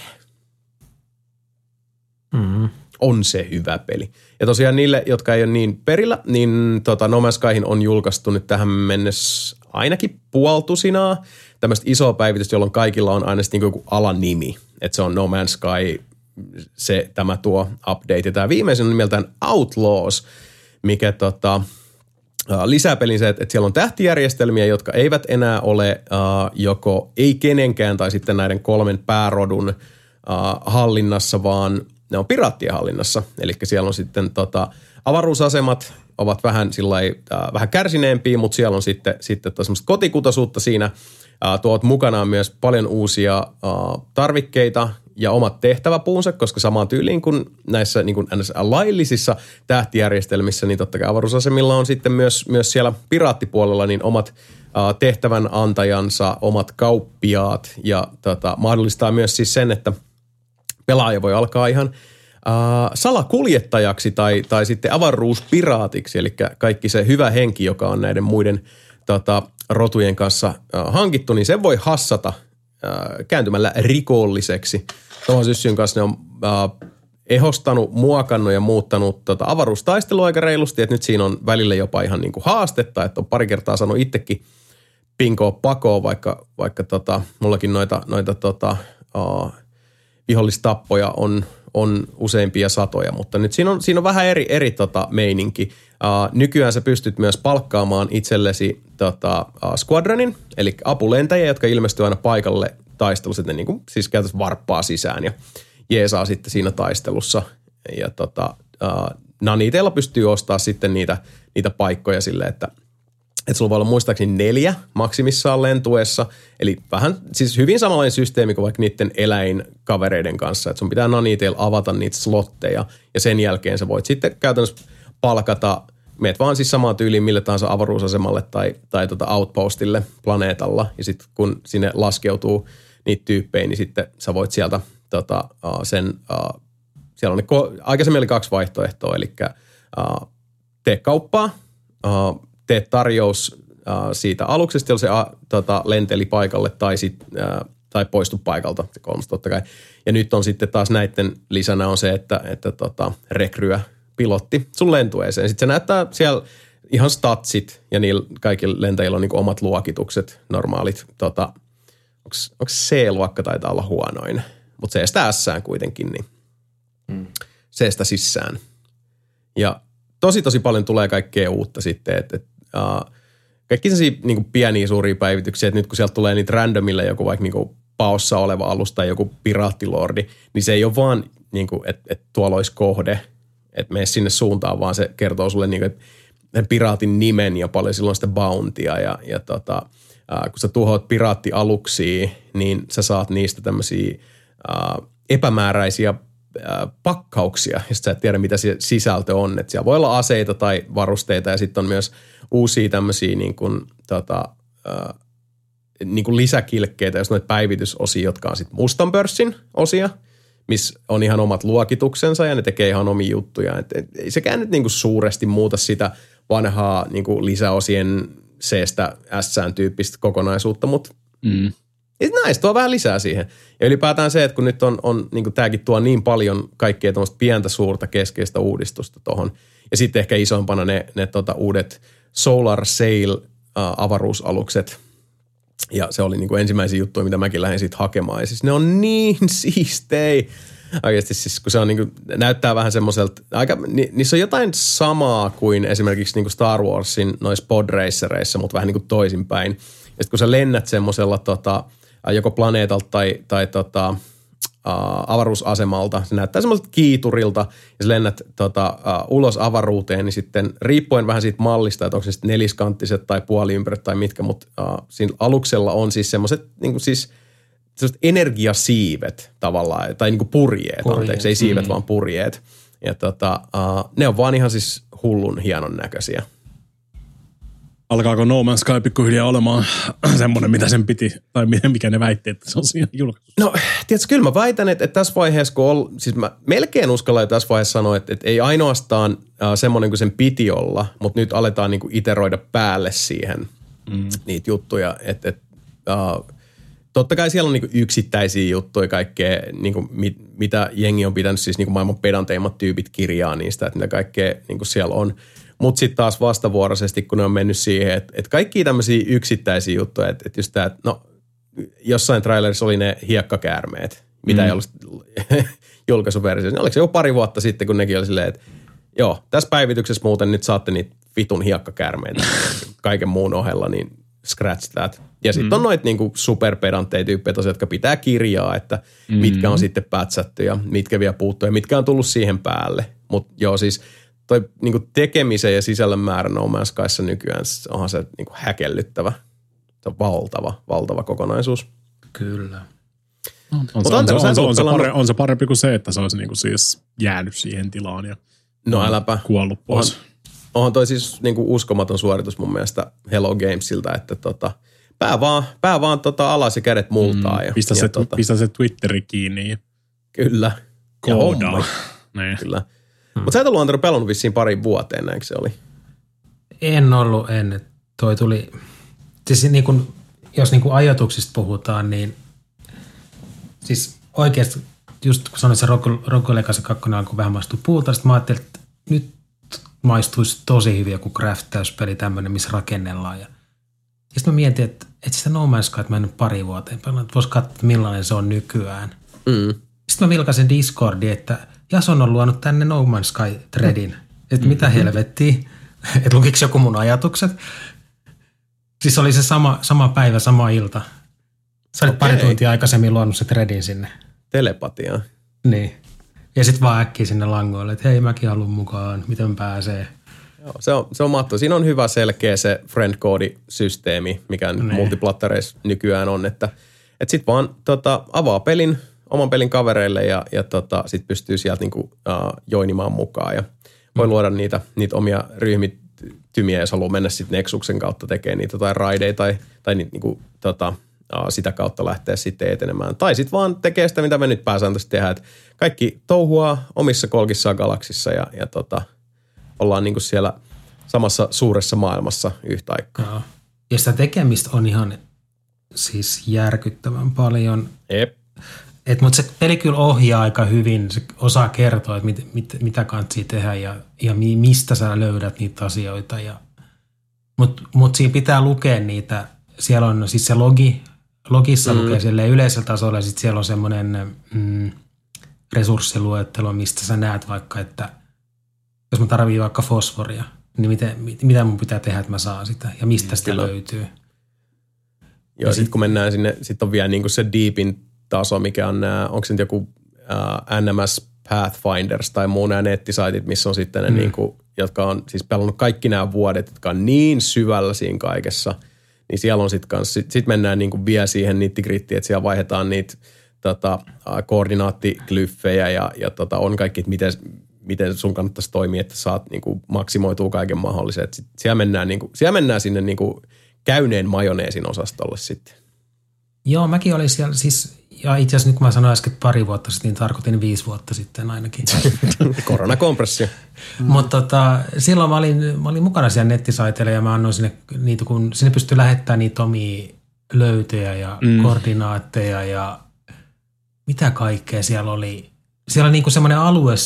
Mm-hmm. On se hyvä peli. Ja tosiaan niille, jotka ei ole niin perillä, niin No Man's Skyhin on julkaistu nyt tähän mennessä ainakin puoltusinaa tämmöistä isoa päivitystä, jolloin kaikilla on aina sitten joku alanimi. Että se on No Man's Sky, tämä tuo update. Ja tämä viimeisin on nimeltään Outlaws, mikä lisää pelin se, että siellä on tähtijärjestelmiä, jotka eivät enää ole joko ei kenenkään tai sitten näiden 3 päärodun hallinnassa, vaan ne on piraattien hallinnassa. Eli siellä on sitten avaruusasemat ovat vähän vähän kärsineempiä, mutta siellä on sitten semmoista kotikutaisuutta siinä. Tuot mukanaan myös paljon uusia tarvikkeita ja omat tehtäväpuunsa, koska samaan tyyliin kuin näissä niin kuin laillisissa tähtijärjestelmissä, niin totta kai avaruusasemilla on sitten myös siellä piraattipuolella niin omat tehtävän antajansa, omat kauppiaat ja mahdollistaa myös siis sen, että pelaaja voi alkaa ihan salakuljettajaksi tai sitten avaruuspiraatiksi, eli kaikki se hyvä henki, joka on näiden muiden rotujen kanssa hankittu, niin sen voi hassata kääntymällä rikolliseksi. Tuohon syssyn kanssa ne on ehostanut, muokannut ja muuttanut avaruustaistelua aika reilusti, että nyt siinä on välillä jopa ihan niin kuin haastetta, että on pari kertaa saanut itsekin pinkoa pakoon, vaikka mullakin noita vihollistappoja on useimpia satoja, mutta nyt siinä on vähän eri meininki. Nykyään sä pystyt myös palkkaamaan itsellesi squadronin, eli apulentäjiä, jotka ilmestyy aina paikalle taistelussa, että ne niin kuin, siis käytännössä varppaa sisään ja jeesaa sitten siinä taistelussa. Ja naniteilla pystyy ostamaan sitten niitä paikkoja silleen, että sulla voi olla muistaakseni 4 maksimissaan lentuessa, eli vähän siis hyvin samanlainen systeemi kuin vaikka niiden eläinkavereiden kanssa, että sun pitää naniteilla avata niitä slotteja ja sen jälkeen sä voit sitten käytännössä palkata meet vaan siis samaan tyyliin mille tahansa avaruusasemalle tai outpostille planeetalla. Ja sitten kun sinne laskeutuu niitä tyyppejä, niin sitten sä voit sieltä siellä on aikaisemmin oli 2 vaihtoehtoa, eli tee kauppaa, tee tarjous siitä aluksesta, jolla se lenteli paikalle tai poistu paikalta, se 3 totta kai. Ja nyt on sitten taas näiden lisänä on se, että rekryä pilotti sun lentueeseen. Sitten se näyttää siellä ihan statsit ja niillä kaikilla lentäjillä on niin kuin omat luokitukset, normaalit. Onko C-luokka taitaa olla huonoin, mutta C-stä S-ään kuitenkin, niin C-stä sisään. Ja tosi paljon tulee kaikkea uutta sitten, että kaikki sellaisia niin kuin pieniä suuria päivityksiä, että nyt kun sieltä tulee niitä randomille joku vaikka niin kuin paossa oleva alus tai joku piraattilordi, niin se ei ole vaan, niin kuin, että tuolla olisi kohde, että mene sinne suuntaan, vaan se kertoo sulle niin kuin, että piraatin nimen ja paljon silloin sitä bountia ja kun sä tuhoat piraattialuksia, niin sä saat niistä tämmöisiä epämääräisiä pakkauksia, ja sä et tiedä, mitä se sisältö on. Että siellä voi olla aseita tai varusteita, ja sitten on myös uusia tämmöisiä niin kuin lisäkilkkeitä, jos noita päivitysosia, jotka on sitten mustan pörssin osia, missä on ihan omat luokituksensa, ja ne tekee ihan omia juttuja. Ei sekään nyt niin kuin suuresti muuta sitä vanhaa niin kuin lisäosien C-stä S-ään tyyppistä kokonaisuutta, mutta näistä tuo vähän lisää siihen. Ja ylipäätään se, että kun nyt on niin kuin tämäkin tuo niin paljon kaikkea tuommoista pientä suurta keskeistä uudistusta tuohon. Ja sitten ehkä isompana ne uudet Solar Sail avaruusalukset. Ja se oli niin kuin ensimmäisiä juttuja, mitä mäkin lähdin siitä hakemaan. Ja siis ne on niin siistei. Oikeasti siis, kun se on niin kuin, näyttää vähän semmoiselta, niissä on jotain samaa kuin esimerkiksi niin kuin Star Warsin noissa podracereissa, mutta vähän niin kuin toisinpäin. Ja sitten kun sä lennät semmoisella joko planeetalta tai avaruusasemalta, se näyttää semmoiselta kiiturilta, ja sä lennät ulos avaruuteen, niin sitten riippuen vähän siitä mallista, että onko se sitten neliskanttiset tai puoliympyrät tai mitkä, mutta siinä aluksella on siis semmoiset niin kuin siis sellaiset energiasiivet tavallaan, tai niin kuin purjeet, anteeksi, ei siivet, vaan purjeet. Ja ne on vaan ihan siis hullun hienon näköisiä. Alkaako No Man's Sky pikkuhiljaa olemaan semmoinen, mitä sen piti, tai mikä ne väitti, että se on siinä julkaisussa? No, tiedätkö, kyllä mä väitän, että tässä vaiheessa, siis mä melkein uskallan tässä vaiheessa sanoa, että ei ainoastaan semmoinen kuin sen piti olla, mutta nyt aletaan niin kuin iteroida päälle siihen niitä juttuja, että totta kai siellä on niinku yksittäisiä juttuja kaikkea, niinku, mitä jengi on pitänyt siis niinku maailman pedanteimmat tyypit kirjaa niistä, että mitä kaikkea niinku siellä on. Mutta sitten taas vastavuoroisesti, kun ne on mennyt siihen, että kaikkia tämmöisiä yksittäisiä juttuja, että just tämä, no jossain trailerissa oli ne hiekkakäärmeet, mitä ei ollut julkaisuversiossa. Niin oliko se jo pari vuotta sitten, kun nekin oli silleen, että joo, tässä päivityksessä muuten nyt saatte niitä vitun hiekkakäärmeitä kaiken muun ohella, niin scratch that. Ja sitten on noita niinku superpedantteja tyyppejä tosiaan, jotka pitää kirjaa, että mitkä on sitten pätsätty ja mitkä vielä puuttuu ja mitkä on tullut siihen päälle. Mutta joo, siis toi niinku tekemisen ja sisällön määrä No Man's Skyssa nykyään, onhan se niinku häkellyttävä. Se on valtava kokonaisuus. Kyllä. On se parempi kuin se, että se olisi niinku siis jäänyt siihen tilaan ja kuollut pois. Onhan toi siis niinku uskomaton suoritus mun mielestä Hello Gamesilta, että pää vaan alas ja kädet multaa. Pistä se Twitteri kiinni. Kyllä. Koodaa. Kyllä. Mutta sä et ollut antanut pelannut vissiin pariin vuoteen, näinkö se oli? En ollut ennen. Toi tuli, siis niin kun, jos niin kun ajatuksista puhutaan, niin siis oikeasti just kun sanoin, se Rogue Legacy 2 alkoi vähän maistua puulta, sitten mä ajattelin, että nyt maistuisi tosi hyvin joku craftäyspeli tämmöinen, missä rakennellaan. Ja sitten mä mietin, että sitä No Man's Sky mä en nyt pari vuoteen pelannut, että vois katsoa, millainen se on nykyään. Sitten mä vilkasin Discordiin, että Jason on luonut tänne No Man's Sky threadin. Että mitä helvettiä, että lukiksi joku mun ajatukset. Siis oli se sama päivä, sama ilta. Sä olit pari tuntia aikaisemmin luonut se threadin sinne. Telepatiaa. Niin. Ja sitten vaan äkkiä sinne langoille, että hei, mäkin haluan mukaan, miten pääsee. Joo, se on mahtavaa. Siinä on hyvä selkeä se friend code-systeemi, mikä multiplattereissa nykyään on, että sit vaan avaa oman pelin kavereille ja sit pystyy sieltä niinku, joinimaan mukaan ja voi luoda niitä omia tymiä, jos haluaa mennä sitten Nexuksen kautta tekemään niitä tai raideja tai niinku, sitä kautta lähteä sitten etenemään. Tai sitten vaan tekee sitä, mitä me nyt pääsääntöisesti tehdään, että kaikki touhuaa omissa kolkissaan galaksissa ja ollaan niinku siellä samassa suuressa maailmassa yhtä aikaa. Ja sitä tekemistä on ihan siis järkyttävän paljon. Mutta se peli kyllä ohjaa aika hyvin, se osaa kertoa, että mitä kannattaa tehdä ja mistä sä löydät niitä asioita. Mutta siinä pitää lukea niitä, siellä on siis se logissa lukee silleen yleisellä tasolla ja sitten siellä on semmoinen resurssiluettelo, mistä sä näet vaikka, että jos mä tarvitsen vaikka fosforia, niin mitä mun pitää tehdä, että mä saan sitä ja mistä sitä löytyy. Joo, sitten kun mennään sinne, sitten on vielä niinku se deepin taso, mikä on onko se nyt joku NMS Pathfinders tai muu nämä nettisaitit, missä on sitten ne niinku, jotka on siis pelannut kaikki nämä vuodet, jotka on niin syvällä siinä kaikessa, niin siellä on sitten kanssa, sit mennään niinku vielä siihen nitty-grittiin, että siellä vaihdetaan niitä koordinaattiglyffejä ja on kaikki, että miten sun kannattaisi toimia, että saat niinku maksimoitua kaiken mahdollisen. Siellä mennään sinne niinku käyneen majoneesin osastolle sitten. Joo, mäkin olin siellä siis, ja itse asiassa nyt kun mä sanoin äsken 2 vuotta sitten, niin tarkoitin 5 vuotta sitten ainakin. Koronakompressio. Mutta silloin mä olin mukana siellä nettisaiteilla ja mä annoin sinne niitä, kun sinne pystyi lähettämään niitä omia löytöjä ja koordinaatteja ja mitä kaikkea siellä oli. Siellä oli niinku semmoinen alue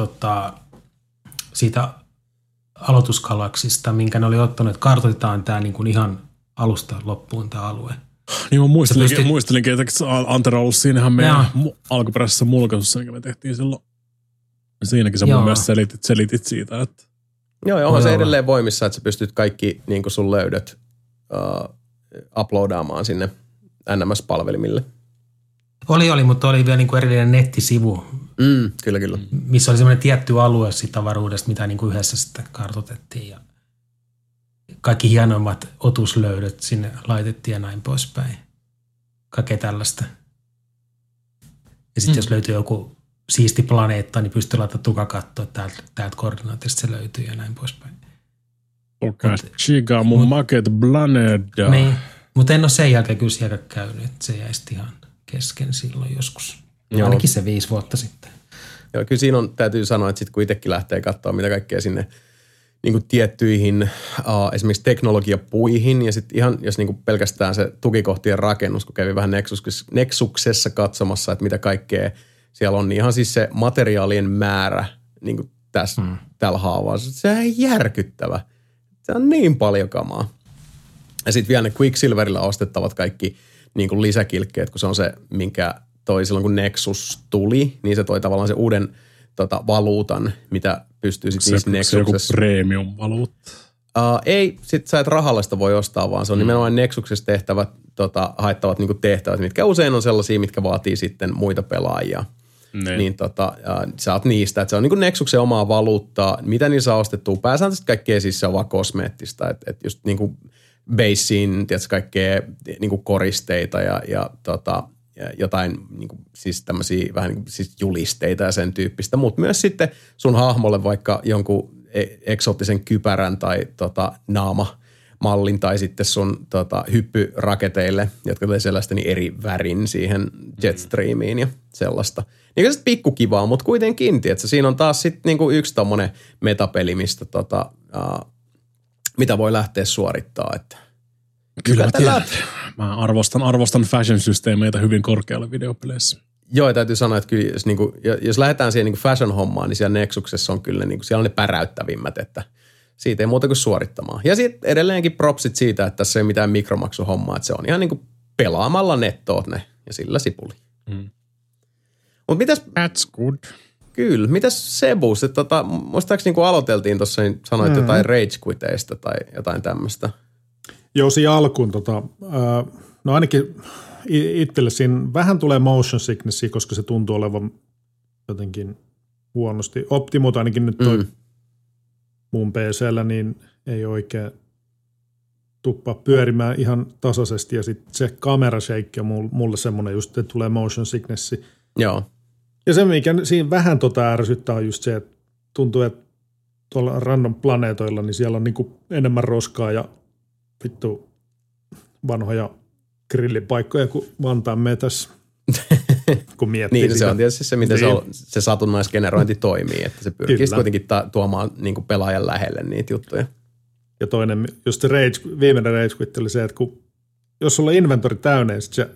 siitä aloituskalaksista, minkä ne oli ottanut, että kartoitetaan tämä niinku ihan alusta loppuun tämä alue. Niin mä muistelinkin, että Antero on ollut siinähän meidän alkuperäisessä mulkaisussa, mikä me tehtiin silloin. Siinäkin sä mun mielestä selitit siitä, että... Joo, ja onhan se edelleen voimissa, että sä pystyt kaikki niin kuin sun löydöt uploadaamaan sinne NMS-palvelimille. Oli, mutta oli vielä niin kuin erillinen nettisivu. Kyllä. Missä oli semmoinen tietty alue siitä avaruudesta, mitä niin kuin yhdessä sitten kartoitettiin ja kaikki hienoimmat otuslöydöt sinne laitettiin ja näin poispäin. Kaikkea tällaista. Ja sitten jos löytyy joku siisti planeetta, niin pystyy laittamaan tukakattoa, että täältä koordinaatista se löytyy ja näin poispäin. Chiga mun maket planeta. Niin, mutta en ole sen jälkeen kyllä siellä käynyt, että se jäi ihan kesken silloin joskus. Joo. Ainakin se 5 vuotta sitten. Joo, kyllä siinä on, täytyy sanoa, että sitten kun itsekin lähtee katsoa, mitä kaikkea sinne niin kuin tiettyihin esimerkiksi teknologiapuihin ja sitten ihan, jos niin kuin pelkästään se tukikohtien rakennus, kun kävi vähän Nexuksessa katsomassa, että mitä kaikkea siellä on, niin ihan siis se materiaalien määrä niin kuin tällä haavaa, se on järkyttävä. Se on niin paljon kamaa. Ja sitten vielä ne Quicksilverillä ostettavat kaikki niin kuin lisäkilkkeet, kun se on se, minkä toi silloin kun Nexus tuli, niin se toi tavallaan se uuden valuutan, mitä pystyy sitten niissä Nexuksessa. Se joku premium-valuutta? Ei, sit sä et rahallista voi ostaa, vaan se on nimenomaan Nexuksessa tehtävät, haettavat niinku tehtävät, mitkä usein on sellaisia, mitkä vaatii sitten muita pelaajia. Niin sä oot niistä, että se on niinku Nexuksen omaa valuuttaa, mitä niillä saa ostettua. Pääsääntöisesti kaikkea siis se on vaan kosmeettista, että just niinku baseen, tiedätkö, kaikkea niinku koristeita ja jotain niinku, siis tämmöisiä vähän niinku, siis julisteita ja sen tyyppistä, mutta myös sitten sun hahmolle vaikka jonkun eksoottisen kypärän tai naamamallin tai sitten sun hyppyraketeille, jotka tulee sellaista niin eri värin siihen jetstreamiin ja sellaista. Niin se pikkukivaa, mutta kuitenkin, että siinä on taas sitten niinku yksi tommonen metapeli, mistä mitä voi lähteä suorittaa, että kyllä mä arvostan fashion-systeemeitä hyvin korkealle videopeleissä. Joo, täytyy sanoa, että kyllä jos lähdetään siihen fashion-hommaan, niin siellä Nexuksessa on kyllä siellä on ne päräyttävimmät, että siitä ei muuta kuin suorittamaan. Ja sitten edelleenkin propsit siitä, että tässä ei ole mitään mikromaksuhommaa, että se on ihan pelaamalla nettoot ne ja sillä sipuli. Mutta mitäs... That's good. Kyllä. Mitäs Sebus? Muistaakseni kun aloiteltiin tuossa, niin sanoit jotain rage quiteista tai jotain tämmöistä. Joo, siinä alkuun no ainakin itselle siinä vähän tulee motion sicknessia, koska se tuntuu olevan jotenkin huonosti. Optimut ainakin nyt toi mun PC:llä, niin ei oikein tuppaa pyörimään ihan tasaisesti. Ja sitten se kamera shake on mulle semmoinen just, että tulee motion sicknessi. Joo. Ja se, mikä siinä vähän ärsyttää, on just se, että tuntuu, että tuolla random planeetoilla, niin siellä on niinku enemmän roskaa ja vittu vanhoja grillipaikkoja kuin Vantaan metässä, kun miettii niin, sitä. se on tietysti se, miten se satunnaisgenerointi toimii, että se pyrkii kuitenkin tuomaan niinku pelaajan lähelle niitä juttuja. Ja toinen, just se viimeinen Rage Quit oli se, että jos sulla on inventori täynnä ja sit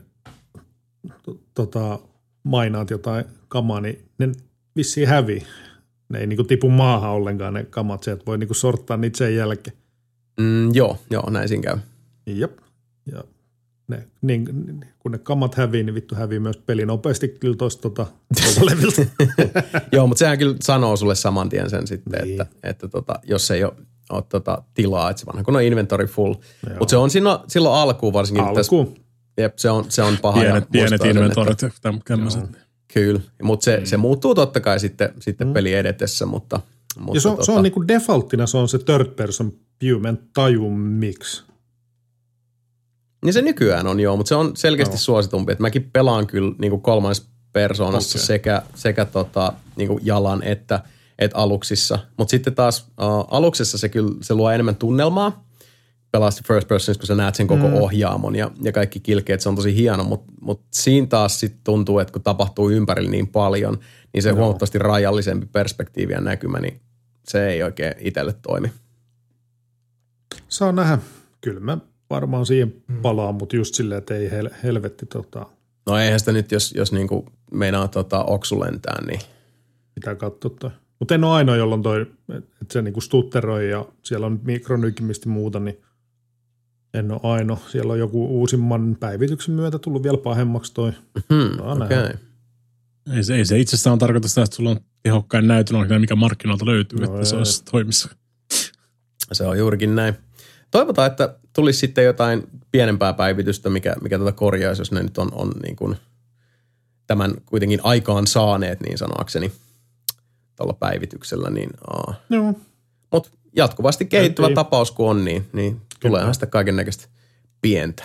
mainaat jotain kamaa, niin ne vissiin hävii. Ne ei niinku tipu maahan ollenkaan ne kamat, se, että voi niinku sorttaa niitä sen jälkeen. Joo, näin siinä käy. Jop. Ja kun ne kamat hävii, niin vittu hävii myös peli nopeasti kyllä tuosta leviltä. Joo, mutta sehän kyllä sanoo sulle saman tien sen sitten, niin. että jos ei ole tilaa, että se vanha kun on inventory full. Mutta se on silloin alkuun varsinkin. Jep, se on paha. Pienet inventorit ja tämmöiset. Kyllä, mutta se muuttuu totta kai sitten peli edetessä, mutta ja se on niinku defaulttina, se on se third person view, mä en taju miksi. Niin se nykyään on joo, mutta se on selkeästi suositumpi, että mäkin pelaan kyllä niinku kolmannessa persoonassa sekä niinku jalan että aluksissa, mutta sitten taas aluksessa se luo enemmän tunnelmaa, pelasti first personissa, kun sä näet sen koko ohjaamon ja kaikki kilkeet, se on tosi hieno, mutta siinä taas sitten tuntuu, että kun tapahtuu ympärillä niin paljon, niin se huomattavasti rajallisempi perspektiivi ja näkymä, niin se ei oikein itselle toimi. Saa nähdä. Kyllä mä varmaan siihen palaan, mutta just silleen, että ei helvetti No eihän sitä nyt, jos niinku meinaa oksu lentää, niin pitää katsoa toi. Mutta en ole ainoa, jolloin että se niinku stutteroi ja siellä on mikronykimistä muuta, niin en ole ainoa. Siellä on joku uusimman päivityksen myötä tullut vielä pahemmaksi toi. Okay. Ei se itsessään tarkoita sitä, että sulla on tehokkain näytön, mikä markkinoilta löytyy, että se olisi toimissa. Se on juurikin näin. Toivotaan, että tulisi sitten jotain pienempää päivitystä, mikä korjaisi, jos ne nyt on niin kuin tämän kuitenkin aikaan saaneet, niin sanoakseni, tuolla päivityksellä. Niin, mutta jatkuvasti kehittyvä tapaus kun on, niin tuleehan sitä kaiken näköistä pientä.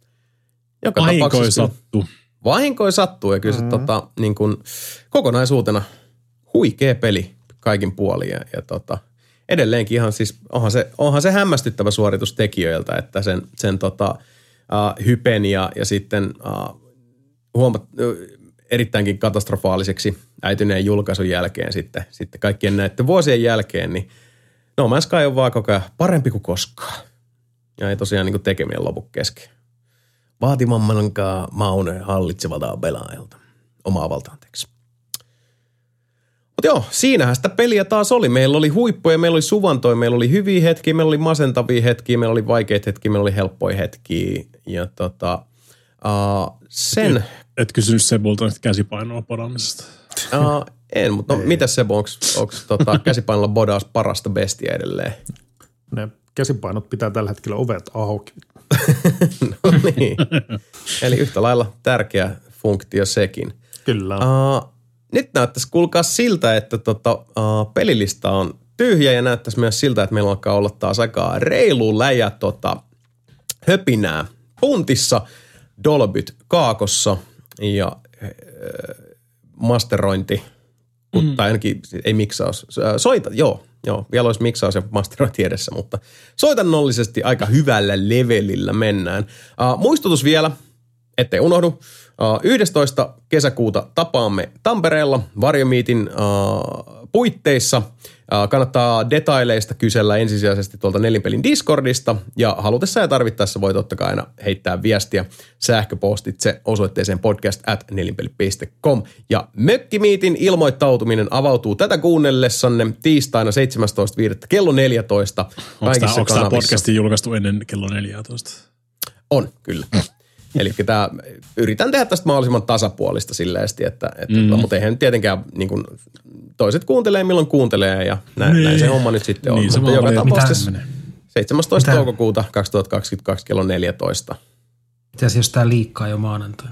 Vahinkoja sattuu ja kyllä se niin kuin kokonaisuutena huikea peli kaikin puolin ja edelleenkin ihan siis onhan se hämmästyttävä suoritus tekijöiltä, että sen hypen ja sitten erittäinkin katastrofaaliseksi äityneen julkaisun jälkeen sitten kaikkien näiden vuosien jälkeen, niin No Man's Sky on vaan koko ajan parempi kuin koskaan. Ja ei tosiaan niin kuin tekemien lopu kesken. Vaatimammankaan maune hallitsevalta pelaajalta. Omaa valtaanteeksi. Mutta joo, siinähän sitä peliä taas oli. Meillä oli huippuja, meillä oli suvantoja, meillä oli hyviä hetkiä, meillä oli masentavia hetkiä, meillä oli vaikeita hetkiä, meillä oli helppoja hetkiä. Ja sen... Et kysynyt Sebulta käsipainoa podaamisesta. En, mutta mitäs Sebo, onko käsipainolla bodaus parasta bestiä edelleen? Ne käsipainot pitää tällä hetkellä ovet auki. No niin. Eli yhtä lailla tärkeä funktio sekin. Kyllä. Nyt näyttäisi kuulkaa siltä, että pelilista on tyhjä ja näyttäisi myös siltä, että meillä alkaa olla taas aika reilu läjä höpinää puntissa, Dolbyt kaakossa ja masterointi, tai ainakin ei miksaus. Vielä olisi miksaus ja masterointi edessä, mutta soitannollisesti aika hyvällä levelillä mennään. Muistutus vielä, ettei unohdu. 11. kesäkuuta tapaamme Tampereella Varjomiitin puitteissa. Kannattaa detaileista kysellä ensisijaisesti tuolta Nelinpelin Discordista ja halutessa ja tarvittaessa voi totta kai aina heittää viestiä sähköpostitse osoitteeseen podcast@nelinpeli.com. Ja Mökkimiitin ilmoittautuminen avautuu tätä kuunnellessanne tiistaina 17.5. kello 14. Onko tämä podcasti julkaistu ennen kello 14? On, kyllä. Eli yritän tehdä tästä mahdollisimman tasapuolista silleesti, mutta eihän nyt tietenkään niin kuin, toiset kuuntelee milloin kuuntelee ja näin se homma nyt sitten on. Niin, mutta joka tapauksessa 17. toukokuuta 2022 kello 14. Mitäs jos tää liikkaa jo maanantaina?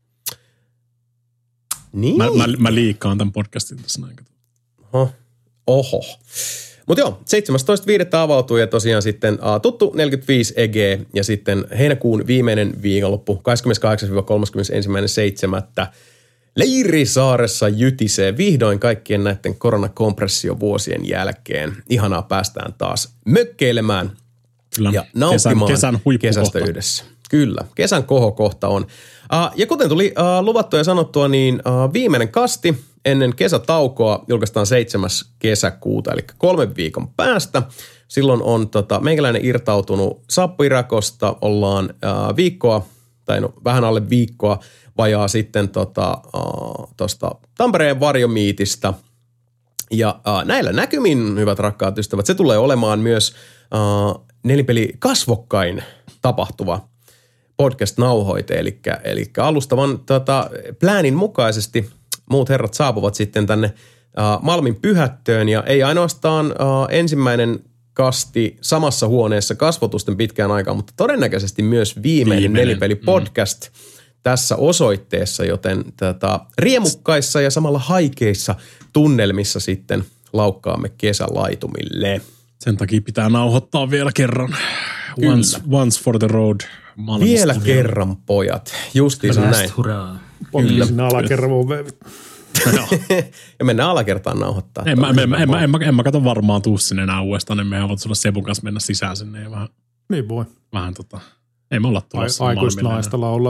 Niin. Mä liikkaan tämän podcastin tässä näin. Oho. Mutta joo, 17.5. avautuu ja tosiaan sitten tuttu 45 EG ja sitten heinäkuun viimeinen viikonloppu 28-31.7. Leirisaaressa jytisee vihdoin kaikkien näiden koronakompressiovuosien jälkeen. Ihanaa päästään taas mökkeilemään ja nauttimaan kesän kesästä yhdessä. Kyllä, kesän kohokohta on. Ja kuten tuli luvattua ja sanottua, niin viimeinen kasti ennen kesätaukoa julkaistaan 7. kesäkuuta, eli 3 viikon päästä. Silloin on meikäläinen irtautunut Sappirakosta, ollaan viikkoa, tai no vähän alle viikkoa, vajaa sitten tuosta Tampereen Varjomiitistä. Ja näillä näkymin, hyvät rakkaat ystävät, se tulee olemaan myös Nelinpeli kasvokkain tapahtuva podcast-nauhoite, eli alustavan pläänin mukaisesti muut herrat saapuvat sitten tänne Malmin Pyhättöön, ja ei ainoastaan ensimmäinen kasti samassa huoneessa kasvotusten pitkään aikaan, mutta todennäköisesti myös viimeinen Nelinpeli-podcast tässä osoitteessa, joten riemukkaissa ja samalla haikeissa tunnelmissa sitten laukkaamme kesälaitumille. Sen takia pitää nauhoittaa vielä kerran. Once for the road. Vielä kerran, pojat. Justiinsa näin. Poliisin alakerran veivit. Ja mennään alakertaan nauhoittaa. En mä kato varmaan tuu sinne enää uudestaan, niin mehän voit sulla Sebun kanssa mennä sisään sinne ja vähän. Niin voi. Vähän ei me olla tulossa. Aikuista naista laulaa.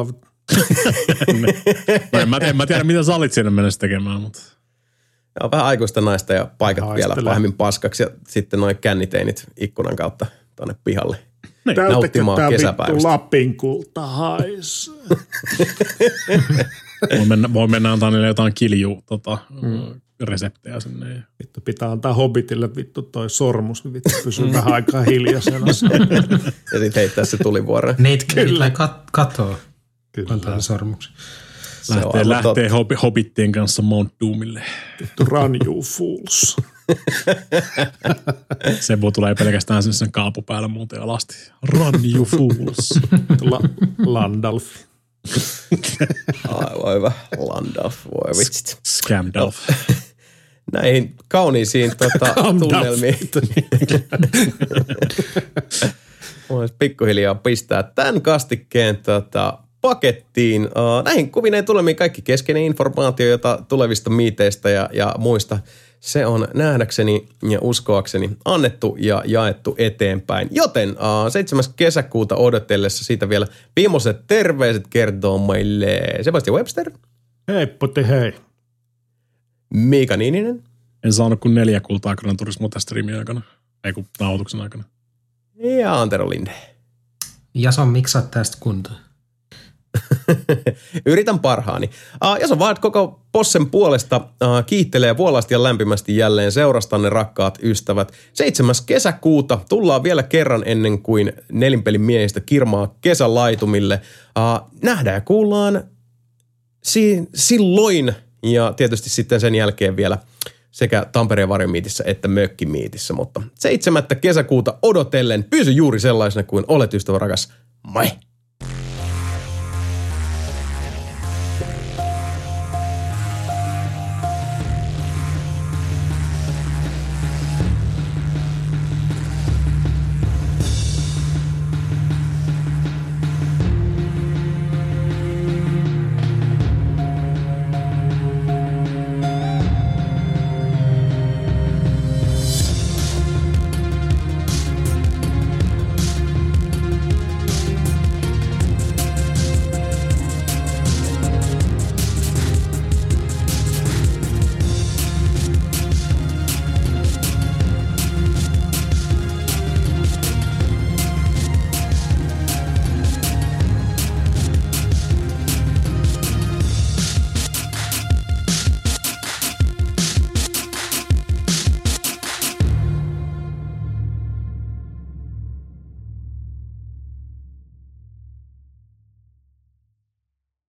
No en mä tiedä, mitä sä olit siinä mennessä tekemään, mutta. Joo, vähän aikuista naista ja paikat vielä pahemmin paskaksi ja sitten noin känniteinit ikkunan kautta tuonne pihalle. Nauttimaan kesäpäivästä. Lapin kulta haisee. Voi mennä antaa niille jotain reseptejä sinne. Vittu pitää antaa Hobbitille vittu toi sormus, niin vittu pysyy vähän aikaa hiljaisena. Ja sit heittää se tulivuoreen. Kyllä katoo. Kyllä. Antaa sormuksen. Lähtee Hobbittien kanssa Mount Doomille. Vittu run you fools. Sebu tulee pelkästään sen kaapu päällä muuten alasti. Run you fools. Landalf. Aivan hyvä. Landalf, voi vitsit. Scamdalf. Näihin kauniisiin tunnelmiin. Voisi pikkuhiljaa pistää tämän kastikkeen pakettiin. Näihin kuvineen tulemiin kaikki keskeinen informaatio, jota tulevista miiteistä ja muista. Se on nähdäkseni ja uskoakseni annettu ja jaettu eteenpäin. Joten 7. kesäkuuta odotellessa siitä vielä viimeiset terveiset kertoo meille Sebastian Webster. Hei pote hei. Miika Niininen. En saanut kuin 4 kultaa Gran Turismo tämän striimin aikana. Ei kun nauhoituksen aikana. Ja Antero Linde. Jason, miksi sä oot tästä kuntoon? Yritän parhaani. Jason Vaad koko Possen puolesta kiittelee vuolaasti ja lämpimästi jälleen seurastanne, rakkaat ystävät. 7. kesäkuuta tullaan vielä kerran ennen kuin Nelinpelin miehistä kirmaa kesälaitumille. Nähdään ja kuullaan silloin ja tietysti sitten sen jälkeen vielä sekä Tampereen Varjomiitissä että Mökkimiitissä. Mutta 7. kesäkuuta odotellen pysy juuri sellaisena kuin olet, ystävä rakas. Moi!